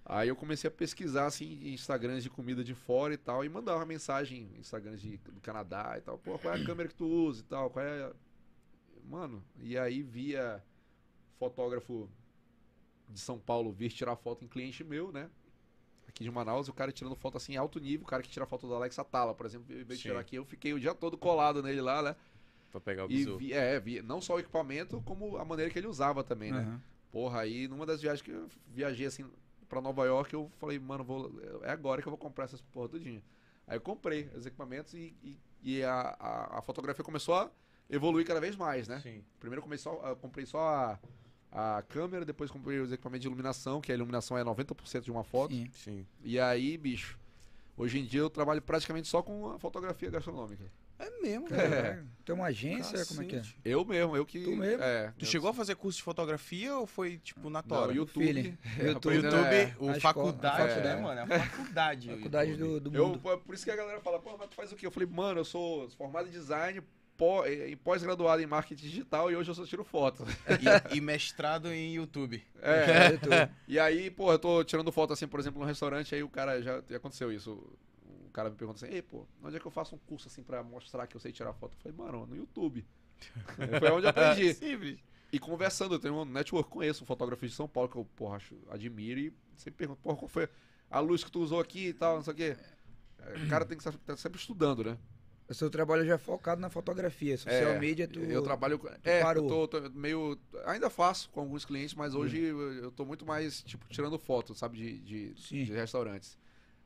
Aí eu comecei a pesquisar, assim, em Instagrams de comida de fora e tal, e mandava mensagem em Instagrams do Canadá e tal. Pô, qual é a câmera que tu usa e tal? Qual é... Mano, e aí via fotógrafo de São Paulo vir tirar foto em cliente meu, né? Aqui de Manaus, o cara tirando foto assim, alto nível, o cara que tira foto do Alex Atala, por exemplo, veio tirar aqui, eu fiquei o dia todo colado nele lá, né? Pra pegar o E bizu. vi não só o equipamento, como a maneira que ele usava também, né? Uhum. Porra, aí numa das viagens que eu viajei assim pra Nova York, eu falei, mano, é agora que eu vou comprar essas porra tudinho. Aí eu comprei os equipamentos e a fotografia começou a evoluir cada vez mais, né? Sim. Primeiro eu comprei só a câmera, depois comprei os equipamentos de iluminação, que a iluminação é 90% de uma foto. Sim. Sim. E aí, bicho, hoje em dia eu trabalho praticamente só com a fotografia gastronômica. É mesmo, É. velho. Tem uma agência, como é que é? Cacete. Eu mesmo, eu que... Tu mesmo? Tu chegou a fazer curso de fotografia ou foi, tipo, na Não, tora? o YouTube. Feeling. É, YouTube. O YouTube, a o escola, faculdade, a faculdade. né, mano? É a faculdade. o Faculdade YouTube. do Eu, mundo. por isso que a galera fala, pô, mas tu faz o quê? Eu falei, mano, eu sou formado em design, em pós-graduado em marketing digital e hoje eu só tiro foto. E mestrado em YouTube. É. YouTube. E aí, pô, eu tô tirando foto assim, por exemplo, num restaurante, aí o cara já aconteceu isso. O cara me pergunta assim, ei, pô, onde é que eu faço um curso assim pra mostrar que eu sei tirar foto? Eu falei, mano, no YouTube. Foi onde eu aprendi. Simples. E conversando, eu tenho um network, conheço um fotógrafo de São Paulo que eu, porra, admiro e sempre pergunto, porra, qual foi a luz que tu usou aqui e tal, não sei o quê. O cara tem que estar sempre estudando, né? O seu trabalho já é focado na fotografia. Social media, tu... Eu trabalho... parou. eu tô meio... Ainda faço com alguns clientes, mas hoje eu tô muito mais, tipo, tirando foto, sabe, Sim. de restaurantes.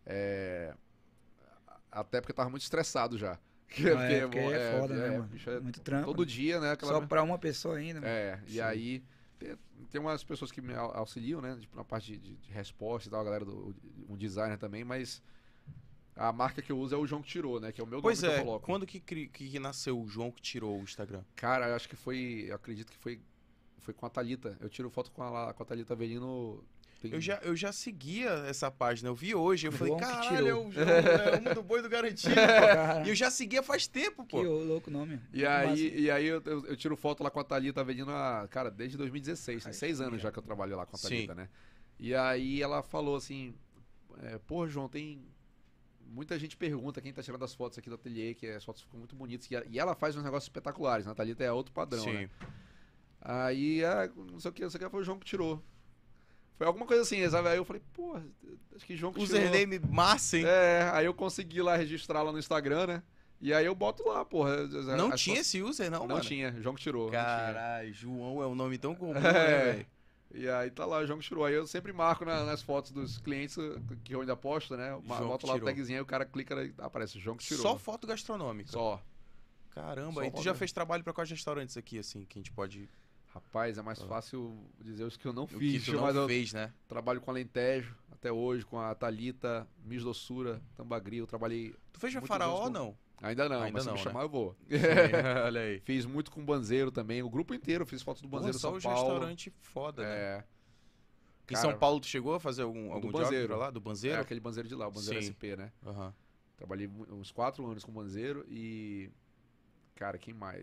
Até porque eu tava muito estressado já. Porque é foda, né, mano? Bicho, Muito trampo. todo dia, né? Só pra uma pessoa ainda, mano. E Sim. aí tem umas pessoas que me auxiliam, né? Tipo, na parte de resposta e tal, a galera um designer também, mas a marca que eu uso é o João que tirou, né? Que é o meu nome Pois que eu é, coloco. quando que nasceu o João que tirou o Instagram? Cara, eu acho que eu acredito que foi com a Thalita. Eu tiro foto com a Thalita Avelino. Eu já seguia essa página, eu vi hoje, eu falei, João que caralho, tirou. é o João, é um do boi do garantido, pô. E eu já seguia faz tempo, Que pô. louco nome. E aí eu tiro foto lá com a Thalita Avelino, cara, desde 2016. Tem 6 anos já que eu trabalho lá com a Thalita, né? E aí ela falou assim, pô, João, tem... Muita gente pergunta quem tá tirando as fotos aqui do ateliê, que as fotos ficam muito bonitas. E ela faz uns negócios espetaculares, né? A Thalita é outro padrão, Sim. né? Aí, não sei o que, foi o João que tirou. Foi alguma coisa assim, sabe? Aí eu falei, pô, acho que João que tirou. Username massa, hein? Aí eu consegui lá registrar lá no Instagram, né? E aí eu boto lá, porra. Não tinha esse user, não, mano? Não tinha, João que tirou. não tinha. Caralho, João é um nome tão comum, né, velho? E aí tá lá, João que tirou. Aí eu sempre marco nas fotos dos clientes que eu ainda posto, né? Boto lá o tagzinho, aí o cara clica e aparece João que tirou. Só foto gastronômica? Só. Caramba, Só e tu foto. já fez trabalho pra quais restaurantes aqui, assim, que a gente pode... Rapaz, é mais fácil dizer os que eu não O fiz. que tu mas não eu fez, né? trabalho com Alentejo até hoje, com a Thalita, Miss Doçura, Tambagri. Eu trabalhei... Tu fez pra muitos Faraó ou anos com- não? Ainda não, Ainda mas se não, me né? chamar eu vou. Olha aí. Fiz muito com o Banzeiro também, o grupo inteiro. Fiz fotos do Pô, Banzeiro só São os Paulo. restaurantes foda, né? É, Em cara, São Paulo tu chegou a fazer algum do job Banzeiro. pra lá? Do Banzeiro? aquele Banzeiro de lá, o Banzeiro Sim. SP, né? Aham. Trabalhei uns 4 anos com o Banzeiro e... Cara, quem mais?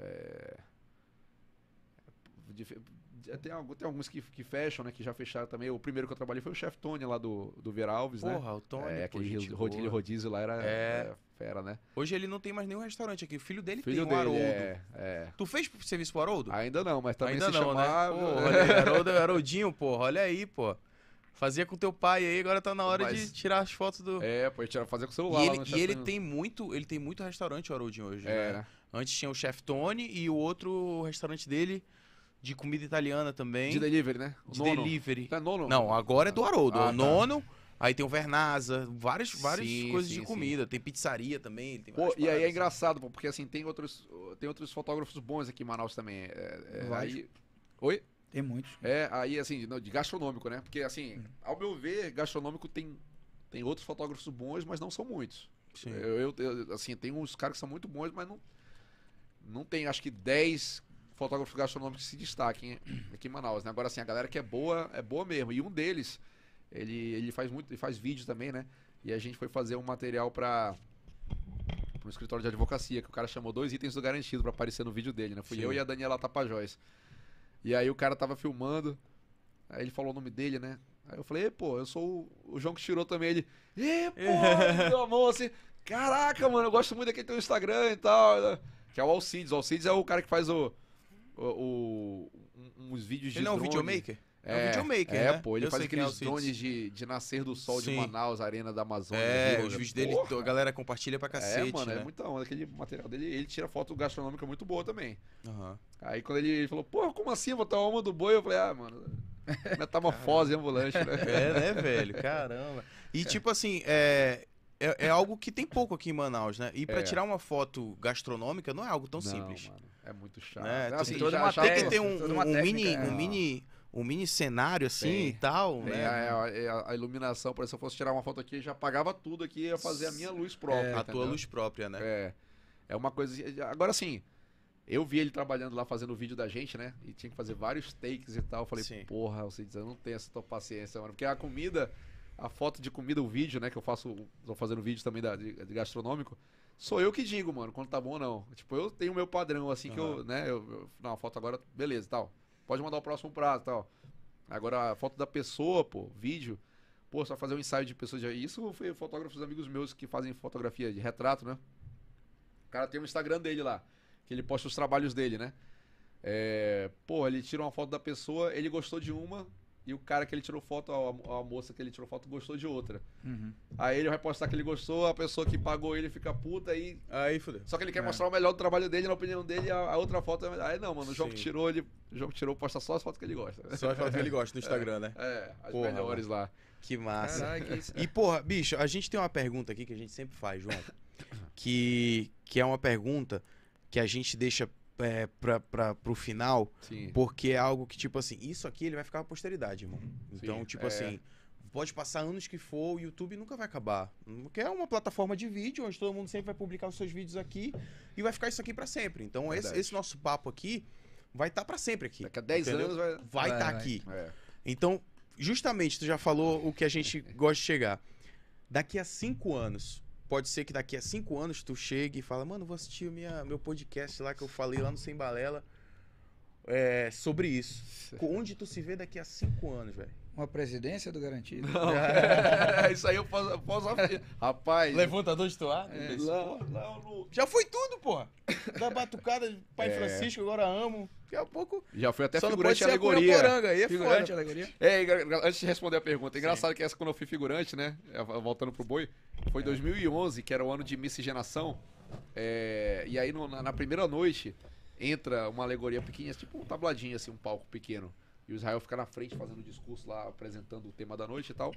Tem alguns que fecham, né? Que já fecharam também. O primeiro que eu trabalhei foi o Chef Tony lá do Vera Alves, né? Porra, o Tony, pô, aquele gente boa. rodízio lá era fera, né? Hoje ele não tem mais nenhum restaurante aqui. O filho dele Filho tem um dele, Haroldo. Tu fez serviço pro Haroldo? Ainda não, mas também Ainda se não, chamar... né? Pô, olha aí, Haroldinho, porra, olha aí, pô. Fazia com teu pai aí, agora tá na hora Mas- de tirar as fotos do... Pô, fazer com o celular lá no E Chef ele Tony. tem muito restaurante, o Haroldinho, hoje, É, né? né? Antes tinha o Chef Tony e o outro restaurante dele de comida italiana também. De delivery, né? O De nono. delivery. Não é nono? Não, agora é do Haroldo. Ah, É o tá. nono, aí tem o Vernasa, várias Sim, coisas sim, de sim. comida. Tem pizzaria também. Tem Pô, várias e aí é paradas, engraçado, pô, porque assim, tem outros fotógrafos bons aqui em Manaus também. Vários. Aí... Oi? Tem muitos. Aí assim, de gastronômico, né? Porque assim, ao meu ver, gastronômico tem outros fotógrafos bons, mas não são muitos. Sim. Assim, tem uns caras que são muito bons, mas não tem, acho que 10 fotógrafos gastronômicos que se destaquem aqui em Manaus, né? Agora assim, a galera que é boa mesmo. E um deles, ele faz vídeo também, né? E a gente foi fazer um material para um escritório de advocacia, que o cara chamou 2 itens do garantido para aparecer no vídeo dele, né? Fui Sim. eu e a Daniela Tapajós. E aí o cara tava filmando, aí ele falou o nome dele, né? Aí eu falei, pô, eu sou o João que tirou também. Ele, pô, ele deu a mão assim, caraca, mano, eu gosto muito daquele teu Instagram e tal. Que é o Alcides. O Alcides é o cara que faz uns vídeos de Ele não é um drone. videomaker? É um videomaker, né? Pô, ele Eu faz sei quem é o aqueles drones de nascer do sol de Sim. Manaus, Arena da Amazônia. Os vídeos dele, Porra. a galera compartilha pra cacete, Mano, né? é muita onda. Aquele material dele, ele tira foto gastronômica muito boa também. Aham. Aí quando ele falou, porra, como assim botar a alma do boi? Eu falei, mano, metamorfose ambulante, né? Né, velho? Caramba. E tipo assim, é algo que tem pouco aqui em Manaus, né? E pra tirar uma foto gastronômica não é algo tão simples. Mano, é muito chato. Né? Assim, toda já- uma já- Tem que técnica, ter toda uma técnica, um mini cenário assim Tem. e tal, Tem né? a iluminação, por exemplo, se eu fosse tirar uma foto aqui, eu já apagava tudo aqui, ia fazer a minha luz própria. A tua entendeu? luz própria, né? É uma coisa. Agora assim, eu vi ele trabalhando lá fazendo o vídeo da gente, né? E tinha que fazer vários takes e tal. Eu falei, Sim. porra, eu não tenho essa tua paciência, mano. Porque a comida, a foto de comida, o vídeo, né? Que eu faço, tô fazendo vídeo também de gastronômico. Sou eu que digo, mano, quando tá bom ou não. Tipo, eu tenho o meu padrão, assim, que eu, né? Não, a foto agora, beleza, tal. Pode mandar o próximo prato, tal. Agora, a foto da pessoa, pô, vídeo. Pô, só fazer um ensaio de pessoas. Isso foi fotógrafos amigos meus que fazem fotografia de retrato, né? O cara tem um Instagram dele lá, que ele posta os trabalhos dele, né? Pô, ele tira uma foto da pessoa, ele gostou de uma, e o cara que ele tirou foto, a moça que ele tirou foto, gostou de outra. Aí ele vai postar que ele gostou, a pessoa que pagou ele fica puta e. Aí, fodeu. Só que ele quer mostrar o melhor do trabalho dele, na opinião dele, a outra foto é. Aí não, mano, o João Sim. que tirou, posta só as fotos que ele gosta. Só a foto que ele gosta no Instagram, né? As Porra, melhores lá. Que massa. Caraca, isso. E, porra, bicho, a gente tem uma pergunta aqui que a gente sempre faz, João. que é uma pergunta que a gente deixa pro final, Sim. porque é algo que, tipo assim, isso aqui ele vai ficar pra posteridade, irmão. Então, Sim, tipo assim, pode passar anos que for, o YouTube nunca vai acabar. Porque é uma plataforma de vídeo, onde todo mundo sempre vai publicar os seus vídeos aqui e vai ficar isso aqui pra sempre. Então, Verdade. esse nosso papo aqui vai estar pra sempre aqui. Daqui a 10 entendeu? anos vai. Vai estar vai. aqui. É. Então, justamente, tu já falou o que a gente gosta de chegar. Daqui a 5 anos, pode ser que daqui a 5 anos tu chegue e fala, mano, vou assistir meu podcast lá que eu falei lá no Sem Balela sobre isso. Onde tu se vê daqui a 5 anos, velho? Uma presidência do Garantido. Isso aí eu posso rapaz. Levantador de toalha? Lá no. Já foi tudo, porra. Da batucada de Pai Francisco, agora amo. Daqui a pouco... Já foi até Só não figurante pode de ser a alegoria. Cunhaporanga, aí é Figurante, foda. alegoria. Antes de responder a pergunta, é engraçado que essa quando eu fui figurante, né? Voltando pro boi, foi em 2011, que era o ano de miscigenação. E aí na primeira noite entra uma alegoria pequena, tipo um tabladinho, assim, um palco pequeno. E o Israel fica na frente fazendo o discurso lá, apresentando o tema da noite e tal.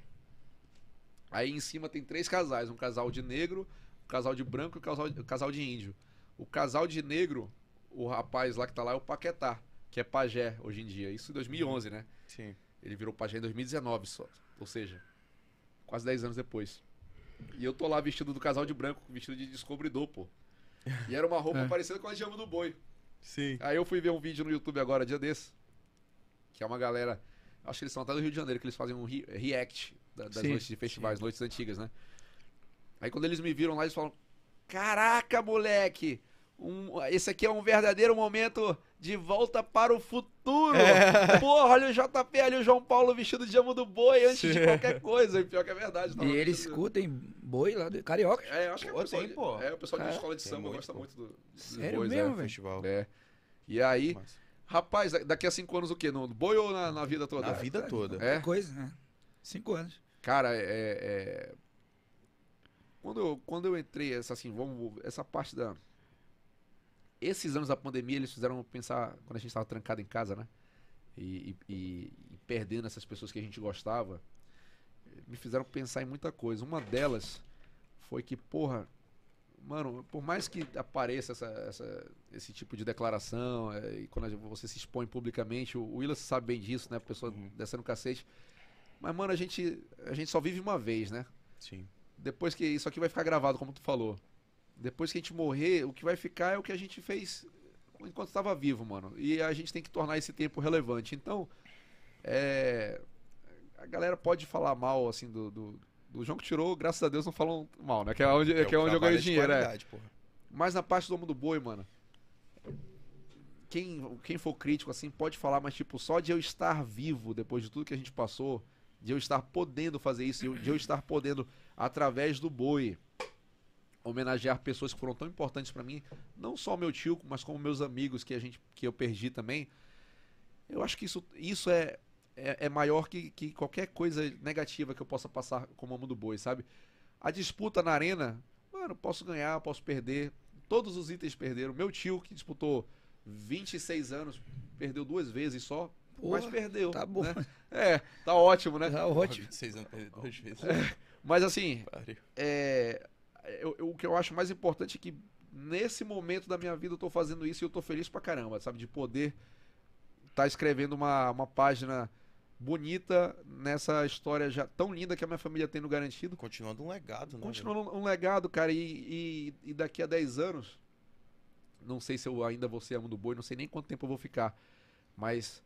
Aí em cima tem 3 casais, um casal de negro, um casal de branco e um casal de índio. O casal de negro, o rapaz lá que tá lá é o Paquetá, que é pajé hoje em dia. Isso em 2011, né? Sim. Ele virou pajé em 2019 só. Ou seja, quase 10 anos depois. E eu tô lá vestido do casal de branco, vestido de descobridor, pô. E era uma roupa parecida com a de Amo do Boi. Sim. Aí eu fui ver um vídeo no YouTube agora, dia desse. Que é uma galera. Acho que eles são até do Rio de Janeiro, que eles fazem um react das Sim, noites de festivais, noites antigas, né? Aí quando eles me viram lá, eles falam: caraca, moleque! Esse aqui é um verdadeiro momento de volta para o futuro! Porra, olha o JP, olha o João Paulo vestido de Amo do Boi antes de qualquer coisa. E pior que é verdade. E eles escutem boi lá do Carioca. Acho que Pô, tem, pô. o pessoal de Cara, escola de tem samba muito, gosta pô. muito dos Sério bois, mesmo, é. velho? Festival. E aí, Massa. rapaz, daqui a 5 anos o quê? No boi ou na vida toda? Na vida toda. É? Coisa, né? 5 anos. Cara, Quando eu entrei, essa parte da... Esses anos da pandemia, eles fizeram pensar, quando a gente estava trancado em casa, né? E perdendo essas pessoas que a gente gostava, me fizeram pensar em muita coisa. Uma delas foi que, porra, mano, por mais que apareça esse tipo de declaração, e quando você se expõe publicamente, o Willis sabe bem disso, né? A pessoa descendo o cacete. Mas, mano, a gente só vive uma vez, né? Sim. Depois que isso aqui vai ficar gravado, como tu falou. Depois que a gente morrer, o que vai ficar é o que a gente fez enquanto estava vivo, mano. E a gente tem que tornar esse tempo relevante. Então, a galera pode falar mal, assim, do João que tirou, graças a Deus não falam mal, né? Que é onde eu ganho dinheiro, porra. Mas na parte do Amo do Boi, mano, quem for crítico, assim, pode falar, mas tipo, só de eu estar vivo depois de tudo que a gente passou, de eu estar podendo fazer isso, de eu estar podendo, através do boi, homenagear pessoas que foram tão importantes para mim, não só meu tio, mas como meus amigos que eu perdi também. Eu acho que isso é maior que qualquer coisa negativa que eu possa passar como amo do boi, sabe? A disputa na arena, mano, posso ganhar, posso perder. Todos os itens perderam. Meu tio, que disputou 26 anos, perdeu 2 vezes só, Porra, mas perdeu. tá bom. Né? Tá ótimo, né? Tá ótimo. 26 anos, perdeu 2 vezes. Mas assim, Pariu. o que eu acho mais importante é que nesse momento da minha vida eu tô fazendo isso e eu tô feliz pra caramba, sabe? De poder estar escrevendo uma página bonita nessa história já tão linda que a minha família tem no Garantido. Continuando um legado, né? Continuando um legado, cara, e daqui a 10 anos, não sei se eu ainda vou ser amo do boi, não sei nem quanto tempo eu vou ficar, mas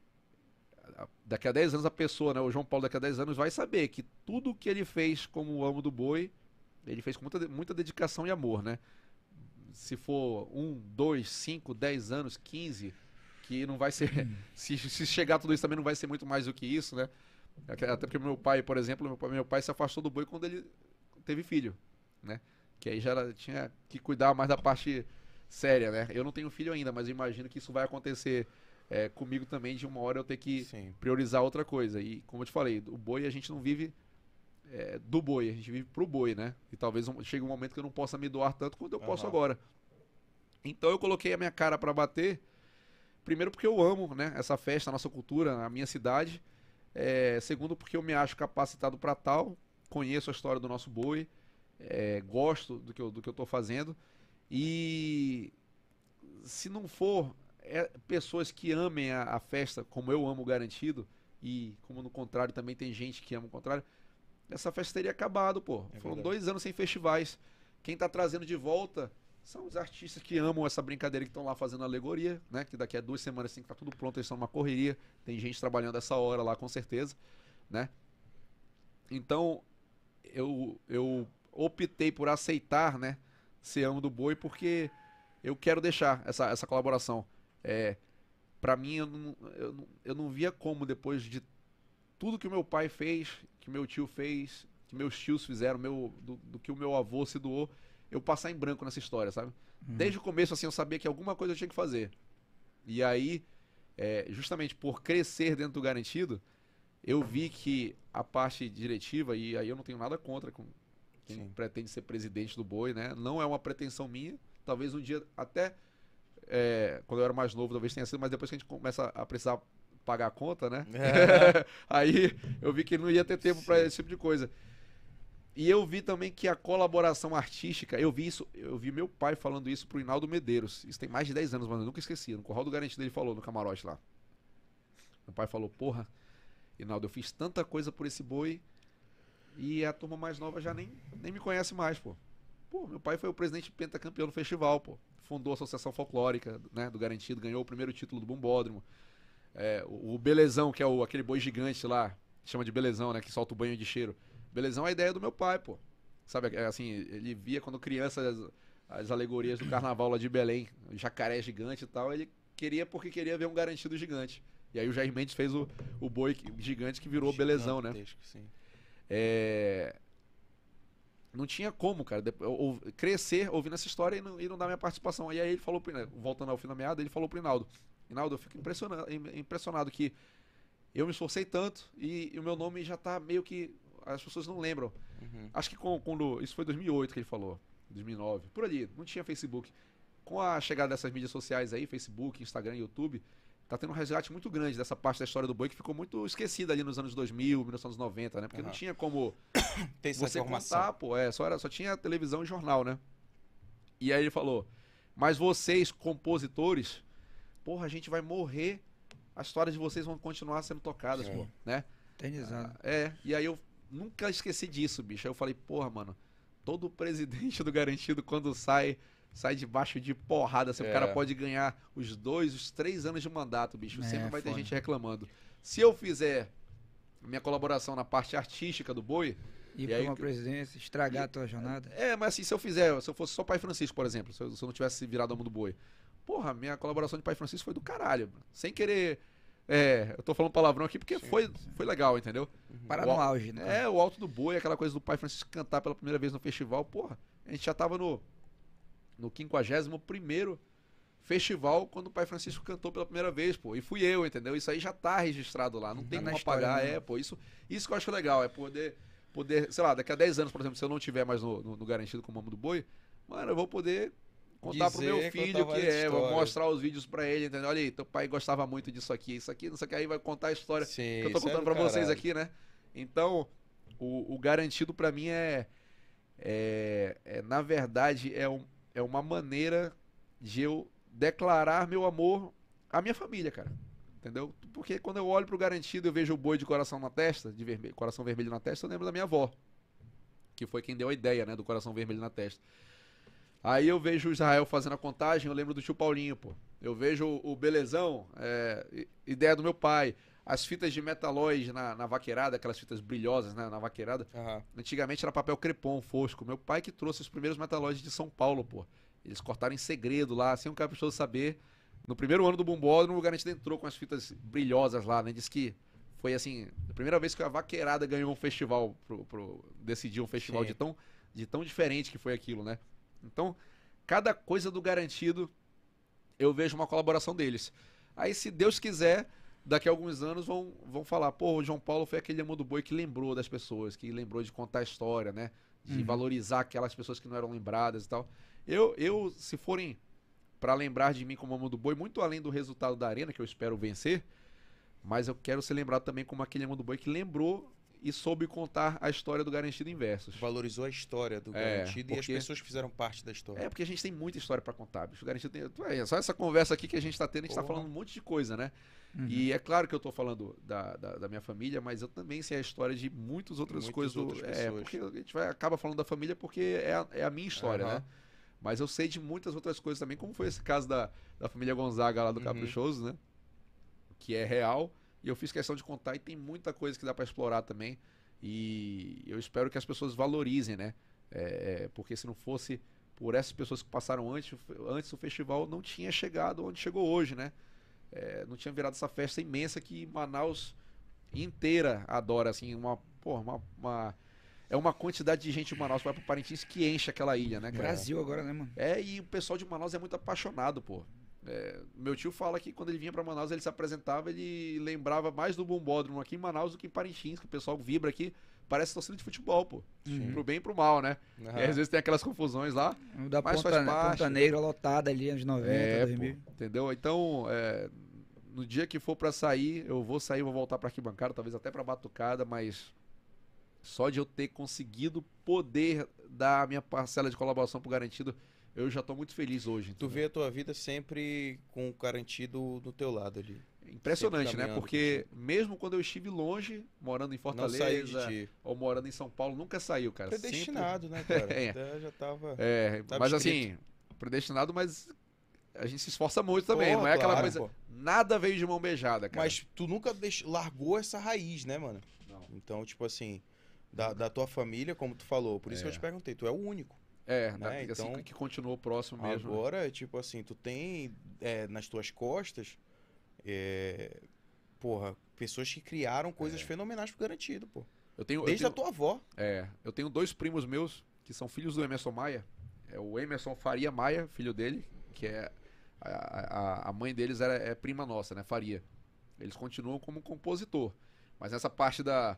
daqui a 10 anos a pessoa, né, o João Paulo daqui a 10 anos vai saber que tudo que ele fez como amo do boi, ele fez com muita dedicação e amor, né? Se for 1, 2, 5, 10 anos, 15, que não vai ser, se chegar tudo isso também não vai ser muito mais do que isso, né? Até porque meu pai, por exemplo, meu pai se afastou do boi quando ele teve filho, né? Que aí já tinha que cuidar mais da parte séria, né? Eu não tenho filho ainda, mas eu imagino que isso vai acontecer comigo também, de uma hora eu ter que priorizar outra coisa. E como eu te falei, o boi a gente não vive do boi, a gente vive pro boi, né? E talvez chegue um momento que eu não possa me doar tanto quanto eu posso agora. Então eu coloquei a minha cara pra bater, primeiro porque eu amo, né, essa festa, a nossa cultura, a minha cidade. Segundo porque eu me acho capacitado para tal, conheço a história do nosso boi, gosto do que eu tô fazendo. E se não for pessoas que amem a festa como eu amo o Garantido, e como no contrário também tem gente que ama o contrário, essa festa teria acabado, pô. Foram 2 anos sem festivais. Quem tá trazendo de volta são os artistas que amam essa brincadeira, que estão lá fazendo alegoria, né? Que daqui a 2 semanas tem que estar tudo pronto, eles estão numa correria. Tem gente trabalhando essa hora lá, com certeza, né? Então, eu optei por aceitar, né? Ser amo do boi, porque eu quero deixar essa colaboração. Pra mim, eu não via como, depois de tudo que o meu pai fez, que meu tio fez, que meus tios fizeram, do que o meu avô se doou, eu passar em branco nessa história, sabe? Desde o começo, assim, eu sabia que alguma coisa eu tinha que fazer. E aí, justamente por crescer dentro do Garantido, eu vi que a parte diretiva, e aí eu não tenho nada contra com quem pretende ser presidente do boi, né? Não é uma pretensão minha. Talvez um dia, até quando eu era mais novo, talvez tenha sido, mas depois que a gente começa a precisar pagar a conta, né? Aí eu vi que não ia ter tempo para esse tipo de coisa. E eu vi também que a colaboração artística, eu vi meu pai falando isso pro Hinaldo Medeiros. Isso tem mais de 10 anos, mas eu nunca esqueci. No Curral do Garantido ele falou, no camarote lá. Meu pai falou, porra, Hinaldo, eu fiz tanta coisa por esse boi e a turma mais nova já nem me conhece mais, pô. Pô, meu pai foi o presidente pentacampeão do festival, pô. Fundou a Associação Folclórica, né, do Garantido, ganhou o primeiro título do Bumbódromo. O Belezão, que é aquele boi gigante lá, chama de Belezão, né, que solta o banho de cheiro. Belezão é a ideia do meu pai, pô. Sabe, assim, ele via quando criança as alegorias do carnaval lá de Belém, o jacaré gigante e tal, ele queria porque queria ver um Garantido gigante. E aí o Jair Mendes fez o boi gigante que virou Belezão, né? Sim. Não tinha como, cara, crescer ouvindo essa história e não dar minha participação. E aí ele falou, voltando ao fim da meada, ele falou pro Hinaldo, eu fico impressionado que eu me esforcei tanto e o meu nome já tá meio que... As pessoas não lembram. Acho que quando... Isso foi 2008 que ele falou. 2009. Por ali. Não tinha Facebook. Com a chegada dessas mídias sociais aí, Facebook, Instagram, YouTube, tá tendo um resgate muito grande dessa parte da história do boi que ficou muito esquecida ali nos anos 2000, 1990, né? Porque não tinha como tem essa você informação. contar, pô. Só tinha televisão e jornal, né? E aí ele falou, mas vocês, compositores, porra, a gente vai morrer, a história de vocês vão continuar sendo tocadas, pô, né? Eternizado. E aí eu nunca esqueci disso, bicho. Aí eu falei, porra, mano, todo presidente do Garantido, quando sai debaixo de porrada. Assim, o cara pode ganhar os 2, os 3 anos de mandato, bicho. Sempre vai ter gente reclamando. Se eu fizer minha colaboração na parte artística do boi... Ir pra uma presidência, estragar a tua jornada. Mas assim, se eu fosse só Pai Francisco, por exemplo, se eu não tivesse virado amo do boi, porra, minha colaboração de Pai Francisco foi do caralho, mano. Sem querer Eu tô falando palavrão aqui porque foi legal, entendeu? Parar no auge, né? O Alto do Boi, aquela coisa do Pai Francisco cantar pela primeira vez no festival, porra. A gente já tava no 51º festival quando o Pai Francisco cantou pela primeira vez, pô. E fui eu, entendeu? Isso aí já tá registrado lá, não tem como apagar. Pô, isso que eu acho legal, é poder, sei lá, daqui a 10 anos, por exemplo, se eu não tiver mais no Garantido com o Amo do Boi, mano, eu vou poder contar pro meu filho vou mostrar os vídeos pra ele, entendeu? Olha aí, teu pai gostava muito disso aqui, não sei o que, aí vai contar a história que eu tô contando pra vocês aqui, né? Então, o Garantido pra mim na verdade, é uma maneira de eu declarar meu amor à minha família, cara. Entendeu? Porque quando eu olho pro Garantido, eu vejo o boi de coração na testa, coração vermelho na testa, eu lembro da minha avó, que foi quem deu a ideia, né, do coração vermelho na testa. Aí eu vejo o Israel fazendo a contagem, eu lembro do tio Paulinho, pô. Eu vejo o Belezão, ideia do meu pai. As fitas de Metaloid na vaqueirada, aquelas fitas brilhosas, né, na vaqueirada. Antigamente era papel crepom, fosco. Meu pai que trouxe os primeiros Metaloids de São Paulo, pô. Eles cortaram em segredo lá, sem um caprichoso saber. No primeiro ano do Bumbódromo, o Garantido entrou com as fitas brilhosas lá, né? Diz que foi assim, a primeira vez que a vaqueirada ganhou um festival, decidiu um festival de tão diferente que foi aquilo, né? Então, cada coisa do Garantido, eu vejo uma colaboração deles. Aí, se Deus quiser, daqui a alguns anos vão falar, pô, o João Paulo foi aquele Amo do Boi que lembrou das pessoas, que lembrou de contar a história, né? De valorizar aquelas pessoas que não eram lembradas e tal. Eu se forem pra lembrar de mim como Amo do Boi, muito além do resultado da arena, que eu espero vencer, mas eu quero ser lembrado também como aquele Amo do Boi que lembrou e soube contar a história do Garantido em versos. Valorizou a história do Garantido e as pessoas que fizeram parte da história. Porque a gente tem muita história pra contar, bicho. O Garantido tem... Só essa conversa aqui que a gente tá tendo, a gente tá falando um monte de coisa, né? E é claro que eu tô falando da minha família, mas eu também sei a história de muitas outras coisas. Porque a gente acaba falando da família porque é a minha história, né? Mas eu sei de muitas outras coisas também, como foi esse caso da família Gonzaga lá do Caprichoso, né? Que é real. E eu fiz questão de contar e tem muita coisa que dá pra explorar também. E eu espero que as pessoas valorizem, né? Porque se não fosse por essas pessoas que passaram antes o festival não tinha chegado onde chegou hoje, né? Não tinha virado essa festa imensa que Manaus inteira adora, assim, é uma quantidade de gente de Manaus que vai pro Parintins que enche aquela ilha, né, cara? Brasil agora, né, mano? E o pessoal de Manaus é muito apaixonado, pô. Meu tio fala que quando ele vinha pra Manaus, ele se apresentava, ele lembrava mais do Bumbódromo aqui em Manaus do que em Parintins, que o pessoal vibra aqui, parece torcida de futebol, pô. Pro bem e pro mal, né? E às vezes tem aquelas confusões lá, mas faz parte. Ponta Negra lotada ali, anos 90, 2000. Pô, entendeu? Então, no dia que for pra sair, eu vou sair, vou voltar pra arquibancada, talvez até pra batucada, mas só de eu ter conseguido poder dar a minha parcela de colaboração pro Garantido, eu já tô muito feliz hoje. Entendeu? Tu vê a tua vida sempre com o Garantido do teu lado ali. Impressionante, né? Porque mesmo quando eu estive longe, morando em Fortaleza ou morando em São Paulo, nunca saiu, cara. Predestinado, né, cara? Já tava... mas assim, predestinado, mas a gente se esforça muito também. Não é aquela coisa... Nada veio de mão beijada, cara. Mas tu nunca largou essa raiz, né, mano? Não. Então, tipo assim, da tua família, como tu falou, por isso que eu te perguntei, tu é o único. Né? Então, assim, que continuou próximo mesmo. Agora, tipo assim, tu tem nas tuas costas, pessoas que criaram coisas fenomenais pro Garantido, pô. Desde a tua avó. Eu tenho 2 primos meus que são filhos do Emerson Maia. O Emerson Faria Maia, filho dele, que a mãe deles é prima nossa, né? Faria. Eles continuam como compositor. Mas nessa parte da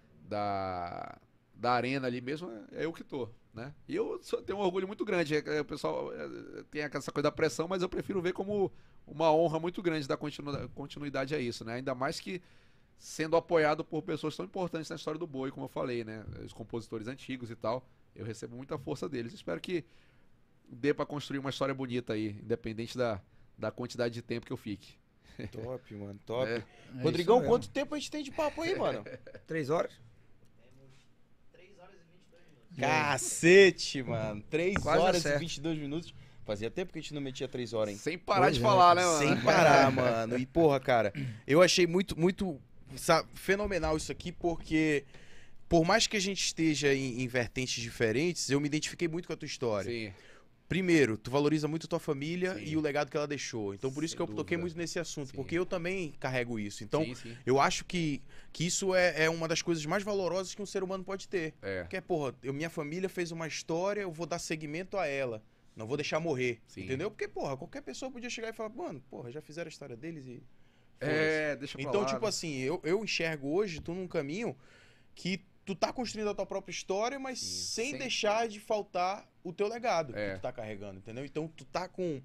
arena ali mesmo, é eu que tô, né? E eu tenho um orgulho muito grande. O pessoal tem essa coisa da pressão, mas eu prefiro ver como uma honra muito grande dar continuidade a isso, né? Ainda mais que sendo apoiado por pessoas tão importantes na história do boi, como eu falei, né? Os compositores antigos e tal. Eu recebo muita força deles. Espero que dê pra construir uma história bonita aí, independente da quantidade de tempo que eu fique. Top, mano, top. Rodrigão, quanto tempo a gente tem de papo aí, mano? 3 horas? 3 horas e 22 minutos. Cacete, mano. 3 Quase horas acerta. e 22 minutos. Fazia tempo que a gente não metia 3 horas, hein? Sem parar de falar, né, mano? Sem parar, mano. E, porra, cara, eu achei muito fenomenal isso aqui, porque por mais que a gente esteja em vertentes diferentes, eu me identifiquei muito com a tua história. Sim. primeiro, tu valoriza muito tua família Sim. e o legado que ela deixou. Então, por isso Sem que eu toquei dúvida. muito nesse assunto, Sim. porque eu também carrego isso. Então, Sim, sim. eu acho que isso é uma das coisas mais valorosas que um ser humano pode ter. É. Porque, porra, minha família fez uma história, eu vou dar seguimento a ela. Não vou deixar morrer, Sim. entendeu? Porque, porra, qualquer pessoa podia chegar e falar, mano, porra, já fizeram a história deles e... Deixa pra Então, lá, tipo né? assim, eu enxergo hoje tu num caminho que tu tá construindo a tua própria história, mas Sim, sem sem- deixar de faltar o teu legado É. que tu tá carregando, entendeu? Então tu tá com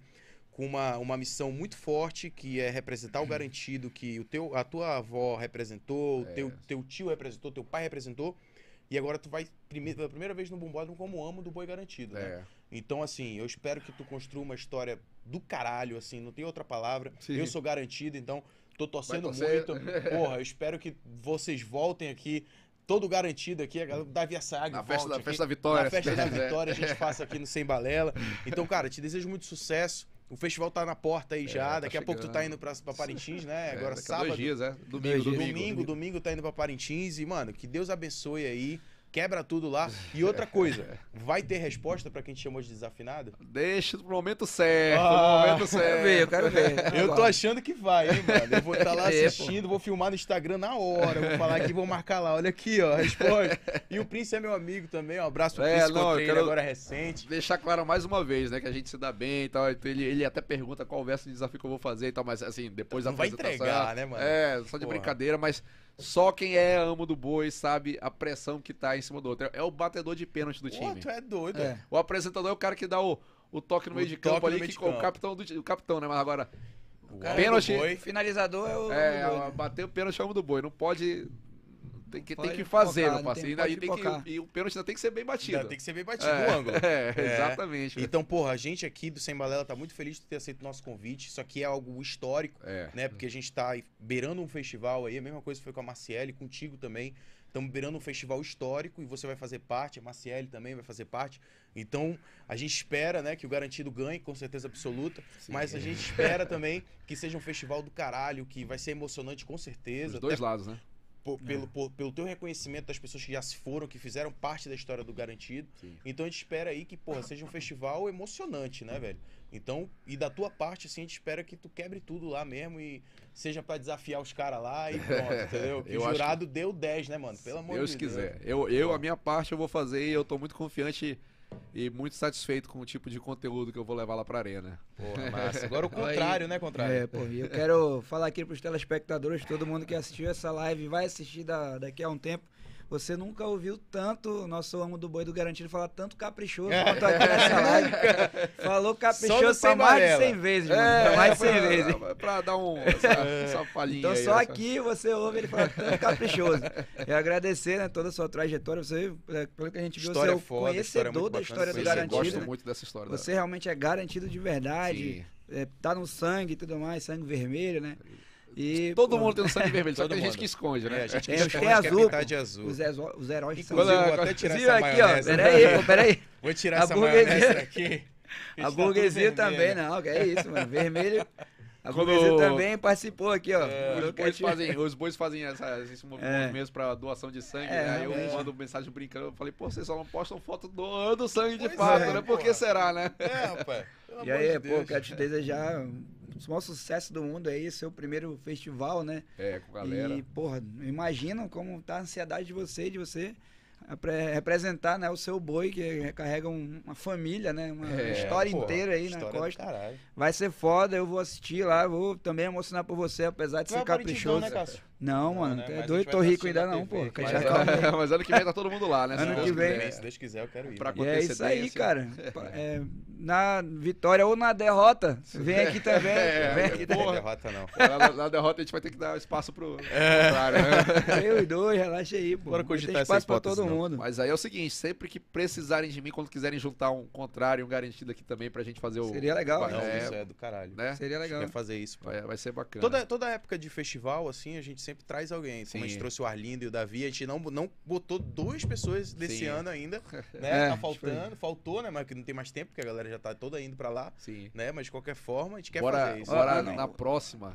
uma missão muito forte, que é representar o garantido que a tua avó representou, É. teu tio representou, teu pai representou, e agora tu vai pela primeira vez no Bombódromo como amo do Boi Garantido, né? É. Então, assim, eu espero que tu construa uma história do caralho, assim, não tem outra palavra. Sim. Eu sou garantido, então tô torcendo torcer. muito. Porra, eu espero que vocês voltem aqui, todo garantido aqui, a galera do Davi Assag Na volte aqui. festa da vitória. Na festa se da Deus quiser. vitória a gente faça aqui no Sem Balela. Então, cara, te desejo muito sucesso. O festival tá na porta aí já. tá Daqui a pouco tu tá chegando. indo pra Parintins, né? Agora Daqui a sábado. 2 dias, Domingo. Domingo tá indo pra Parintins. E, mano, que Deus abençoe aí. Quebra tudo lá. E outra coisa, vai ter resposta pra quem te chamou de desafinado? Deixa pro momento certo. Ah, no momento certo. Eu quero ver. Eu tô achando que vai, hein, mano? Eu vou estar lá Tem que ver, assistindo, vou filmar no Instagram na hora. Vou falar aqui, vou marcar lá. Olha aqui, ó, a resposta. E o Prince é meu amigo também. Um abraço pro Prince, não, eu encontrei ele quero- agora recente. Deixar claro mais uma vez, né? Que a gente se dá bem e tal. Então ele até pergunta qual verso de desafio que eu vou fazer e tal. Mas assim, depois da Não vai apresentação. entregar, né, mano? Só de Porra. brincadeira, mas só quem é amo do boi sabe a pressão que tá em cima do outro. É o batedor de pênalti do Pô, time. tu é doido. É. O apresentador é o cara que dá o toque no meio de toque campo no ali, meio de o campo. capitão, né? Mas agora, O cara pênalti- do boi. O finalizador é o. bater o pênalti é o amo do boi. Não pode. Tem que Pode fazer, pipocar, meu parceiro. pode E pipocar. o pênalti ainda tem que ser bem batido. Ainda tem que ser bem batido no ângulo. Exatamente. Então, porra, a gente aqui do Sem Balela tá muito feliz de ter aceito o nosso convite. Isso aqui é algo histórico, né? Porque a gente tá beirando um festival aí, a mesma coisa foi com a Marciele, contigo também. Estamos beirando um festival histórico e você vai fazer parte, a Marciele também vai fazer parte. Então, a gente espera, né, que o Garantido ganhe, com certeza absoluta. Sim. Mas a gente espera também que seja um festival do caralho, que vai ser emocionante com certeza. Dos dois até lados, né? pelo teu reconhecimento das pessoas que já se foram, que fizeram parte da história do Garantido. Sim. Então a gente espera aí que, porra, seja um festival emocionante, né, velho? Então, e da tua parte, assim, a gente espera que tu quebre tudo lá mesmo e seja pra desafiar os caras lá e pronto, entendeu? Que Eu o acho jurado deu 10, né, mano? Pelo amor Deus de Deus. quiser. A minha parte eu vou fazer e eu tô muito confiante e muito satisfeito com o tipo de conteúdo que eu vou levar lá pra arena. Porra, massa. Agora o Aí- contrário, né, contrário? É, pô, e eu quero falar aqui pros telespectadores, todo mundo que assistiu essa live e vai assistir daqui a um tempo. Você nunca ouviu tanto o nosso amo do boi do Garantido falar tanto caprichoso quanto aqui nessa live. Falou Só no caprichoso Sem pra mais de Balela. 100 vezes, mano. Pra mais de 100 vezes. Pra dar essa palhinha Então aí, só essa- aqui você ouve ele falar tanto caprichoso. Eu agradecer, né, toda a sua trajetória. Você, pelo que a gente viu, História você é o foda, história conhecedor muito da bacana, história do sim, Eu Garantido, gosto né? muito dessa história. Você realmente é garantido de verdade. Sim. Tá no sangue e tudo mais, sangue vermelho, né? E, Todo pô, mundo tem um sangue vermelho, só Todo tem gente mundo. que esconde, né? É, a gente Tem que os esconde, que é quer azul, pintar pô. de azul. os heróis são Inclusive, Quando- vou até tirar Viu essa aqui, ó. maionese. Peraí, pô, peraí. Vou tirar A essa burguesia- maionese daqui. A Está tudo burguesia vermelho. também, não, que é isso, mano. Vermelho. A Quando- burguesia também participou aqui, ó. Os bois fazem esses movimentos pra doação de sangue, É, né? Aí eu realmente. mando mensagem brincando, eu falei, pô, vocês só não postam foto doando sangue de Pois fato, é, né? Por que porra. será, né? É, rapaz. Pelo E amor aí, de pô, Deus. quero te desejar o maior sucesso do mundo aí, seu primeiro festival, né? É, com a galera. E, porra, imagina como tá a ansiedade de você representar, né, o seu boi, que carrega uma família, né? Uma história Porra, inteira aí na história do costa. caralho. Vai ser foda, eu vou assistir lá, vou também emocionar por você, apesar de Tu é ser Paritizão, caprichoso. né, Cássio? Não, Não, mano, né? tu é Mas a doido, gente tô vai rico assistir ainda na não, TV, pô. claro. Já calma aí. Mas ano que vem tá todo mundo lá, né? Ano Se que Deus vem. quiser. Se Deus quiser, eu quero ir. Pra E é isso aí, antecedência. cara. Na vitória ou na derrota, vem aqui também. Vem aqui Não também. derrota, não. Na derrota a gente vai ter que dar espaço pro contrário, né? Eu e dois, relaxa aí, pô. Bora Vai ter cogitar essa espaço pra hipótese, todo não. mundo. Mas aí é o seguinte, sempre que precisarem de mim, quando quiserem juntar um contrário e um garantido aqui também pra gente fazer o... Seria legal, Não, É. isso é do caralho. né? Seria legal. Quer fazer isso, pô. Vai ser bacana. Toda época de festival, assim, a gente sempre traz alguém. Como a gente Sim. trouxe o Arlindo e o Davi, a gente não botou 2 pessoas desse Sim. ano ainda, né? É, Tá faltando, faltou, né? Mas que não tem mais tempo, porque a galera já tá toda indo pra lá, Sim. né? Mas de qualquer forma, a gente quer Bora, fazer isso. bora não. na próxima,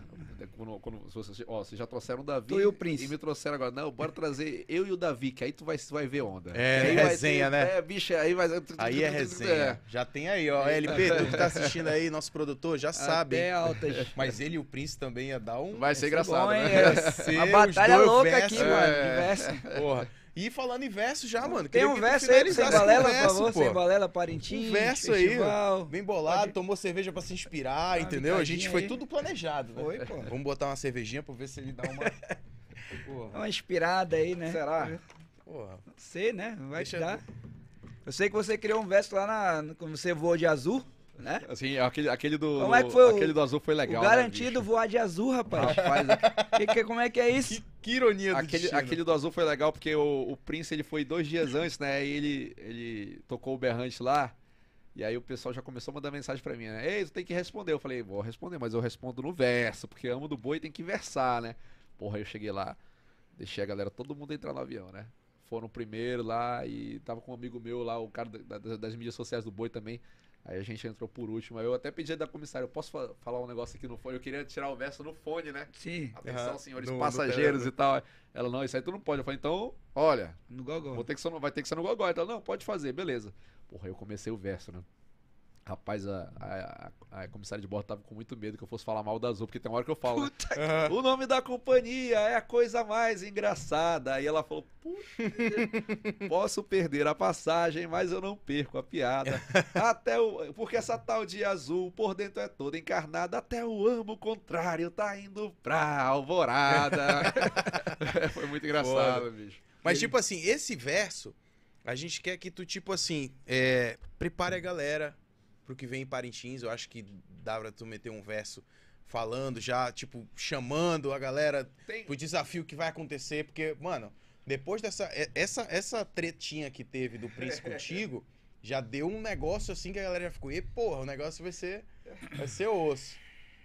se vocês já trouxeram o Davi Tu e o Prince. e me trouxeram agora. Não, bora trazer eu e o Davi, que aí tu vai ver onda. É, Que aí vai resenha, né? É, bicho, aí vai... Aí é resenha. Já tem aí, ó. LP, tu que tá assistindo aí, nosso produtor, já sabe. Até hein? Altas. Mas ele e o Prince também ia dar um. Vai ser engraçado, Bom, hein? né? É ser uma os batalha dois louca versos. aqui, mano. É. Diverso. Porra. E falando em verso já, mano. Tem queria um que tu verso aí, sem finalizasse com balela, por verso, favor. pô. Sem balela, Parintins. Um verso aí, festival. bem bolado, Pode- tomou cerveja pra se inspirar, Ah, entendeu? A gente picadinha foi aí. tudo planejado, né? Foi, pô. Vamos botar uma cervejinha pra ver se ele dá uma. Porra. Uma inspirada aí, né? Será? Porra. Sei, né? Vai te Deixa- dar. Eu sei que você criou um verso lá quando você voou de azul, né? Assim, aquele do... Como é que foi aquele do azul foi legal, o né, garantido bicho? voar de azul, rapaz. Rapaz, Como é que é isso? Que ironia do destino. aquele do azul foi legal porque o Prince ele foi 2 dias antes, né? E ele tocou o berrante lá. E aí o pessoal já começou a mandar mensagem pra mim, né? Ei, tu tem que responder. Eu falei, vou responder, mas eu respondo no verso, porque amo do boi tem que versar, né? Porra, aí eu cheguei lá, deixei a galera, todo mundo entrar no avião, né? Foram primeiro lá e tava com um amigo meu lá, o cara das mídias sociais do boi também. Aí a gente entrou por último. Aí eu até pedi da comissária, eu posso falar um negócio aqui no fone? Eu queria tirar o verso no fone, né? Sim, Atenção, Aham, senhores no passageiros telefone. e tal. Ela, não, isso aí tu não pode. Eu falei, então, olha, no Gogó. vai ter que ser no gogó. Então, não, pode fazer, beleza. Porra, eu comecei o verso, né? Rapaz, a comissária de bordo tava com muito medo que eu fosse falar mal da Azul, porque tem uma hora que eu falo, né? O nome da companhia é a coisa mais engraçada. Aí ela falou, puta, posso perder a passagem, mas eu não perco a piada. Porque essa tal de Azul por dentro é toda encarnada, até o amo contrário tá indo pra alvorada. Foi muito engraçado, bicho. Mas, tipo assim, esse verso, a gente quer que tu, tipo assim, prepare a galera pro que vem em Parintins. Eu acho que dá pra tu meter um verso falando já, tipo, chamando a galera pro desafio que vai acontecer. Porque, mano, depois essa tretinha que teve do Prince contigo, já deu um negócio assim que a galera já ficou, e porra, o negócio vai ser osso.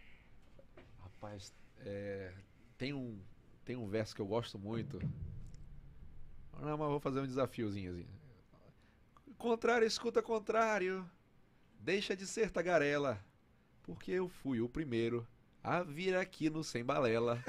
Rapaz, tem um verso que eu gosto muito. Não, mas vou fazer um desafiozinho assim. Contrário, escuta contrário. Deixa de ser tagarela. Porque eu fui o primeiro a vir aqui no Sem Balela.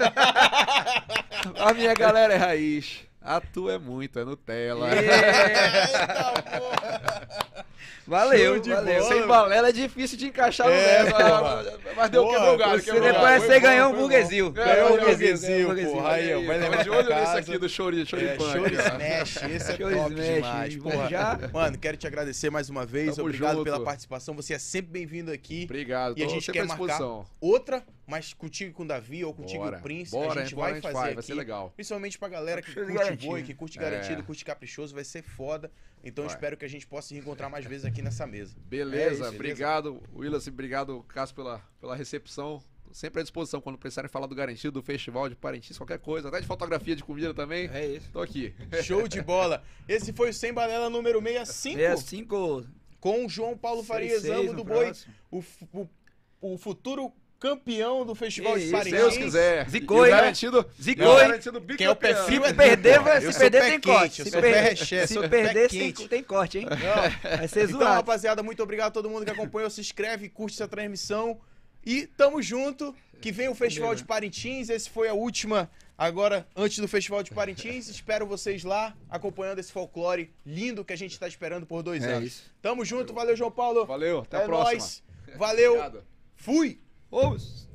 A minha galera é raiz. A tua é muito, é Nutella. Eita, porra! Valeu, Show de valeu. bola. Sem balela é difícil de encaixar no verso. porra. Mas deu, Porra, quebrou o galho. você quebrou o Depois galho. foi você bom, ganhou um foi bom. burguesil. Ganhou o burguesil, burguesil, porra. Aí, ó, vai levar Tava de olho pra nesse casa. aqui do show de Show punk. ó. Smash, esse é Show top Smash, demais, porra. já. Mano, quero te agradecer mais uma vez, Tamo obrigado junto. pela participação, você é sempre bem-vindo aqui. Obrigado. E a tô gente sempre quer à disposição. Outra, mas contigo e com o Davi ou contigo Bora. e o Prince, Bora, a gente bora, vai fazer vai aqui. ser legal. Principalmente pra galera que Show de curte garantido. boi, que curte garantido, É. curte caprichoso, vai ser foda. Então Vai. espero que a gente possa se reencontrar mais vezes aqui nessa mesa. Beleza, É isso, obrigado, Willis, obrigado, Cássio, pela recepção. Tô sempre à disposição quando precisarem falar do garantido, do festival de Parintins, qualquer coisa, até de fotografia de comida também. É isso. Tô aqui. Show de bola. Esse foi o Sem Balela número 65, 65. com o João Paulo Farias, 66 amo no do boi, próximo. o futuro campeão do Festival de Isso, Se Parintins. Deus quiser. Zicou, E o hein? garantido, Zicou, e o hein? garantido Quem é o pé bicampeão. frio é Se perder, tu, pô. Eu se sou perder pé tem quente, corte. eu Se sou per- pé reché, se sou pé perder, quente. tem corte, hein? Não. Vai ser Então, zoado. rapaziada, muito obrigado a todo mundo que acompanhou. Se inscreve, curte essa transmissão. E tamo junto. Que vem o Festival de Parintins. Esse foi a última, agora, antes do Festival de Parintins. Espero vocês lá, acompanhando esse folclore lindo que a gente tá esperando por 2 É anos. isso. Tamo junto. Valeu, João Paulo. Valeu, até a É próxima. nóis. Valeu. Obrigado. Fui. Vamos.